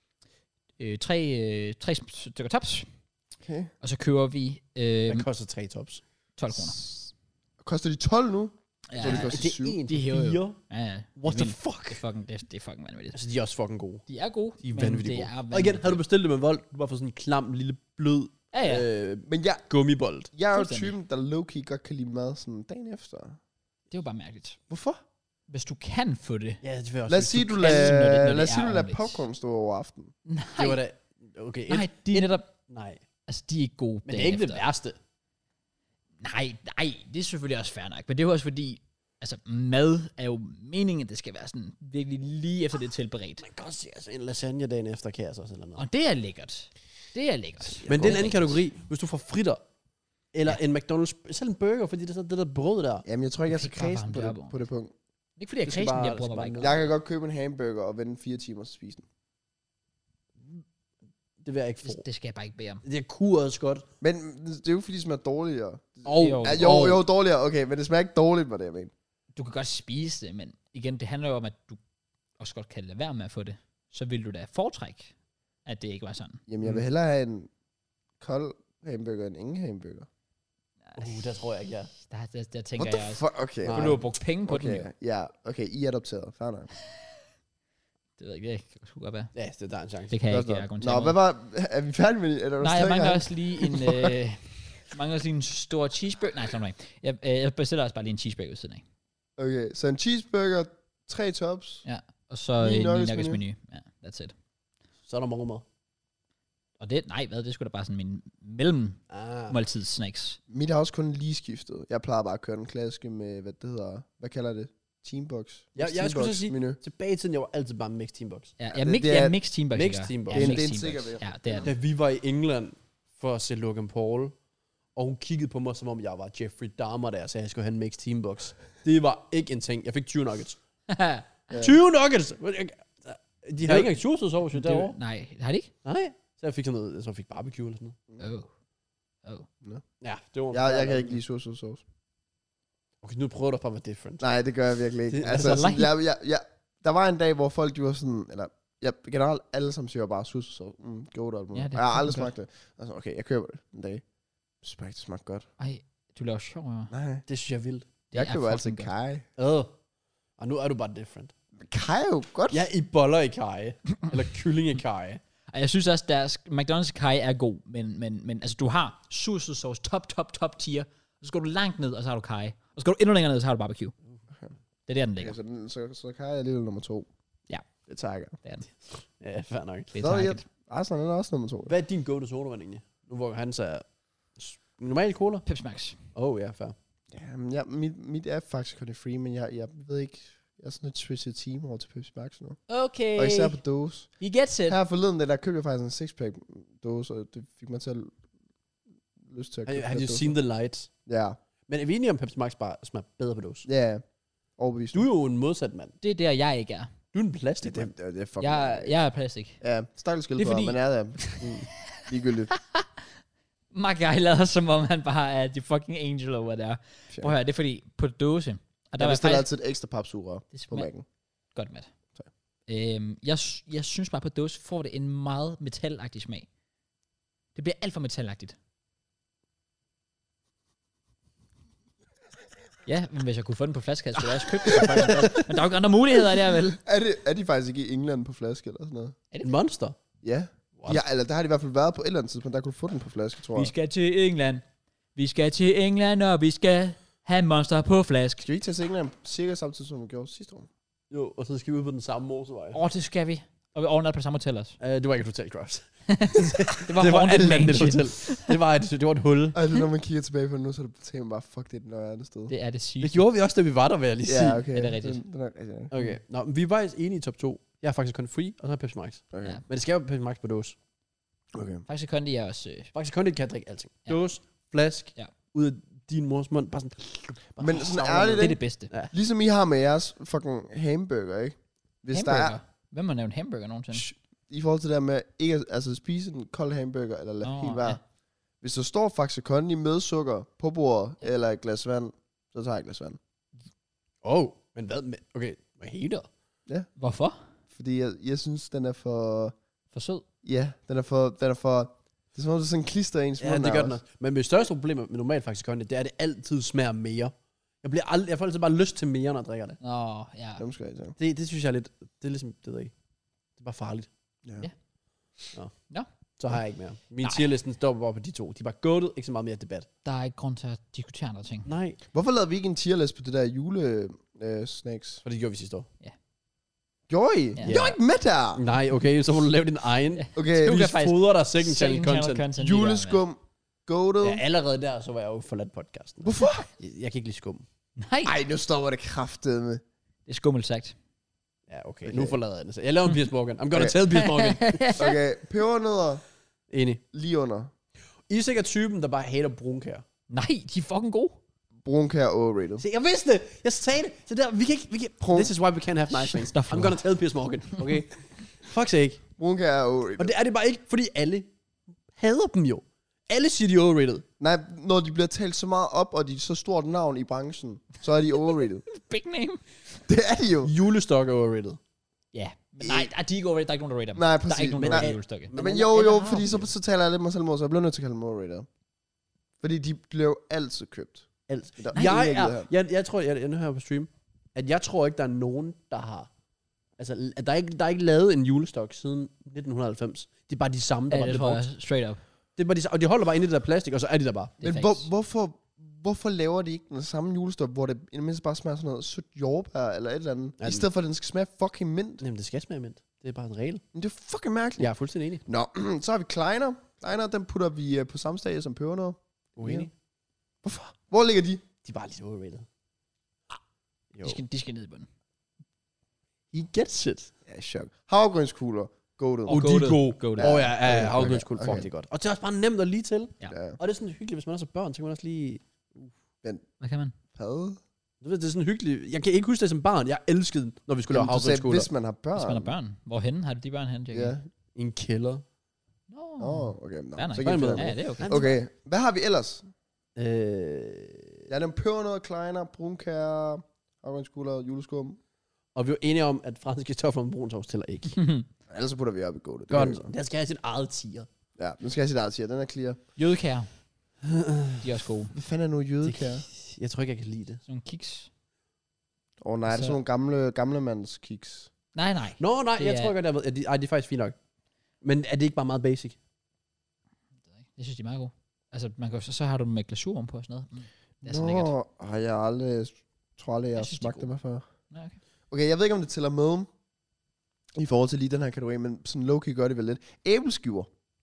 A: øh, tre, øh, tre stykker tops,
B: Okay.
A: og så kører vi øh,
C: Hvad koster tre tops?
A: tolv kroner.
B: Koster de tolv nu?
A: Ja,
B: Så det koster
C: Det
B: syv.
C: er en
A: de hæver jo.
C: fire.
A: ja, ja.
C: What
A: Det
C: the
A: er vildt.
C: fuck?
A: Det er fucking, det er, det er fucking vanvittigt.
C: Altså, de er også fucking gode.
A: De er gode,
C: De er
A: men
C: vanvittigt
A: det
C: gode.
A: er
C: Og igen,
A: vanvittigt.
C: havde du bestilt det med vold, du bare får sådan en klam, lille, blød
A: Ja, ja.
C: øh,
B: Men jeg,
C: gummibold.
B: jeg er jo
A: Fuldstændig.
B: typen, der low-key godt kan lide mad sådan dagen efter.
A: Det er jo bare mærkeligt.
B: Hvorfor?
A: Hvis du kan få det.
C: Ja, det vil jeg også
B: Lad os
C: sige.
B: sige, du
A: kan, når det- når
B: lader,
A: det
B: lad os
A: er
B: sige, du lader
A: ordentligt.
B: popcorn stå over aften.
A: Nej,
C: Det var da... Okay, et,
A: nej, de er netop,
C: nej.
A: altså de er ikke gode
C: Men det er
A: dagen
C: ikke det
A: efter.
C: værste.
A: Nej, nej, det er selvfølgelig også fair nok. Men det er jo også fordi, altså mad er jo meningen, at det skal være sådan virkelig lige efter det er tilberedt.
C: Man kan også sige, altså en lasagne dagen efter kan jeg så også eller noget.
A: Og det er lækkert. Det er lækkert.
C: Men det er en anden kategori. Hvis du får fritter, eller ja. en McDonald's, selv en burger, fordi det er sådan det der brød der.
B: Jamen, jeg tror ikke, jeg er så
A: Du kan ikke bare
B: kredsen på
A: varme det
B: det,
A: op
B: på det punkt.
A: Ikke fordi jeg er
C: Det skal
A: kredsen,
C: bare-
A: jeg
C: det
A: bruger
C: skal
A: mig
C: bare
A: bare ikke.
C: ned.
B: Jeg kan godt købe en hamburger og vente fire timer til at spise den.
C: Det vil jeg ikke få.
A: Det, det skal jeg bare ikke bede om.
C: Det kunne også godt.
B: Men det er jo fordi, det smager dårligere.
C: Og,
A: Jo.
B: Ja, jo, jo, dårligere. Okay, men det smager ikke dårligt, var det, jeg mener.
A: Du kan godt spise det, men igen, det handler jo om, at du også godt kan lade være med at få det. Så vil du da foretrække, at det ikke var sådan.
B: Jamen, jeg vil hellere have en kold hamburger end ingen hamburger.
C: Uh, der tror jeg ikke, ja.
A: Der, der, der tænker
B: What the
A: jeg også.
B: fuck? Okay.
C: Nej.
A: For du har brugt penge på den,
B: Okay,
A: jo.
B: ja. Okay, I er adopteret. Fair nok.
A: Det ved jeg ikke, det kan sgu godt være.
C: Ja, det der er en chance.
A: Det kan jeg
B: Godt
A: ikke
B: nok.
A: argumentere
B: Nå,
A: imod.
B: hvad var... Er vi færdige med det? Eller er du
A: Nej, jeg
B: stadig
A: mangler
B: gang?
A: også lige en... Øh, mangler også lige en stor cheeseburger. Nej, slå mig ikke. Jeg, øh, jeg bestiller også bare lige en cheeseburger ved siden af.
B: Okay, så en cheeseburger, tre tops.
A: Ja, og så
B: Ni
A: en
B: nuggets
A: nuggets
B: menu.
A: menu. Ja, that's it.
C: Så er der morgenmad.
A: Og det, nej, hvad, det skulle da bare sådan min mellem
C: Ah.
A: måltids snacks.
B: Mit har også kun lige skiftet. Jeg plejer bare at køre den klassiske med, hvad det hedder, hvad kalder det? Teambox.
C: Jeg, jeg skulle så sige,
B: menu.
C: tilbage i tiden, jeg var altid bare mixed teambox.
A: Ja,
B: det-
A: ja, mix,
B: det
A: ja,
B: er-
A: mixed teambox.
C: mixed
A: ikke?
C: teambox.
A: Ja,
B: Det er en-
A: mixed
B: det er en
A: teambox.
B: sikker ved.
A: Ja, det er
C: Da
A: det.
C: vi var i England for at se Logan Paul, og hun kiggede på mig, som om jeg var Jeffrey Dahmer der, så jeg skulle have en mixed teambox. Det var ikke en ting. Jeg fik tyve nuggets.
B: Ja.
C: tyve nuggets! De har
A: Jo.
C: ikke engang churros over
A: Det-
C: derovre.
A: Nej, har de ikke?
C: Nej. Så jeg fik sådan noget, jeg tror, jeg fik barbecue eller sådan noget.
A: Oh. Oh.
C: Ja, det var...
B: Jeg, jeg kan ikke lide sosu sauce.
C: Okay, nu prøver du bare at være different.
B: Nej, det gør jeg virkelig ikke.
C: Det-
B: altså,
A: altså,
B: sådan, jeg, jeg, jeg, der var en dag, hvor folk de var sådan, eller jeg, generelt alle sammen siger bare sosu sauce. Mm, godt og alt muligt.
A: Ja, det er
B: og jeg har aldrig
A: fucking
B: smagt det. Altså, okay, jeg køber det en dag. Jeg synes bare ikke, det smager godt.
A: Ej, du laver sjov, ja.
B: Nej,
C: Det synes jeg er vildt.
A: Det
B: jeg
A: er
B: køber altid
A: fucking godt.
B: kaj.
C: Øh. Og nu er du bare different.
B: Kaj er jo godt.
C: Jeg er i boller i kaj. Eller kylling i kaj.
A: Ej, jeg synes også, deres McDonald's kaj er god, men, men, men altså, du har sauce sauce, top, top, top tier, og så går du langt ned, og så har du kaj. Og så går du endnu længere ned, og så har du barbecue. Det er der, den ligger.
B: Okay, så, den, så, så kaj er lille nummer to.
A: Ja.
B: Det tager jeg.
A: Det er den.
C: Ja, fair nok.
A: Det
B: Så
A: er
B: er jeg,
A: target.
B: Arsenal er også nummer to.
C: Hvad er din go-to sodavand egentlig? Nu hvor han er normal cola?
A: Pepsi Max.
C: Oh ja, fair.
B: Ja, men jeg, mit, mit er faktisk kun free, men jeg, jeg ved ikke, jeg er sådan lidt switchet team over til Pepsi Max nu.
A: Okay.
B: Og især på dåse.
A: He gets it.
B: Her forleden, der købte jeg faktisk en six-pack dåse, og det fik mig til at lyst til at
C: Have,
B: købe
C: have you
B: flere
C: seen
B: dåser.
C: the lights?
B: Ja,
C: Men er vi enige om, Pepsi Max bare smager bedre på dåse?
B: ja, overbevist.
C: Du er jo en modsat mand.
A: Det er der, jeg ikke er.
C: Du er en
B: det,
C: plastik
B: det,
C: mand.
B: det, det er fucking...
A: Jeg, jeg er plastik.
B: Ja, stakkels
A: Det er
B: skildpadder,
A: fordi-
B: men er det mm, ligegyldigt.
A: Magai lader som om han bare er the fucking angel, eller hvad det er. Prøv at høre, det er fordi, på dåse, og der
B: Jeg
A: var
B: bestiller
A: faktisk
B: altid et ekstra papsugerør
A: det
B: på
A: smager
B: mækken.
A: godt med.
B: Tak.
A: Øhm, jeg, sy- jeg synes bare, på dåse får det en meget metalagtig smag. Det bliver alt for metalagtigt. Ja, men hvis jeg kunne få den på flaske, skulle jeg også købe den på flaske. Men der er jo ikke andre muligheder der, vel?
B: Er, det, er de faktisk ikke i England på flaske eller sådan noget?
C: En monster?
B: Ja.
C: What?
B: Ja, eller der har de i hvert fald været på et eller andet tidspunkt, der kunne du få den på flaske, tror
A: Vi
B: jeg.
A: skal til England. Vi skal til England, og vi skal have monster på flaske.
B: Skal vi ikke tage til England cirka samtidig, som vi gjorde sidste år?
C: Jo, og så skal vi ud på den samme motorvej.
A: Åh, oh, det skal vi. Og vi overnatter på samme hotel også.
C: Uh, det var ikke et hotel, Cross.
A: Det var,
C: det var
A: haunted
C: alt andet et
A: mansion.
C: hotel. Det var et, det var et hul.
B: Altså, når man kigger tilbage på det nu, så er det tænker man bare, fuck, det er et nøjere sted.
A: Det er det
C: Det
A: sygt.
C: gjorde vi også, da vi var der, vil jeg lige sige.
B: Ja, okay.
A: Ja, det er rigtigt.
B: Den, den er, altså,
C: Okay, nå, men vi er faktisk enige i top to. Jeg er faktisk kun free, og så er Pepsi Max.
B: okay.
A: Ja.
B: Ja.
C: Men det skal jo Pepsi Max på dåse.
B: Okay.
A: Faktisk Kondi er også... Øh,
C: Faktisk kun det kan jeg drikke alting.
A: Ja.
C: Dåse, flask,
A: Ja.
C: ud af din mors mund. Bare sådan... Bare
B: Men sådan
C: savler
B: ærligt,
A: det er
B: ikke?
A: det bedste.
C: Ja.
B: Ligesom I har med jeres fucking hamburger, ikke? Hvis
A: Hamburger.
B: der er,
A: Hvem har nævnt hamburger nogensinde?
B: Shh, i forhold til det der med ikke at altså, spise en kold hamburger, eller lade
A: Nå,
B: helt være.
A: ja.
B: Hvis der står Faxe Kondi med sukker på bordet, eller et glas vand, så tager jeg et glas vand.
C: Oh, men hvad? med- Okay, hvad hater?
A: Hvorfor?
B: Fordi jeg, jeg synes, den er for...
A: For sød.
B: Ja, den er for... Den er for det er som om, det er sådan en klister i ens
C: Ja,
B: mund
C: det gør den
B: også.
C: også. Men mit største problem med normalt faktisk Kondi, det er, at det altid smager mere. Jeg, bliver ald- jeg får altid bare lyst til mere, når jeg drikker det.
A: Nå, ja.
B: Dem skal jeg til.
C: Det, det synes jeg er lidt... Det er ligesom... Det ved jeg ikke. Det er bare farligt.
B: Ja.
A: Ja.
C: Nå.
A: Nå.
C: Så har jeg ikke mere. Min
A: Nej.
C: tierlisten står bare på de to. De er bare goated, ikke så meget mere debat.
A: Der er ikke grund til at diskutere andre ting.
C: Nej.
B: Hvorfor lavede vi ikke en tierlist på det der jule øh, snacks?
C: For det gjorde vi sidste år.
B: Gjorde I?
A: Ja.
B: Jeg var ikke med der!
C: Nej, okay, så må du lave din egen.
A: Ja.
B: Okay,
A: Du
C: Vi
A: kan faktisk-
C: fodrer dig second channel
A: Second
C: content.
A: channel content. lige der,
B: juleskum, goated.
C: Ja, allerede der, så var jeg jo forladt podcasten.
B: Hvorfor?
C: Jeg, jeg kan ikke lide skum.
A: mand. Nej,
B: Ej, nu stopper det kraftedeme.
A: det er skummelt sagt.
C: Ja, okay.
B: Okay.
C: Nu forlader jeg den. Så jeg laver en Piers Morgan. I'm gonna
B: Okay.
C: tell Piers Morgan.
B: Okay, pebernødder
C: Enig.
B: lige under.
C: I er sikkert typen, der bare hater brunkær.
A: Nej, de er fucking gode.
B: Brunkær overrated.
C: Se, jeg vidste det. Jeg sagde det. Så der, vi kan ikke... Vi kan,
B: Prøv.
C: this is why we can't have nice things.
A: Stop
C: I'm gonna tell Piers Morgan. Okay? Fuck sake.
B: Brunkær er overrated.
C: Og det er det bare ikke, fordi alle hader dem jo. Alle siger, de er overrated.
B: Nej, når de bliver talt så meget op, og de er så stort navn i branchen, så er de overrated.
A: Big name.
B: Det er de jo.
C: Julestok er overrated.
A: Ja, men nej, er de ikke overrated. Der er ikke nogen, der rater dem.
B: Nej,
A: Der er
B: præcis.
A: ikke nogen,
B: Men,
A: der rater
B: nej,
A: julestokke.
B: men,
C: Men
B: jo,
C: alle-
B: jo,
C: alle har
B: fordi
C: dem.
B: så, så taler jeg lidt mig selv mod, så jeg bliver nødt til at kalde dem overrated. Fordi de bliver jo altid købt.
C: Altså,
B: Der
C: jeg,
B: ingen, gider
C: er,
B: have.
C: jeg, jeg tror, jeg, jeg nu her på stream, at jeg tror ikke, der er nogen, der har... Altså, at der er ikke, der er ikke lavet en julestok siden nitten halvfems. Det er bare de samme, der
A: Ja,
C: var
A: det
C: blevet
A: tror jeg
C: brugt.
A: straight up.
C: Det er bare de, og de holder bare inde i det der plastik, og så er de der bare.
A: Det er
B: Men hvor,
A: facts.
B: hvorfor, hvorfor laver de ikke den samme julestop, hvor det i det mindste bare smager sådan noget sødt jordbær eller et eller andet,
C: Ja,
B: i stedet for, at den skal smage fucking mint.
C: Jamen, det skal smage mint. Det er bare en regel.
B: Men det er fucking mærkeligt.
C: Jeg er fuldstændig enig.
B: Nå, så har vi Kleiner. Kleiner, den putter vi uh, på samme stadie som pebernødder.
C: Uenig.
B: Hvorfor? Hvor ligger de?
C: De er bare lidt overrated. Jo.
A: De skal, de skal ned i bunden.
C: He gets it.
B: Ja, chok. Havregrynskugler. Goated.
A: Og
C: Oh, de er
A: goated.
C: gode.
A: Goated.
C: Åh oh, ja, ja,
B: Okay,
C: ja. Havregrynskugler.
B: okay.
C: Fuck, det er godt. Og det er også bare nemt og lige til.
A: Ja.
B: Ja.
C: Og det er sådan hyggeligt, hvis man også er børn, så kan man også lige...
A: Hvad kan man?
B: Padde.
C: Du ved, det er sådan hyggeligt. Jeg kan ikke huske det som barn. Jeg elskede den, når vi skulle lave
B: Jamen, du sagde,
C: havregrynskugler.
B: hvis man har børn.
A: Hvis man er børn. Hvorhen har du de børn hen, Jackie?
B: Ja.
C: I en kælder.
A: Nå.
B: Åh, oh, okay. Nå,
A: Fair nok.
B: så kan jeg
C: Fair
B: finde
C: nok.
A: Ja,
B: ud
A: det er okay.
B: af det. Okay, hvad har vi ellers?
C: Øh...
B: Ja, den pebernødder, Kleiner, brunkær, havregrynskugler, juleskum.
C: Og vi var enige om, at franske kartofler med brun sovs tæller ikke.
B: Ellers så putter vi op i goated. Det
C: Godt.
B: kan vi så.
C: Den skal have sit eget tier.
B: Ja, nu skal jeg sige dig, den er clear.
A: Jødekær. De er også gode.
B: Hvad fanden er nu jødekær?
C: Det, jeg tror ikke, jeg kan lide det.
A: Sådan nogle kiks.
B: Åh oh, nej, det er
A: Så-
B: sådan nogle gamle, gamle mands kiks.
A: Nej, nej.
C: Nå, nej,
A: Det
C: jeg
A: er-
C: tror godt, jeg ved. Ja, de, ej, de er faktisk fint nok. Men er det ikke bare meget basic?
A: Jeg synes, de er meget gode. Altså, man kan, jo- så, så har du dem med glasur ovenpå og sådan noget. Mm. Det er så lækkert.
B: Nå, har jeg aldrig, tror aldrig, jeg,
A: Jeg
B: har
A: synes, de er
B: smagt dem
A: gode.
B: før.
A: Nej, okay.
B: Okay, jeg ved ikke, om det tæller med i forhold til lige den her kategori, men sådan low-key gør det vel lidt. Æbleskiver.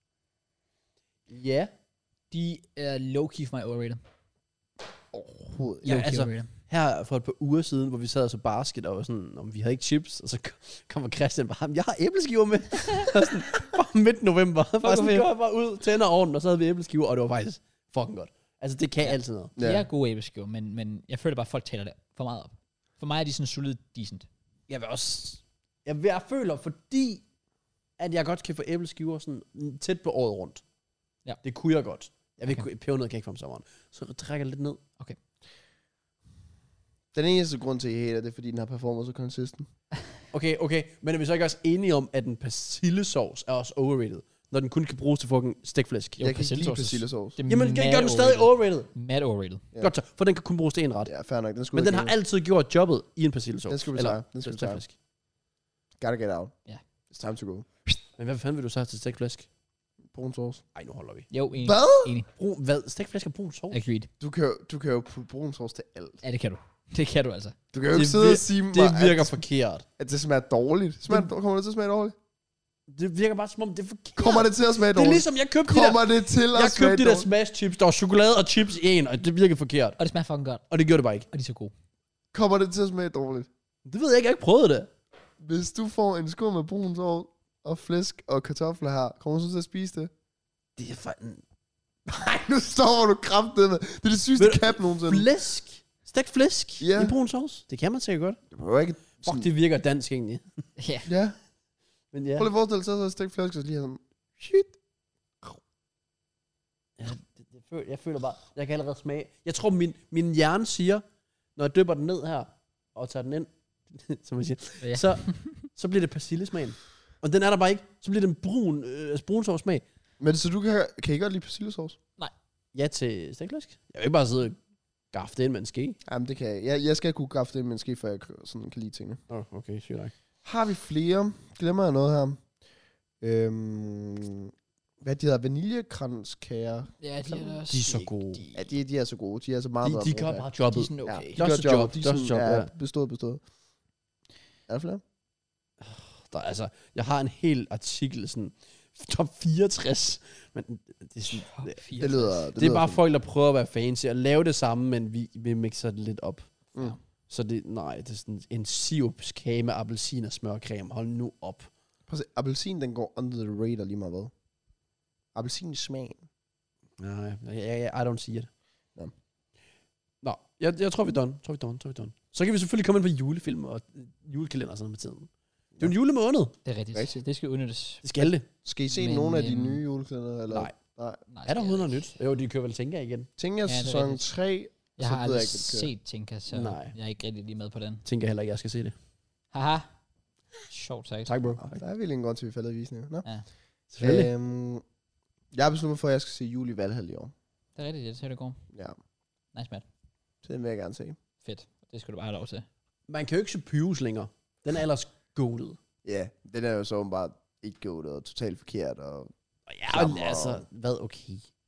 C: Ja.
A: De er low-key for mig overrated.
B: Overhovedet.
C: Ja,
A: Low-key
C: altså-
A: overrated.
C: Her for et par uger siden, hvor vi sad og så basket, og var sådan, om vi havde ikke chips, og så k- kommer Christian bare, jeg har æbleskiver med. Og sådan, bare midt november. Bare sådan,
A: fedt.
C: går jeg bare ud, tænder ovnen, og så havde vi æbleskiver, og det var faktisk fucking godt. Altså, det kan
A: Ja.
C: altid noget.
A: De er gode æbleskiver, men, men jeg føler bare, at folk taler det for meget op. For mig er de sådan solid decent.
C: Jeg vil også... Jeg, jeg føler, fordi at jeg godt kan få æbleskiver sådan tæt på året rundt.
A: Ja.
C: Det kunne jeg godt. Jeg vil
A: Okay.
C: okay. pebernød kan jeg ikke få om sommeren. Så trækker jeg lidt ned.
B: Den eneste grund til, at jeg hater, det er, fordi den har performet så consistent.
C: Okay, okay. Men er vi så ikke også enige om, at en persillesauce er også overrated? Når den kun kan bruges til fucking stegflæsk.
A: Jo,
B: Jeg kan ikke lide
A: persillesauce.
B: persillesauce.
A: Det er
C: Jamen,
A: mad
C: gør den stadig overrated?
A: Mad overrated.
B: Ja.
C: Godt så, for den kan kun bruges til en ret.
B: Ja, fair nok. Den skulle
C: Men den har altid gjort jobbet i en persillesauce.
B: Den skal vi
C: Eller
B: tage. Den skal vi tage.
C: stegflæsk.
B: Gotta get out.
A: Ja.
B: It's time to go.
C: Men hvad fanden vil du så have til stegflæsk?
B: Brun sauce.
C: Ej, nu holder vi.
A: Jo, enig.
B: Hvad?
A: Enig.
C: Brun, hvad? Stegflæsk og brun sovs?
A: Agreed.
B: Du kan, jo, du kan jo putte brun sauce til alt.
A: Ja, det kan du. Det kan du altså.
B: Du kan jo ikke
C: Det
B: sidde
C: vir-
B: og sige mig,
C: Det virker
B: at,
C: forkert.
B: at det smager dårligt. Smager, kommer det til at smage dårligt?
C: Det virker bare som om, det er forkert.
B: Kommer det til at smage
C: Det er
B: dårligt?
C: ligesom, jeg købte de der,
B: Kommer det til at
C: jeg
B: smage
C: købte de der
B: dårligt?
C: smash chips. Der var chokolade og chips i en, og det virkede forkert.
A: Og det smager fucking godt.
C: Og det gjorde det bare ikke.
A: Og de er så gode.
B: Kommer det til at smage dårligt?
C: Det ved jeg ikke, jeg har ikke prøvet det.
B: Hvis du får en skål med brun sauce og flæsk og kartofler her, kommer du så til at spise det?
C: Det er faktisk...
B: Nej, nu står du kraftedeme. Det er det sygeste
C: Ved du-
B: cap nogensinde.
C: Flæsk. Stegt flæsk
B: Ja.
C: i brun sovs. Det kan man sikkert godt.
B: Det behøver ikke...
C: Fuck, det virker dansk egentlig.
A: Ja.
B: Ja.
C: Men ja.
B: Prøv lige at forestille dig, så er stegt flæsk, og så lige sådan... Shit.
C: Ja, det, det føler, jeg føler bare, jeg kan allerede smage. Jeg tror, min, min hjerne siger, når jeg dypper den ned her, og tager den ind, som man siger,
A: Ja.
C: så, så bliver det persillesmagen. Og den er der bare ikke. Så bliver det en brun, øh, brunsovs smag.
B: Men så du kan, kan I godt lide persillesauce?
C: Ja til stegflæsk. Jeg vil ikke bare sidde og gaffe det ind med en ske.
B: Jamen, det kan jeg. Jeg, jeg skal kunne gaffe det, men måske før jeg sådan kan lide tingene.
C: Åh, oh, okay, sygt nok.
B: Har vi flere? Glemmer jeg noget her? Øhm, hvad de hedder? Vaniljekranskager.
A: Ja, de er, også
C: De er så gode.
A: De,
B: Ja, de, de er så gode. De er så meget
C: De,
B: bedre
C: de
B: end
C: gør
B: brunkager.
C: bare
A: de er
C: jobbet.
A: sådan okay.
B: Ja,
A: Ja.
B: de
C: Does
B: gør
C: the job,
B: job. De er
C: does the
B: sådan,
C: job,
B: ja,
C: ja.
B: bestået, bestået. Er der flere?
C: Der, altså, jeg har en hel artikel, sådan, top fireogtres, men det er sådan, det,
B: Det lyder... Det,
C: det er
B: lyder
C: bare
B: sådan.
C: folk, der prøver at være fancy og lave det samme, men vi, vi mixer det lidt op.
B: Mm.
C: Så det, nej, det er sådan en sirupskage med appelsin og smørcreme. Hold nu op.
B: Prøv at se, appelsin, den går under the radar lige meget hvad. Appelsin i smagen.
C: Nej, jeg, jeg, I don't see it.
B: Ja.
C: Nå, jeg, jeg tror, vi er done. Tror vi er done. Tror vi er done. Så kan vi selvfølgelig komme ind på julefilm og øh, julekalender og sådan noget med tiden. Det er jo en julemåned.
A: Det er rigtigt.
B: Rigtigt.
A: Det skal udnyttes.
C: Det skal det.
B: Skal I se
A: Men,
B: nogle af de
A: øhm,
B: nye julekalender? Eller?
C: Nej.
B: Nej.
A: Nej,
C: Er der
A: det
C: noget nyt? Jo, de kører vel tænker igen.
B: Tænker jeg
A: Ja, det er
B: sæson
A: rigtigt.
B: tre.
A: Jeg
B: så
A: har
B: ved jeg
A: aldrig
B: ikke, hvad det kører.
A: set Tinka, så
C: Nej.
A: jeg er ikke rigtig lige med på den.
C: Tænker heller ikke, jeg skal se det.
A: Haha. Sjovt sagt.
C: Tak, bro.
B: Oh, der er virkelig en grund til, at vi falder i visningen. Nå.
A: Ja,
C: Selvfølgelig.
B: Øhm, jeg har besluttet mig for, at jeg skal se jul i Valhall i år.
A: det er rigtigt. Det ser det går.
B: Ja,
A: Nice, Matt.
B: så den vil jeg gerne se.
A: Fedt. Det skal du bare have lov til.
C: Man kan jo ikke se Pyrus længere. Den er ellers goated.
B: Ja, den er jo så bare ikke godt og totalt forkert. Og
C: Ja,
B: Klammer.
C: men altså, hvad okay.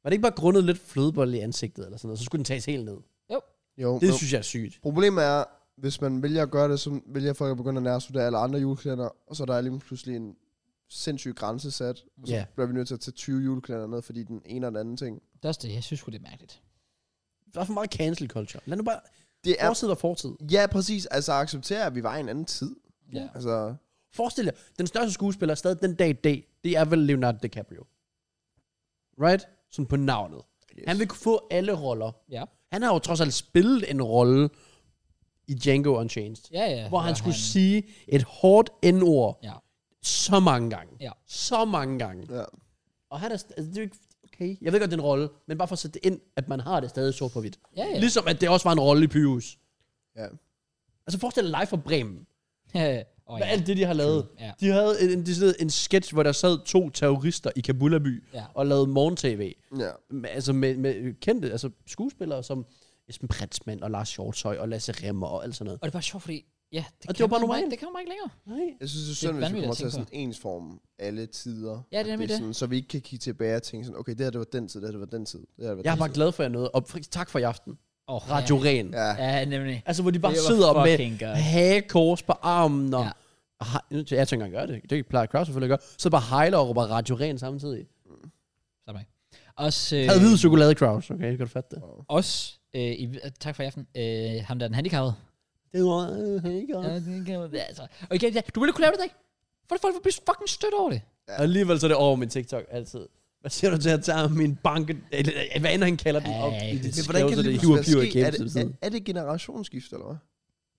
C: Var det ikke bare grundet lidt flødebold i ansigtet, eller sådan noget, så skulle den tages helt ned?
B: Jo,
C: Det
B: jo.
C: synes jeg er sygt.
B: Problemet er, hvis man vælger at gøre det, så vælger folk at begynde at nærstudere alle andre julekalender, og så er der lige pludselig en sindssyg grænse sat, og så
C: Ja.
B: bliver vi nødt til at tage tyve julekalender ned, fordi den ene og den anden ting.
A: Det er også det, jeg synes sgu, det er mærkeligt.
C: Der er for meget cancel culture. Lad nu bare
B: Det er,
C: fortid og fortid.
B: ja, præcis. Altså acceptere, at vi var i en anden tid.
A: Ja.
B: Altså,
C: Forestil jer, den største skuespiller stadig den dag i dag, det er vel Leonardo DiCaprio. Right? Sådan på navnet.
B: yes.
C: Han vil kunne få alle roller.
A: Ja.
C: Han har jo trods alt spillet en rolle i Django Unchained,
A: Ja, ja.
C: hvor han skulle sige et hårdt N-ord
A: Ja.
C: så mange gange.
A: Ja.
C: Så mange gange.
B: Ja.
C: Og han er, st- altså, det er jo ikke, okay, jeg ved godt, det er en rolle, men bare for at sætte det ind, at man har det stadig sort på hvidt.
A: Ja, ja.
C: Ligesom at det også var en rolle i Pyrus.
B: Ja.
C: Altså forestil dig live for Bremen.
A: Ja, oh,
C: Med
A: ja.
C: alt det, de har lavet.
A: Ja.
C: De havde en, en, en, en sketch, hvor der sad to terrorister i Kabulaby
A: Ja.
C: og lavede morgen-tv.
B: Ja.
C: Med, altså med, med kendte altså skuespillere som Esben Pretzmann og Lars Hjortshøj og Lasse Remmer og alt sådan noget.
A: Og det er bare sjovt, fordi... Ja, det,
C: Og det
A: kan
C: var bare
A: man
C: normalt.
A: ikke- Det kan man bare ikke længere.
C: Nej.
B: Jeg synes, det er
A: Det
B: synd,
A: er
B: hvis vi
A: vanvittigt
B: kommer
A: at
B: til at
A: tænke
B: sådan ens form alle tider.
A: Ja, det er nemlig
B: det. Er
A: det.
B: sådan, så vi ikke kan kigge tilbage og tænke sådan, okay, det her det var den tid, det her det var den tid. Det her, det var
C: Jeg er
B: den
C: bare
B: tid.
C: glad for, at jeg nåede. Og fri- tak for i aften.
A: Oh,
C: Radio Ren.
B: Ja.
A: Ja, nemlig.
C: Altså, hvor de bare
A: Det var
C: sidder med
A: fucking godt.
C: hagekors på armen. Og,
A: Ja.
C: og ha- jeg tænker engang gøre det. Det plejer Kraus selvfølgelig at gøre. Så bare hejler og råber Radio Ren samtidig.
A: Sådan ikke. Også... Øh,
C: Jeg havde hvid chokolade, Kraus. Okay, kan du fatte det?
A: Også... Øh, i, tak for i aften. Øh, ham der er den handicappede.
C: Det var øh, ikke godt.
A: Ja, det kan man... Ja, altså. Okay, ja, du ville kunne lave det, ikke? For det folk vil blive fucking stødt over det.
C: Og alligevel så er det over min TikTok altid. Hvad siger du til at tage min banke, eller hvad end han kalder den,
A: Ja,
C: op
A: ja,
C: i
A: ja.
C: de
B: Men hvordan kan
C: skrev, så
B: det
C: det
B: lige
C: hiver
B: pludselig
C: piver i
B: ske? Er
C: kæben
B: det,
C: til
B: er,
C: siden.
B: er det generationsskift, eller hvad?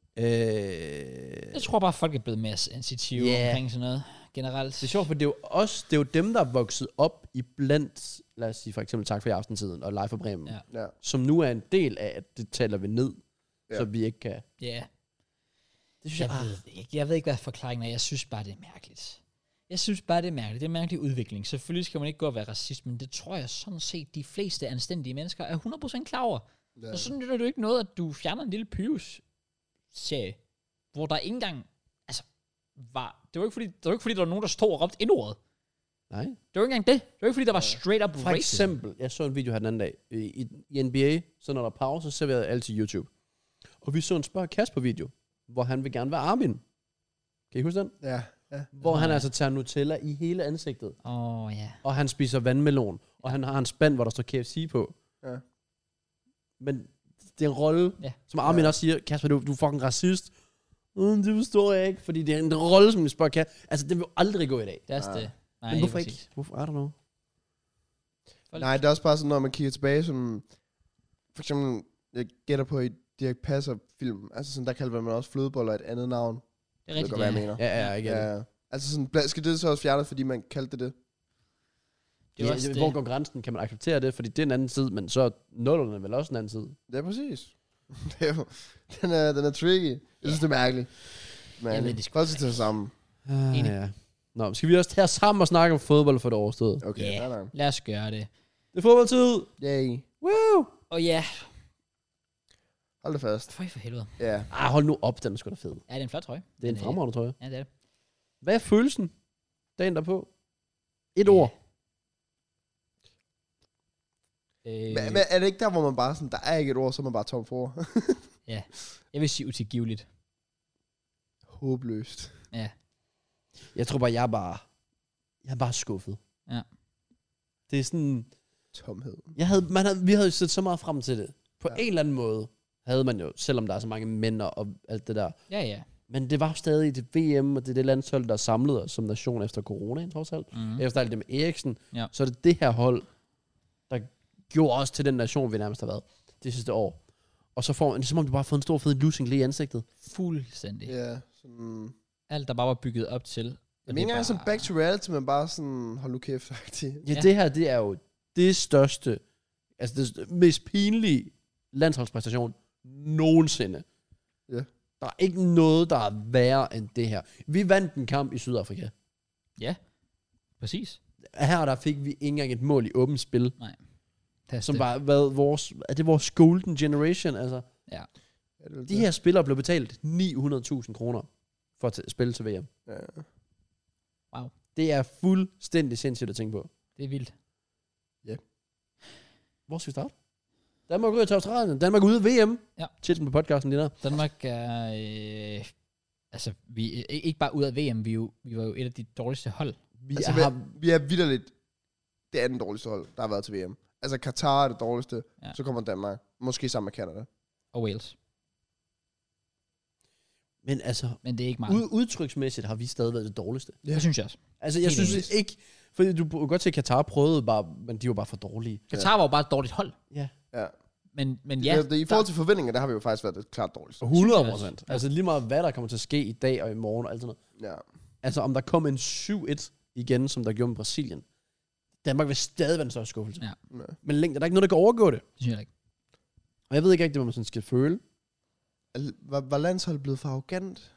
C: Øh,
A: Jeg tror bare, folk er blevet mere sensitive
C: Ja.
A: yeah. omkring sådan noget. Generelt.
C: Det er sjovt, for det er jo også, det er jo dem, der er vokset op i blandt, lad os sige for eksempel Tak for i aftentiden og Live for Bremen,
A: Ja.
B: Ja.
C: som nu er en del af, at det taler vi ned,
B: Ja.
C: så vi ikke kan.
A: Ja. Yeah.
C: Det synes
A: Jeg
C: jeg,
A: ved det ikke. Jeg ved ikke, hvad forklaringen er. Jeg synes bare, det er mærkeligt. Jeg synes bare, det er mærkeligt. Det er en mærkelig udvikling. Selvfølgelig skal man ikke gå og være racist, men det tror jeg sådan set, de fleste anstændige mennesker er hundrede procent klar over.
B: Ja.
A: Og sådan er det jo ikke noget, at du fjerner en lille Pyrus-serie, hvor der ikke engang, altså, var, det var ikke fordi, det var ikke fordi, der var nogen, der stod og råbte indordet.
C: nej.
A: Det var ikke engang det. Det var ikke fordi, der var straight up
C: For
A: racism.
C: eksempel, jeg så en video her den anden dag, i, i, i N B A, så når der er pause, så serverede jeg altid YouTube. Og vi så en spørg Kasper video, hvor han vil gerne være Armin. Kan I huske den?
B: Ja. Ja.
C: Hvor
A: Nej.
C: han altså tager Nutella i hele ansigtet.
A: Åh, oh, ja.
C: Og han spiser vandmelon. Og han har en spand, hvor der står K F C på.
B: Ja.
C: Men det er en rolle,
A: Ja.
C: som Armin
B: Ja.
C: også siger, Kasper, du, du er fucking racist. Mm, det forstår jeg ikke, fordi det er en rolle, som vi spørger Kasper. Altså, det vil aldrig gå i dag.
A: Det er også
B: Nej.
A: det. Nej,
C: Men hvorfor
A: lige
C: ikke?
A: præcis.
C: Hvorfor er der noget?
B: Nej, det er også bare sådan, når man kigger tilbage, som for eksempel, jeg gætter på i Dirk Passer-film, altså sådan, der kalder man også flødeboller et andet navn.
A: Det er
B: Jeg ved
A: rigtigt,
B: godt, hvad jeg
A: ja.
B: mener.
C: Ja, ja, ikke ja.
B: Ja. Altså sådan, bla- skal det så også fjernes, fordi man kaldte det det?
A: Det er
C: ja,
A: også
C: hvor
A: det.
C: går grænsen? Kan man acceptere det? Fordi det er en anden side, men så er nullerne vel også en anden side.
B: Det er præcis. Det er jo, den, er, den er tricky. Jeg synes, det er mærkeligt. Men
A: Jeg ved det sgu
B: folk skal
A: ikke.
B: tage sig sammen.
C: Ah,
A: Enig.
C: ja. Nå, skal vi også tage os sammen og snakke om fodbold for det overstået?
B: Okay,
A: Ja.
B: yeah. nej, nej.
A: Lad os gøre det.
C: Det er fodboldtid!
B: Yay.
C: Woo!
A: Og ja,
B: Hold det fast.
A: for for helvede.
B: Ja.
C: Ah, hold nu op, den er sgu da fed.
A: Ja, det er en flot trøje.
C: Det er en
A: Men, øh,
C: fremragende trøje.
A: Ja, det er det.
C: Hvad er følelsen dagen derpå? Et
A: Ja.
C: ord.
A: Øh,
B: Men, men er det ikke der, hvor man bare sådan, der er ikke et ord, så er man bare tom for?
A: jeg vil sige utilgiveligt.
B: Håbløst.
A: Ja.
C: Jeg tror bare, jeg er bare... Jeg er bare skuffet.
A: Ja.
C: Det er sådan...
B: Tomhed.
C: Jeg havde, man havde, vi havde jo set så meget frem til det. På
B: Ja.
C: ja. en eller anden måde havde man jo, selvom der er så mange mænd og alt det der.
A: Ja, ja.
C: Men det var jo stadig det V M, og det er det landshold, der samlede os som nation efter corona, trods alt.
A: Mm.
C: Mm. Efter alt det med Eriksen.
A: Ja.
C: Så er det det her hold, der gjorde os til den nation, vi nærmest har været det sidste år. Og så får man, det er som om du bare har fået en stor fed losing lige i ansigtet.
A: Fuldstændig.
B: Ja, sådan...
A: Alt, der bare var bygget op til.
B: Jeg
A: og
B: mener ikke
A: det er
B: engang sådan
A: bare-
B: back to reality, men bare sådan, hold nu kæft, faktisk.
C: Ja,
A: Ja.
C: det her, det er jo det største, altså det mest pinlige landsholdspræstation nogensinde.
B: Ja.
C: Der er ikke noget, der er værre end det her. Vi vandt en kamp i Sydafrika.
A: Ja, præcis.
C: Her der fik vi ikke engang et mål i åbent spil,
A: Det er
C: som
A: det.
C: var hvad, vores, er det vores golden generation, altså.
A: Ja.
B: Ja, det er
C: De her spillere blev betalt ni hundrede tusind kroner for at t- spille til V M.
B: Ja.
C: Det er fuldstændig sindssygt at tænke på.
A: Det er vildt.
B: Ja.
C: Hvor skal vi starte? Danmark går ud til Australien. Danmark er ude ved V M.
A: Ja.
C: Titlen på podcasten lige der.
A: Danmark er... Øh, altså, vi er ikke bare ud af V M, vi, jo, vi var jo et af de dårligste hold.
C: Vi
B: Altså,
C: har...
B: vi, vi er vitterligt det andet dårligste hold, der har været til V M. Altså, Katar er det dårligste,
A: Ja.
B: så kommer Danmark. Måske sammen med Canada.
A: Og Wales.
C: Men altså,
A: Men det er ikke meget.
C: ud, udtryksmæssigt har vi stadig været det dårligste.
A: Ja. Det synes jeg også.
C: Altså, jeg
A: Helt
C: synes ikke... Fordi du kunne godt se, at Katar prøvede bare, men de var bare for dårlige.
A: Katar var jo bare et dårligt hold.
C: Ja.
B: Ja.
A: Men, men
B: Ja,
A: ja,
B: det, I forhold til forventninger, der har vi jo faktisk været det klart dårligste.
C: hundrede procent. Altså lige meget, hvad der kommer til at ske i dag og i morgen og alt sådan noget.
B: Ja.
C: Altså, om der kommer en syv et igen, som der gjorde med Brasilien. Danmark vil stadig være en større skuffelse.
A: Ja.
B: Ja.
C: Men længde, der er ikke noget, der kan overgå det.
A: det synes jeg ikke.
C: Og jeg ved ikke rigtig, hvad man sådan skal føle.
B: Al- Var, var landsholdet blevet for arrogant?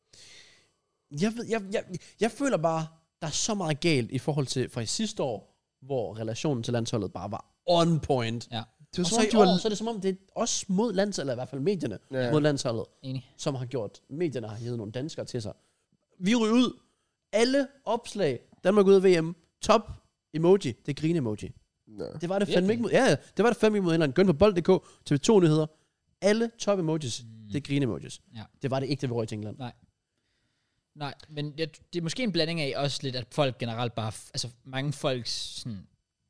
C: Jeg, ved, jeg, jeg, jeg føler bare, der er så meget galt i forhold til fra i sidste år, hvor relationen til landsholdet bare var on point.
A: Ja.
B: Det var
C: Og
B: som
C: så
B: om,
C: i
B: de
C: år,
B: var...
C: så er det som om, det er også mod landsholdet, eller i hvert fald medierne,
B: Ja.
C: ja. mod landsholdet,
A: Enig.
C: som har gjort, medierne har givet nogle danskere til sig. Vi ryger ud. Alle opslag, Danmark ud af V M, top emoji, det er grine-emoji.
B: Ja.
C: Det var det
A: Virkelig?
C: fandme ikke mod, ja, ja, det var det fandme ikke mod England. Gå ind på bold punktum d k, T V to nyheder. Alle top emojis, mm. det er grine-emojis.
A: Ja.
C: Det var det ikke, da vi røg til England.
A: Nej, men jeg, det er måske en blanding af også lidt, at folk generelt bare... Altså, mange folks sådan,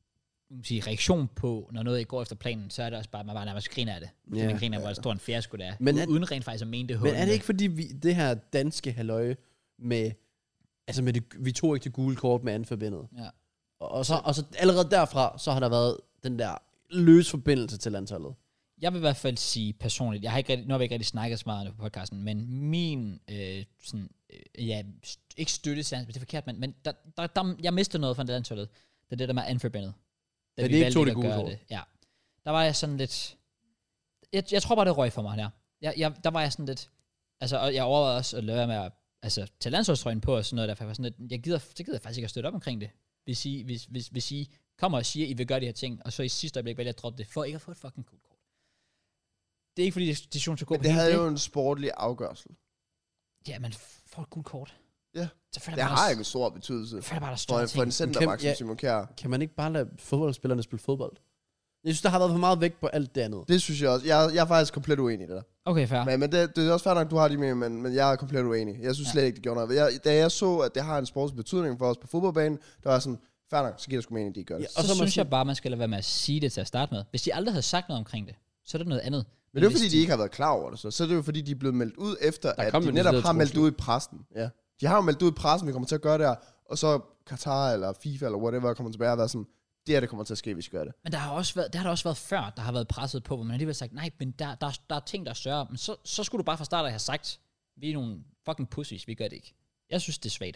A: man sige, reaktion på, når noget ikke går efter planen, så er det også bare, at man bare nærmest griner af det.
C: Ja.
A: Yeah. Man griner af, hvor stor en fiasko det er.
C: Men
A: Men
C: er-
A: uden rent faktisk at mene det
C: Men er det ikke, fordi vi, det her danske halløje med... Altså, med det, vi tog ikke det gule kort med anforbindet.
A: Ja.
C: Og, og, så, og så allerede derfra, så har der været den der løs forbindelse til landsholdet.
A: Jeg vil i hvert fald sige personligt, jeg har ikke rigtig, nu har vi ikke rigtig snakket så meget om det på podcasten, men min, øh, sådan, øh, ja, st- ikke støttesans, men det er forkert, men, men der, der, der, jeg mistede noget fra det landsholdet. Det er det der med anforbindet.
C: Da de ikke tog det gule kort.
A: det. Ja. Der var jeg sådan lidt, jeg, jeg tror bare, det røg for mig her. Jeg, jeg, der var jeg sådan lidt, altså, og jeg overvejede også at lade være med at, altså, tage landsholdstrøjen på og sådan noget, derfor jeg var sådan lidt, jeg gider, det gider jeg faktisk ikke at støtte op omkring det. Hvis I, hvis, hvis, hvis I kommer og siger, at I vil gøre de her ting, og så i sidste øjeblik vælger at droppe det, for ikke at få et fucking gult kort. Det er ikke fordi, diskussionen skal gå
B: Men
A: på
B: det
A: hele
B: havde
A: det.
B: jo en sportlig afgørelse.
A: Ja, men får et gult kort.
B: Ja.
A: Så føler
B: Det
A: jeg
B: har
A: bare,
B: ikke en stor betydelse.
A: jeg føler bare, der
B: For,
A: står
B: for en
A: ting.
B: centerback
C: Kan- ja.
B: som Simon Kjær.
C: Kan man ikke bare lade fodboldspillerne spille fodbold? Jeg synes, der har været for meget vægt på alt det andet.
B: Det synes jeg også. Jeg, jeg er faktisk komplet uenig i det der.
A: Okay, fair.
B: Men, men det, det er også fair nok, du har de med, men, men jeg er komplet uenig. Jeg synes
A: Ja.
B: slet ikke, det gjorde noget. Jeg, da jeg så, at det har en sportslig betydning for os på fodboldbanen, der var sådan, fair nok, så giver det sgu mening, at de gør det.
C: Ja,
A: Og
C: og
A: så,
C: så
A: så
C: må
A: synes
C: man-
A: jeg bare, man skal lade være med at sige det til at starte med. Hvis de aldrig havde sagt noget omkring det, så er det noget andet.
B: Men det er jo
A: hvis
B: fordi, de ikke har været klar over det, så, så er det jo fordi, de er blevet meldt ud efter,
C: Der
B: at
C: kom
B: de
C: jo
B: netop
C: decideret
B: har meldt
C: trusler.
B: ud i pressen. Ja. De har jo meldt ud i pressen, vi kommer til at gøre det her, og så Katar eller FIFA eller whatever kommer tilbage og været sådan, det er det kommer til at ske, hvis vi gør det.
A: Men der har også været, det har der også været før, der har været presset på, hvor man alligevel har sagt, nej, men der, der, der er ting, der er større. Men så, så skulle du bare fra start af have sagt, vi er nogle fucking pussies, vi gør det ikke. Jeg synes, det er svagt.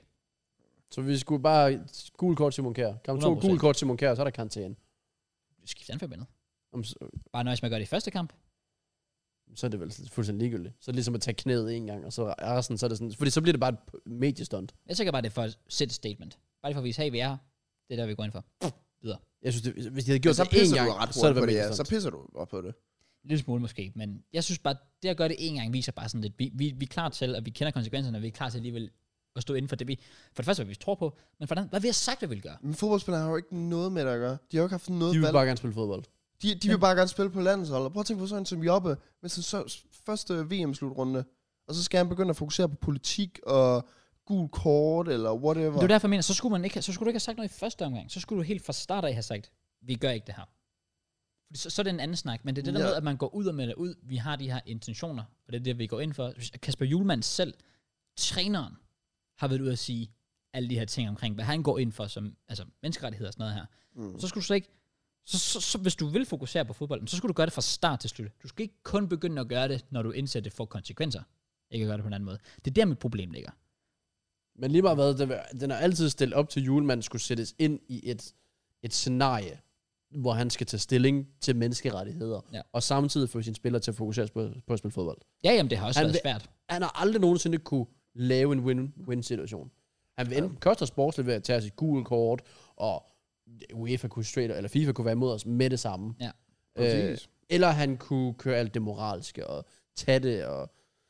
C: Så vi skulle bare gul kort Simon Kjær. Kamp to
A: hundrede procent.
C: gul kort Simon Kjær, så er der karantæne.
A: Skift anforbindet.
C: Om, så,
A: Bare nøjes med at gøre det i første kamp.
C: så er det vel fuldstændig ligegyldigt. Så er det ligesom at tage knæet en gang, og så er resten, så er det sådan, fordi så bliver det bare et mediestunt.
A: Jeg tænker bare, det er for at sætte et statement. Bare lige for at vise, hey, vi er her. Det er der, vi går ind for. Videre.
C: Jeg synes, det, hvis de havde
B: Men
C: gjort
B: så
C: det en
B: pisser
C: gang,
B: du ret
C: så er det
B: hurtigt på
C: været
B: det, ja.
C: mediestunt.
B: Så pisser du op på det.
A: En lille smule måske, men jeg synes bare, det at gøre det en gang viser bare sådan lidt, vi, vi, vi er klar til, at vi kender konsekvenserne, og vi er klar til alligevel at stå inden for det, vi, for det første, hvad vi tror på, men for det andet, hvad vi har sagt, hvad vi vil gøre.
B: Men fodboldspillere har jo ikke noget med det at gøre. De har jo ikke haft noget
C: De vil
B: valg.
C: bare gerne spille fodbold.
B: De, de vil bare gerne spille på landsholdet. Prøv at tænke på sådan en som Jobbe, med sin så, første V M-slutrunde. Og så skal han begynde at fokusere på politik og gul kort eller whatever.
A: Det er derfor, jeg mener, så skulle, man ikke, så skulle du ikke have sagt noget i første omgang. Så skulle du helt fra start af have sagt, vi gør ikke det her. Fordi så, så er det en anden snak. Men det er det der
B: Ja.
A: med, at man går ud og melder ud, vi har de her intentioner, og det er det, vi går ind for. Kasper Hjulmand selv, træneren, har været ud at sige alle de her ting omkring, hvad han går ind for, som altså menneskerettigheder og sådan noget her.
B: Mm.
A: Så skulle du så ikke, så, så, så, hvis du vil fokusere på fodbold, så skulle du gøre det fra start til slut. Du skal ikke kun begynde at gøre det, når du indser, at det får konsekvenser. Ikke at gøre det på en anden måde. Det er der, mit problem ligger.
C: Men lige meget hvad, det- den er altid stillet op til julemanden skulle sættes ind i et, et scenarie, hvor han skal tage stilling til menneskerettigheder,
A: Ja.
C: og samtidig få sine spillere til at fokusere på, på at spille fodbold.
A: Ja, jamen, det har også
C: Han
A: været
C: vil-
A: svært.
C: Han har aldrig nogensinde kunne lave en win-win-situation. Han vil enten koste os sportsligt ved at tage sit gule kort, og UEFA kunne straight, eller FIFA kunne være imod os med det samme.
A: Ja.
C: Øh,
B: Præcis.
C: eller han kunne køre alt det moralske og tage det, og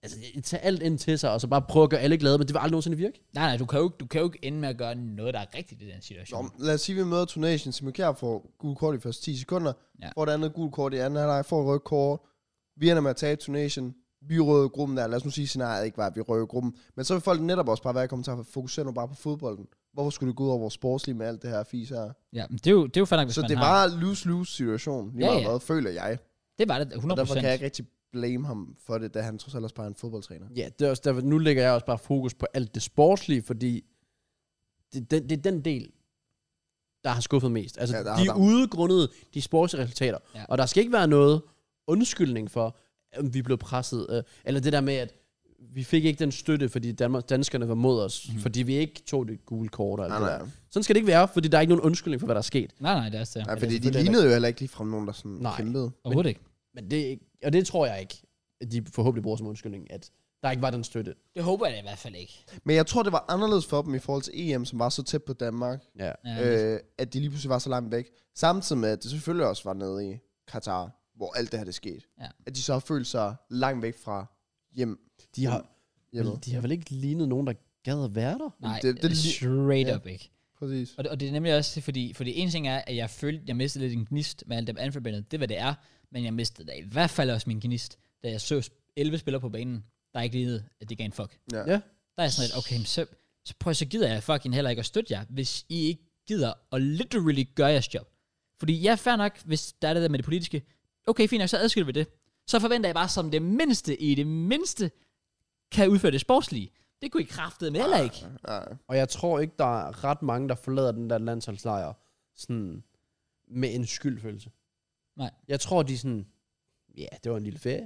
C: altså, tage alt ind til sig, og så bare prøve at gøre alle glade, men det var aldrig nogensinde virke.
A: Nej, nej, du kan, jo, ikke- du kan jo ikke ende med at gøre noget, der er rigtigt i den situation.
B: Nå, lad os sige, at vi møder Tunesien. Simon Kjær får gul kort i de første ti sekunder.
A: Ja.
B: Får det andet gul kort i anden halvleg. Får rødt kort. Vi ender med at tabe Tunesien. Vi røde gruppen der. Lad os nu sige, at scenariet ikke var, at vi røde gruppen. Men så vil folk netop også bare være i kommentarer. Fokusere nu bare på fodbolden. Hvorfor skulle det gå ud over vores sportslige med alt det her fis her?
A: Ja, men det er jo, det er jo fair nok, hvis
B: Så
A: man
B: det
A: har...
B: var lose-lose situation. Lige
A: Ja,
B: meget
A: ja.
B: hvad, føler jeg.
A: Det var det,
B: Og
A: hundrede
B: derfor
A: procent.
B: kan jeg ikke rigtig blame ham for det, da han trods alt også bare er en fodboldtræner.
C: Ja, det er også derfor, nu lægger jeg også bare fokus på alt det sportslige, fordi det, det, det er den del, der har skuffet mest. Altså,
B: Ja,
C: ja,
B: der-
C: de er
B: der-
C: ude grundet de sportslige resultater.
A: Ja.
C: Ja. Og der skal ikke være noget undskyldning for, at vi blev presset. Øh, eller det der med, at vi fik ikke den støtte, fordi Danmark, danskerne var mod os,
A: Mhm.
C: mm. fordi vi ikke tog det gule kort. Og alt
B: Nej,
C: det
B: nej.
C: der. Sådan skal det ikke være, fordi der er ikke nogen undskyldning for, hvad der er sket.
A: Nej, nej, det er også det.
B: Nej,
C: det er
B: fordi de
C: selvfølgelig
B: lignede jo heller ikke ligefrem nogen, der sådan
C: Nej.
B: kæmpede.
A: Overhovedet ikke.
C: Men det, er ikke- og det tror jeg ikke, at de forhåbentlig bruger som undskyldning, at der ikke var den støtte.
A: Det håber jeg da i hvert fald ikke.
B: Men jeg tror, det var anderledes for dem i forhold til E M, som var så tæt på Danmark.
C: Ja.
A: Ja,
B: øh, at de lige pludselig var så langt væk. Samtidig med, at det selvfølgelig også var nede i Katar, hvor alt det her det skete.
A: Ja.
B: At de så har følt sig langt væk fra hjem.
C: De har,
B: Hjemmet.
C: de har vel ikke lignet nogen, der gad at være der?
A: nej,
B: det-
A: det,
B: det-
A: det, straight
B: ja.
A: up ikke.
B: Præcis.
A: Og det, og det er nemlig også, fordi, fordi en ting er, at jeg følte, jeg mistede lidt en gnist med alt dem anforbandet. Det er, hvad det er. Men jeg mistede da i hvert fald også min gnist, da jeg så elleve spillere på banen, der ikke lignede, at det gav en fuck.
B: Ja.
C: Ja.
A: Der er jeg sådan lidt, okay, men så, så prøv så gider jeg fucking heller ikke at støtte jer, hvis I ikke gider at literally gøre jeres job. Fordi ja, fair nok, hvis der er det der med det politiske. Okay, fint nok, så adskiller vi det. Så forventer jeg bare som det mindste, i det mindste, kan udføre det sportslige. Det kunne I kraftedeme heller ikke.
B: Nej.
C: Og jeg tror ikke, der er ret mange, der forlader den der landsholdslejr sådan med en skyldfølelse.
A: Nej.
C: Jeg tror, de er sådan, ja, det var en lille ferie.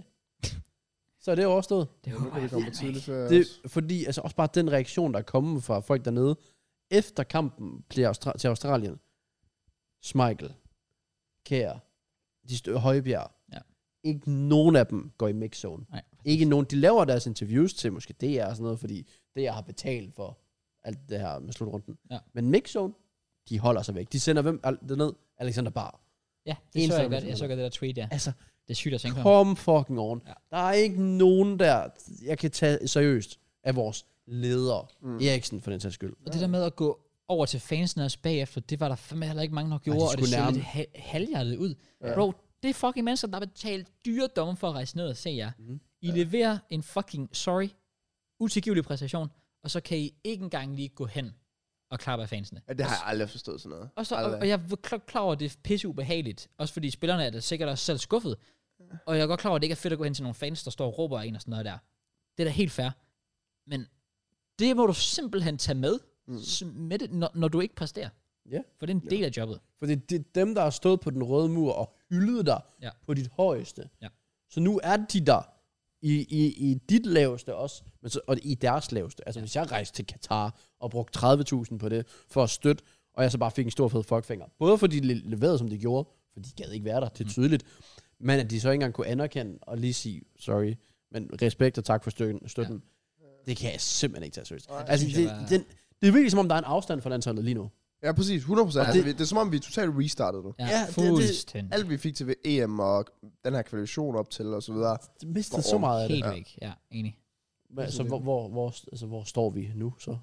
C: Så er det overstået.
A: Det
B: Nu
A: håber
B: kan vi
A: jeg
B: komme på
A: fandme ikke.
B: tidlig før.
C: Det, fordi, altså også bare den reaktion, der er kommet fra folk dernede, efter kampen bliver Austra- til Australien. Schmeichel, Kjær, de stø- Højbjerg.
A: Ja.
C: Ikke nogen af dem går i mixzone.
A: Nej,
C: Ikke nogen, de laver deres interviews til måske D R og sådan noget, fordi D R har betalt for alt det her med slutrunden.
A: Ja.
C: Men mixzone, de holder sig væk. De sender hvem al- derned? Alexander Bar.
A: Ja, det
C: En
A: så jeg
C: fem
A: godt. Jeg
C: minutter.
A: så godt det der tweet, ja.
C: Altså,
A: Det er sygt at tænke på.
C: come fucking on.
A: Ja.
C: Der er ikke nogen der, jeg kan tage seriøst af vores ledere. Mm. Eriksen for den sags skyld.
A: Og det der med at gå over til fansene også bagefter, det var der fandme heller ikke mange, der gjorde,
C: de
A: og det
C: skulle
A: så
C: nærme-
A: lidt ha- halvhjertet ud.
B: Ja.
A: Ja. Bro, det er fucking mennesker, der har betalt dyre domme for at rejse ned og se jer.
C: Mhm.
A: I leverer en fucking, sorry, utilgivelig præstation, og så kan I ikke engang lige gå hen og klappe af fansene.
B: Ja, det har jeg aldrig forstået sådan noget.
A: Og, så, og,
B: Aldrig.
A: og jeg er klar, klar over, at det er pisse ubehageligt. Også fordi spillerne er da sikkert også selv skuffet. Og jeg er godt klar over, at det ikke er fedt at gå hen til nogle fans, der står og råber af en og sådan noget der. Det er da helt fair. Men det må du simpelthen tage med,
B: Mm.
A: mm. med det, når, når du ikke præsterer.
C: Ja.
A: For det er en del af jobbet.
C: For det, det er dem, der har stået på den røde mur og hyldet dig
A: Ja.
C: på dit højeste.
A: Ja.
C: Så nu er de der i, i, i dit laveste også, men så, og i deres laveste. Altså ja. Hvis jeg rejste til Katar og brugte tredive tusind på det for at støtte, og jeg så bare fik en stor fed fuckfinger. Både fordi de leverede, som de gjorde, for de gad ikke være der, det er tydeligt, men at de så ikke engang kunne anerkende og lige sige, sorry, men respekt og tak for støtten. støtten. Ja. Det kan jeg simpelthen ikke tage seriøst. Altså,
A: synes jeg
C: det,
A: var-
C: den, det er virkelig som om, der er en afstand for landsholdet lige nu.
B: Ja, præcis. hundrede procent.
C: Og
B: Altså,
C: det-
B: vi- det er som om, vi totalt restartede nu.
A: Ja,
C: Ja,
A: ja
C: det-
A: det,
C: det-
A: fuldstændig.
B: Alt vi fik til E M og den her kvalifikation op til og så videre.
C: Det mistede
B: Hvor-
C: så meget af det.
A: Helt
B: Ja.
A: væk, ja, enig.
C: Men, så hvor, hvor, hvor, altså, hvor står vi nu så?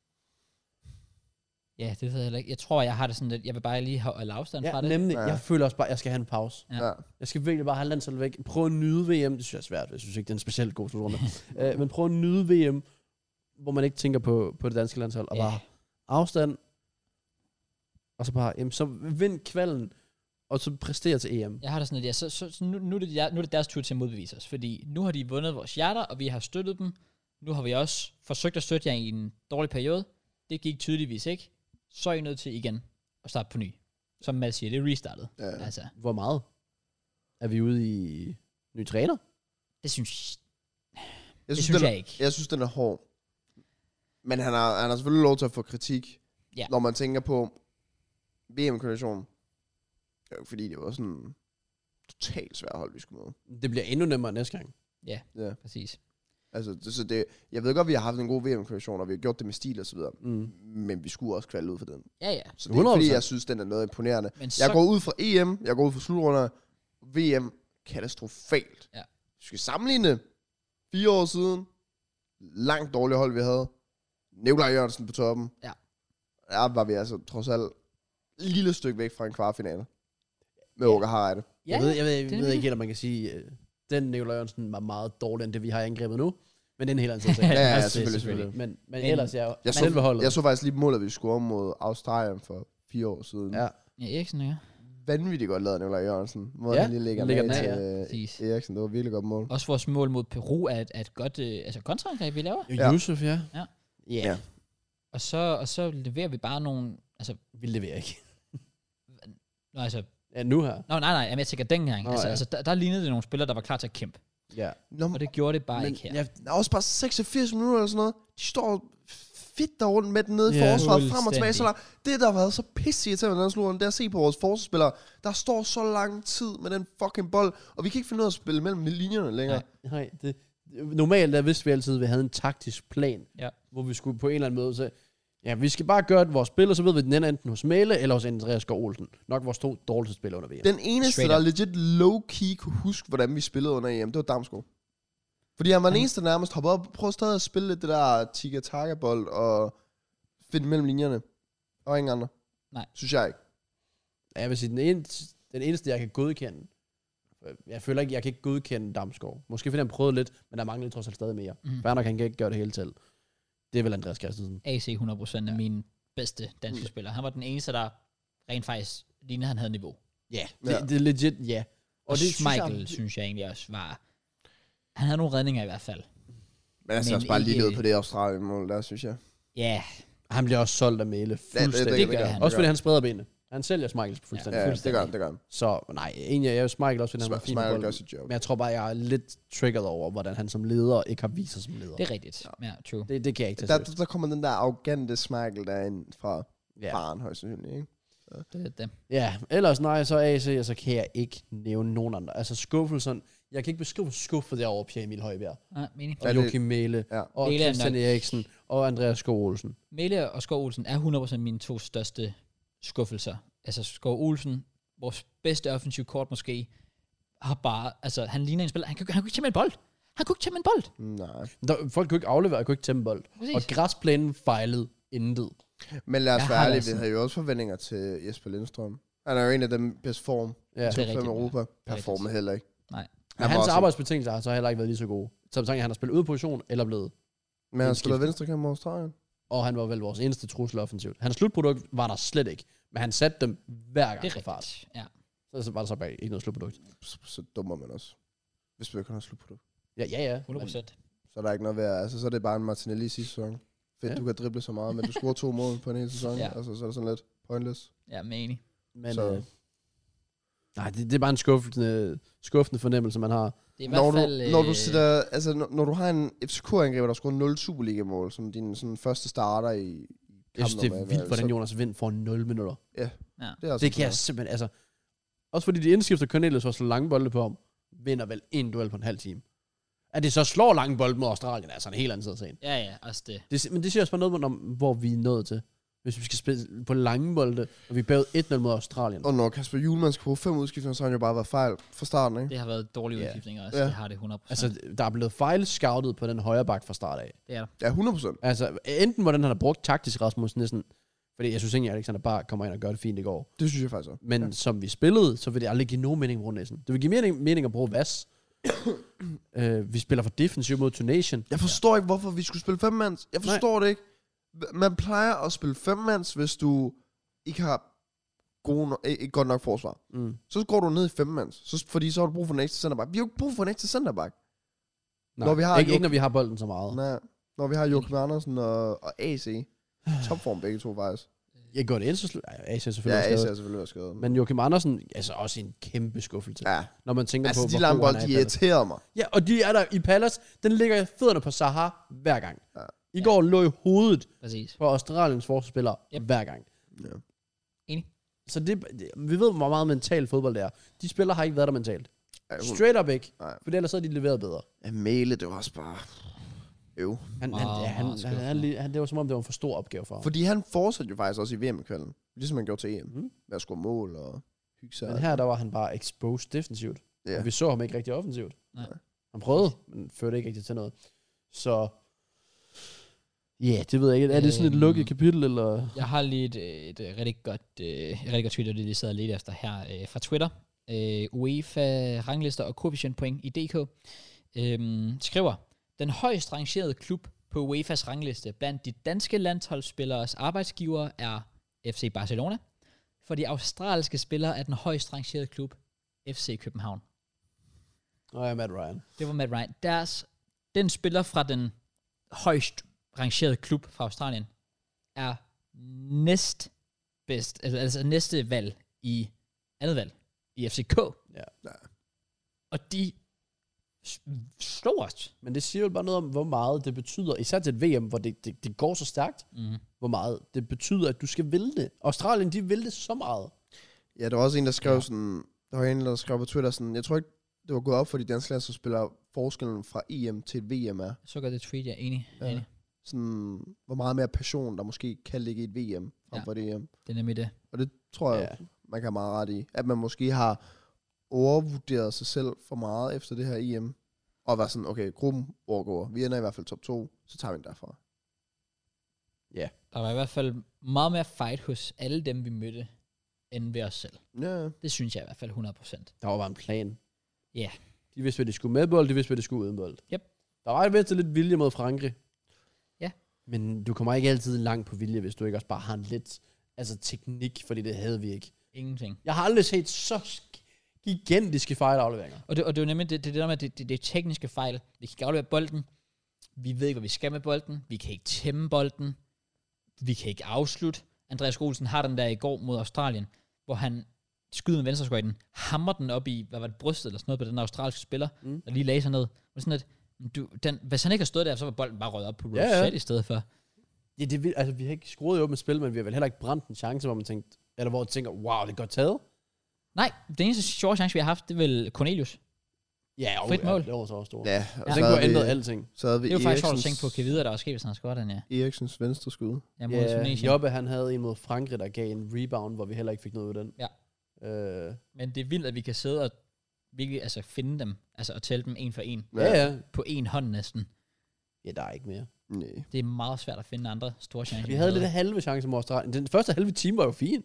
A: Ja, det ved jeg heller ikke. Jeg tror, jeg har det sådan lidt, jeg vil bare lige holde afstand
C: Ja,
A: fra det.
C: nemlig.
B: Ja.
C: Jeg føler også bare, at jeg skal have en pause.
A: Ja.
B: Ja.
C: Jeg skal virkelig bare have landsholdet væk. Prøv at nyde V M. Det synes jeg er svært. Jeg synes ikke, det er en specielt god slutrunde. uh, men prøv at nyde V M, hvor man ikke tænker på, på det danske landshold. Og
A: Ja.
C: bare afstand. Og så bare, jamen, så vind kvalden. Og så præstere til E M.
A: Jeg har det sådan lidt, ja, så, så, så nu, nu, er det, der- nu er det deres tur til at modbevise os, fordi nu har de vundet vores hjerter, og vi har støttet dem. Nu har vi også forsøgt at støtte jer i en dårlig periode. Det gik tydeligvis ikke. Så er I nødt til igen at starte på ny. Som Mads siger, det er restartet.
B: Ja.
A: Altså,
C: Hvor meget er vi ude i ny træner?
A: det synes,
B: Jeg
A: det
B: synes,
A: synes
B: den,
A: jeg ikke.
B: Jeg synes, den er hård. Men han har, han har selvfølgelig lov til at få kritik,
A: Ja.
B: når man tænker på V M-koordinationen. Det er jo ikke fordi, det var sådan totalt svært hold, vi skulle møde.
C: Det bliver endnu nemmere næste gang.
A: Ja,
B: Ja.
A: præcis.
B: Altså, det, så det, jeg ved godt, vi har haft en god V M-koordination, og vi har gjort det med stil og så videre.
C: Mm.
B: Men vi skulle også kvalde ud for den.
A: Ja, ja.
B: Så det er ikke,
C: hundrede
B: fordi
C: procent.
B: jeg synes, den er noget imponerende.
A: Men så,
B: Jeg går ud fra E M, jeg går ud fra slutrunder. V M, katastrofalt.
A: Ja.
B: Du skal sammenligne Fire år siden, langt dårligt hold, vi havde. Nikolaj Jørgensen på toppen.
A: Ja.
B: Der var vi altså trods alt et lille stykke væk fra en kvartfinale. Med Åker Harreide.
A: Ja,
C: Jeg ved, jeg ved, jeg
A: det er
C: ved
A: det.
C: ikke helt, om man kan sige, at den Nikolaj Jørgensen var meget dårligere end det, vi har angrebet nu. Men det er en helt anden sag.
B: Ja, ja,
A: Altså,
B: selvfølgelig,
A: selvfølgelig.
C: Men, men,
A: Men-
C: ellers, jeg,
B: Jeg
C: selve
B: så,
C: holdet.
B: jeg så faktisk lige målet, vi scorede mod Australien for fire år siden.
C: Ja.
A: Ja, Eriksen, ja.
B: Vanvittigt godt lavet, Nikolaj Jørgensen. Hvor
C: Ja,
B: han lige lægger
C: han
B: den
C: lægger
B: af
C: den
B: til
A: Præcis.
B: øh, Eriksen. Det var virkelig godt mål.
A: Også vores mål mod Peru er et, er et godt øh, altså kontraangreb, vi laver.
C: Jo,
B: Ja.
C: Yusuf, ja.
A: Ja.
C: Ja.
B: Ja.
A: Og så, og så leverer vi bare nogle... Altså,
C: Vi leverer ikke.
A: nå, altså,
C: Ja, nu her.
A: nå, nej, nej, jamen, jeg tænker dengang.
C: Nå,
A: altså,
C: ja.
A: altså der, der lignede det nogle spillere, der var klar til at kæmpe.
C: Ja.
B: Nå,
A: Og det gjorde det bare
C: Men,
A: ikke her.
C: ja,
B: der er også bare seksogfirs minutter eller sådan noget. De står fedt der rundt med den nede i
C: Ja.
B: forsvaret, frem og tilbage. Så
A: Fuldstændig.
B: langt. Det, der har været så pisse til med den slutter, det er at se på vores forsvarsspillere. Der står så lang tid med den fucking bold, og vi kan ikke finde ud af at spille mellem linjerne længere.
A: Nej.
C: nej, det, normalt der vidste vi altid, at vi havde en taktisk plan,
A: Ja.
C: hvor vi skulle på en eller anden måde så ja, vi skal bare gøre vores spil, og så ved vi, at den ender enten hos Mæle eller hos Andreas Skov Olsen. Nok vores to dårligste spillere under V M.
B: Den eneste,
A: Straight
B: der
A: up.
B: legit low-key kunne huske, hvordan vi spillede under E M, det var Damsgaard. Fordi han var den
A: Han-
B: eneste, der nærmest hoppede op og prøvede stadig at spille lidt det der tiki-taka-bold og finde mellem linjerne. Og ingen andre.
A: Nej.
B: Synes jeg ikke.
C: Ja, jeg vil sige, den eneste, den eneste, jeg kan godkende, jeg føler ikke, jeg kan ikke godkende Damsgaard. Måske fordi han prøvede lidt, men der mangler trods alt stadig mere.
A: Mhm.
C: Mm. Fair nok, han kan ikke gøre det hele til. Det er vel Andreas Christensen.
A: A C hundrede procent af
C: Ja.
A: mine bedste danske
B: Mm.
A: spillere. Han var den eneste, der rent faktisk lignede, han havde niveau.
C: Ja,
B: Ja.
C: det, det er legit, ja.
A: Og, og
C: det
A: Schmeichel,
C: synes jeg,
A: synes jeg egentlig også var... Han havde nogle redninger i hvert fald.
B: Men altså
A: Men
B: også bare lige
A: ikke-
B: ned på det Australien-mål der, synes jeg.
A: Ja,
C: han bliver også solgt af Mæle fuldstændig.
A: det gør han.
C: Også fordi han spreder benene. Han sælger Schmeichel fuldstændig.
B: Ja,
C: Ja.
B: ja, det gør han, det gør han.
C: Så nej, egentlig er jeg jo Schmeichel også, fordi han var fin på
B: Smile gør
C: bolden.
B: sit job.
C: Men jeg tror bare, jeg er lidt triggered over, hvordan han som leder ikke har vist sig som leder.
A: det er rigtigt. Ja, true.
C: Det, det kan jeg ikke tage
B: Der,
C: seriøst.
B: der kommer den der arrogante Smile derinde fra
C: Ja.
B: faren, højst sandsynligt, ikke?
A: Det er det.
C: ja, ellers nej, så A C, og så kan jeg ikke nævne nogen andre. Altså skuffelsen, jeg kan ikke beskrive, hvor skuffet jeg er over Pierre Emil Højbjerg,
A: Ja, mening.
C: og
B: Ja, det-
C: Joachim Mæle,
B: Ja.
C: og
A: Mæle er
C: Christian
A: nok-
C: Eriksen, og Andreas Skov Olsen.
A: Mæle og Skov Olsen er hundrede procent mine to største skuffelser. Altså Skov Olsen, vores bedste offensive kort måske, har bare, altså han ligner en spiller, han kunne, han kunne ikke tæmme en bold. Han kunne ikke tæmme en bold.
B: Nej.
C: Der, folk kunne ikke aflevere, kunne ikke tæmme bold.
A: Præcis.
C: Og græsplænen fejlede intet.
B: Men lad os
A: Jeg
B: være
A: har
B: ærlige,
A: altså-
B: vi havde jo også forventninger til Jesper Lindstrøm. Han er jo en af dem bedst form.
C: Ja.
A: Det er
B: Top fem
A: rigtigt,
B: Europa.
A: ja.
B: Performet heller ikke.
A: Nej.
B: Han
C: Men
B: var
C: hans
B: også-
C: arbejdsbetingelser har så heller ikke været lige så gode. Så betragtning, at han har spillet ude af position, eller blevet.
B: Men han
C: en
B: spiller
C: skift.
B: venstre kamp mod Australien.
C: Og han var vel vores eneste trussel offensivt. Hans slutprodukt var der slet ikke. Men han satte dem hver gang
A: Det
C: på
A: er
C: fart.
A: rigtigt. Ja.
C: Så var der så bare ikke noget slutprodukt.
B: Så, så dummer man også. Hvis vi ikke har slutprodukt.
C: Ja, ja, ja.
A: hundrede procent.
B: Så er der ikke noget værd. Altså, så er det bare en Martinelli i sidste sæson. Fedt,
C: Ja.
B: du kan drible så meget, men du scorer to mål på en hel sæson.
A: Ja.
B: Altså, så er det sådan lidt pointless.
A: Ja, mening.
C: Men,
B: Så-
C: øh, nej, det, det, er bare en skuffende, skuffende fornemmelse, man har.
A: Det er i
B: Når
A: hvert
B: du,
A: fald...
B: når du
A: øh,
B: sætter, altså, når, når du har en F C K-angriber, der scorer nul Superliga-mål, som din sådan, første starter i, i
C: Jeg synes,
B: kampen
C: det
B: om
C: er
B: A M L,
C: vildt, hvordan
B: så-
C: Jonas Vind får nul minutter.
A: Ja.
B: Det, er også
C: Det kan jeg simpelthen, altså... Også fordi de indskifter Cornelius for at slå lange bolde på ham, vinder vel en duel på en halv time. At det så slår lange bolde mod Australien, er altså en helt anden side af sagen.
A: Ja, ja, også det.
C: Det, men det siger også bare noget om, hvor vi er nået til. Hvis vi skal spille på lange bolde, og vi er bagud et nul mod Australien.
B: Og når Kasper Hjulmand skal bruge fem udskiftninger, så har han jo bare været fejl fra starten, ikke?
A: Det har været dårlige
C: Ja.
A: udskiftninger også.
B: Ja.
A: Det har det hundrede procent.
C: Altså, der er blevet fejl-scoutet på den højre bak fra start af.
A: Det er der.
B: Ja, hundrede procent.
C: Altså, enten hvordan han har brugt taktisk Rasmus Nielsen, fordi jeg synes ikke, at Alexander bare kommer ind og gør det fint i går.
B: Det synes jeg faktisk også.
C: Men ja. som vi spillede, så vil det aldrig give nogen mening på Nielsen. Det vil give mening, mening at bruge Vas. uh, vi spiller for defensiv mod Tunation.
B: Jeg forstår ikke, hvorfor vi skulle spille femmands. Jeg forstår Nej. det ikke. Man plejer at spille femmands, hvis du ikke har gode no- ikke godt nok forsvar.
C: Mm.
B: Så går du ned i femmands, så, fordi så har du brug for en ekstra centerback. Vi har jo ikke brug for en ekstra centerback.
C: Nej,
B: Når vi har
C: ikke,
B: Juk-
C: ikke når vi har bolden så meget.
B: Nej. Når vi har Joachim Andersen og, og A C. Topform begge to faktisk.
C: Jeg går det ind, så sl- Ej, A C er
B: Ja,
C: selvfølgelig
B: A C
C: skadet.
B: er selvfølgelig også skadet.
C: Men Joachim Andersen, altså også en kæmpe skuffelse.
B: Ja.
C: Når man tænker
B: Altså,
C: på,
B: de
C: hvor
B: lange
C: god han
B: bold,
C: er
B: de
C: i Palace.
B: irriterer mig.
C: Ja, og de er der i Palace. Den ligger i fødderne på Zaha hver gang.
B: Ja.
C: I går lå i hovedet
A: Præcis.
C: på Australiens forsvarsspillere
A: Yep.
C: hver gang.
B: Ja.
A: Enig.
C: Så det, det, vi ved, hvor meget mental fodbold det er. De spillere har ikke været der mentalt.
B: Ja, hun-
C: Straight up ikke.
B: Nej.
C: For ellers havde de leveret bedre.
B: Ja, Mæle, det var også bare... Jo.
C: Han,
A: Meget,
C: han, ja, han,
A: meget
C: han, han, han, det var som om, det var en for stor opgave for ham.
B: Fordi han fortsatte jo faktisk også i V M-kvalden. Ligesom han gjorde til E M.
C: Mhm.
B: Med at score mål og hygge sig.
C: Men her, der var han bare exposed defensivt.
B: Ja.
C: Og vi så ham ikke rigtig offensivt.
A: Nej.
C: Han Han prøvede, men førte ikke rigtig til noget. Så, ja, yeah, det ved jeg ikke. Er det sådan et
A: Øhm,
C: lukket kapitel, eller?
A: Jeg har lige et, et, et rigtig godt, øh, et rigtig godt tweet, og det er det, jeg sidder lidt efter her øh, fra Twitter. Øh, UEFA ranglister og koefficientpoint i D K øhm, skriver, den højst rangerede klub på U E F A's rangliste blandt de danske landsholdsspilleres arbejdsgivere er F C Barcelona. For de australske spillere er den højst rangerede klub F C København.
C: Nå ja, Matt Ryan.
A: Det var Matt Ryan. Deres, den spiller fra den højst rangerede klub fra Australien er næst bedst, altså, altså næste valg i andet valg i F C K.
C: Ja.
B: Ja.
A: Og de s- slår os.
C: Men det siger jo bare noget om, hvor meget det betyder, især til et V M, hvor det, det, det går så stærkt,
A: Mm.
C: hvor meget det betyder, at du skal vælge det. Australien, de vil det så meget.
B: Ja, der var også en, der skrev
A: Ja.
B: sådan, der var en, der skrev på Twitter sådan, jeg tror ikke, det var gået op for de danske landsholdsspillere, forskellen fra E M til et V M er.
A: Så gør det tweet, jeg er enig.
B: Ja.
A: Ja. enig.
B: Sådan, hvor meget mere passion, der måske kan ligge i et V M frem
A: Ja.
B: for et E M.
A: Det er nemlig det.
B: Og det tror jeg,
C: Ja.
B: man kan have meget ret i. At man måske har overvurderet sig selv for meget efter det her E M. Og var sådan, okay, gruppen overgår. Vi ender i hvert fald top to, så tager vi den derfra.
A: Der var i hvert fald meget mere fight hos alle dem, vi mødte, end ved os selv.
B: Ja,
A: Det synes jeg i hvert fald hundrede procent.
C: Der var bare en plan.
A: Ja.
C: De vidste, hvad de skulle med bold, de vidste, hvad de skulle uden bold.
A: Yep.
C: Der var vist lidt vilje mod Frankrig.
A: Ja.
C: Men du kommer ikke altid langt på vilje, hvis du ikke også bare har en lidt altså teknik, fordi det havde vi ikke.
A: Ingenting.
C: Jeg har aldrig set så sk- gigantiske fejlafleveringer.
A: Og det, og det er jo nemlig det, det, det der med, det, det, det er tekniske fejl. Vi kan ikke aflevere bolden. Vi ved ikke, hvad vi skal med bolden. Vi kan ikke tæmme bolden. Vi kan ikke afslutte. Andreas Olsen har den der i går mod Australien, hvor han skyder med venstreskøjten, hammer den op i, hvad var det, brystet eller sådan noget på den australske spiller,
C: Mm.
A: og lige lagde sig ned. Og sådan at, du, den, hvis han ikke har stået der, så var bolden bare røget op på
C: Ja,
A: Rosette
C: ja.
A: i stedet for.
C: Ja, det er vildt. Altså, vi har ikke skruet i åbent spil, men vi har vel heller ikke brændt en chance, hvor man tænkte, eller hvor man tænker, wow, det er godt taget.
A: Nej, den eneste sjove chance, vi har haft, det er vel Cornelius.
C: Ja,
A: Frit mål.
C: Ja, det var så også stort.
B: ja.
C: Og
B: Og
C: den
B: så
C: kunne
B: havde
C: have ændret
B: vi,
C: alting.
B: så havde vi
A: Det var faktisk sjovt at
B: Eriksens-
A: tænke på, kan vide, at der var sket, hvis han havde skåret den, ja.
B: Eriksens venstre skud.
A: Ja, mod
C: Ja,
A: Tunesien.
C: Jobbe, han havde en mod Frankrig, der gav en rebound, hvor vi heller ikke fik noget ud af den.
A: Ja.
C: Øh,
A: Men det er vildt, at vi kan sidde og virkelig altså, finde dem, altså og tælle dem en for en,
C: ja, ja.
A: på en hånd næsten.
C: Ja, der er ikke mere.
B: Nej.
A: Det er meget svært at finde andre store chancer.
C: Vi havde lidt halve chance mod Australien. Den første halve time var jo fin.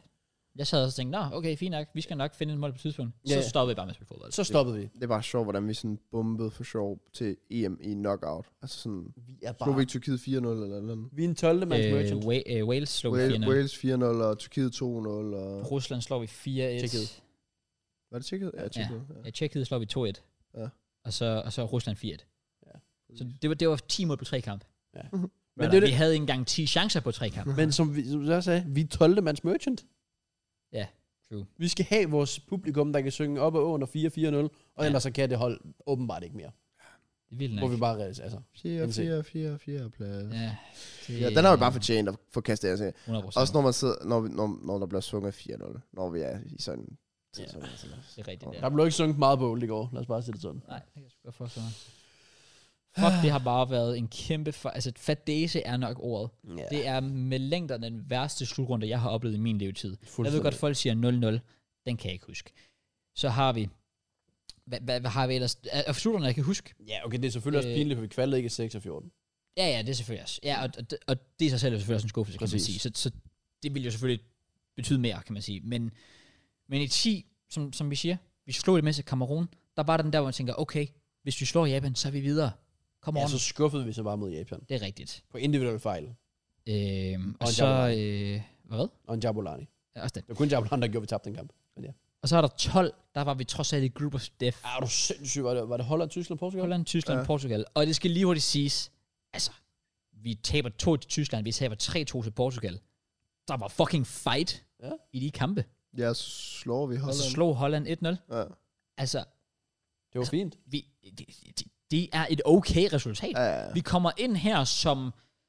A: Jeg sad og tænkte, nå, okay, fint nok, vi skal nok finde et mål på et tidspunkt. Så
C: Ja.
A: stoppede vi bare med at spille fodbold.
C: Så stoppede vi.
B: Det var sjovt, hvordan vi sådan bombede for sjov til E M i knockout. Altså sådan,
C: Vi er
B: slog vi
C: bare...
B: ikke Tyrkiet fire nul eller noget.
C: Vi er en tolvte mands
A: Øh,
C: merchant.
A: Wa- øh, Wales slog vi fire
B: Wales,
A: nul.
B: Wales fire nul og Tyrkiet to nul. Og...
A: Rusland slår vi fire et.
C: Tjekkiet.
B: Var det Tyrkiet? Ja, Tyrkiet. Ja.
A: Ja, Tjekkiet slår vi to et.
B: Ja.
A: Og så, og så Rusland fire et.
C: Ja.
A: Så det var, det var ti mål på tre kamp.
C: Ja.
A: Men
C: Men
A: det,
C: det er
A: vi
C: det-
A: havde ikke engang ti chancer på tre kamp.
C: Men som, vi, som jeg sagde, vi er tolvte mands merchant.
A: Ja, true.
C: Vi skal have vores publikum, der kan synge op og under fire fire nul, og
A: Ja.
C: ellers så kan det hold åbenbart ikke mere.
A: Det er vildt
C: Hvor
A: nok.
C: vi bare realiserer, altså.
B: Fjerde,
C: Indse.
B: fjerde, fjerde, fjerde plads. Ja,
A: Ja, det,
B: ja, den har vi bare fortjent at få kastet af sig.
A: hundrede procent.
B: Også når man sidder, når, vi, når, når der bliver sunget fire nul. Når vi er i sådan...
C: Ja.
B: sådan, sådan.
A: Det er rigtigt,
C: Der
A: ja.
C: blev ikke sunget meget på Old i går. Lad os bare sige det sådan.
A: Nej, det kan jeg sgu godt forstå. Fuck, det har bare været en kæmpe... For, altså, fadese er nok ordet.
C: Ja.
A: Det er med længder den værste slutrunde, jeg har oplevet i min levetid. Jeg ved
C: Fuldstændig.
A: godt, folk siger nul nul. Den kan jeg ikke huske. Så har vi... Hvad, hvad, hvad har vi ellers? Og slutrunde, jeg kan huske.
C: Ja, okay, det er selvfølgelig også
A: Øh,
C: pinligt, for vi kvalede ikke seks og fjorten.
A: Ja, ja, det er selvfølgelig også. Ja, og, og, og det i sig selv er selvfølgelig også en skuffelse, kan man
C: Præcis.
A: sige. Så, så det vil jo selvfølgelig betyde mere, kan man sige. Men, men i ti, som, som vi siger, vi slog det med til Kamerun, der var den der, hvor man tænker, okay, hvis vi slår Japan, så er vi videre. Kom
C: Ja,
A: on.
C: så skuffede vi så bare mod Japan.
A: Det er rigtigt.
C: På individuelle fejl.
A: Øhm, og,
C: Og en
A: så...
C: Jabulani.
A: Øh, hvad?
C: Og en Jabulani.
A: Ja, også det.
C: Det var kun Jabulani, der gjorde, vi tabte den kamp. Men ja.
A: Og så er der tolv, der var vi trods alt i group of death.
C: Er du sindssyg? Var det, var det Holland, Tyskland, Portugal?
A: Holland, Tyskland,
B: Ja.
A: ja. Portugal. Og det skal lige hurtigt siges, altså, vi taber to til Tyskland, vi taber tre to til Portugal. Der var fucking fight
C: Ja.
A: i de kampe.
B: Ja, så slår vi
A: Og
B: Holland.
A: så slog Holland et nul.
B: Ja.
A: Altså,
C: Det var fint.
A: vi, det, det, det er et okay resultat.
B: Ja, ja.
A: Vi kommer ind her som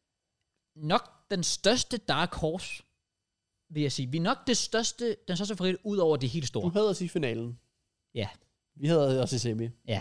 A: nok den største dark horse, vil jeg sige. Vi er nok det største, den største favorit ud over det helt
C: Du
A: store.
C: havde os i finalen.
A: Ja.
C: Vi havde os i semi.
A: Ja.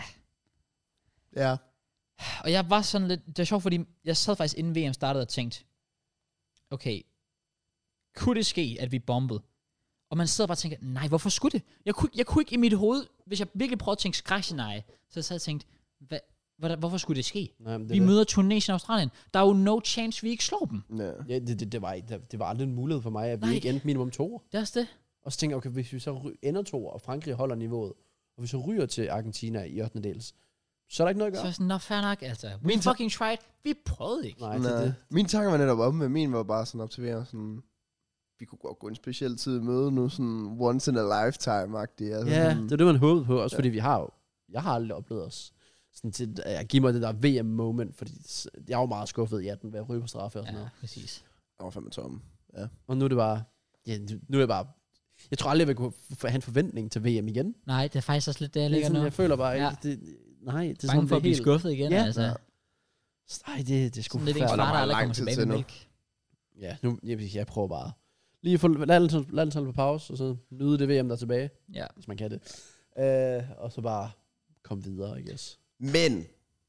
B: Ja.
A: Og jeg var sådan lidt, det er sjovt, fordi jeg sad faktisk inden V M startede og tænkte, okay, kunne det ske, at vi bombede? Og man sidder bare og tænker, nej, hvorfor skulle det? Jeg kunne, jeg kunne ikke i mit hoved, hvis jeg virkelig prøvede at tænke skrækscenarie, så sad jeg og tænkte, Hvad, hvad, hvorfor skulle det ske?
C: Nej, men det
A: Vi
C: er det.
A: møder Tunesien og Australien. Der er jo no chance, vi ikke slår dem.
B: Ja.
C: Ja, det, det, det, var, det, det var aldrig en mulighed for mig, at vi
A: Nej.
C: ikke endte minimum to.
A: Det er også det.
C: Og så tænker jeg, okay, hvis vi så ry- ender to, og Frankrig holder niveauet, og vi så ryger til Argentina i ottende dels, så er der ikke noget at
A: Så er
C: gøre.
A: jeg sådan, nå, fair nok, altså. We
B: Min ta-
A: fucking tried. Vi prøvede ikke.
C: Nej, det er det.
B: Min tanke var netop om, men min var bare sådan op til at sådan, vi kunne godt gå en speciel tid i møde nu, sådan once in a lifetime-agtigt. Altså
C: Ja,
B: sådan,
C: det er det, man håbede på, også
B: Ja.
C: fordi vi har jo, jeg har aldrig oplevet os sådan til at give mig det der V M-moment, fordi s- jeg var jo meget skuffet i atten ved at ryge på straffe og sådan
A: Ja,
C: noget.
A: præcis.
B: jeg var fandme tom. Ja.
C: Og nu er det bare, ja, nu er det bare, jeg tror aldrig, jeg vil kunne f- have en forventning til V M igen.
A: Nej, det er faktisk også lidt det, jeg
C: Det er
A: ligger
C: sådan,
A: nu.
C: jeg føler bare,
A: Ja.
C: ja. det, nej, det er
A: Bange
C: sådan,
A: for
C: det
A: at blive
C: helt,
A: skuffet igen,
C: Ja.
A: altså.
B: Ja.
C: Nej, det, det er sgu
A: Sådan lidt ens
B: Og der
A: far,
B: var
A: der aldrig
B: lang
A: kommer
B: tid
A: tilbage
B: til
A: med
B: nu.
A: mælk.
C: Ja, nu, jeg, jeg prøver bare lige at få landshold landshold på pause, og så nyde det V M, der er tilbage,
A: Ja.
C: hvis man kan det. Øh, og så bare komme videre, I guess.
B: Men,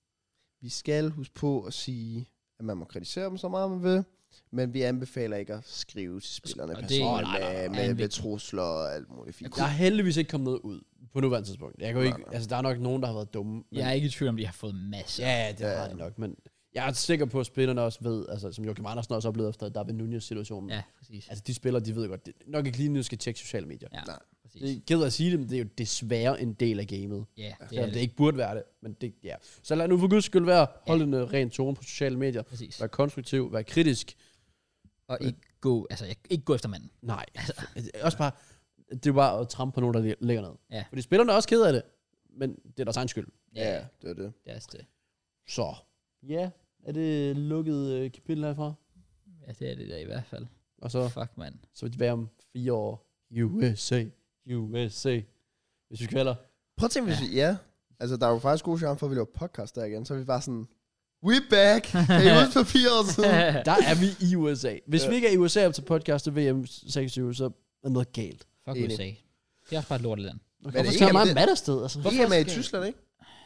B: vi skal huske på at sige, at man må kritisere dem så meget, man vil, men vi anbefaler ikke at skrive til spillerne
A: Og det-
B: personligt
A: Åh, nej, nej, nej.
B: med,
A: Er
B: med,
A: en
B: med
A: vigtig-
B: trusler og alt muligt fint.
C: Der er heldigvis ikke kommet noget ud på nuværende tidspunkt. Jeg kan jo
B: Nej,
C: ikke,
B: nej.
C: altså, der er nok nogen, der har været dumme. Men,
A: Jeg er ikke i tvivl om, de har fået masser.
C: ja, ja, det
B: Ja.
C: har de nok, men jeg er sikker på, at spillerne også ved, altså som Joachim Andersen også oplevede efter David Nunez-situationen.
A: Ja, præcis.
C: Altså de spillere, de ved godt, det nok ikke lige nu skal tjekke sociale medier.
A: Ja,
B: Nej.
A: præcis.
C: Det er ked af at sige det, men det er jo desværre en del af gamet.
A: Ja, det
C: Det,
A: er
C: det
A: det.
C: ikke burde være det, men det, ja. Så lad nu for guds skyld være, hold en uh, ren tone på sociale medier.
A: Præcis.
C: Vær konstruktiv, vær kritisk.
A: Og ikke gå, altså, jeg- ikke gå efter manden.
C: Nej, også bare, det er jo bare at trampe på nogen, der ligger ned.
A: Ja.
C: Fordi spillerne er også ked af det, men det er deres egen skyld.
B: Ja, det er det.
A: det er også det.
C: Så, ja, er det lukket øh, kapitel herfra?
A: Ja, det er det der i hvert fald.
C: Og så,
A: Fuck, mand.
C: så vil det være om fire år. U S A, U S A. Hvis vi kvalder.
B: Prøv at tænke, hvis vi, ja, altså der er jo faktisk god chance for, at vi laver podcast der igen, så er vi bare sådan, we back, kan I huske for fire år siden?
C: Der er vi i U S A. Hvis
B: Ja.
C: vi ikke er i U S A op til podcast til V M seksogtyve, så er noget galt.
A: Fuck
B: Enig.
A: U S A. Det er også bare et lorteland.
C: Hvorfor
B: det
C: skal der
B: E M,
C: meget
B: det-
C: mat afsted? Altså?
B: E M er i
A: skal-
B: Tyskland, ikke?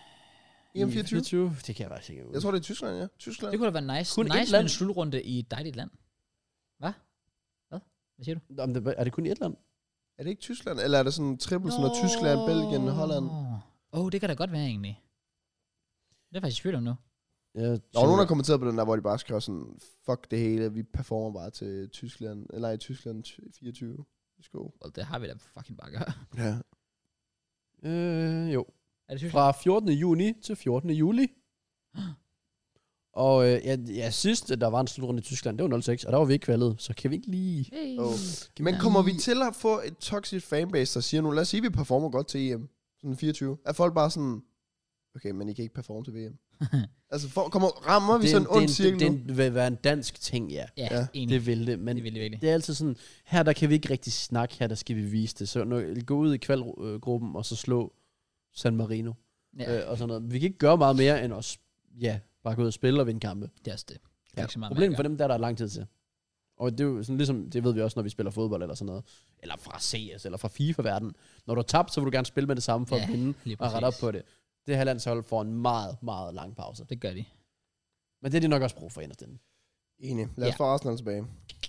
B: E M fireogtyve?
C: fireogtyve? Det kan jeg faktisk ikke.
B: Jeg tror, det er i Tyskland, ja. Tyskland.
A: Det kunne da være nice.
C: Kun et
A: nice med
C: land.
A: en slutrunde i et dejligt land. Hvad? Hvad? Hvad siger du?
C: Om det, er det kun i et land?
B: Er det ikke Tyskland? Eller er det sådan trippel, sådan noget Tyskland, Belgien, Holland?
A: Åh, oh, det kan da godt være egentlig. Det er faktisk i tvivl om nu.
C: Ja,
B: Der var nogen, der kommenterede på den der, hvor de bare skrev sådan, fuck det hele, vi performer bare til Tyskland, eller i Tyskland fireogtyve. Let's go.
A: Well, det har vi da fucking bare gøre.
B: Ja.
C: Øh, jo.
A: Er det Tyskland?
C: Fra fjortende juni til fjortende juli. Og øh, ja, ja, sidst der var en slutrunde i Tyskland, det var nul seks, og der var vi ikke kvalet, så kan vi ikke lige...
A: Hey.
B: Oh. Men kommer vi til at få et toxic fanbase, der siger nu, lad os sige, at vi performer godt til E M, sådan fireogtyve. Er folk bare sådan, okay, men I kan ikke performe til V M. Altså, for, kommer, rammer vi
C: Det,
B: sådan en
C: det,
B: ond
C: det,
B: cirkel
C: det,
B: nu?
C: det vil være en dansk ting, ja.
A: Ja,
B: Ja,
A: ja enig.
C: Det vil det, men
A: Det vil det virkelig.
C: det er altid sådan, her der kan vi ikke rigtig snakke, her der skal vi vise det. Så når, gå ud i kvalgruppen og så slå San Marino
A: Ja,
C: øh, og sådan noget. Vi kan ikke gøre meget mere end at ja, bare gå ud og spille og vinde kampe.
A: det er også det. Det er
C: Ja.
A: ikke så meget
C: Problemet
A: mere
C: for
A: at
C: dem, der er der lang tid til. Og det er jo sådan ligesom, det ved vi også, når vi spiller fodbold eller sådan noget. Eller fra C S, eller fra FIFA-verden. Når du er tabt, så vil du gerne spille med det samme for
A: Ja,
C: at vinde
A: lige
C: og rette op
A: præcis.
C: på det. Det her landshold får en meget, meget lang pause.
A: gøre. Det gør de.
C: Men det er de nok også brug for inderst inde.
B: Enig. Lad os
A: Ja.
B: få Arsenal tilbage.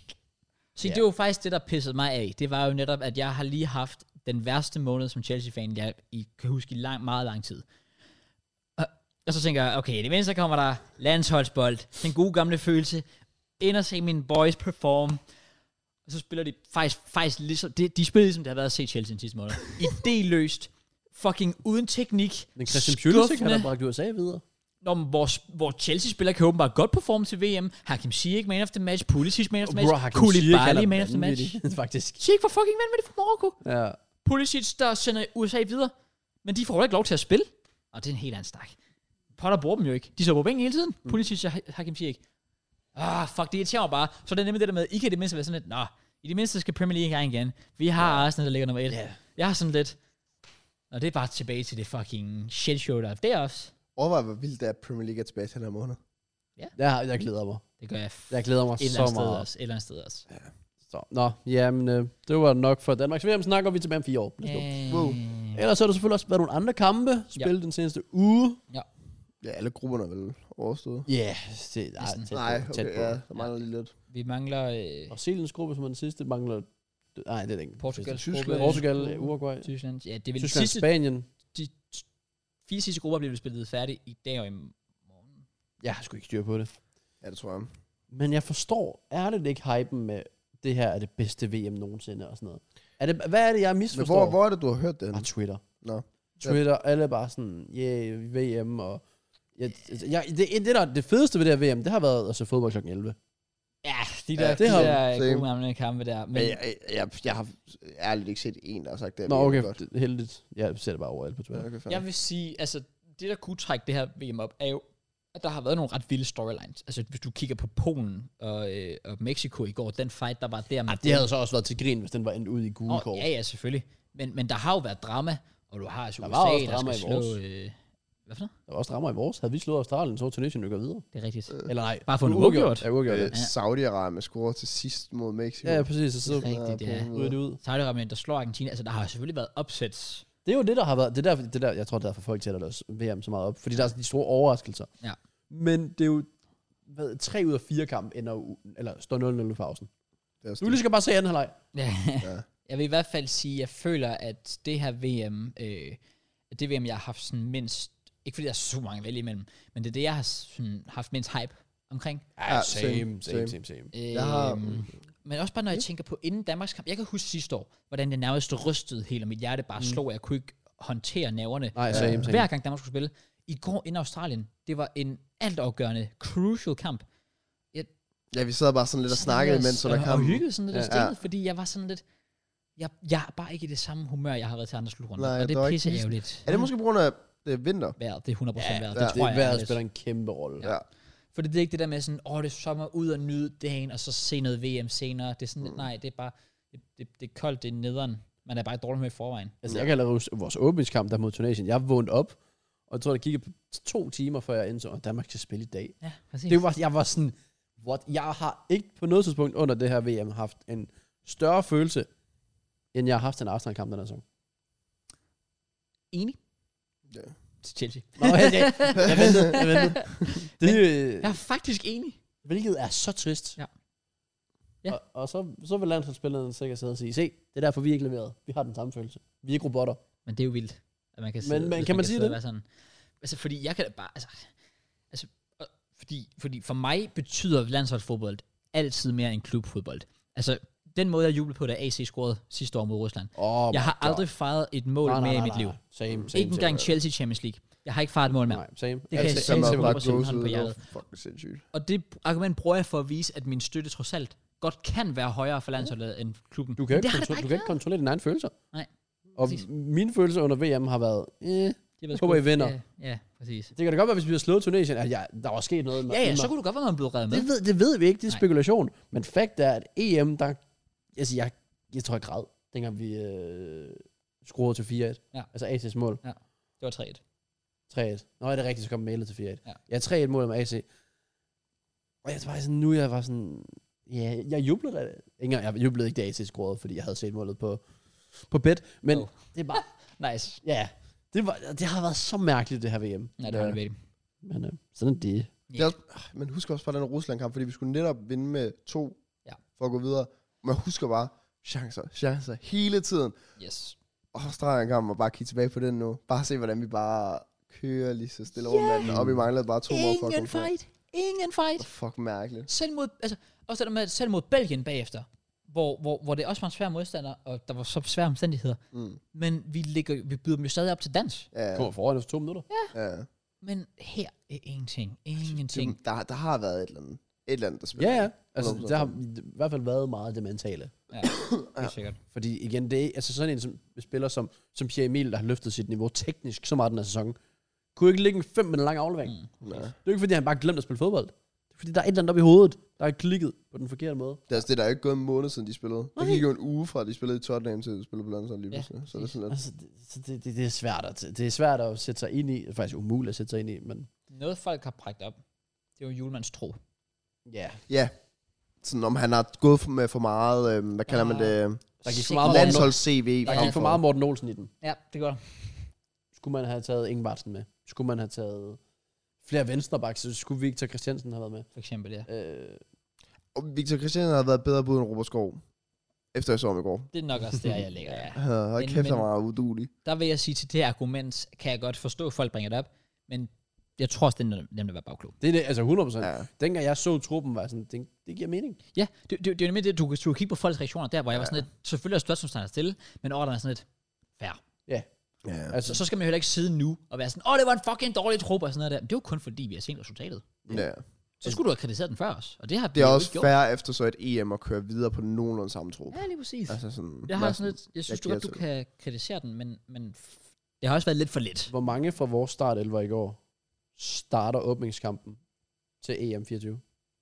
A: Så
C: Ja.
A: det var faktisk det, der pissede mig af. Det var jo netop, at jeg har lige haft den værste måned som Chelsea-fan, jeg I kan huske i lang, meget lang tid. Og, og så tænker jeg, okay, det mindste kommer der landsholdsbold, den gode gamle følelse, ind og se mine boys perform. Og så spiller de faktisk, faktisk ligesom, de, de spiller ligesom det har været at se Chelsea den sidste måned. Idéløst, fucking uden teknik,
C: Men Christian Pulisic har
A: skuffende.
C: da bragt U S A videre.
A: Når hvor, hvor Chelsea-spillere kan åbenbart godt performe til V M. Hakim Ziyech man of the match, Pulisic man of the match, Koulibaly man of the match.
C: faktisk.
A: Ziyech var fucking vanvittig for Marokko.
C: Ja.
A: Pulisic, der sender U S A videre, men de får jo ikke lov til at spille. Og det er en helt anden snak. Potter bruger dem jo ikke. De så på bænken hele tiden. Mm. Pulisic og Hakim Ziyech. Ah, fuck, det irriterer mig bare. Så det er nemlig det der med, I kan i det mindste være sådan lidt, nå, i det mindste skal Premier League i gang igen. Vi har ja. Arsenal, der ligger nummer et.
C: Ja.
A: Jeg har sådan lidt, og det er bare tilbage til det fucking shit show, der er der også.
B: Overvej, hvor vildt det er, at Premier League er tilbage til den her måned.
C: Jeg, jeg glæder mig.
A: Det gør jeg
C: Jeg glæder mig
A: et eller
C: så
A: andet sted
C: meget.
A: også. Et eller andet sted også.
C: Så, nå, jamen, øh, det var nok for Danmarks V M. Snakker vi tilbage om fire år. Let's go.
B: Wow.
C: Ellers har der selvfølgelig også været nogle andre kampe, spillet ja. den seneste uge.
B: Ja, alle grupperne er vel overstået.
C: Ja, yeah, det er
A: Næsten.
C: tæt på.
B: Nej,
C: tæt
B: okay,
C: på.
B: ja, der mangler lige lidt.
A: Vi mangler øh,
C: Brasiliens gruppe, som er den sidste, mangler... Nej, det er det ikke.
A: Portugal,
B: Tyskland.
A: gruppe,
C: Portugal, Uruguay,
A: Tyskland. Ja, det er vel de
C: Tyskland,
A: sidste
C: Spanien.
A: de fire sidste grupper bliver spillet færdigt i dag og i morgen.
C: Jeg har sgu ikke styr på det.
B: Ja, det tror jeg.
C: Men jeg forstår ærligt ikke hypen med, det her er det bedste V M nogensinde og sådan noget. Er det, hvad er det, jeg
B: Men
C: misforstår?
B: hvor, hvor er det, du har hørt det?
C: Bare Twitter.
B: Nå.
C: Twitter, alle er bare sådan, yeah, V M, og... Jeg, jeg, det, det, der, det fedeste ved det her V M, det har været at se fodbold klokken elleve.
A: Ja, de der,
B: Ja,
A: ja,
C: det
A: de
C: har-
A: der
B: same.
A: gode gamle kampe der. Men
B: Men jeg, jeg, jeg, jeg har ærligt ikke set en, der har sagt det.
C: Nå,
B: er
C: okay,
B: godt.
C: det er heldigt. Jeg ser det bare overalt på
B: Ja,
C: Twitter.
B: okay, fair.
A: jeg vil sige, altså, det der kunne trække det her V M op, er jo, at der har været nogle ret vilde storylines. Altså, hvis du kigger på Polen og, øh, og Mexico i går, den fight, der var der med...
C: Ah, det havde så også været til grin, hvis den var endt ud i gule
A: Åh,
C: kort.
A: ja, ja, selvfølgelig. Men, men der har jo været drama, og du har altså
C: Der
A: U S
C: var også
A: A, der
C: drama
A: skal
C: i vores.
A: slå... Øh, hvad for noget?
C: Der var også rammer i vores. Havde vi slået Australien, så var Tunesien jo gået videre.
A: Det er rigtigt.
C: Eller nej.
A: Bare for en
C: uafgjort.
A: uafgjort.
C: Ja, uafgjort.
B: Øh,
C: Ja,
B: Saudi-Arabien scorede til sidst mod Mexico.
C: ja, præcis. Og så
A: Det er rigtigt, ja.
C: ryger det ud.
A: Saudi-Arabien, der slår Argentina. Altså, der har selvfølgelig været upsets.
C: Det er jo det, der har været... Det er derfor, det der, jeg tror, det er derfor folk tæller deres V M så meget op. Fordi der er de store overraskelser.
A: Ja.
C: Men det er jo... Hvad, tre ud af fire kamp ender u- eller står nul nul i pausen.
B: Det er også
C: Du lige skal bare se anden halvleg.
A: Ja.
B: Ja.
A: Jeg vil i hvert fald sige, at jeg føler, at det her V M, øh, det V M, jeg har haft sådan mindst, ikke fordi der er så mange vælge imellem, men det er det, jeg har sådan haft mindst hype omkring.
C: Ja,
B: Ja,
C: same,
B: same,
C: same,
B: same.
C: same, same.
A: Øh,
B: Jeg har-
A: Men også bare, når jeg tænker på inden Danmarks kamp. Jeg kan huske sidste år, hvordan det nærmest rystede helt, og mit hjerte bare slog, og jeg kunne ikke håndtere nerverne.
C: Nej, same, same.
A: Hver gang Danmark skulle spille. I går inden Australien, det var en altafgørende, crucial kamp.
B: Ja, vi sad bare sådan lidt og snakkede imens under
A: og, og
B: kampen.
A: hyggede sådan lidt
C: Ja.
A: og stille,
B: Ja.
A: fordi jeg var sådan lidt, jeg, jeg er bare ikke i det samme humør, jeg har været til andre slutrunder.
B: Nej,
A: Og det
B: der var
A: er
B: ikke
A: pisse
B: lige-
A: ærgerligt.
B: Er det måske på grund af det er vinter?
A: Vejret, det er hundrede procent
C: Ja,
A: vejret.
B: ja,
A: Det tror jeg
C: Det vejret
A: ærligt.
C: spiller en kæmpe rolle.
B: Ja.
A: For det er ikke det der med sådan, åh, det er sommer, ud og nyde dagen, og så se noget V M senere. Det er sådan, mm. nej, det er bare, det, det, det er koldt, det er nederen. Man er bare dårlig med i forvejen.
C: Altså, jeg kan allerede huske vores åbningskamp der mod Tunesien. Jeg vågnede op, og jeg tror, det kiggede på to timer, før jeg indså, at Danmark skal spille i dag.
A: Ja, præcis.
C: Det var, jeg var sådan, what? Jeg har ikke på noget tidspunkt under det her V M haft en større følelse, end jeg har haft en Arsenal-kamp den her sæson.
A: enig
B: Ja.
A: til Chelsea.
C: Nå, jeg, jeg, jeg ventede, jeg ventede. Det, øh,
A: Jeg er faktisk enig.
C: hvilket er så trist.
A: Ja. Ja.
C: Og, og så, så vil landsholdsspillerne sikkert sidde og sige, se, det er derfor, vi ikke leverede. Vi har den samme følelse. Vi er ikke robotter.
A: Men det er jo vildt, at man kan
C: Men-
A: sidde,
C: men
A: hvis
C: kan man
A: kan
C: sige
A: sidde og
C: det?
A: være sådan. Altså, fordi jeg kan da bare, altså, altså øh, fordi, fordi for mig betyder landsholdsfodbold altid mere end klubfodbold. Altså, den måde, jeg jublede på, da A C scorede sidste år mod Rusland.
C: Oh
A: Jeg har aldrig fejret et mål
C: nej, nej,
A: mere
C: nej,
A: i mit
C: nej.
A: liv.
C: Same, same,
A: Ikke engang Chelsea Champions League. Jeg har ikke fejret et mål mere.
C: Nej, same.
A: Det kan jeg
C: Altså,
A: sige.
B: Som
A: Helt
B: er
A: sikkert
B: bare
A: hundrede procent hånden på
B: gåsehud. Det var
A: hjertet.
B: fucking sindssygt.
A: Og det argument bruger jeg for at vise, at min støtte trods alt godt kan være højere for landsholdet end klubben.
C: Du kan,
A: Men
C: ikke
A: det har det
C: kontro-
A: bare
C: du kan ikke kontrollere dine egne følelser.
A: Nej,
C: Og
A: præcis.
C: mine følelser under V M har været, eh,
A: Jeg ved
C: håber,
A: sgu-
C: I vinder.
A: Ja, ja, præcis.
C: det kan da godt være, hvis vi har slået Tunesien, at ja, der var sket noget. med-
A: Ja, ja,
C: med
A: så
C: mig.
A: kunne du godt være, man blev reddet med.
C: det, ved, det ved vi ikke, det er
A: Nej.
C: spekulation. Men fakt er, at E M, der... Altså, jeg, jeg tror, jeg græd, dengang vi øh, skruede til fire et.
A: Ja.
C: Altså A C's mål.
A: Det var tre et.
C: tre et. Nå, er det rigtigt, så kom mailet til fire et.
A: Ja.
C: Ja, tre et mål med A C. Og jeg var sådan, nu jeg var sådan... Ja, jeg jublede da. Ikke engang, jeg jublede ikke, da A C scorede, fordi jeg havde set målet på, på bet. Men
A: Oh.
C: oh. det er bare...
A: Nice.
C: Ja, det, var, det har været så mærkeligt, det her V M.
A: Ja, det var det virkelig.
C: Men øh, sådan er det.
B: Det er også, men husk også fra den Rusland-kamp, fordi vi skulle netop vinde med to
A: Ja.
B: for at gå videre. Men jeg husker bare chancer, chancer hele tiden.
A: Yes.
B: Og Australien-kampen og bare kigge tilbage på den nu. Bare se, hvordan vi bare kører lige så stille over manden. Og vi manglede bare to mål for at
A: Ingen
B: komme
A: fight. Ingen fight.
B: Fuck mærkeligt.
A: Selv mod, altså, også det der med, selv mod Belgien bagefter, hvor, hvor, hvor det også var en svær modstander, og der var så svære omstændigheder.
B: Mm.
A: Men vi, ligger, vi byder dem jo stadig op til dans.
B: Ja,
C: Kommer foran efter to minutter.
B: ja.
A: Men her er ingenting. Ingenting.
B: Det, der, der har været et eller andet, et eller andet der spiller.
C: Ja, ja. Altså,
B: hundrede procent.
C: der har i hvert fald været meget det mentale.
A: Ja, helt sikkert.
C: Fordi igen, det er altså sådan en som, spiller som, som Pierre Emil, der har løftet sit niveau teknisk så meget den her sæson, kunne ikke ligge en fem minutter lang aflevering. Mm.
A: Mm.
B: Nej.
C: Det er jo ikke, fordi han bare glemt at spille fodbold. Det er, fordi der er et eller andet oppe i hovedet, der er klikket på den forkerte måde.
B: Det er, altså, det er der jo ikke gået en måned siden, de spillede.
C: Nej.
B: Det gik jo en uge fra, at de spillede i Tottenham, til at spille på landsholdet lige
A: Ja,
B: pludselig. Så det er sådan lidt...
C: Altså, det, så det, det, det, er svært at, det er svært at sætte sig ind i. Det er faktisk umuligt at sætte sig ind i, men
A: Noget folk har prægt op, det var julemands tro.
C: ja.
B: Ja. Sådan om han har gået med for meget, øh, hvad kalder man det?
C: Der gik for meget Morten,
B: Landsholds-C V.
C: der gik for meget Morten Olsen i den.
A: Ja, det går.
C: Skulle man have taget Ingevartsen med? Skulle man have taget flere venstrebacks? Så skulle Victor Christiansen have været med?
A: For eksempel, ja.
C: Øh,
B: Og Victor Christiansen har været bedre bud end Robert Skov. Efter jeg så ham i går.
A: Det er nok også der, jeg ligger, ja.
B: Hold
A: Men-
B: kæft, han
A: men-
B: var udulig.
A: Der vil jeg sige, til det argument, kan jeg godt forstå, at folk bringer det op, men jeg tror også, det er nemt at være bagklog.
C: Det er det, altså hundrede procent.
B: Ja.
C: Dengang jeg så truppen, var jeg sådan, det, det giver mening.
A: Ja, det, det, det er jo nemlig det, du, du kan kigge på folks reaktioner der, hvor jeg var sådan lidt, selvfølgelig er spørgsmålstegn stille, men ordren er sådan lidt, fair.
C: Ja.
B: Ja.
C: Altså,
A: Så, så skal man jo heller ikke sidde nu og være sådan, åh, det var en fucking dårlig trup og sådan noget der. Men det er jo kun fordi, vi har set resultatet.
B: ja.
A: Så skulle du have kritiseret den før os, og det har
B: Det
A: vi
B: er
A: jo
B: også
A: ikke gjort.
B: fair efter så et E M at køre videre på nogenlunde samme trup.
A: Ja, lige præcis.
B: Altså sådan,
A: Jeg har
B: være
A: sådan lidt, jeg synes
B: jeg
A: du godt,
B: giver
A: du
B: til.
A: kan kritisere den, men, men f- det har også været lidt for lidt.
C: hvor mange fra vores startelver i går starter åbningskampen til E M fireogtyve?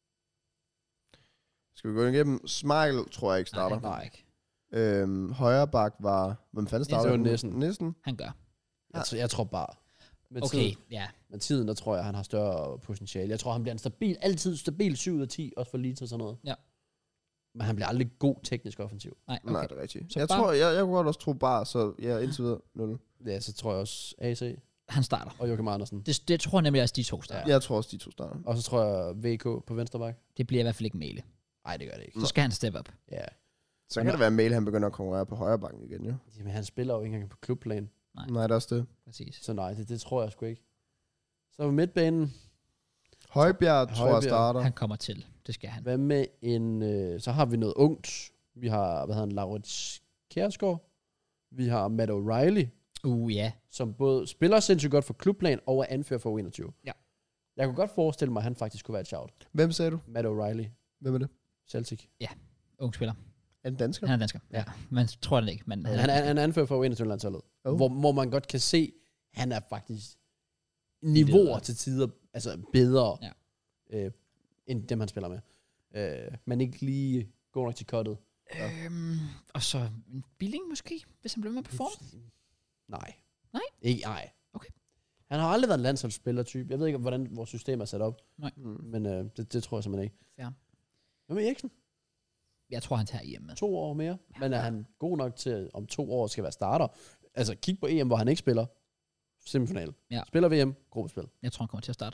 B: Skal vi gå igennem? Smeichel tror jeg ikke starter.
A: Nej, han gør ikke.
B: Øhm, højre bak var... Hvem fanden starter?
C: Det var Nissen.
B: Nissen?
A: Han gør.
C: Jeg, tror, jeg tror bare, med,
A: Okay,
C: tiden,
A: ja.
C: med tiden, der tror jeg, han har større potentiale. Jeg tror, han bliver en stabil, altid stabil syv ud af ti, også for lige til sådan noget.
A: Ja.
C: Men han bliver aldrig god teknisk offensiv.
A: Nej,
B: Okay. Nej,
A: okay.
B: det er rigtigt.
A: Så
B: Jeg
A: bare-
B: tror, jeg, jeg kunne godt også tro bare, så jeg er indtil videre nul.
C: Ja, så tror jeg også A C
A: Han starter.
C: og Joachim Andersen.
A: Det, det tror jeg nemlig også, de to starter.
B: Jeg tror også, de to starter.
C: Og så tror jeg V K på venstre bak.
A: Det bliver i hvert fald ikke Mæle.
C: Nej, det gør det ikke.
A: Så skal han step up.
C: Ja.
B: Så kan det være, at Mail han begynder at konkurrere på højre bakken igen, jo.
C: Jamen, han spiller jo ikke engang på klubplan.
A: Nej.
B: Nej, det er også det.
A: Præcis.
C: Så nej, det, det tror jeg sgu ikke. Så på midtbanen,
B: Højbjerg tror jeg
C: Højbjerg.
B: starter.
A: Han kommer til. Det skal han.
C: hvad med en... Øh, så har vi noget ungt. Vi har, hvad hedder han, Laurits Kjærsgaard. Vi har Matt O'Reilly,
A: Uh, ja.
C: som både spiller sindssygt godt for klubplan og er anfører for U enogtyve.
A: Ja.
C: Jeg kunne godt forestille mig, at han faktisk kunne være et shout.
B: Hvem sagde du?
C: Matt O'Reilly,
B: Hvem er det?
C: Celtic.
A: Ung spiller.
B: Er det dansker?
A: Han er dansker. Ja. Man tror det ikke, men
C: Han, han, han er anfører for U enogtyve-landsholdet.
B: Oh.
C: Hvor, hvor man godt kan se, han er faktisk niveauer
A: Bedre.
C: til tider, altså bedre,
A: Ja.
C: øh, end dem, han spiller med. Øh, men ikke lige god nok til cuttet.
A: Øhm, og så en Billing måske, hvis han bliver med på form.
C: Nej.
A: Nej?
C: Ikke, nej.
A: Okay.
C: Han har aldrig været en landsholdsspiller-type. Jeg ved ikke, hvordan vores system er sat op.
B: Mm.
C: Men øh, det, det tror jeg simpelthen ikke.
A: Fair.
C: Hvad med Eriksen?
A: Jeg tror, han tager hjem med.
C: To år mere. Men er han god nok til, at om to år skal være starter? Altså, kig på E M, hvor han ikke spiller. Semifinal.
A: Ja.
C: Spiller V M, gruppespil.
A: Jeg tror, han kommer til at starte.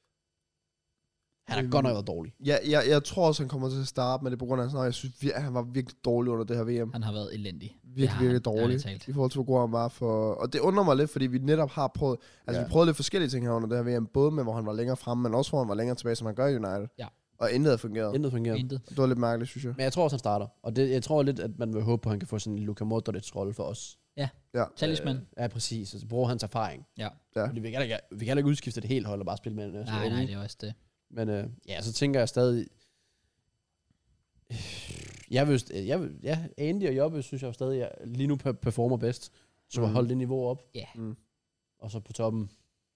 C: Han har
B: Øhm,
C: godt nok været dårlig.
B: Ja, jeg, jeg tror også, han kommer til at starte, men det er på grund af, at jeg synes, vir- han var virkelig dårlig under det her V M.
A: Han har været elendig.
B: Virkelig,
A: har
B: virkelig
A: han,
B: dårlig.
A: ærligt talt.
B: I forhold til, hvor god han var for... Og det undrer mig lidt, fordi vi netop har prøvet... Altså,
C: Ja.
B: vi prøvede lidt forskellige ting her under det her V M. Både med, hvor han var længere fremme, men også hvor han var længere tilbage, som han gør i United.
A: Ja.
B: Og intet havde fungeret.
C: Intet fungerer.
A: Intet.
B: Det var lidt mærkeligt, synes jeg.
C: Men jeg tror også, han starter. Og det, jeg tror lidt, at man vil håbe på, at han kan få sådan en Luka Modric rolle for os.
B: Ja.
A: Talisman.
C: Øh, ja, præcis. Altså, bruge hans erfaring.
A: Ja.
B: Ja.
C: Fordi vi kan heller ikke, vi kan heller ikke udskifte det helt hold og bare spille med en øh,
A: Nej, nej, det er også det.
C: Men øh, ja, så tænker jeg stadig... Jeg vil, jeg vil, ja, Andy og Jobbe synes jeg jo stadig, jeg lige nu per- performer bedst. Så
B: Mm.
C: mm. holde det niveau op.
A: Ja.
B: Mm.
C: Og så på toppen.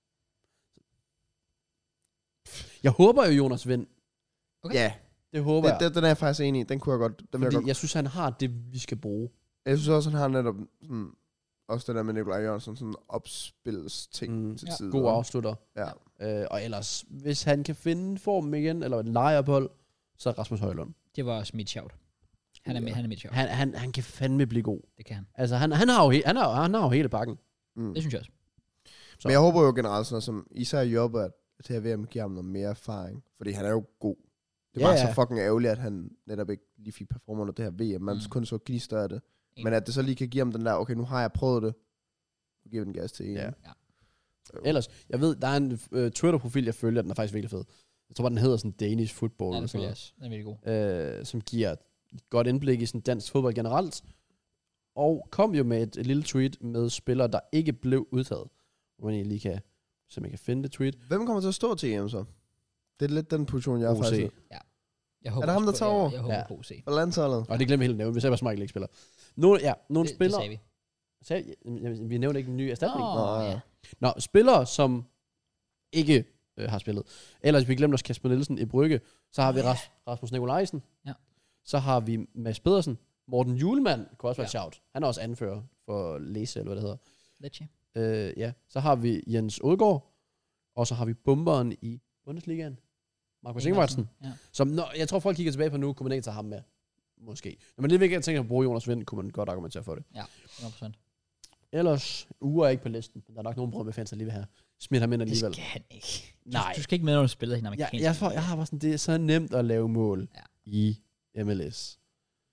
C: Jeg håber jo, Jonas Vind.
A: Okay.
B: Ja,
C: Det håber
B: det,
C: jeg.
B: det, den er jeg faktisk enig i. Den kunne jeg godt... Den vil jeg,
C: Fordi
B: godt.
C: jeg synes, han har det, vi skal bruge.
B: Jeg synes også, han har netop sådan, også det der med Nikolaj Jørgensen, sådan en opspilsting
C: Mm.
B: mm. til
A: Ja.
B: tider.
C: God afslutter.
B: Ja.
C: Øh, og ellers, hvis han kan finde formen igen, eller et lejeophold, så er Rasmus Højlund.
A: Det var også mit shout. Han er,
C: Ja.
A: ja. han er mit shout.
C: Han, han, han kan fandme blive god.
A: Det kan han.
C: Altså, han, han, har, jo he, han, har, han har jo hele pakken.
B: Mm.
A: Det synes jeg også.
C: Så.
B: Men jeg håber jo generelt, sådan noget, som især Jobbe, at det her V M giver ham noget mere erfaring. Fordi han er jo god. Det er
C: Ja,
B: bare
C: ja.
B: så fucking ærgerligt, at han netop ikke lige fik performer under det her V M. Man
A: Mm.
B: mm. kun så gnister af det.
A: Enig.
B: Men at det så lige kan give ham den der, okay, nu har jeg prøvet det. Nu giver vi den gas til en.
C: Ja.
A: Ja.
C: Ellers, jeg ved, der er en uh, Twitter-profil, jeg følger, den er faktisk virkelig fed. Jeg tror bare, den hedder sådan Danish Football.
A: Ja,
C: eller
A: det
C: sådan
A: føler jeg
C: noget.
A: også. Den er virkelig god.
C: øh, som giver et godt indblik i sådan dansk fodbold generelt. Og kom jo med et, et lille tweet med spillere, der ikke blev udtaget. Hvor man lige kan, så man kan finde det tweet.
B: Hvem kommer til at stå til E M så? Det er lidt den position, jeg er
C: O C.
B: faktisk i.
A: Jeg håber
B: Er det ham,
A: også
B: der
A: på-
B: tager over?
A: Jeg, jeg håber
C: Ja.
A: på O C.
B: For landsholdet.
C: Og det glemte vi helt at nævne. Vi sagde bare, Smeichel ikke spiller. Nogle, ja, nogle
A: Det, det
C: spillere...
A: sagde vi.
C: Sagde, jamen, vi nævnte ikke en ny erstatning.
A: Nå,
B: Nå,
A: ja.
B: ja.
C: Nå, spillere, som ikke øh, har spillet. Ellers, vi glemte også Kasper Nielsen i Brygge. Så har vi
A: Ja.
C: Ras, Rasmus Nikolajsen.
A: Ja.
C: Så har vi Mads Pedersen. Morten Julemand kunne også være
A: Ja.
C: ja. shout. Han er også anfører for Læse, eller hvad det hedder.
A: Lecce.
C: Øh, ja. Så har vi Jens Odgaard. Og så har vi bomberen i Bundesligaen. Markus Ingvartsen.
A: Ja.
C: Som, når, jeg tror, folk kigger tilbage på nu, kunne man ikke tage ham med. Måske. Når man lige vil tænke at bruge Jonas Vind, kunne man godt argumentere for det.
A: hundrede procent.
C: Ellers, Ure er ikke på listen. Men der er nok nogen brød med fans, der lige vil have smidt ham ind
A: Det
C: alligevel.
A: skal han ikke. Du,
C: Nej.
A: du skal ikke med, når du spiller hende
C: Jeg,
A: amerikansk.
C: jeg, får, jeg har bare sådan, det er så nemt at lave mål
A: Ja.
C: i M L S.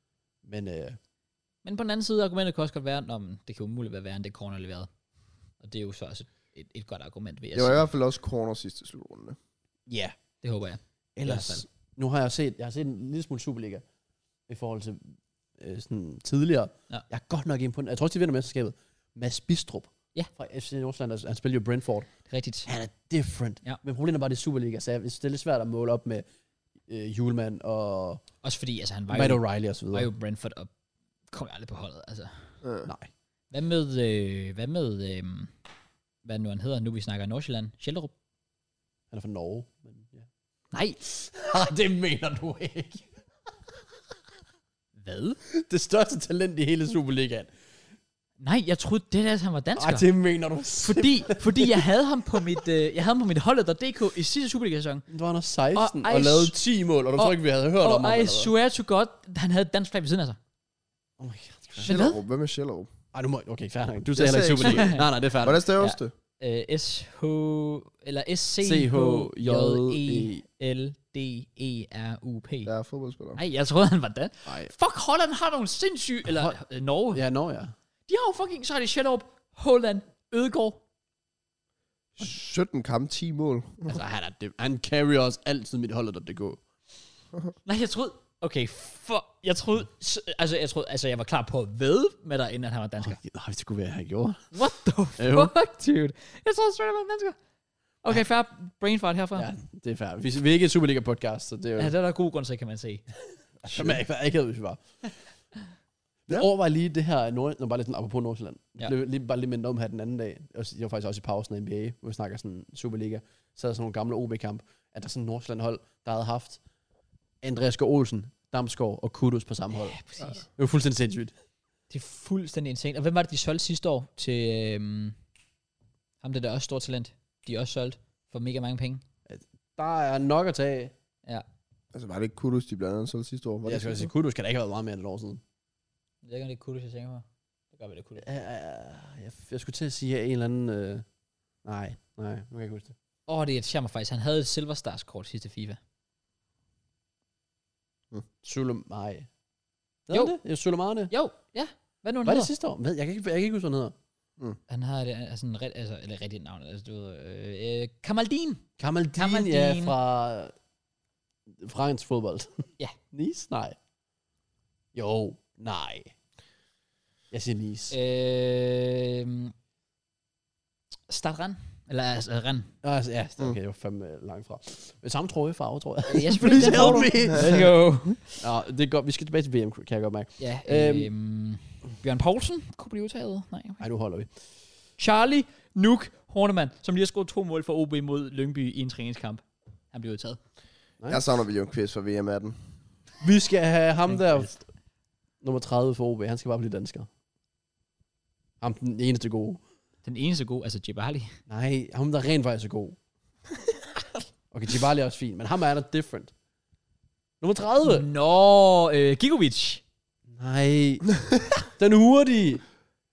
C: Men øh,
A: Men på den anden side, argumentet kan også godt være, at det kan umuligt være værre, end det corner leveret. Og det er jo så også et, et godt argument, vil jeg
B: Det var i
A: sige.
B: hvert fald også corner sidste slutrunde.
C: ja,
A: Det håber jeg.
C: ellers, nu har jeg set, jeg har set en lille smule Superliga i forhold til øh, sådan tidligere.
A: Ja.
C: Jeg er godt nok imponeret. Jeg tror også, de vinder mesterskabet. Mads Bistrup
A: Ja.
C: fra F C Nordsjælland, altså, han spiller jo Brentford.
A: Det er rigtigt.
C: Han er different.
A: Ja.
C: Men problemet er bare, det er Superliga, så jeg, det er lidt svært at måle op med øh, Julemand og
A: Også fordi, altså han var
C: Matt
A: jo,
C: O'Reilly og så
A: var
C: videre.
A: jo Brentford og kom aldrig på holdet. Altså.
B: Ja.
C: Nej.
A: Hvad med, øh, hvad med, øh, hvad nu han hedder, nu vi snakker Nordsjælland? Schellerup?
C: Han er fra Norge. Men, ja.
A: Nej.
C: det mener du ikke.
A: Hvad?
C: Det største talent i hele Superligaen.
A: Nej, jeg troede, det der, han var dansker.
C: Ej, det mener du.
A: Fordi, fordi jeg havde ham på mit, øh, jeg havde ham på mit holdet der D K i sidste Superliga-sæson.
C: Du var seksten og,
A: Og
C: og
A: I
C: lavede
A: s-
C: ti mål, og du
A: og-
C: tror ikke, vi havde hørt om ham.
A: Og I
C: eller hvad?
A: swear to God, han havde et dansk flag ved siden af sig.
C: Oh my god.
A: Hvad?
B: Schellerup. Hvad med Schellerup?
C: Ej, du må... Okay, fair nok. Du sagde
B: Jeg
C: heller ikke
B: sagde
C: Superliga. nej, nej, det er fair nok.
B: Hvordan staves det?
A: Øh, S H eller S C H J E L D E R U P.
B: Der er fodboldspiller.
A: Nej, jeg troede, han var dan.
C: Nej.
A: Fuck, Holland har nogle sindssyge... Eller øh, Norge.
C: Ja, nå ja.
A: De har jo fucking... Så har de Schellerup, Holland, Ødegaard.
B: sytten kampe, ti mål.
C: Altså, han, er, det, han carry os altid mit holdet, der det går.
A: Nej, jeg troede... Okay, for, jeg troede... s- Altså, jeg troede... Altså, jeg var klar på at ved med dig, inden at han var dansker.
C: Nej, det kunne være, han gjorde.
A: What the
C: Jo.
A: fuck, dude? Jeg troede straight up, han var dansker. Okay, fair brain fart herfra.
C: Ja, det er fair. Vi, vi er ikke et Superliga-podcast, så det er jo...
A: Ja, det er der god grund til, kan man sige.
C: Som jeg ikke, ikke havde, hvis vi var. Jeg
B: Ja.
C: overvejer lige det her, Nord, når bare lidt sådan, apropos Nordsjælland.
A: Ja.
C: Ja. Blev lige, bare lige mindet om her den anden dag. Også- Jeg var faktisk også i pausen af N B A, hvor vi snakker sådan Superliga. Så havde sådan nogle gamle O B-kamp, at der er sådan en Nordsjælland-hold, der havde haft Andreas Gaard Olsen, Damsgaard og Kudus på samme hold.
A: Ja, præcis.
C: Det var fuldstændig sindssygt.
A: Det er fuldstændig insane. Og hvem var det, de solgte sidste år til øhm, ham, der der også stort talent? De er også solgt for mega mange penge.
C: Der er nok at tage af.
A: Ja.
B: Altså, var det ikke Kudus, de blandt andet solgte sidste år? Var
C: Jeg
B: det
C: skal
B: sidste
C: sige,
B: år?
C: Kudus kan da ikke have været meget mere end et år siden.
A: Jeg ved ikke, om det er Kudus, jeg tænker på. Det gør vi, det er Kudus.
C: Uh, jeg, jeg skulle til at sige en eller anden... Uh, nej, nej, nu kan jeg ikke huske det.
A: Åh, oh, det irriterer mig faktisk. Han havde et Silver Stars kort sidste FIFA.
C: Sulem... Nej.
A: Jo.
C: Jo. Det? Sulemane.
A: Jo, ja. Hvad nu han
C: Var det
A: hedder?
C: sidste år? Hvad? Jeg kan ikke, jeg kan ikke huske, hvad han hedder.
A: Han har det, altså, en ret, altså, eller rigtigt navn. Altså, du ved, øh, øh, Kamaldin.
C: Kamaldin,
A: Kamaldin.
C: ja, fra fransk fodbold.
A: Ja.
C: Nice? Nej. Jo, nej. Jeg siger Nice.
A: Øh, Stadran. Eller altså, Ren.
C: Øh. Altså, ja, okay, det var fandme langt fra. Med samme trøje farve, tror jeg.
A: Ja, selvfølgelig.
C: Please
A: Den får du.
C: help me.
A: Let's go.
C: Nå, det er godt. Vi skal tilbage til V M, kan jeg godt mærke.
A: Ja,
C: Øhm.
A: øhm, Bjørn Poulsen kunne blive udtaget. Nej, okay.
C: Ej, nu holder vi.
A: Charlie Nuke Hornemann, som lige har scoret to mål for O B mod Lyngby i en træningskamp. Han blev udtaget.
B: Jeg savner William Kvist for V M atten.
C: Vi skal have ham der,
A: Kvist.
C: nummer tredive for O B. Han skal bare blive dansker. Ham den eneste gode.
A: Den eneste gode, altså Djibali.
C: Nej, ham der rent faktisk er god. Okay, Djibali er også fint, men ham er der different. Nummer tredive.
A: Nå, øh, Gigovic.
C: Nej. Den hurtige.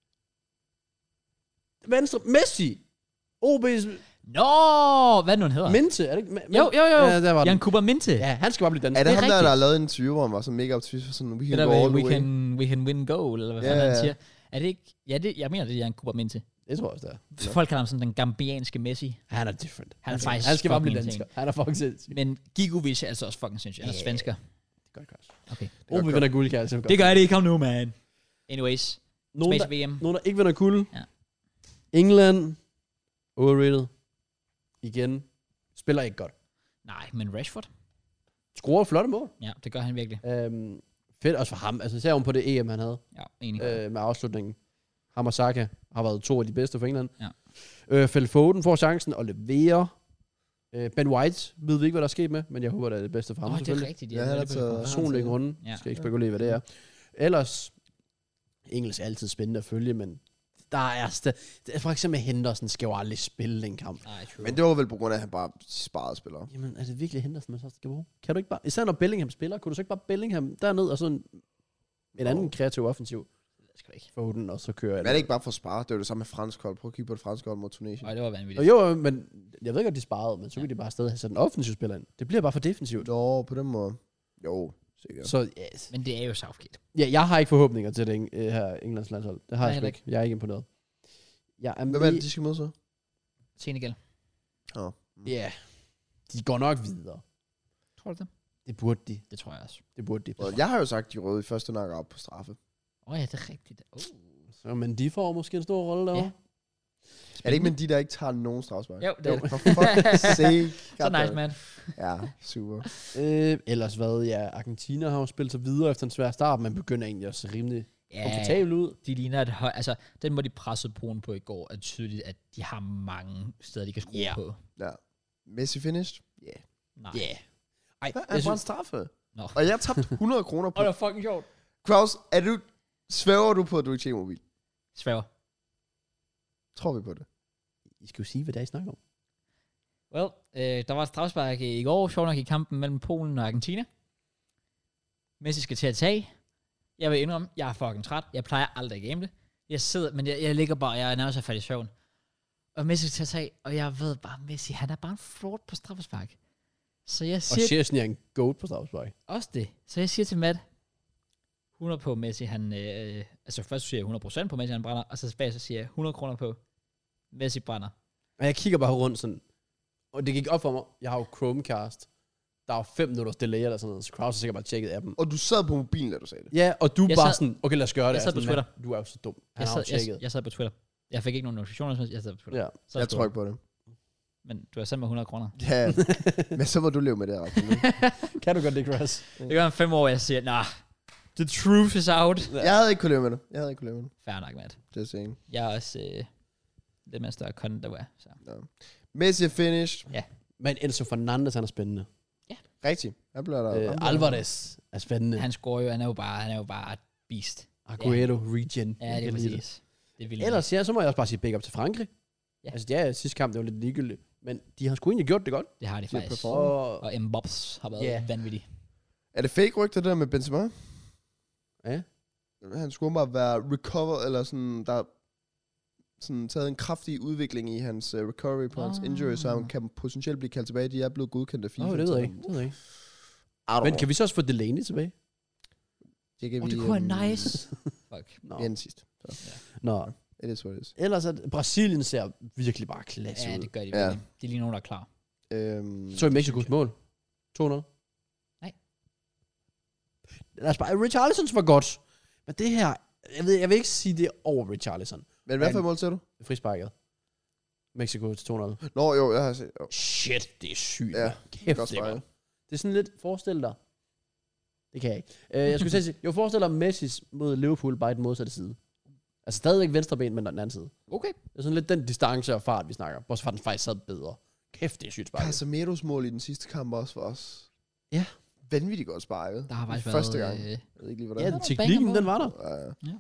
C: Venstre. Messi. O B's
A: Nå, hvad er det nu, han hedder?
C: Mente, er det ikke? Men,
A: Jo, jo, jo.
C: Ja, der var
A: Jan
C: den.
A: Kuba Minte.
C: Ja, han skal bare blive dansker.
B: Er det,
A: Det er
B: ham der,
A: rigtigt.
B: der har lavet en interview, hvor han var sådan mega optimist for sådan, we
A: Det
B: can
A: der
B: go all
A: med,
B: the
A: we
B: way.
A: can, we can win goal, eller hvad
B: Ja,
A: fanden han
B: ja.
A: siger. Er det ikke? Ja, det, jeg mener, det er Jan Kuba Minte.
C: Det tror jeg også, det er.
A: Folk kalder ham sådan den gambianske Messi.
C: Han er different.
A: Han er faktisk
C: Han skal bare blive
A: fucking
C: dansker. Han er fucking sindssyg.
A: Men Gigovic er altså også fucking sindssygt. Han er
C: Ja.
A: svensker.
C: Det gør det
A: Okay.
C: O B vinder guld, kan jeg altså
A: Det gør det ikke ham nu, man. Anyways.
C: Nogen,
A: Space
C: der,
A: V M.
C: nogen, der ikke vinder guld.
A: Ja.
C: England. Overrated. Igen. Spiller ikke godt.
A: Nej, men Rashford.
C: Skruer flotte mål.
A: Ja, det gør han virkelig.
C: Øhm, fedt også for ham. Altså, ser hun på det E M, han havde
A: Ja, enig.
C: øh, med afslutningen. Ham og Saka har været to af de bedste for England.
A: Ja.
C: Øh, Phil Foden får chancen og leverer. Øh, Ben White ved vi ikke, hvad der er sket med, men jeg håber, det er det bedste for ham.
A: Åh, det er
C: selvfølgelig.
A: rigtigt.
B: Ja,
A: Ja,
B: han
A: det
B: er
A: er
B: taget-
A: det.
C: Personlige grunde.
A: Ja.
C: Skal ikke spekulere, hvad det er. Ellers, engelsk er altid spændende at følge, men der er sta- det er for eksempel Henderson skal jo aldrig spille en kamp.
A: Nej, true.
B: Men det var vel på grund af, at han bare sparede spillere.
C: Jamen, er det virkelig Henderson, man så skal bruge? Kan du ikke bare, især når Bellingham spiller, kunne du så ikke bare Bellingham derned og sådan en anden kreativ offensiv
A: det skal vi ikke.
C: for den, og så kører jeg
B: Men er det ikke bare for at spare? Det var det samme med fransk hold. Prøv at kigge på det franske hold mod Tunesien.
A: Nej, det var vanvittigt.
C: Og jo, men jeg ved ikke, om de sparede, men så kan de bare stadig have sat en offensiv spiller ind. Det bliver bare for defensivt.
B: Nå, på den måde. Jo, Sikkert.
C: Så yes.
A: Men det er jo Southgate.
C: Ja, jeg har ikke forhåbninger til det eng- øh, her Englands landshold. Det har
A: Nej,
C: jeg sgu
A: heller
C: ikke. Jeg er ikke imponeret. Jeg er
B: Hvem er det,
C: med-
B: de skal møde så?
A: Senegal.
B: Oh.
C: Ja, de går nok videre.
A: Tror du det?
C: Det burde de.
A: Det tror jeg også.
C: Det burde de.
B: Og jeg har jo sagt, de røde i første nakker op på straffe.
A: Åh oh, ja, det er rigtigt. Oh.
C: Så, men de får måske en stor rolle derovre.
A: Ja.
B: Er det ikke med de, der ikke tager nogen strafspark?
A: Jo, det er det.
B: For fuck's sake.
A: Så nice, man.
B: Ja, super.
C: Øh, ellers hvad, ja, Argentina har jo spillet sig videre efter en svær start, men begynder egentlig at se rimelig
A: Ja,
C: komfortabel ud.
A: de ligner et høj... Altså, den måde, de pressede Polen på i går, er tydeligt, at de har mange steder, de kan skrue
C: Ja.
A: på.
B: Ja. Messi finished? Ja. Yeah.
A: Nej.
C: Ja. Yeah. Ej,
B: Hvad
C: jeg
B: er bare en
C: synes,
B: straffe?
A: Nå.
B: Og jeg tabte hundrede kroner på.
A: Åh, det var fucking sjovt.
B: Kraus, er du... Svæver du på, at du ikke tjener mobil?
A: Svæver.
B: Tror vi på det?
C: I skal jo sige, hvad det er, I snakker om.
A: Well, øh, der var et strafspark i går, sjovt nok i kampen mellem Polen og Argentina. Messi skal til at tage. Jeg vil indrømme, jeg er fucking træt. Jeg plejer aldrig at game det. Jeg sidder, men jeg, jeg ligger bare, jeg er nærmest faldet i søvn. Og Messi skal til at tage, og jeg ved bare, Messi, han er bare en fraud på straffespark. Så jeg
C: Og
A: siger
C: Chesney er en goat på straffespark.
A: også det. Så jeg siger til Matt, hundrede på Messi, han, øh, altså først siger jeg hundrede procent på Messi, han brænder, og så tilbage så siger jeg hundrede kroner på Messi brænder.
C: Og jeg kigger bare rundt sådan, og det gik op for mig, jeg har jo Chromecast. Der er jo fem minutters delay eller sådan noget, så Kraus har sikkert bare tjekket appen.
B: Og du sad på mobilen, da du sagde det.
C: Ja, og du
A: Jeg
C: bare
A: sad-
C: sådan, okay lad os gøre det.
A: jeg sad på
C: sådan,
A: Twitter.
C: Du er jo så dum. Han
A: Jeg
C: har jo
A: sad,
C: tjekket.
A: jeg, jeg sad på Twitter. Jeg fik ikke nogen notifikationer, så jeg sad på Twitter.
C: Ja.
A: Så
B: Jeg
A: stod
B: tror
A: der.
B: ikke på det.
A: Men du har sendt mig hundrede kroner.
B: Ja, men så må du leve med det, Rasmus.
C: Kan du godt det, Kraus?
A: Det gør en fem år, jeg siger, nah, the truth is out.
B: Jeg havde ikke kunne leve med det. Jeg havde ikke kunne leve med det.
A: Fair nok, Matt.
B: Just saying.
A: Jeg er også øh, lidt mere større content, der var. Så.
B: Messi er finished.
C: Men Enzo Fernandes, han er spændende.
B: Rigtigt. Han bliver der.
C: Øh,
B: han bliver-
C: Alvarez er spændende.
A: Han scorer jo, han er jo bare, han er jo bare et beast.
C: Aguero, regen.
A: Ja,
C: Jeg
A: det er
C: kan lide
A: præcis. Det er vildt.
C: Ellers, ja, så må jeg også bare sige big up til Frankrig.
A: Ja.
C: Altså, ja, sidste kamp, det var lidt ligegyldigt. Men de har sgu egentlig gjort det godt.
A: Det har de
B: De har
A: faktisk.
B: performet.
C: Og,
A: Og Mbappé har været
C: Ja.
A: yeah. vanvittig.
B: Er det fake rygter der med Benzema?
C: ja.
B: Han skulle bare være recover, eller sådan, der er sådan taget en kraftig udvikling i hans uh, recovery på hans
A: Ah.
B: injury, så han kan potentielt blive kaldt tilbage. De er blevet godkendt af FIFA.
C: Åh, oh, det ved
B: så-
C: jeg ikke. Det ved jeg ikke.
B: I don't
C: Men
B: know.
C: kan vi så også få Delaney tilbage?
B: Det kan
A: Åh,
B: vi...
A: det kunne
B: øhm,
A: være nice. Fuck.
C: Nå.
B: Vi er den sidste. Så.
C: Nå.
B: It is what it is.
C: Ellers at Brasilien ser virkelig bare klasse
A: Ja,
C: ud.
A: det gør de
B: Ja.
A: virkelig. De er lige nogen, der er klar.
B: Øhm,
C: Så i Mexikos mål. to nul.
A: Nej.
C: Lad os bare, Richarlisons var godt. Men det her, jeg, ved, jeg vil ikke sige det er over Richarlison.
B: Men hvad for et mål ser du?
C: Frisparket. Mexico til to nul.
B: Nå, jo, jeg har set. Jo.
C: Shit, det er sygt.
B: Ja,
C: Ja, kæft,
B: godt
C: det er
B: sparket.
C: godt. Det er sådan lidt, forestil dig. Det kan jeg ikke. Uh, jeg skulle sige, jo, forestil dig Messi mod Liverpool bare i den modsatte side. Altså stadigvæk venstre ben, men den anden side.
A: Okay.
C: Det er sådan lidt den distance og fart, vi snakker. Bortset fra, at den faktisk sad bedre. Kæft, det er sygt sparket.
B: Casemiros mål i den sidste kamp også for os.
C: Ja.
B: Vanvittigt godt sparket.
A: Der har faktisk været...
B: Første gang.
A: Øh,
B: Jeg ved ikke lige, hvordan.
C: Ja,
A: der
C: teknikken,
A: banger
C: den var der.
B: Ja, ja.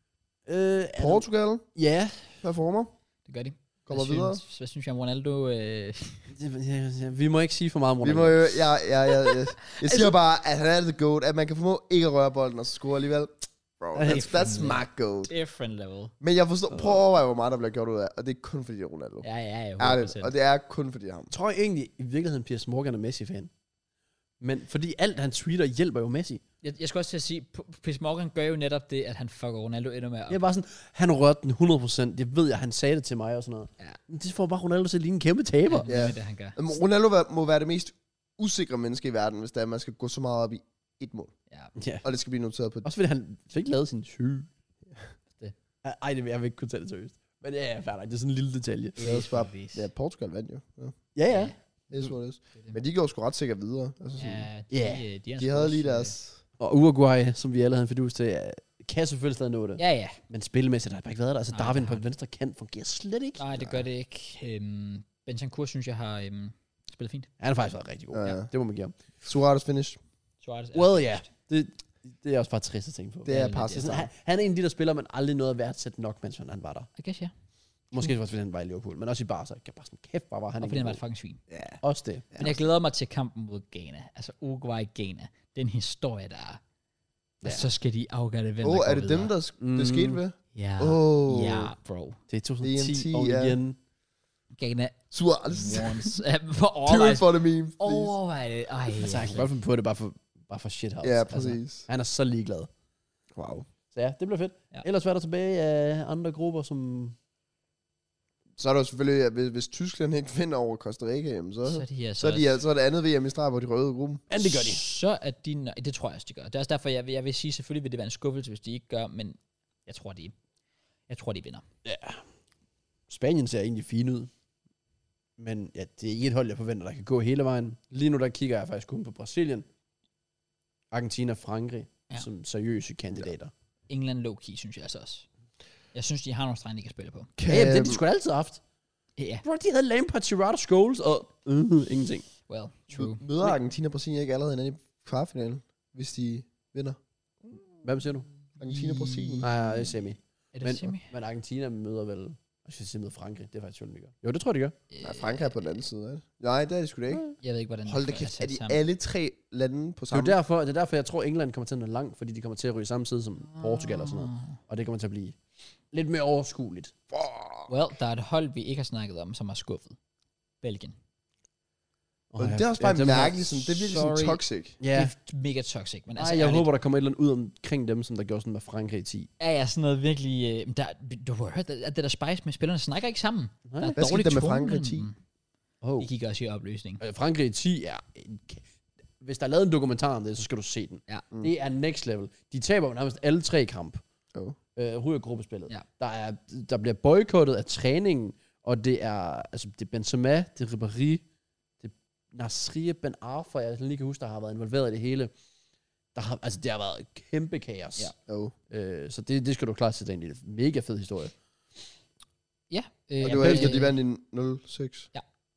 C: Øh, er
B: Portugal,
C: Ja.
B: hvad former?
A: det gør de.
B: Kommer
A: hvad
B: videre.
A: Synes, hvad synes jeg om Ronaldo? Øh,
C: Det- ja, ja, Vi må ikke sige for meget om
B: Vi
C: Ronaldo.
B: må jo, ja, ja, ja, ja. Jeg siger bare, at han er the goat, at man kan formå ikke at røre bolden og så score alligevel. Bro, that's, that's my goat.
A: different level.
B: Men jeg forstår, prøv at overveje, hvor meget der bliver gjort ud af, og det er kun fordi det er Ronaldo.
A: Ja, ja, ja. hundrede
B: Ærligt,
A: procent.
B: og det er kun fordi ham.
C: Jeg tror egentlig i virkeligheden, Piers Morgan er Messi-fan. Men fordi alt han tweeter hjælper jo Messi.
A: Jeg, jeg skal også til at sige, P- Piers Morgan gør jo netop det, at han fucker Ronaldo endnu mere op.
C: Jeg er bare sådan, han rørte den hundrede procent. Det ved jeg, han sagde det til mig og sådan noget.
A: Ja.
C: Men det får bare Ronaldo til at ligne en kæmpe taber.
A: Ja,
B: Ja.
A: det er det, han gør.
B: Jamen, Ronaldo var- må være det mest usikre menneske i verden, hvis det er, at man skal gå så meget op i et mål.
A: Ja.
C: Ja.
B: Og det skal blive noteret på.
C: Også fordi han fik lavet sin syge.
A: Det.
C: Ej, det vil jeg vil ikke kunne tage det seriøst. Men ja, ja, fair nok. Det er sådan en lille detalje.
B: Det er også bare,
A: Eksempelvis.
B: ja, Portugal vandt jo. Ja.
C: Ja, ja.
B: Det er så det.
A: Det er det.
B: Men de går sgu ret sikkert videre. Altså, sådan,
A: Ja, de,
C: Ja.
A: de, de, er
B: de
A: sgu
B: havde
A: også,
B: lige
A: øh,
B: deres...
C: Og Uruguay, som vi alle havde en fidus til, ja, kan selvfølgelig stadig nå det.
A: Ja, ja.
C: Men spilmæssigt har det bare ikke været der. Altså,
A: Nej,
C: Darwin
A: det
C: på
A: har
C: venstre kant fungerer slet ikke.
A: Nej, det gør det ikke. Øhm, Bentancur synes jeg har øhm, spillet fint.
C: Han har faktisk været rigtig god.
B: Ja,
C: Ja.
B: ja.
C: Det må man give ham.
B: Suarez finish.
A: Suarez er
C: Well, ja.
A: finished.
C: Det, det er også bare trist at tænke på.
B: Det
A: Ja,
B: er
A: lidt,
B: par
C: Det er sådan, han, han er en af de, der spiller, man aldrig nåede at værdsætte nok, mens han var der.
A: I guess, ja.
C: Måske også, fordi han var i Liverpool, men også i Barca. Jeg bare sådan, kæft, bare var han
A: Og
C: ikke
A: fordi han var
C: god.
A: et fucking svin.
B: Ja.
C: Også det.
A: Men jeg glæder mig til kampen mod Ghana. Altså Uruguay-Ghana. Den historie, der er. Og
C: Ja.
A: så skal de afgøre det, hvem
B: Åh,
A: der
B: oh,
A: går
B: er det
A: videre.
B: dem, der, sk-
C: Mm.
B: det skete ved?
A: Ja.
B: Åh.
A: Ja, bro.
C: Det er to tusind og ti,
B: D M T,
C: og
B: ja.
C: igen.
A: Ghana
B: Suarez.
A: once. Uh, for
B: Do it
A: overvejelse.
B: for the meme, please.
A: Overvej det. Ej,
C: Altså, jeg kan
A: altså.
C: godt finde på det, bare for Bare for shithouse.
B: Ja, præcis. Altså.
C: Han er så ligeglad.
B: Wow.
C: Så ja, det bliver fedt.
A: Ja.
C: Ellers hvad er der tilbage af andre grupper, som...
B: Så er der jo selvfølgelig, at hvis, hvis Tyskland ikke vinder over Costa Rica, jamen, så,
A: Så er de altså
B: så, er de, altså, så er det andet V M i streg, hvor de røde i gruppen.
C: Ja, det gør de.
A: Så er de... nej, det tror jeg også, de gør. Det er også derfor, jeg vil, jeg vil sige, selvfølgelig vil det være en skuffelse, hvis de ikke gør, men jeg tror, de, jeg tror, de vinder.
C: Ja. Spanien ser egentlig fin ud. Men ja, det er ikke et hold, jeg forventer, der kan gå hele vejen. Lige nu, der kigger jeg faktisk kun på Brasilien, Argentina og Frankrig,
A: Ja.
C: ja. som seriøse kandidater.
A: England low-key, synes jeg altså også. Jeg synes, de har nogle strenge, de kan spille på.
C: Ja, ja, det har de sgu da altid haft.
A: Ja,
C: Bro, de havde Lampard, Gerrard, Scholes og uh, ingenting.
A: well, true.
B: Møder Argentina og Brasilien ikke allerede hinanden i kvartfinalen, hvis de vinder?
C: Hvad siger du?
B: Argentina og Brasilien.
C: Nej, nej, det er semi.
A: Er det
C: Men,
A: semi?
C: men Argentina møder vel... Jeg skal sige møde Frankrig. Det er faktisk sjovt, de gør. Jo, det tror jeg, de gør.
B: Nej, Frankrig er på den anden side, er det? Nej, det er de sgu da ikke.
A: Jeg ved ikke, hvordan
B: Hold da
A: er
B: kæft,
A: sat
B: er de
A: sammen.
B: alle tre lande på
C: Det er
B: samme?
C: jo derfor, det er derfor, jeg tror, England kommer til at nå langt, fordi de kommer til at ryge samme side som Portugal og sådan noget. Og det kommer til at blive lidt mere overskueligt.
A: Well, der er et hold, vi ikke har snakket om, som er skuffet. Belgien.
B: Men det er også bare
C: dem her-
B: mærkeligt, sådan, det er virkelig sådan
A: Sorry.
B: toxic.
C: Ja.
A: Det er mega toxic, men
C: Nej,
A: altså
C: jeg
A: ærligt,
C: håber, der kommer et eller andet ud omkring dem, som der gjorde sådan med Frankrig i ti.
A: er jeg sådan noget virkelig... Øh, der, du har hørt, at det der spice med spillerne snakker ikke sammen.
C: Nej.
A: Der er
B: Hvad skete
A: dårlig
B: der med
A: tone
B: Frankrig
A: mellem
B: ti?
A: dem.
C: Oh.
A: De gik også i opløsning.
C: Øh, Frankrig i ti er... En k- Hvis der er lavet en dokumentar om det, så skal du se den.
A: Ja.
B: Mm.
C: Det er next level. De taber jo nærmest alle tre kamp.
B: Oh.
C: Øh, ryger gruppespillet.
A: Ja.
C: Der, er, der bliver boykottet af træningen, og det er, altså, det er Benzema, det er Ribéry, det er Nasri Ben Arfa, jeg lige kan huske, der har været involveret i det hele. Der har, altså, det har været kæmpe kaos.
A: Ja.
B: Oh.
C: Øh, så det, det skal du klart sætte ind i. Det er en mega fed historie.
A: Ja. Øh,
B: Og det
A: jeg
B: var
A: ved-
B: efter, de vandt i nul seks.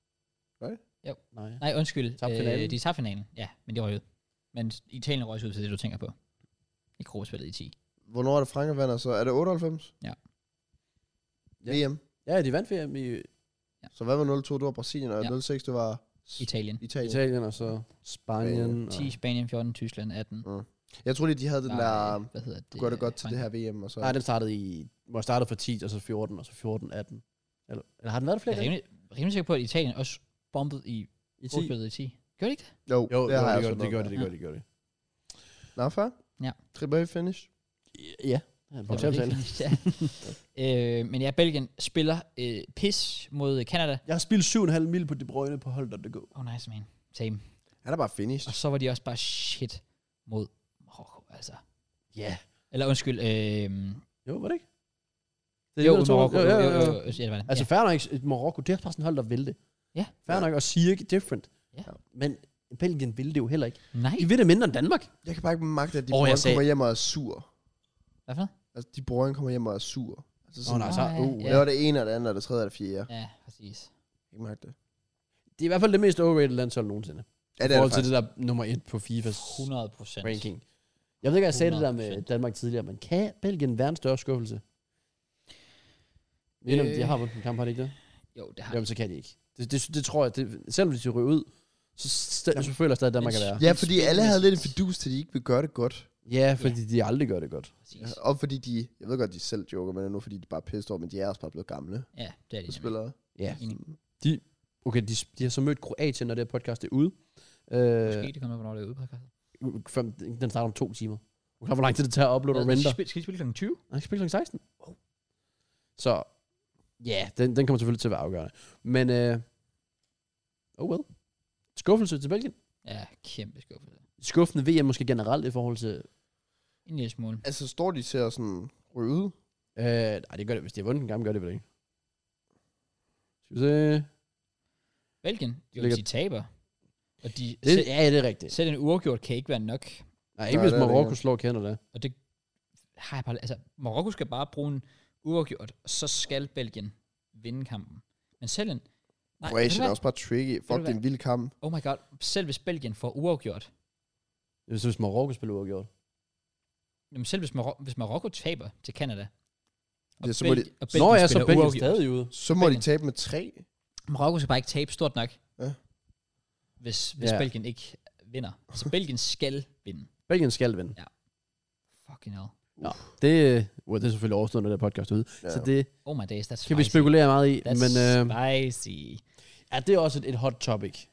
C: Nej.
A: Nej, undskyld.
C: Tabte finalen.
A: Øh, de tabte finalen. Ja, men det var jo. Men Italien røg ud til det, du tænker på. I gruppespillet i ti.
B: Hvornår er det Frankrig vandt, så? Er det otteoghalvfems?
A: Ja.
C: Ja.
B: V M.
C: Ja, de vandt V M i
B: Så hvad var nul to? Det var Brasilien, og
A: Ja.
B: nul seks, det var
A: Italien.
B: Italien.
C: Italien, og så Spanien.
A: ti, Spanien, fjorten, Tyskland, atten.
B: Jeg troede lige, de havde den
A: Nej,
B: der,
A: hvad hedder det?
B: du gør det godt til det
A: Frankrig.
B: her V M, og så...
C: Nej, den startede i... Må startede fra ti, og så fjorten, og så fjorten, atten. Eller, eller har den været der flere
A: Jeg er
C: gange?
A: rimelig, rimelig sikker på, at Italien også bombede i
C: I ti?
A: gruppespillet i ti. Gør det ikke det?
B: Jo,
C: Jo,
B: det
C: jo,
B: har jeg
C: det,
B: også
C: gør, det, gør
B: noget
C: det, det
A: Ja.
C: gør det, det gør det.
B: Nå, fair.
A: Ja.
B: Triple finish.
C: Ja, ja på
A: Det var
C: tale.
A: det, ja. øh, men ja, Belgien spiller øh, pis mod Canada.
C: Jeg har spillet syv komma fem mil på De Bruyne på hold, der det går.
A: Oh, nice, man. Same.
B: Han er bare finished.
A: Og så var de også bare shit mod Marokko, altså.
C: Ja. Yeah.
A: Eller undskyld, øh,
C: Jo, var det ikke? Det
A: jo,
C: det, jeg tror.
A: Marokko.
C: Jo,
A: Jo,
C: jo,
A: jo,
C: jo,
A: jo,
C: jo.
A: jo, ja, det var det.
C: Altså,
A: ja.
C: fair nok, et Marokko, det er bare sådan et hold, der vil det.
A: Ja.
C: Fair
B: Ja.
C: nok, og siger ikke different.
A: Ja.
C: Men Belgien vil det jo heller ikke.
A: Nej.
C: De vil det mindre end Danmark.
B: Jeg kan bare ikke magte, at de
C: Åh,
B: oh,
C: jeg
B: brødre
C: sagde-
B: kommer hjem og er sur.
A: Hvad for noget?
B: Altså, de brødre kommer hjem og er sur. Altså,
C: Åh,
B: sådan,
C: nej, så,
A: Nå, ja,
C: uh,
A: ja.
B: det var det ene, og det andet, og det tredje, og det fjerde. Jeg
A: Ja, præcis.
B: kan ikke magte det.
C: Det er i hvert fald det mest overrated landshold nogensinde.
B: Ja,
C: I
B: det er
C: forhold
B: det
C: til
B: faktisk.
C: det der nummer et på FIFAs
A: hundrede procent.
C: ranking. Jeg ved ikke, jeg sagde det der med
A: hundrede procent.
C: Danmark tidligere, men kan Belgien være en større skuffelse? Øh,
A: Øh.
C: de har vundet en kamp, har de ikke det?
A: Jo, det har
C: Jamen, så kan de ikke. Det, det, det tror jeg, det, selvom hvis de ryger ud, så, st- så føler jeg stadig, at Danmark er der.
B: Ja, fordi alle havde lidt en fidus til, at de ikke vil gøre det godt.
C: Ja, fordi de aldrig gør det godt.
A: præcis.
B: Og fordi de, jeg ved godt, de selv joker, men det er nu fordi de bare er pissed over, men de er også bare blevet gamle
A: Ja, det er de nemlig.
B: spillere.
C: Ja.
A: Enig.
C: Okay, de, de har så mødt Kroatien, når det her podcast er ude. Øh,
A: Måske det kommer, hvornår det er ude på podcastet.
C: fem, den starter om to timer. Hvor lang tid det tager at uploade og render?
A: Skal skal de spille klokken tyve?
C: Nej, de spiller klokken seksten. Så, ja, yeah, den, den kommer selvfølgelig til at være afgørende. Men, øh, oh well. Skuffelse til Belgien.
A: Ja, kæmpe skuffelse.
C: Skuffende V M måske generelt i forhold til...
A: En lille smule.
B: Altså, står de til at sådan ryge ud?
C: Øh, nej, det gør det. Hvis de har vundet en kamp, gør det vel ikke. Skal vi se...
A: Belgien, jo,
C: ligger-
A: hvis de taber. Og de,
C: Det,
A: selv,
C: ja, det er rigtigt.
A: selv en uafgjort kan ikke være nok.
C: Nej, ikke
B: Nej,
C: hvis
B: det er det
C: Marokko
B: ikke.
C: slår Canada.
A: Og det har jeg bare... Altså, Marokko skal bare bruge en uafgjort, og så skal Belgien vinde kampen. Men selv en... Nej, ved du
B: Kroatien er
A: hvad?
B: også bare tricky. Fuck,
A: du
B: det er
A: hvad?
B: en vild kamp.
A: Oh my god. Selv hvis Belgien får uafgjort,
C: Hvis, hvis Marokko spiller uafgjort.
A: jamen selv hvis, Marok- hvis Marokko taber til Canada, og,
B: Ja, så må
A: Belgi-
B: de-
A: og
C: Nå ja, så
A: spiller
C: Belgien
A: uafgjort.
C: stadig ude.
B: Så må de
A: Belgien.
B: tabe med tre.
A: Marokko skal bare ikke tabe stort nok,
B: Ja.
A: hvis, hvis
C: Ja.
A: Belgien ikke vinder. Så Belgien skal vinde.
C: Belgien skal vinde.
A: Fucking hell.
C: Det, uh, det er selvfølgelig overstået, når det er podcast ude.
B: Ja.
C: Så det
A: Oh my days, that's
C: kan vi
A: spicy.
C: spekulere meget i.
A: That's
C: Men øh,
A: spicy.
C: ja, det er også et, et hot topic.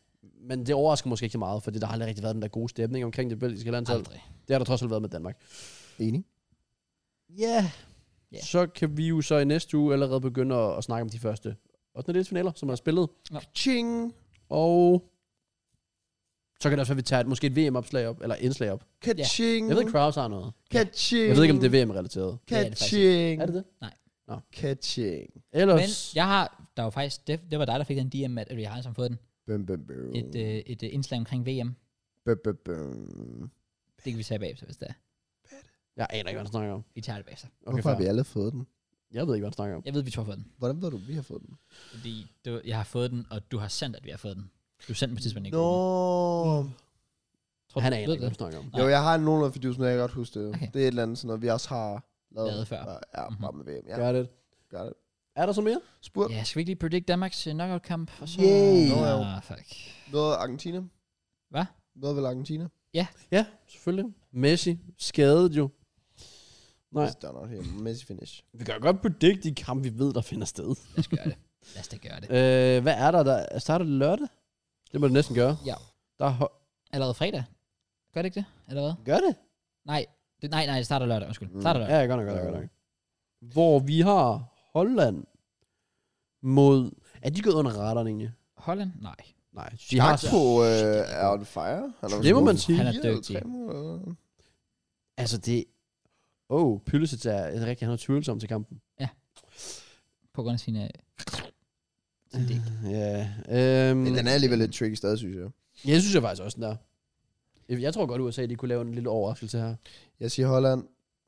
C: Men det overrasker måske ikke så meget, fordi der har aldrig rigtig været den der gode stemning omkring det belgiske landshold.
A: Aldrig.
C: Det har der trods alt været med Danmark.
B: Enig.
C: Ja. Yeah.
A: Ja.
C: Så kan vi jo så i næste uge allerede begynde at, at snakke om de første ottende finaler, som er spillet.
B: Ching.
C: Og så kan det også være, at vi tager et, måske et V M-opslag op, eller indslag op.
B: Catching.
C: Jeg ved ikke, Kraus har noget.
B: Catching.
C: Jeg ved ikke, om det er V M-relateret.
A: Det er det faktisk
B: Catching.
C: Er det det?
A: Nej.
C: Nå.
B: Catching.
C: Ellers...
A: Men jeg har, der var faktisk, det, det var dig, der fik den D M, at vi har som fået den.
B: Bum, bum, bum.
A: Et, øh, et øh, indslag omkring V M.
B: Bum, bum, bum.
A: Det kan vi tage bagefter, hvis det er.
C: Jeg aner ikke, hvad han snakker om.
A: Vi tager det bagefter.
C: Okay,
B: Hvorfor har
C: fair.
B: vi alle fået den?
C: Jeg ved ikke, hvad han snakker om.
A: Jeg ved, vi to har fået den.
B: Hvordan ved du, vi har fået den?
A: Fordi du, jeg har fået den, og du har sendt, at vi har fået den. Du sendte på tidspunkt i
B: Nå.
A: gruppen. Tror,
C: Han
A: du
C: aner
A: ved
C: ikke, hvad han
A: det?
C: snakker om.
A: Nej.
B: Jo, jeg har nogle af fidusen, jeg kan godt huske det.
A: Okay.
B: Det er et eller andet, sådan noget, vi også har lavet,
A: Lavet før.
B: Bare, ja,
A: Mhm.
B: bare med V M. Ja,
C: Gør det.
B: gør det.
C: Er der så mere?
B: Spurgt.
A: Ja, skal vi ikke lige predict Danmarks uh, knockout-kamp? Og så...
B: Yay. Nå, jo.
A: Ah, fuck.
B: Noget Argentina.
A: Hvad?
B: Noget vel Argentina?
C: Ja, selvfølgelig. Messi. Skadet jo. Nej.
B: Der er noget her. Messi finish.
C: Vi kan godt predict de kampe, vi ved, der finder sted.
A: Lad os gøre det. Lad os da gøre det.
C: øh, hvad er der? der starter det lørdag? Det må det næsten gøre.
A: Ja.
C: Der er ho-
A: Allerede fredag? Gør det ikke det? Eller hvad?
C: Gør det?
A: Nej, det, nej, nej, det starter lørdag. Undskyld.
B: Mm.
A: Det starter
C: Ja,
A: lørdag.
C: jeg gør nok, gør nok, gør nok. Hvor vi har Holland mod... Er de gået under radaren egentlig?
A: Holland? Nej.
C: Nej. De har,
B: Gakpo øh, er on fire. Han er
C: Det må man sige.
A: Han er
B: fire eller
A: dygtig.
B: tre måneder.
C: altså det... Åh, oh, Pulisic er rigtig, han er tvivlsom til kampen.
A: På grund af sine... sine dæk.
C: Ja. Øhm,
B: Men den er alligevel lidt tricky stadig, synes jeg.
C: Jeg synes jeg faktisk også, den der. Jeg tror godt, U S A de kunne lave en lille overraskelse her.
B: Jeg siger Holland.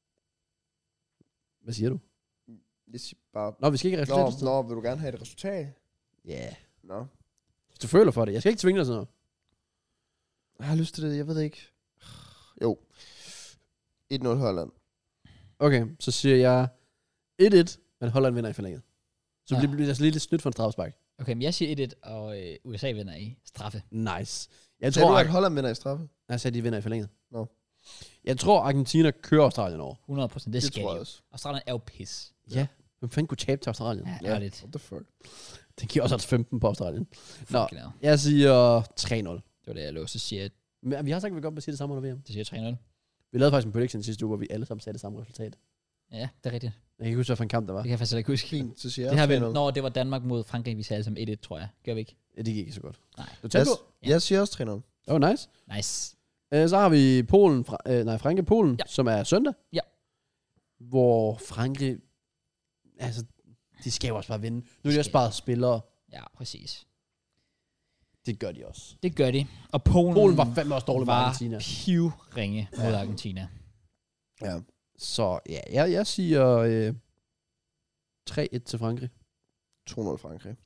C: Hvad siger du?
B: Jeg siger bare...
C: Nå, vi skal ikke
B: Nå,
C: reflektere.
B: nå, vil du gerne have et resultat?
C: Ja. Yeah.
B: Nå.
C: Hvis du føler for det. Jeg skal ikke tvinge dig sådan noget.
B: Jeg har lyst til det, jeg ved det ikke. Jo. et nul Holland.
C: Okay, så siger jeg et et, men Holland vinder i forlænget. Så
A: Ja.
C: ja. det bliver altså lige lidt snydt for en strafspark.
A: Okay, men jeg siger et et, og øh, U S A vinder i straffe.
C: Nice. Jeg
B: Tror
C: tror,
B: du,
C: at
B: at Holland vinder i straffe?
C: jeg sagde, de vinder i forlænget.
B: Nå.
C: Jeg tror, Argentina kører Australien over.
A: hundrede procent. Det,
B: Det
A: skal
B: tror
A: de
B: jeg
A: jo.
B: også.
A: Australien er jo pis.
C: Ja. Hvem fanden kunne tabe til Australien?
A: Ja,
C: Ja.
A: ærligt.
B: What the fuck?
C: Den giver også altså femten på Australien. Nå,
A: Fucking hell.
C: jeg siger tre nul.
A: Det var det, jeg lå. Så siger jeg,
C: Men vi har sagt, at vi godt vil sige det samme under V M.
A: det siger jeg tre nul.
C: Vi lavede faktisk en prediction sidste uge, hvor vi alle sammen sagde det samme resultat.
A: Ja, det er rigtigt.
C: Jeg kan ikke huske, hvad for en kamp der var.
A: Det kan jeg faktisk ikke huske.
B: Fint, så siger jeg
A: Det har vi,
B: tre nul.
A: når det var Danmark mod Frankrig, vi sagde alle som et et, tror jeg. Gør vi ikke?
C: Ja, det gik ikke så godt.
A: Nej.
C: Du tager
B: Jeg,
C: på?
B: jeg siger også tre nul.
C: Oh, nice.
A: Nice.
C: Uh, så har vi Polen, fra, uh, nej, Frankrig-Polen,
A: Ja.
C: som er søndag.
A: Ja.
C: Hvor Frankrig, altså, de skal jo også bare vinde. Nu er de også bare spillere.
A: Ja, præcis.
C: Det gør de også.
A: Det gør de. Og Polen,
C: Polen var fandme også dårlig med
A: var
C: Argentina.
A: pivringe mod Argentina.
B: Ja.
C: Så ja, jeg, jeg siger øh, tre et til Frankrig.
B: to nul Frankrig.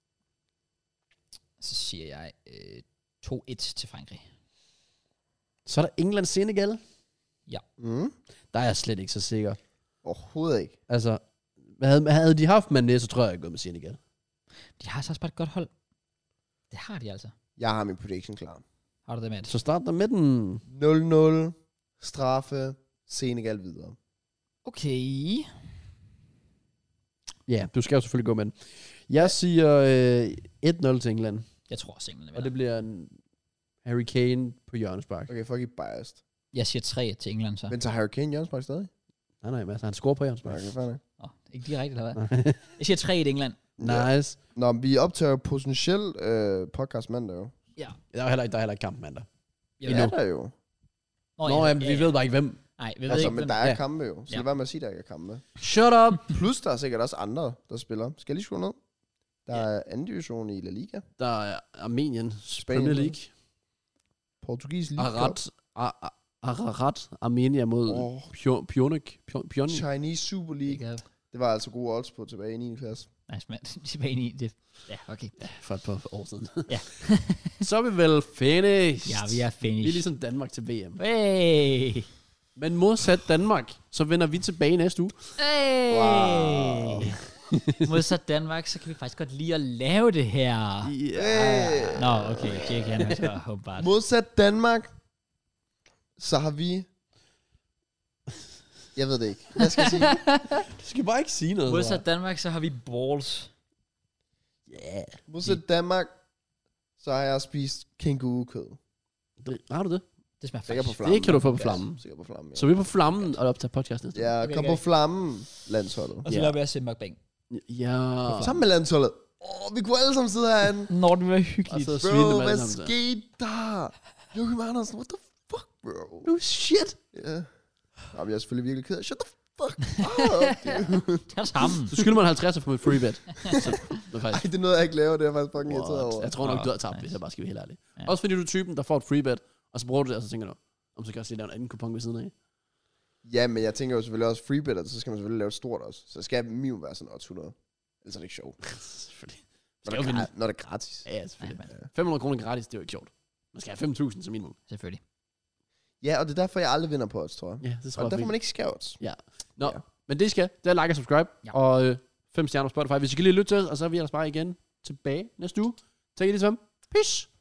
A: Så siger jeg øh, to et til Frankrig.
C: Så er der England-Senegal.
B: Mm.
C: Der er jeg slet ikke så sikker.
B: Overhovedet ikke.
C: Altså, havde, havde de haft Mané, så tror jeg, jeg er gået med Senegal.
A: De har så også bare et godt hold. Det har de altså.
B: Jeg har min prediction klar.
A: Har du det med?
C: Så start der med den.
B: nul nul. Straffe. Senegal videre.
A: Okay.
C: Ja, du skal jo selvfølgelig gå med den. Jeg siger øh, et nul til England.
A: Jeg tror også, England
C: Og
A: vinder.
C: det bliver en Harry Kane på hjørnespark.
B: Okay, fuck ikke biased.
A: Jeg siger tre et til England så.
B: Men tager Harry Kane Jørgens stadig?
C: Nej, nej, altså han scorer på hjørnespark.
B: Okay, fair nok.
A: Nå, ikke direkte, eller hvad? Jeg siger tre et England.
C: Nice.
B: Nå, men vi optager potentielt øh, podcast mandag jo.
A: Ja.
C: Der er heller ikke, der er heller ikke kamp mandag.
A: Jeg
B: Det er der jo.
A: Nå,
C: Nå, jamen, vi ved bare ikke hvem.
A: Nej, vi ved
B: Altså,
A: ikke,
B: men
A: hvem.
B: der er
C: Ja.
B: kampe jo. Så
A: Ja.
B: lad være med at sige, der ikke er kampe.
C: Shut up!
B: Plus der er sikkert også andre, der spiller. Skal jeg lige skrive ned? Der
A: Ja.
B: er anden division i La Liga.
C: Der er Armenien,
B: Spanien.
C: Premier League.
B: Portugis League Cup.
C: Arat, Ar- Ararat, Armenia mod
B: Åh.
C: Pio- Pionik. Pio- Pionik.
B: Chinese Super League.
A: Ikke?
B: Det var altså gode odds på tilbage i niende klasse.
A: Nice, mand. Tilbage i det. Ja, okay.
C: For et par år siden.
A: Ja.
C: Så er vi vel finished.
A: Ja, vi er finished.
C: Vi er ligesom Danmark til V M.
A: Hey!
C: Men modsat Danmark, så vender vi tilbage næste uge.
A: Hey!
B: Wow.
A: Modsat Danmark, så kan vi faktisk godt lide at lave det her.
B: Hey.
A: Nå, okay. Jake han er så håbart.
B: Modsat Danmark, så har vi... Jeg ved det ikke. Jeg skal sige...
C: Du skal bare ikke sige noget.
A: Modsat Danmark, så har vi balls.
C: Ja.
B: Modsat Danmark, så har jeg spist kængurukød.
C: Det, har du det?
A: Det smager
B: Sikker på
A: faktisk.
B: flammen.
C: Det kan du få på flammen.
B: Sikker på flammen, ja.
C: Så vi er på flammen og optager podcast næste.
B: Ja,
A: Okay,
B: kom
A: okay.
B: på flammen, landsholdet.
A: Og så
C: Ja.
A: laver vi også mukbang.
C: Ja.
B: Sammen med landsholdet. Åh, oh, vi kunne alle sammen sidde herinde.
A: Når det var
C: Og
A: hyggeligt.
C: så svine
B: Bro,
C: dem
B: hvad
C: alle sammen. der.
B: skete der? Joachim Andersen, what the fuck, bro?
C: No shit.
B: Ja. Jamen, jeg er selvfølgelig virkelig ked af. Shut the fuck up, dude.
A: Det er sammen.
C: Så skylder man halvtreds for mit free bet. Så det er
B: Ej,
C: faktisk...
B: det er noget, jeg ikke laver. Det er jeg faktisk fucking irriteret
C: What?
B: over.
C: Jeg tror nok, du har tabt, hvis jeg bare skal være helt ærlig. Også fordi du er typen, der får et free bet, og så bruger du det, og så tænker du, om så kan jeg også lige lave en anden kupon ved siden af.
B: Ja, men jeg tænker jo selvfølgelig også freebet, og så skal man selvfølgelig lave et stort også. Så skal minimum være sådan otte hundrede. Ellers er det ikke sjovt.
C: Selvfølgelig.
B: Når,
C: Skal
B: det
C: jo
B: er,
C: vinde.
B: gra- når det er gratis.
C: Ja, ja, selvfølgelig.
A: Ja,
C: fem hundrede kroner gratis, det er jo ikke sjovt. Man skal have fem tusind som minimum.
A: Selvfølgelig.
B: Ja, og det er derfor, jeg aldrig vinder på odds, tror jeg.
C: Ja, det tror
B: Og
C: jeg
B: derfor
C: fint.
B: man ikke skal odds.
C: Ja. Nå,
B: Ja.
C: men det I skal, det er like og subscribe,
A: Ja.
C: og øh, fem stjerner på Spotify. Hvis I kan lige lytte til os, og så er vi ellers bare igen tilbage næste uge. Tak i det sammen. Peace.